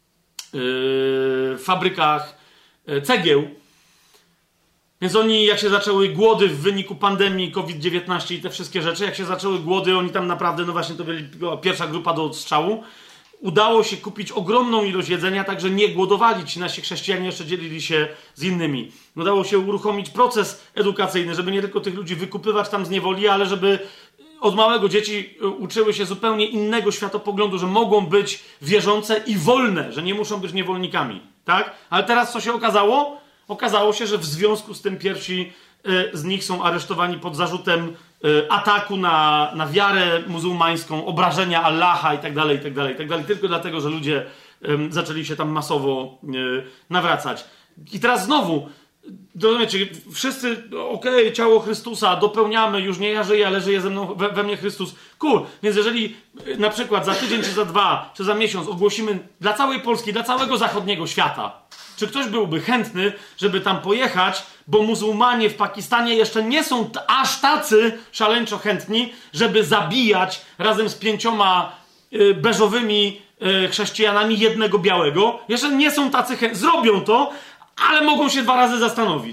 fabrykach cegieł. Więc oni, jak się zaczęły głody w wyniku pandemii COVID-19 i te wszystkie rzeczy, jak się zaczęły głody, oni tam naprawdę, no właśnie to była pierwsza grupa do odstrzału, udało się kupić ogromną ilość jedzenia, tak że nie głodowali. Ci nasi chrześcijanie jeszcze dzielili się z innymi. Udało się uruchomić proces edukacyjny, żeby nie tylko tych ludzi wykupywać tam z niewoli, ale żeby od małego dzieci uczyły się zupełnie innego światopoglądu, że mogą być wierzące i wolne, że nie muszą być niewolnikami. Tak? Ale teraz co się okazało? Okazało się, że w związku z tym pierwsi z nich są aresztowani pod zarzutem ataku na wiarę muzułmańską, obrażenia Allaha itd., tylko dlatego, że ludzie zaczęli się tam masowo nawracać. I teraz znowu, rozumiecie, wszyscy, okej, ciało Chrystusa, dopełniamy, już nie ja żyję, ale żyje ze mną, we mnie Chrystus. Cool. Więc jeżeli na przykład za tydzień, czy za 2, czy za miesiąc ogłosimy dla całej Polski, dla całego zachodniego świata, czy ktoś byłby chętny, żeby tam pojechać, bo muzułmanie w Pakistanie jeszcze nie są aż tacy szaleńczo chętni, żeby zabijać razem z 5 beżowymi chrześcijanami jednego białego. Jeszcze nie są tacy chętni. Zrobią to, ale mogą się 2 razy zastanowić.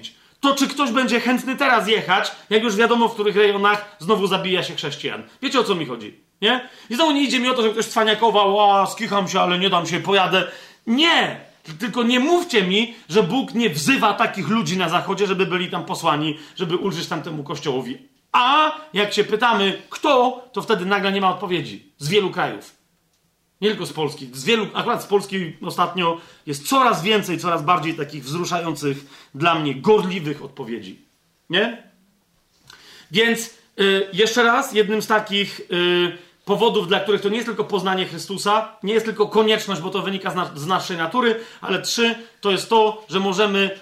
to czy ktoś będzie chętny teraz jechać, jak już wiadomo, w których rejonach znowu zabija się chrześcijan. Wiecie, o co mi chodzi, nie? I znowu nie idzie mi o to, że ktoś cwaniakował, skicham się, ale nie dam się, pojadę. Nie! Tylko nie mówcie mi, że Bóg nie wzywa takich ludzi na zachodzie, żeby byli tam posłani, żeby ulżyć tamtemu kościołowi. A jak się pytamy, kto, to wtedy nagle nie ma odpowiedzi. Z wielu krajów. Nie tylko z Polski. Akurat z Polski ostatnio jest coraz więcej, coraz bardziej takich wzruszających dla mnie, gorliwych odpowiedzi. Nie? Więc jeszcze raz, jednym z takich powodów, dla których to nie jest tylko poznanie Chrystusa, nie jest tylko konieczność, bo to wynika z naszej natury, ale 3, to jest to, że możemy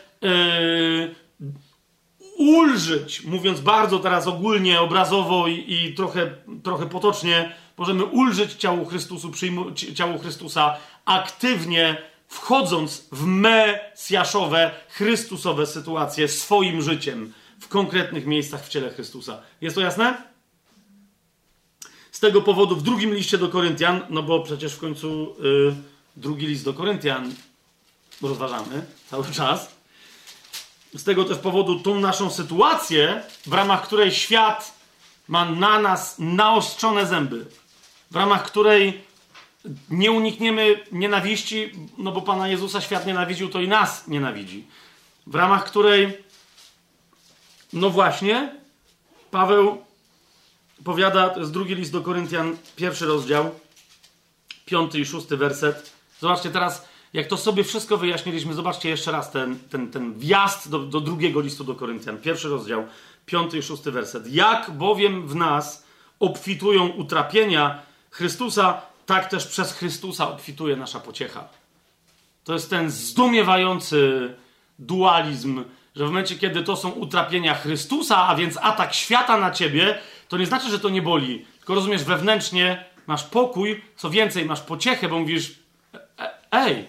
ulżyć, mówiąc bardzo teraz ogólnie, obrazowo i trochę potocznie, możemy ulżyć ciału Chrystusa aktywnie wchodząc w mesjaszowe, chrystusowe sytuacje swoim życiem w konkretnych miejscach w ciele Chrystusa. Jest to jasne? Z tego powodu w drugim liście do Koryntian, no bo przecież w końcu drugi list do Koryntian rozważamy cały czas. Z tego też powodu tą naszą sytuację, w ramach której świat ma na nas naostrzone zęby, w ramach której nie unikniemy nienawiści, no bo Pana Jezusa świat nienawidził, to i nas nienawidzi. W ramach której, no właśnie, Paweł powiada, to jest drugi list do Koryntian, 1 rozdział, 5 i 6 werset. Zobaczcie teraz, jak to sobie wszystko wyjaśniliśmy, zobaczcie jeszcze raz ten wjazd do drugiego listu do Koryntian. 1 rozdział, 5 i 6 werset. Jak bowiem w nas obfitują utrapienia Chrystusa, tak też przez Chrystusa obfituje nasza pociecha. To jest ten zdumiewający dualizm, że w momencie, kiedy to są utrapienia Chrystusa, a więc atak świata na ciebie, to nie znaczy, że to nie boli. Tylko rozumiesz, wewnętrznie masz pokój, co więcej, masz pociechę, bo mówisz, ej,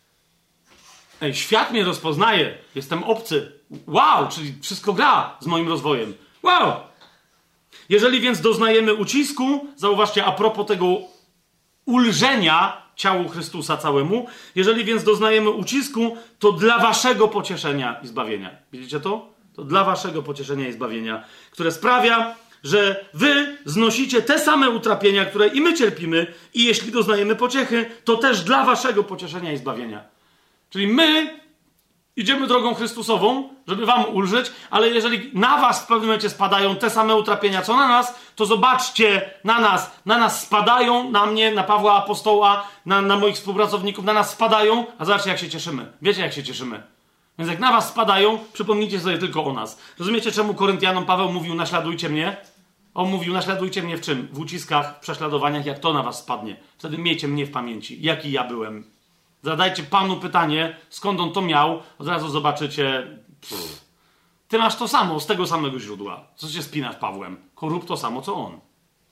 świat mnie rozpoznaje, jestem obcy. Wow, czyli wszystko gra z moim rozwojem. Wow! Jeżeli więc doznajemy ucisku, zauważcie, a propos tego ulżenia ciału Chrystusa całemu, jeżeli więc doznajemy ucisku, to dla waszego pocieszenia i zbawienia. Widzicie to? To dla waszego pocieszenia i zbawienia, które sprawia, że wy znosicie te same utrapienia, które i my cierpimy, i jeśli doznajemy pociechy, to też dla waszego pocieszenia i zbawienia. Czyli my idziemy drogą Chrystusową, żeby wam ulżyć, ale jeżeli na was w pewnym momencie spadają te same utrapienia, co na nas, to zobaczcie na nas spadają, na mnie, na Pawła Apostoła, na moich współpracowników, na nas spadają, a zobaczcie, jak się cieszymy. Wiecie, jak się cieszymy. Więc jak na was spadają, przypomnijcie sobie tylko o nas. Rozumiecie, czemu Koryntianom Paweł mówił, naśladujcie mnie? On mówił, naśladujcie mnie w czym? W uciskach, w prześladowaniach, jak to na was spadnie. Wtedy miejcie mnie w pamięci, jaki ja byłem. Zadajcie Panu pytanie, skąd on to miał, od razu zobaczycie, ty masz to samo, z tego samego źródła. Co się spinasz Pawłem? Rób to samo, co on.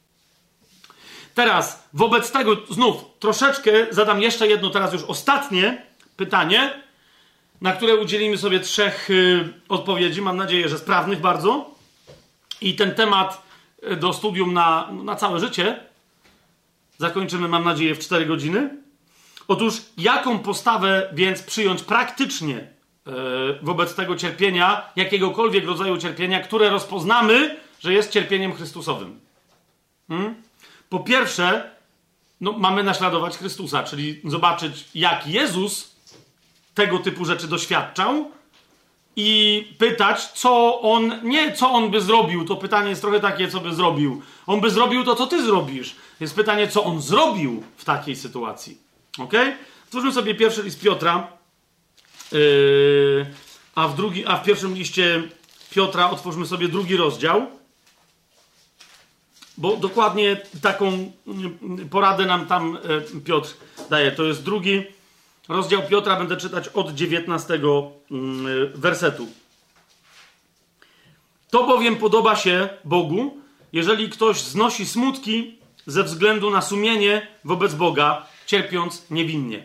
Teraz, wobec tego, znów, troszeczkę zadam jeszcze jedno, teraz już ostatnie pytanie, na które udzielimy sobie 3 odpowiedzi, mam nadzieję, że sprawnych bardzo. I ten temat do studium na całe życie zakończymy, mam nadzieję, w 4 godziny. Otóż, jaką postawę więc przyjąć praktycznie wobec tego cierpienia, jakiegokolwiek rodzaju cierpienia, które rozpoznamy, że jest cierpieniem Chrystusowym? Po pierwsze, mamy naśladować Chrystusa, czyli zobaczyć, jak Jezus tego typu rzeczy doświadczał i pytać, co on by zrobił. To pytanie jest trochę takie, co by zrobił. On by zrobił to, co ty zrobisz. Jest pytanie, co on zrobił w takiej sytuacji. Okej? Otwórzmy sobie pierwszy list Piotra, a w pierwszym liście Piotra otwórzmy sobie 2 rozdział, bo dokładnie taką poradę nam tam Piotr daje. To jest 2 rozdział Piotra, będę czytać od 19 wersetu. To bowiem podoba się Bogu, jeżeli ktoś znosi smutki ze względu na sumienie wobec Boga, cierpiąc niewinnie.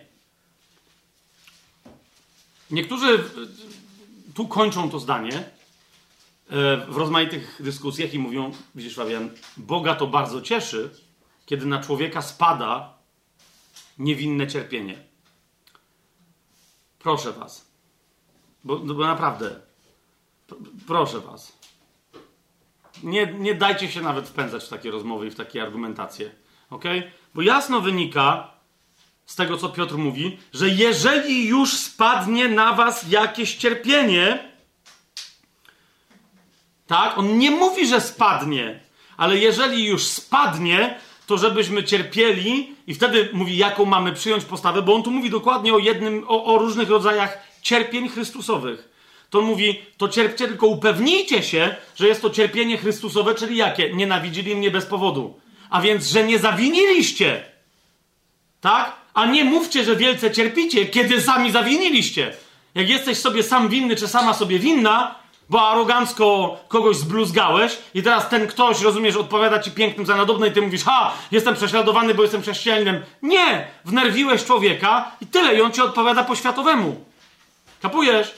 Niektórzy tu kończą to zdanie w rozmaitych dyskusjach i mówią, widzisz Fabian, Boga to bardzo cieszy, kiedy na człowieka spada niewinne cierpienie. Proszę was. Bo naprawdę. Proszę was. Nie dajcie się nawet wpędzać w takie rozmowy i w takie argumentacje. Okay? Bo jasno wynika z tego, co Piotr mówi, że jeżeli już spadnie na was jakieś cierpienie, tak? On nie mówi, że spadnie, ale jeżeli już spadnie, to żebyśmy cierpieli i wtedy mówi, jaką mamy przyjąć postawę, bo on tu mówi dokładnie o różnych rodzajach cierpień chrystusowych. To on mówi, to cierpcie, tylko upewnijcie się, że jest to cierpienie chrystusowe, czyli jakie? Nienawidzili mnie bez powodu. A więc, że nie zawiniliście. Tak? A nie mówcie, że wielce cierpicie, kiedy sami zawiniliście. Jak jesteś sobie sam winny, czy sama sobie winna, bo arogancko kogoś zbluzgałeś i teraz ten ktoś, rozumiesz, odpowiada ci pięknym za nadobne i ty mówisz, jestem prześladowany, bo jestem chrześcijaninem. Nie! Wnerwiłeś człowieka i tyle. I on ci odpowiada po światowemu. Kapujesz?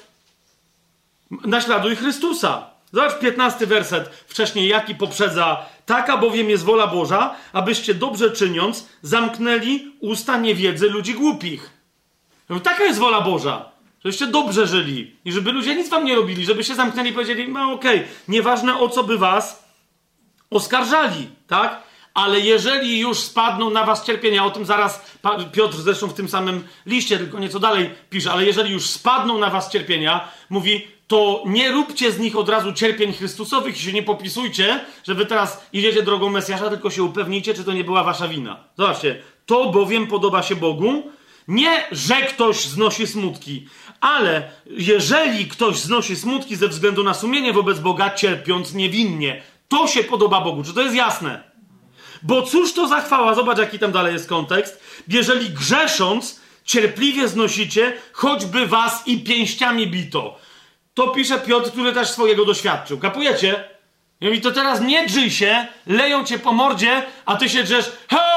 Naśladuj Chrystusa. Zobacz 15 werset wcześniej, jaki poprzedza. Taka bowiem jest wola Boża, abyście dobrze czyniąc zamknęli usta niewiedzy ludzi głupich. No, taka jest wola Boża. Żebyście dobrze żyli i żeby ludzie nic wam nie robili, żeby się zamknęli i powiedzieli, no okej, nieważne o co by was oskarżali, tak? Ale jeżeli już spadną na was cierpienia, o tym zaraz Piotr zresztą w tym samym liście, tylko nieco dalej pisze, ale jeżeli już spadną na was cierpienia, mówi, to nie róbcie z nich od razu cierpień chrystusowych i się nie popisujcie, że wy teraz idziecie drogą Mesjasza, tylko się upewnijcie, czy to nie była wasza wina. Zobaczcie, to bowiem podoba się Bogu, nie, że ktoś znosi smutki, ale jeżeli ktoś znosi smutki ze względu na sumienie wobec Boga, cierpiąc niewinnie, to się podoba Bogu. Czy to jest jasne? Bo cóż to za chwała? Zobacz, jaki tam dalej jest kontekst. Jeżeli grzesząc, cierpliwie znosicie, choćby was i pięściami bito. To pisze Piotr, który też swojego doświadczył. Kapujecie? I mówi, to teraz nie drzyj się, leją cię po mordzie, a ty się drzesz,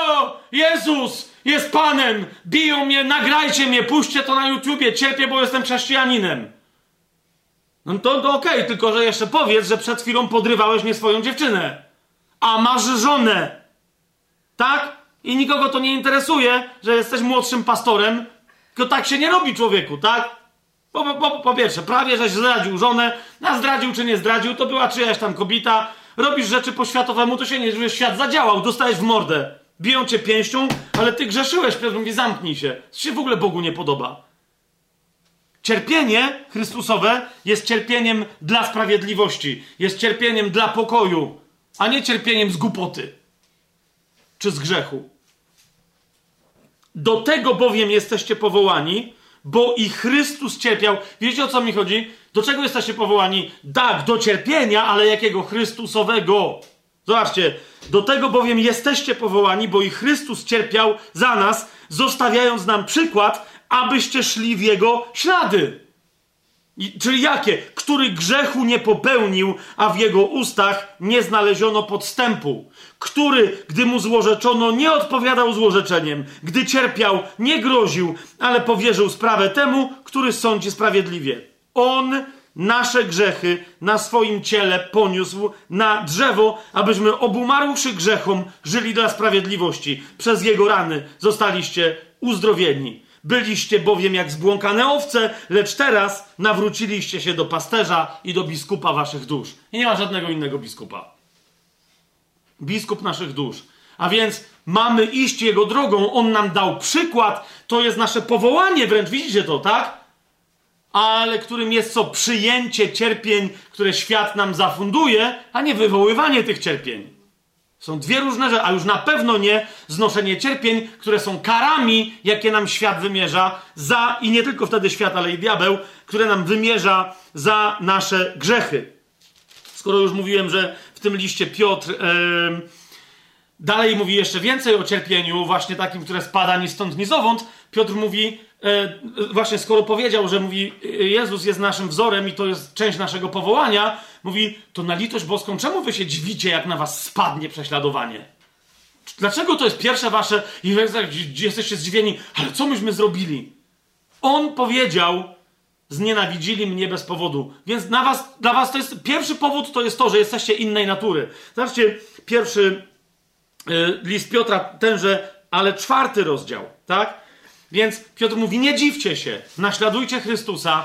Jezus jest Panem, biją mnie, nagrajcie mnie, puśćcie to na YouTubie, cierpię, bo jestem chrześcijaninem. No to okej, tylko że jeszcze powiedz, że przed chwilą podrywałeś nie swoją dziewczynę, a masz żonę. Tak? I nikogo to nie interesuje, że jesteś młodszym pastorem, tylko tak się nie robi, człowieku, tak? Po pierwsze, prawie żeś zdradził żonę, a zdradził czy nie zdradził, to była czyjaś tam kobieta, robisz rzeczy po światowemu, to się nie, że świat zadziałał, dostałeś w mordę, biją cię pięścią, ale ty grzeszyłeś, Piotr mówi, zamknij się, to się w ogóle Bogu nie podoba. Cierpienie Chrystusowe jest cierpieniem dla sprawiedliwości, jest cierpieniem dla pokoju, a nie cierpieniem z głupoty czy z grzechu. Do tego bowiem jesteście powołani, bo i Chrystus cierpiał. Wiecie, o co mi chodzi? Do czego jesteście powołani? Tak, do cierpienia, ale jakiego? Chrystusowego. Zobaczcie, do tego bowiem jesteście powołani, bo i Chrystus cierpiał za nas, zostawiając nam przykład, abyście szli w Jego ślady. Czyli jakie? Który grzechu nie popełnił, a w Jego ustach nie znaleziono podstępu. Który, gdy mu złorzeczono, nie odpowiadał złorzeczeniem. Gdy cierpiał, nie groził, ale powierzył sprawę temu, który sądzi sprawiedliwie. On nasze grzechy na swoim ciele poniósł na drzewo, abyśmy obumarłszy grzechom żyli dla sprawiedliwości. Przez Jego rany zostaliście uzdrowieni. Byliście bowiem jak zbłąkane owce, lecz teraz nawróciliście się do pasterza i do biskupa waszych dusz. I nie ma żadnego innego biskupa. Biskup naszych dusz. A więc mamy iść Jego drogą. On nam dał przykład. To jest nasze powołanie wręcz. Widzicie to, tak? Ale którym jest co? Przyjęcie cierpień, które świat nam zafunduje, a nie wywoływanie tych cierpień. Są dwie różne rzeczy, a już na pewno nie znoszenie cierpień, które są karami, jakie nam świat wymierza za, i nie tylko wtedy świat, ale i diabeł, które nam wymierza za nasze grzechy. Skoro już mówiłem, że w tym liście Piotr dalej mówi jeszcze więcej o cierpieniu, właśnie takim, które spada ni stąd, ni zowąd, Piotr mówi, właśnie skoro powiedział, że mówi, Jezus jest naszym wzorem i to jest część naszego powołania, mówi, to na litość boską, czemu wy się dziwicie, jak na was spadnie prześladowanie? Dlaczego to jest pierwsze wasze, i jesteście zdziwieni, ale co myśmy zrobili? On powiedział, znienawidzili mnie bez powodu. Więc dla was to jest, pierwszy powód to jest to, że jesteście innej natury. Zobaczcie, pierwszy list Piotra, tenże, ale 4 rozdział, tak? Więc Piotr mówi, nie dziwcie się, naśladujcie Chrystusa,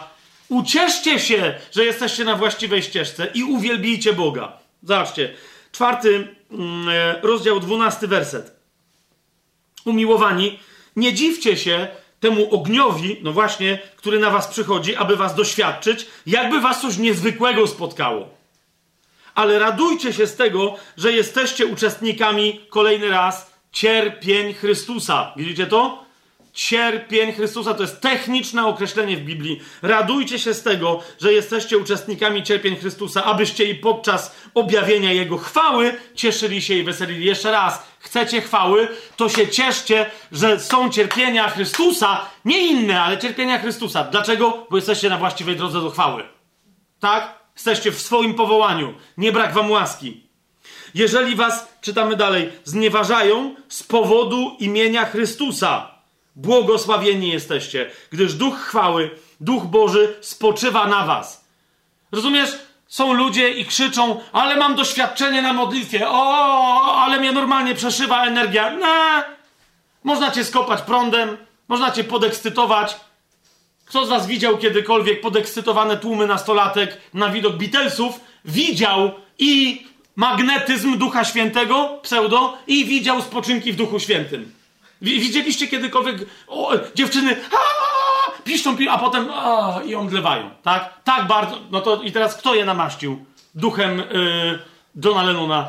Ucieszcie się, że jesteście na właściwej ścieżce i uwielbijcie Boga. Zobaczcie, 4 rozdział, 12 werset. Umiłowani, nie dziwcie się temu ogniowi, no właśnie, który na was przychodzi, aby was doświadczyć, jakby was coś niezwykłego spotkało. Ale radujcie się z tego, że jesteście uczestnikami, kolejny raz, cierpień Chrystusa. Widzicie to? Cierpień Chrystusa to jest techniczne określenie w Biblii. Radujcie się z tego, że jesteście uczestnikami cierpień Chrystusa, abyście i podczas objawienia Jego chwały cieszyli się i weselili. Jeszcze raz, chcecie chwały, to się cieszcie, że są cierpienia Chrystusa, nie inne, ale cierpienia Chrystusa. Dlaczego? Bo jesteście na właściwej drodze do chwały. Tak? Jesteście w swoim powołaniu. Nie brak wam łaski. Jeżeli was, czytamy dalej, znieważają z powodu imienia Chrystusa, błogosławieni jesteście, gdyż Duch chwały, Duch Boży spoczywa na was. Rozumiesz? Są ludzie i krzyczą, ale mam doświadczenie na modlitwie, ale mnie normalnie przeszywa energia. Można cię skopać prądem, można cię podekscytować. Kto z was widział kiedykolwiek podekscytowane tłumy nastolatek na widok Beatlesów? Widział i magnetyzm Ducha Świętego, pseudo, i widział spoczynki w Duchu Świętym. Widzieliście kiedykolwiek dziewczyny piszczą, a potem i omdlewają, tak? Tak bardzo. No to i teraz kto je namaścił? Duchem Johna Lennona.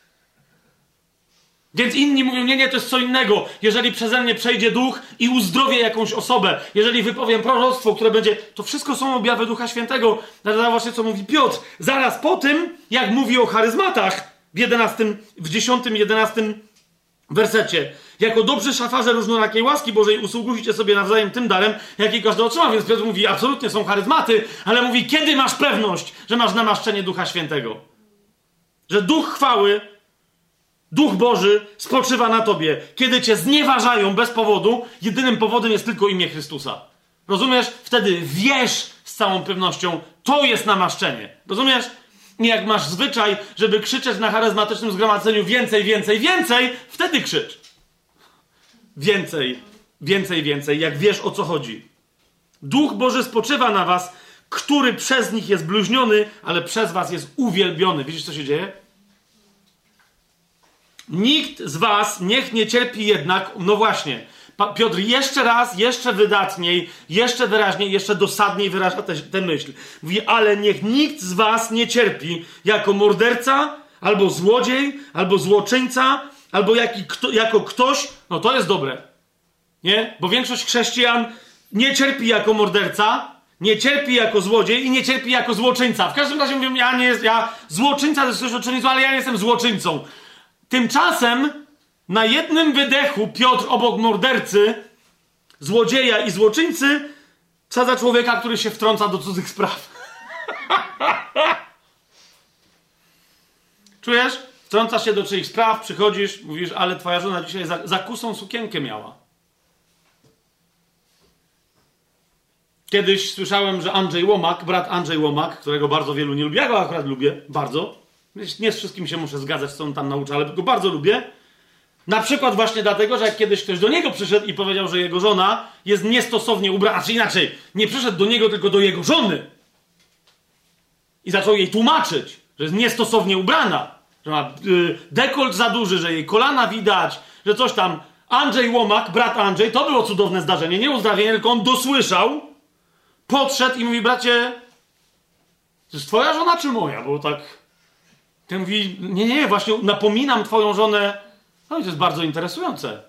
Więc inni mówią, nie, to jest co innego. Jeżeli przeze mnie przejdzie duch i uzdrowię jakąś osobę, jeżeli wypowiem proroctwo, które będzie... To wszystko są objawy Ducha Świętego. Zobaczcie, co mówi Piotr. Zaraz po tym, jak mówi o charyzmatach w 10, 11 wersecie. Jako dobrzy szafarze różnorakiej łaski Bożej usługujcie sobie nawzajem tym darem, jaki każdy otrzyma. Więc Piotr mówi, absolutnie są charyzmaty, ale mówi, kiedy masz pewność, że masz namaszczenie Ducha Świętego? Że Duch chwały, Duch Boży spoczywa na tobie. Kiedy cię znieważają bez powodu, jedynym powodem jest tylko imię Chrystusa. Rozumiesz? Wtedy wiesz z całą pewnością, to jest namaszczenie. Rozumiesz? Nie jak masz zwyczaj, żeby krzyczeć na charyzmatycznym zgromadzeniu więcej, więcej, więcej, wtedy krzycz. Więcej, więcej, więcej, jak wiesz, o co chodzi. Duch Boży spoczywa na was, który przez nich jest bluźniony, ale przez was jest uwielbiony. Widzisz, co się dzieje? Nikt z was niech nie cierpi jednak, no właśnie, Piotr jeszcze raz, jeszcze wydatniej, jeszcze wyraźniej, jeszcze dosadniej wyraża tę myśl. Mówi, ale niech nikt z was nie cierpi jako morderca, albo złodziej, albo złoczyńca, albo jako ktoś, no to jest dobre, nie? Bo większość chrześcijan nie cierpi jako morderca, nie cierpi jako złodziej i nie cierpi jako złoczyńca. W każdym razie mówią, złoczyńca to jest ktoś o ale ja nie jestem złoczyńcą. Tymczasem na jednym wydechu Piotr obok mordercy, złodzieja i złoczyńcy wsadza człowieka, który się wtrąca do cudzych spraw. Czujesz? Wtrącasz się do czyichś spraw, przychodzisz, mówisz, ale twoja żona dzisiaj za kusą sukienkę miała. Kiedyś słyszałem, że Andrzej Łomak, brat Andrzej Łomak, którego bardzo wielu nie lubi, ja go akurat lubię, bardzo. Nie z wszystkim się muszę zgadzać, co on tam naucza, ale go bardzo lubię. Na przykład właśnie dlatego, że jak kiedyś ktoś do niego przyszedł i powiedział, że jego żona jest niestosownie ubrana, czy inaczej, nie przyszedł do niego, tylko do jego żony. I zaczął jej tłumaczyć, że jest niestosownie ubrana, że ma dekolt za duży, że jej kolana widać, że coś tam. Andrzej Łomak, brat Andrzej, to było cudowne zdarzenie, nie uzdrawienie, tylko on dosłyszał, podszedł i mówi, bracie, to jest twoja żona czy moja? Bo tak... Ten mówi, nie, właśnie napominam twoją żonę. No i to jest bardzo interesujące.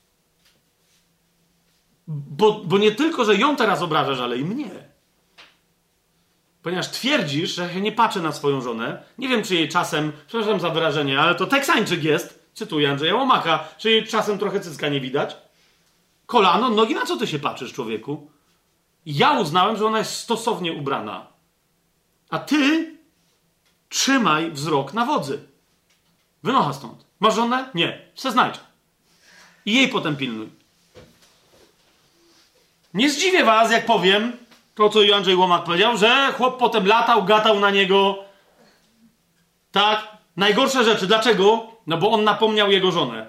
Bo nie tylko, że ją teraz obrażasz, ale i mnie. Ponieważ twierdzisz, że się nie patrzy na swoją żonę. Nie wiem, czy jej czasem, przepraszam za wyrażenie, ale to Teksańczyk jest, cytuję Andrzeja Łomaka, czy jej czasem trochę cycka nie widać. Kolano, nogi, na co ty się patrzysz, człowieku? Ja uznałem, że ona jest stosownie ubrana. A ty trzymaj wzrok na wodzy. Wynocha stąd. Masz żonę? Nie. Se znajdź. I jej potem pilnuj. Nie zdziwię was, jak powiem to, co i Andrzej Łomak powiedział, że chłop potem latał, gatał na niego. Tak? Najgorsze rzeczy. Dlaczego? No bo on napomniał jego żonę.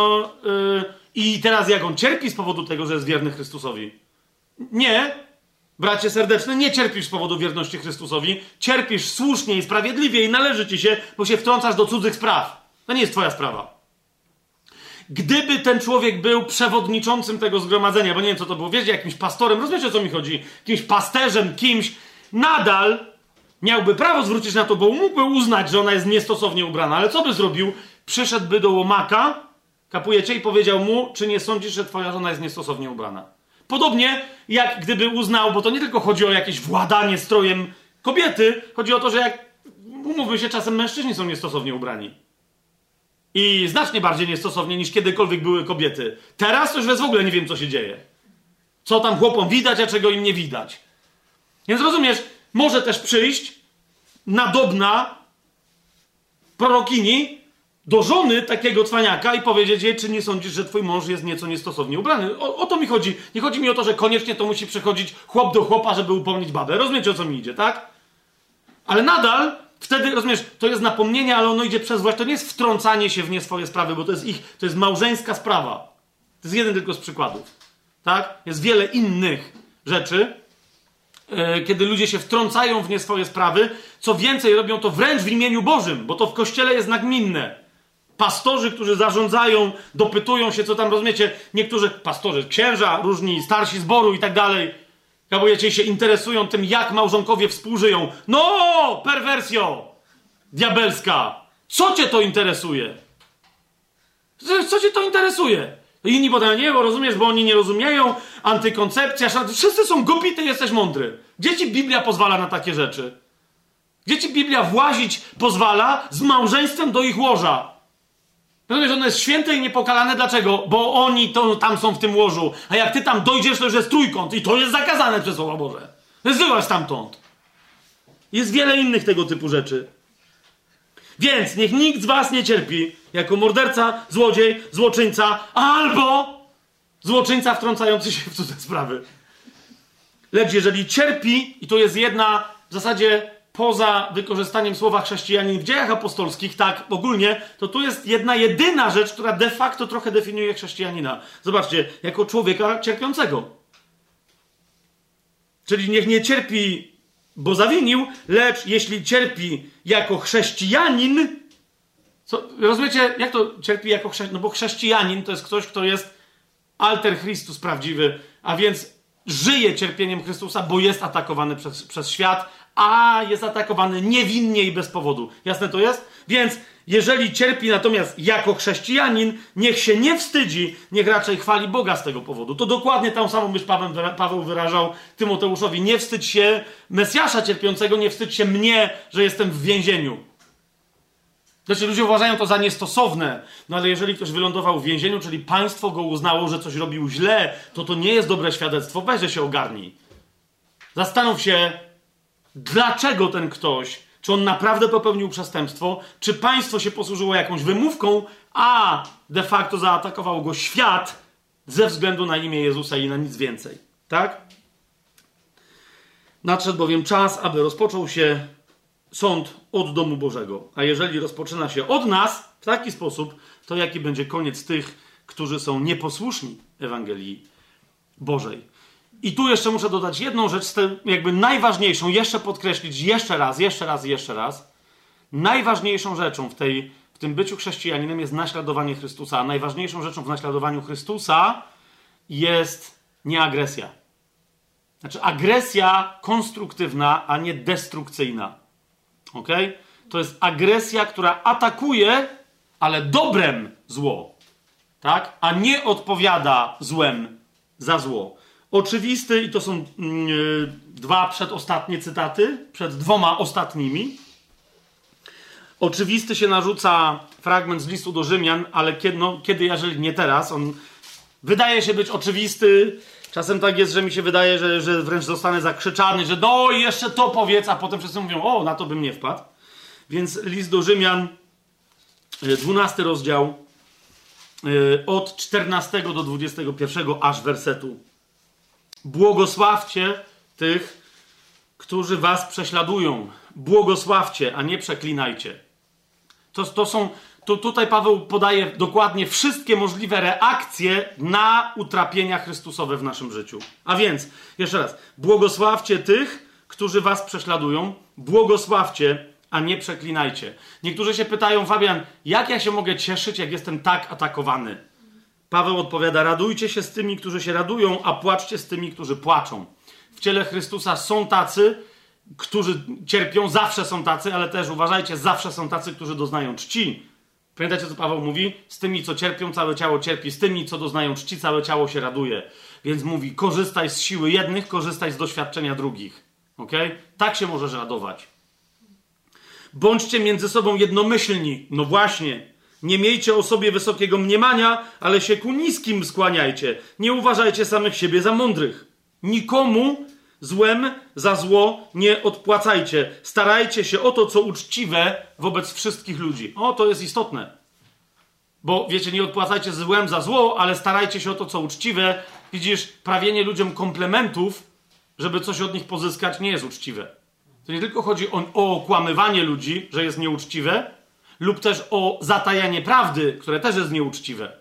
I teraz jak on cierpi z powodu tego, że jest wierny Chrystusowi? Nie. Bracie serdeczne, nie cierpisz z powodu wierności Chrystusowi, cierpisz słusznie i sprawiedliwie i należy ci się, bo się wtrącasz do cudzych spraw. To nie jest twoja sprawa. Gdyby ten człowiek był przewodniczącym tego zgromadzenia, bo nie wiem, co to było, wiecie, jakimś pastorem, rozumiecie, o co mi chodzi, jakimś pasterzem, kimś, nadal miałby prawo zwrócić na to, bo mógłby uznać, że ona jest niestosownie ubrana, ale co by zrobił? Przyszedłby do łomaka, kapujecie, i powiedział mu, czy nie sądzisz, że twoja żona jest niestosownie ubrana? Podobnie jak gdyby uznał, bo to nie tylko chodzi o jakieś władanie strojem kobiety, chodzi o to, że jak, umówmy się, czasem mężczyźni są niestosownie ubrani. I znacznie bardziej niestosownie niż kiedykolwiek były kobiety. Teraz to już w ogóle nie wiem, co się dzieje. Co tam chłopom widać, a czego im nie widać. Więc rozumiesz, może też przyjść nadobna prorokini do żony takiego cwaniaka i powiedzieć jej, czy nie sądzisz, że twój mąż jest nieco niestosownie ubrany. O to mi chodzi. Nie chodzi mi o to, że koniecznie to musi przechodzić chłop do chłopa, żeby upomnieć babę. Rozumiecie, o co mi idzie, tak? Ale nadal wtedy, rozumiesz, to jest napomnienie, ale ono idzie przez właść. To nie jest wtrącanie się w nie swoje sprawy, bo to jest małżeńska sprawa. To jest jeden tylko z przykładów. Tak? Jest wiele innych rzeczy, kiedy ludzie się wtrącają w nie swoje sprawy. Co więcej, robią to wręcz w imieniu Bożym, bo to w Kościele jest nagminne. Pastorzy, którzy zarządzają, dopytują się, co tam, rozumiecie, niektórzy pastorzy, księża, różni starsi zboru i tak dalej, kabujecie, się interesują tym, jak małżonkowie współżyją. No, perwersjo diabelska! Co cię to interesuje? Co cię to interesuje? Inni potem, nie, bo rozumiesz, bo oni nie rozumieją, antykoncepcja, wszyscy są głupi, ty jesteś mądry. Gdzie ci Biblia pozwala na takie rzeczy? Gdzie ci Biblia włazić pozwala z małżeństwem do ich łoża? Rozumiesz, ono jest święte i niepokalane. Dlaczego? Bo oni tam są w tym łożu. A jak ty tam dojdziesz, to już jest trójkąt. I to jest zakazane przez Słowo Boże. Więc wyłaź stamtąd. Jest wiele innych tego typu rzeczy. Więc niech nikt z was nie cierpi jako morderca, złodziej, złoczyńca albo złoczyńca wtrącający się w cudze sprawy. Lecz jeżeli cierpi, i to jest jedna w zasadzie poza wykorzystaniem słowa chrześcijanin w dziejach apostolskich, tak ogólnie, to tu jest jedna jedyna rzecz, która de facto trochę definiuje chrześcijanina. Zobaczcie, jako człowieka cierpiącego. Czyli niech nie cierpi, bo zawinił, lecz jeśli cierpi jako chrześcijanin, co, rozumiecie, jak to cierpi jako chrześcijanin? No bo chrześcijanin to jest ktoś, kto jest alter Christus prawdziwy, a więc żyje cierpieniem Chrystusa, bo jest atakowany przez świat, a jest atakowany niewinnie i bez powodu. Jasne to jest? Więc jeżeli cierpi natomiast jako chrześcijanin, niech się nie wstydzi, niech raczej chwali Boga z tego powodu. To dokładnie tą samą myśl Paweł wyrażał Tymoteuszowi. Nie wstydź się Mesjasza cierpiącego, nie wstydź się mnie, że jestem w więzieniu. Znaczy ludzie uważają to za niestosowne, no ale jeżeli ktoś wylądował w więzieniu, czyli państwo go uznało, że coś robił źle, to nie jest dobre świadectwo. Weź, że się ogarnij. Zastanów się, dlaczego ten ktoś, czy on naprawdę popełnił przestępstwo, czy państwo się posłużyło jakąś wymówką, a de facto zaatakował go świat ze względu na imię Jezusa i na nic więcej. Tak? Nadszedł bowiem czas, aby rozpoczął się sąd od domu Bożego. A jeżeli rozpoczyna się od nas w taki sposób, to jaki będzie koniec tych, którzy są nieposłuszni Ewangelii Bożej? I tu jeszcze muszę dodać jedną rzecz, jakby najważniejszą, jeszcze podkreślić jeszcze raz. Najważniejszą rzeczą w tym byciu chrześcijaninem jest naśladowanie Chrystusa. A najważniejszą rzeczą w naśladowaniu Chrystusa jest nie agresja. Znaczy agresja konstruktywna, a nie destrukcyjna. Okay? To jest agresja, która atakuje, ale dobrem zło. Tak? A nie odpowiada złem za zło. Oczywisty, i to są dwa przedostatnie cytaty, przed dwoma ostatnimi. Oczywisty się narzuca fragment z listu do Rzymian, ale kiedy, jeżeli nie teraz, on wydaje się być oczywisty. Czasem tak jest, że mi się wydaje, że wręcz zostanę zakrzyczany, że no i jeszcze to powiedz, a potem wszyscy mówią, o, na to bym nie wpadł. Więc list do Rzymian, 12 rozdział, od 14 do 21 aż wersetu. Błogosławcie tych, którzy was prześladują. Błogosławcie, a nie przeklinajcie. Tutaj Paweł podaje dokładnie wszystkie możliwe reakcje na utrapienia Chrystusowe w naszym życiu. A więc, jeszcze raz, błogosławcie tych, którzy was prześladują, błogosławcie, a nie przeklinajcie. Niektórzy się pytają, Fabian, jak ja się mogę cieszyć, jak jestem tak atakowany? Paweł odpowiada, radujcie się z tymi, którzy się radują, a płaczcie z tymi, którzy płaczą. W ciele Chrystusa są tacy, którzy cierpią, zawsze są tacy, ale też uważajcie, zawsze są tacy, którzy doznają czci. Pamiętacie, co Paweł mówi? Z tymi, co cierpią, całe ciało cierpi. Z tymi, co doznają czci, całe ciało się raduje. Więc mówi, korzystaj z siły jednych, korzystaj z doświadczenia drugich. Okay? Tak się możesz radować. Bądźcie między sobą jednomyślni. No właśnie. Nie miejcie o sobie wysokiego mniemania, ale się ku niskim skłaniajcie. Nie uważajcie samych siebie za mądrych. Nikomu złem za zło nie odpłacajcie. Starajcie się o to, co uczciwe wobec wszystkich ludzi. O, to jest istotne. Bo wiecie, nie odpłacajcie złem za zło, ale starajcie się o to, co uczciwe. Widzisz, prawienie ludziom komplementów, żeby coś od nich pozyskać, nie jest uczciwe. To nie tylko chodzi o okłamywanie ludzi, że jest nieuczciwe, lub też o zatajanie prawdy, które też jest nieuczciwe.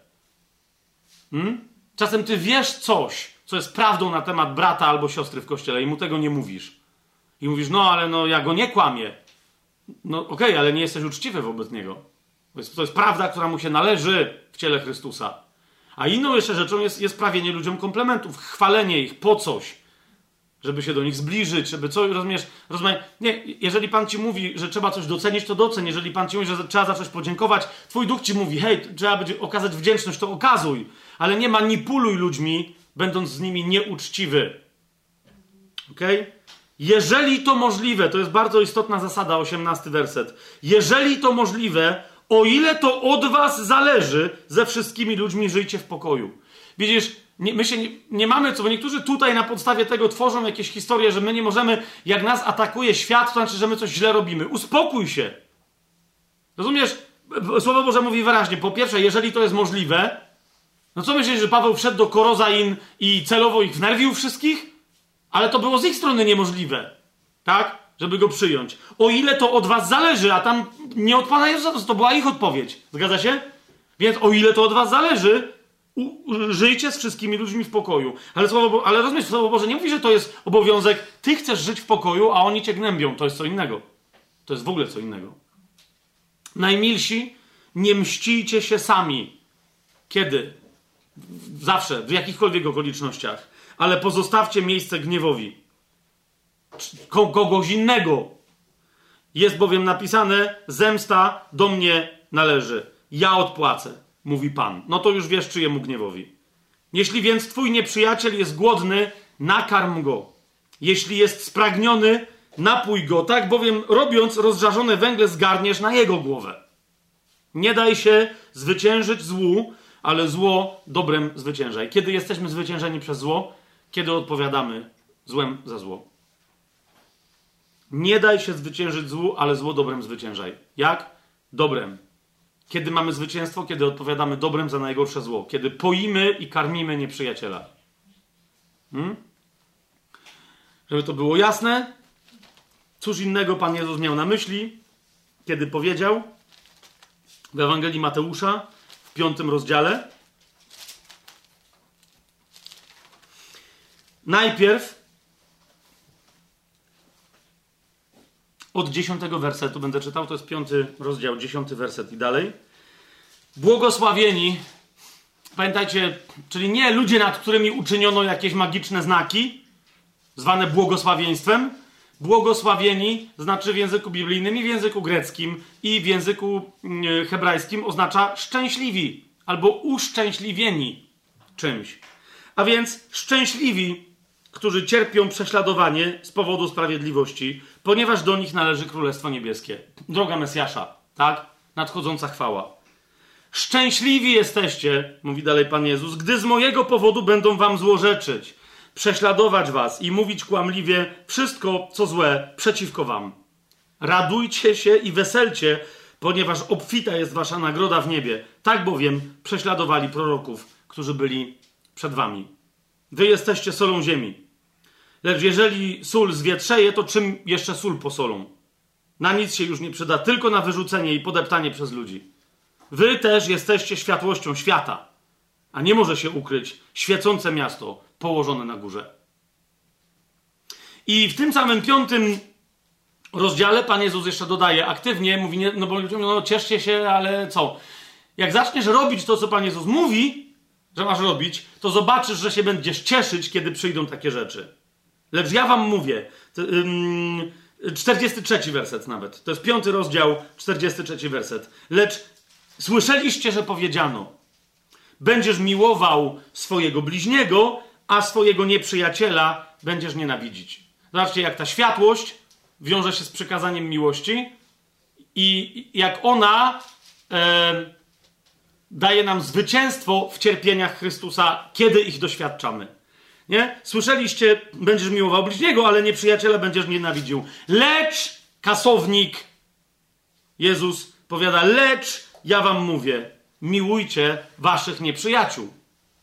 Czasem ty wiesz coś, co jest prawdą na temat brata albo siostry w kościele i mu tego nie mówisz. I mówisz, no ale no ja go nie kłamię. No okej, ale nie jesteś uczciwy wobec niego. To jest prawda, która mu się należy w ciele Chrystusa. A inną jeszcze rzeczą jest prawienie ludziom komplementów, chwalenie ich po coś, żeby się do nich zbliżyć, żeby coś, rozumiesz? Nie, jeżeli Pan ci mówi, że trzeba coś docenić, to doceń. Jeżeli Pan ci mówi, że trzeba za coś podziękować, twój duch ci mówi, hej, trzeba będzie okazać wdzięczność, to okazuj. Ale nie manipuluj ludźmi, będąc z nimi nieuczciwy. Okej? Jeżeli to możliwe, to jest bardzo istotna zasada, 18 werset. Jeżeli to możliwe, o ile to od was zależy, ze wszystkimi ludźmi żyjcie w pokoju. Widzisz, my się nie mamy co, bo niektórzy tutaj na podstawie tego tworzą jakieś historie, że my nie możemy, jak nas atakuje świat, to znaczy, że my coś źle robimy. Uspokój się. Rozumiesz? Słowo Boże mówi wyraźnie. Po pierwsze, jeżeli to jest możliwe, no co myślisz, że Paweł wszedł do Korozain i celowo ich wnerwił wszystkich? Ale to było z ich strony niemożliwe. Tak? Żeby go przyjąć. O ile to od was zależy, a tam nie od Pana Jezusa, to była ich odpowiedź. Zgadza się? Więc o ile to od was zależy, żyjcie z wszystkimi ludźmi w pokoju. Ale rozumiesz, Słowo Boże nie mówi, że to jest obowiązek. Ty chcesz żyć w pokoju, a oni cię gnębią. To jest co innego. To jest w ogóle co innego. Najmilsi, nie mścijcie się sami. Kiedy? Zawsze, w jakichkolwiek okolicznościach. Ale pozostawcie miejsce gniewowi. Kogoś innego. Jest bowiem napisane, zemsta do mnie należy. Ja odpłacę, mówi Pan. No to już wiesz, czyjemu gniewowi. Jeśli więc twój nieprzyjaciel jest głodny, nakarm go. Jeśli jest spragniony, napój go. Tak bowiem robiąc, rozżarzone węgle zgarniesz na jego głowę. Nie daj się zwyciężyć złu, ale zło dobrem zwyciężaj. Kiedy jesteśmy zwyciężeni przez zło? Kiedy odpowiadamy złem za zło. Nie daj się zwyciężyć złu, ale zło dobrem zwyciężaj. Jak? Dobrem. Kiedy mamy zwycięstwo? Kiedy odpowiadamy dobrem za najgorsze zło. Kiedy poimy i karmimy nieprzyjaciela. Żeby to było jasne, cóż innego Pan Jezus miał na myśli, kiedy powiedział w Ewangelii Mateusza w 5 rozdziale. Najpierw od 10 wersetu będę czytał, to jest 5 rozdział, 10 werset i dalej. Błogosławieni, pamiętajcie, czyli nie ludzie, nad którymi uczyniono jakieś magiczne znaki, zwane błogosławieństwem. Błogosławieni znaczy w języku biblijnym i w języku greckim i w języku hebrajskim oznacza szczęśliwi albo uszczęśliwieni czymś. A więc szczęśliwi, którzy cierpią prześladowanie z powodu sprawiedliwości, ponieważ do nich należy Królestwo Niebieskie. Droga Mesjasza, tak? Nadchodząca chwała. Szczęśliwi jesteście, mówi dalej Pan Jezus, gdy z mojego powodu będą wam złorzeczyć, prześladować was i mówić kłamliwie wszystko, co złe, przeciwko wam. Radujcie się i weselcie, ponieważ obfita jest wasza nagroda w niebie. Tak bowiem prześladowali proroków, którzy byli przed wami. Wy jesteście solą ziemi. Lecz jeżeli sól zwietrzeje, to czym jeszcze sól posolą? Na nic się już nie przyda, tylko na wyrzucenie i podeptanie przez ludzi. Wy też jesteście światłością świata, a nie może się ukryć świecące miasto położone na górze. I w tym samym 5 rozdziale Pan Jezus jeszcze dodaje aktywnie, mówi, nie, no bo ludziom, no cieszcie się, ale co? Jak zaczniesz robić to, co Pan Jezus mówi, że masz robić, to zobaczysz, że się będziesz cieszyć, kiedy przyjdą takie rzeczy. Lecz ja wam mówię, 43 werset nawet, to jest 5 rozdział, 43 werset. Lecz słyszeliście, że powiedziano, będziesz miłował swojego bliźniego, a swojego nieprzyjaciela będziesz nienawidzić. Zobaczcie, jak ta światłość wiąże się z przykazaniem miłości i jak ona daje nam zwycięstwo w cierpieniach Chrystusa, kiedy ich doświadczamy. Nie? Słyszeliście, będziesz miłował bliźniego, ale nieprzyjaciela będziesz nienawidził. Lecz, kasownik, Jezus powiada, lecz ja wam mówię, miłujcie waszych nieprzyjaciół.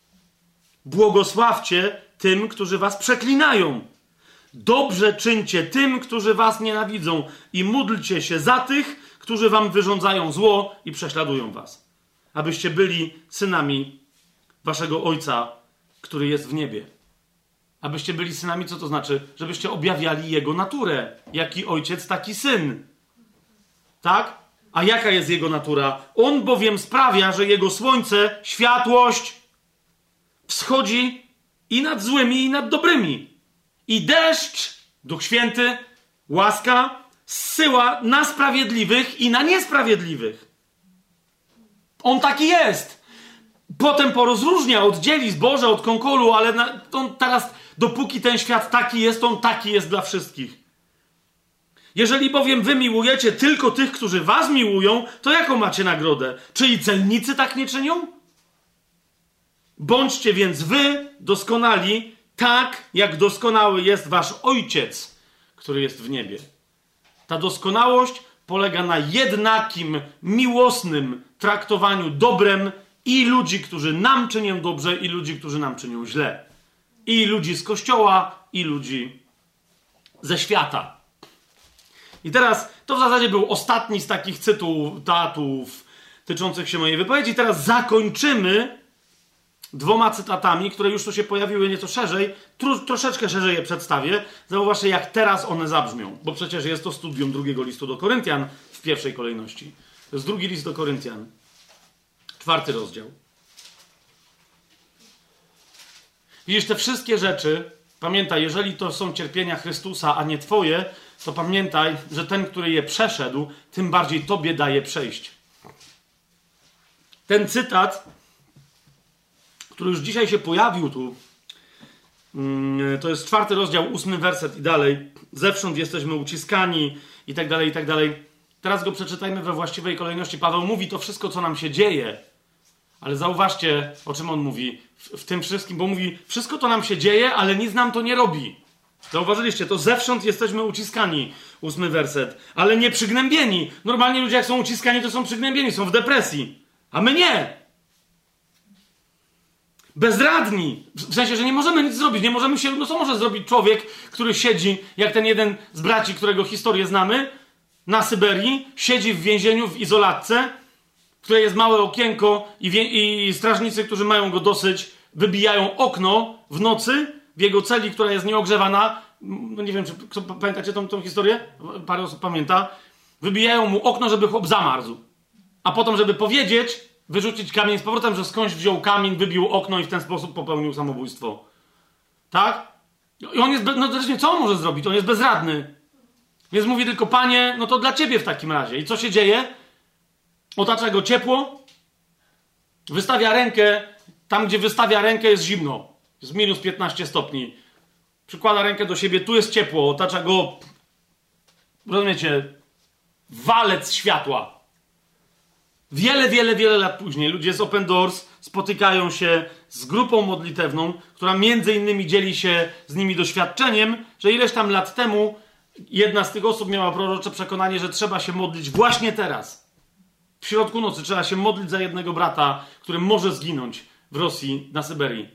Błogosławcie tym, którzy was przeklinają. Dobrze czyńcie tym, którzy was nienawidzą i módlcie się za tych, którzy wam wyrządzają zło i prześladują was. Abyście byli synami waszego Ojca, który jest w niebie. Abyście byli synami, co to znaczy? Żebyście objawiali Jego naturę. Jaki ojciec, taki syn. Tak? A jaka jest Jego natura? On bowiem sprawia, że Jego słońce, światłość, wschodzi i nad złymi, i nad dobrymi. I deszcz, Duch Święty, łaska, zsyła na sprawiedliwych i na niesprawiedliwych. On taki jest. Potem porozróżnia, oddzieli zboże od konkolu, ale on teraz, dopóki ten świat taki jest, on taki jest dla wszystkich. Jeżeli bowiem wy miłujecie tylko tych, którzy was miłują, to jaką macie nagrodę? Czy i celnicy tak nie czynią? Bądźcie więc wy doskonali, tak jak doskonały jest wasz Ojciec, który jest w niebie. Ta doskonałość polega na jednakim, miłosnym traktowaniu dobrem i ludzi, którzy nam czynią dobrze, i ludzi, którzy nam czynią źle. I ludzi z Kościoła, i ludzi ze świata. I teraz, to w zasadzie był ostatni z takich cytatów tyczących się mojej wypowiedzi. Teraz zakończymy 2 cytatami, które już tu się pojawiły nieco szerzej. Troszeczkę szerzej je przedstawię. Zauważcie, jak teraz one zabrzmią. Bo przecież jest to studium 2 listu do Koryntian w pierwszej kolejności. To jest 2 list do Koryntian. 4 rozdział. Widzisz, te wszystkie rzeczy, pamiętaj, jeżeli to są cierpienia Chrystusa, a nie twoje, to pamiętaj, że ten, który je przeszedł, tym bardziej tobie daje przejść. Ten cytat, który już dzisiaj się pojawił tu, to jest 4 rozdział, 8 werset i dalej. Zewsząd jesteśmy uciskani i tak dalej, i tak dalej. Teraz go przeczytajmy we właściwej kolejności. Paweł mówi to wszystko, co nam się dzieje, ale zauważcie, o czym on mówi w tym wszystkim, bo mówi, wszystko to nam się dzieje, ale nic nam to nie robi. Zauważyliście, to zewsząd jesteśmy uciskani, 8 werset, ale nie przygnębieni. Normalnie ludzie, jak są uciskani, to są przygnębieni, są w depresji, a my nie. Bezradni, w sensie, że nie możemy nic zrobić, nie możemy się, no co może zrobić człowiek, który siedzi, jak ten jeden z braci, którego historię znamy, na Syberii, siedzi w więzieniu, w izolatce, w której jest małe okienko i strażnicy, którzy mają go dosyć, wybijają okno w nocy w jego celi, która jest nieogrzewana. No nie wiem, czy pamiętacie tą historię? Parę osób pamięta. Wybijają mu okno, żeby chłop zamarzł. A potem, żeby powiedzieć, wyrzucić kamień z powrotem, że skądś wziął kamień, wybił okno i w ten sposób popełnił samobójstwo. Tak? I on jest, no zresztą co on może zrobić? On jest bezradny. Więc mówi tylko, Panie, no to dla Ciebie w takim razie. I co się dzieje? Otacza go ciepło, wystawia rękę, tam gdzie wystawia rękę jest zimno, jest minus 15 stopni. Przykłada rękę do siebie, tu jest ciepło, otacza go, rozumiecie, walec światła. Wiele lat później ludzie z Open Doors spotykają się z grupą modlitewną, która między innymi dzieli się z nimi doświadczeniem, że ileś tam lat temu jedna z tych osób miała prorocze przekonanie, że trzeba się modlić właśnie teraz. W środku nocy trzeba się modlić za jednego brata, który może zginąć w Rosji, na Syberii.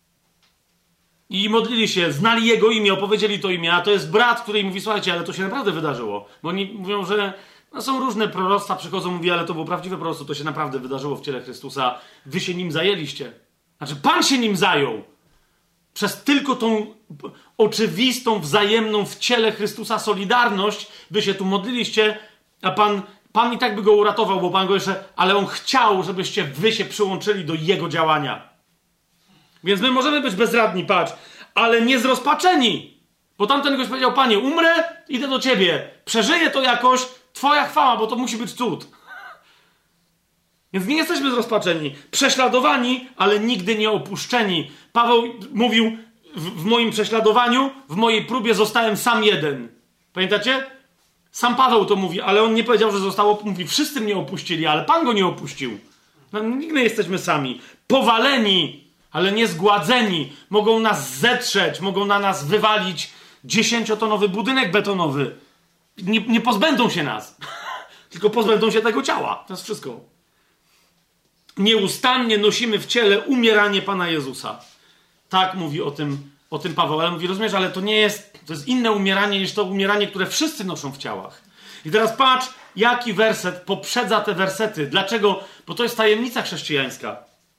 I modlili się, znali jego imię, opowiedzieli to imię, a to jest brat, który im mówi, słuchajcie, ale to się naprawdę wydarzyło. Bo oni mówią, że No są różne proroctwa, przychodzą, mówi, ale to było prawdziwe proroctwo, to się naprawdę wydarzyło w ciele Chrystusa. Wy się nim zajęliście. Znaczy, Pan się nim zajął. Przez tylko tą oczywistą, wzajemną w ciele Chrystusa solidarność wy się tu modliliście, a Pan i tak by go uratował, bo Pan go jeszcze... Ale On chciał, żebyście wy się przyłączyli do Jego działania. Więc my możemy być bezradni, patrz, ale nie zrozpaczeni. Bo tamten gość powiedział, Panie, umrę, idę do Ciebie. Przeżyję to jakoś, Twoja chwała, bo to musi być cud. Więc nie jesteśmy zrozpaczeni. Prześladowani, ale nigdy nie opuszczeni. Paweł mówił, w moim prześladowaniu, w mojej próbie zostałem sam jeden. Pamiętacie? Sam Paweł to mówi, ale on nie powiedział, że zostało, mówi, wszyscy mnie opuścili, ale Pan go nie opuścił. No, nigdy nie jesteśmy sami. Powaleni, ale nie zgładzeni. Mogą nas zetrzeć, mogą na nas wywalić 10-tonowy budynek betonowy. Nie pozbędą się nas. Tylko pozbędą się tego ciała. To jest wszystko. Nieustannie nosimy w ciele umieranie Pana Jezusa. Tak mówi o tym Paweł. Ale mówi, rozumiesz, ale to nie jest... To jest inne umieranie niż to umieranie, które wszyscy noszą w ciałach. I teraz patrz, jaki werset poprzedza te wersety. Dlaczego? Bo to jest tajemnica chrześcijańska.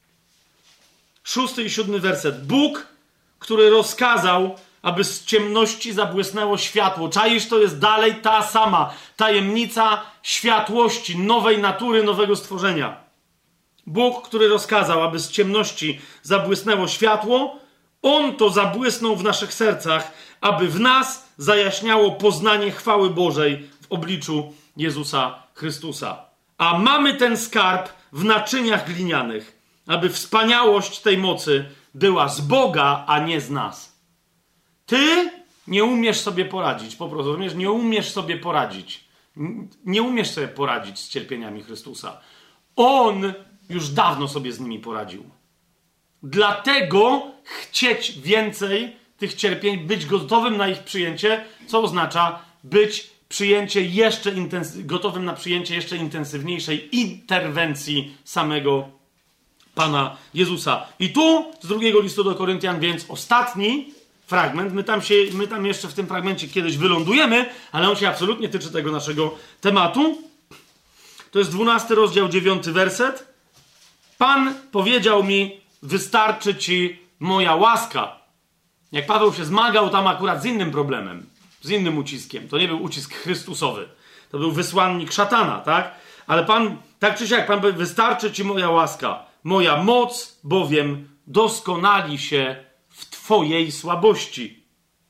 6 i 7 werset. Bóg, który rozkazał, aby z ciemności zabłysnęło światło. Czaisz, to jest dalej ta sama tajemnica światłości, nowej natury, nowego stworzenia. Bóg, który rozkazał, aby z ciemności zabłysnęło światło, On to zabłysnął w naszych sercach, aby w nas zajaśniało poznanie chwały Bożej w obliczu Jezusa Chrystusa. A mamy ten skarb w naczyniach glinianych, aby wspaniałość tej mocy była z Boga, a nie z nas. Ty nie umiesz sobie poradzić, po prostu, rozumiesz? Nie umiesz sobie poradzić. Nie umiesz sobie poradzić z cierpieniami Chrystusa. On już dawno sobie z nimi poradził. Dlatego chcieć więcej tych cierpień, być gotowym na ich przyjęcie, co oznacza być gotowym na przyjęcie jeszcze intensywniejszej interwencji samego Pana Jezusa. I tu z 2 listu do Koryntian, więc ostatni fragment, my tam jeszcze w tym fragmencie kiedyś wylądujemy, ale on się absolutnie tyczy tego naszego tematu. To jest 12 rozdział, 9 werset. Pan powiedział mi, wystarczy ci moja łaska. Jak Paweł się zmagał tam akurat z innym problemem, z innym uciskiem. To nie był ucisk chrystusowy. To był wysłannik szatana, tak? Ale Pan, tak czy siak, Pan powie, wystarczy ci moja łaska. Moja moc bowiem doskonali się w Twojej słabości.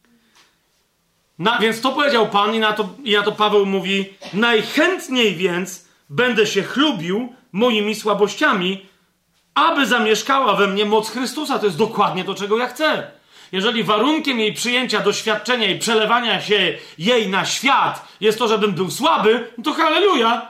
Więc to powiedział Pan i na to Paweł mówi, najchętniej więc będę się chlubił moimi słabościami, aby zamieszkała we mnie moc Chrystusa. To jest dokładnie to, czego ja chcę. Jeżeli warunkiem jej przyjęcia, doświadczenia i przelewania się jej na świat jest to, żebym był słaby, to halleluja.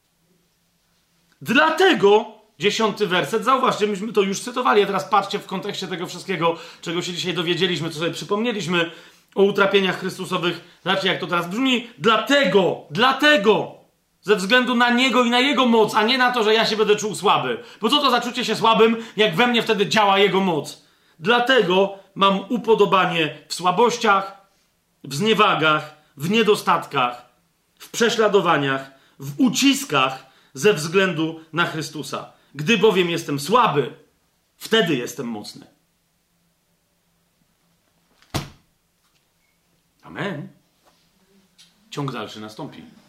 Dlatego 10 werset, zauważcie, myśmy to już cytowali, a teraz patrzcie w kontekście tego wszystkiego, czego się dzisiaj dowiedzieliśmy, co sobie przypomnieliśmy o utrapieniach Chrystusowych. Zobaczcie, jak to teraz brzmi. Dlatego, ze względu na Niego i na Jego moc, a nie na to, że ja się będę czuł słaby. Bo co to za czucie się słabym, jak we mnie wtedy działa Jego moc? Dlatego mam upodobanie w słabościach, w zniewagach, w niedostatkach, w prześladowaniach, w uciskach ze względu na Chrystusa. Gdy bowiem jestem słaby, wtedy jestem mocny. Amen. Ciąg dalszy nastąpi.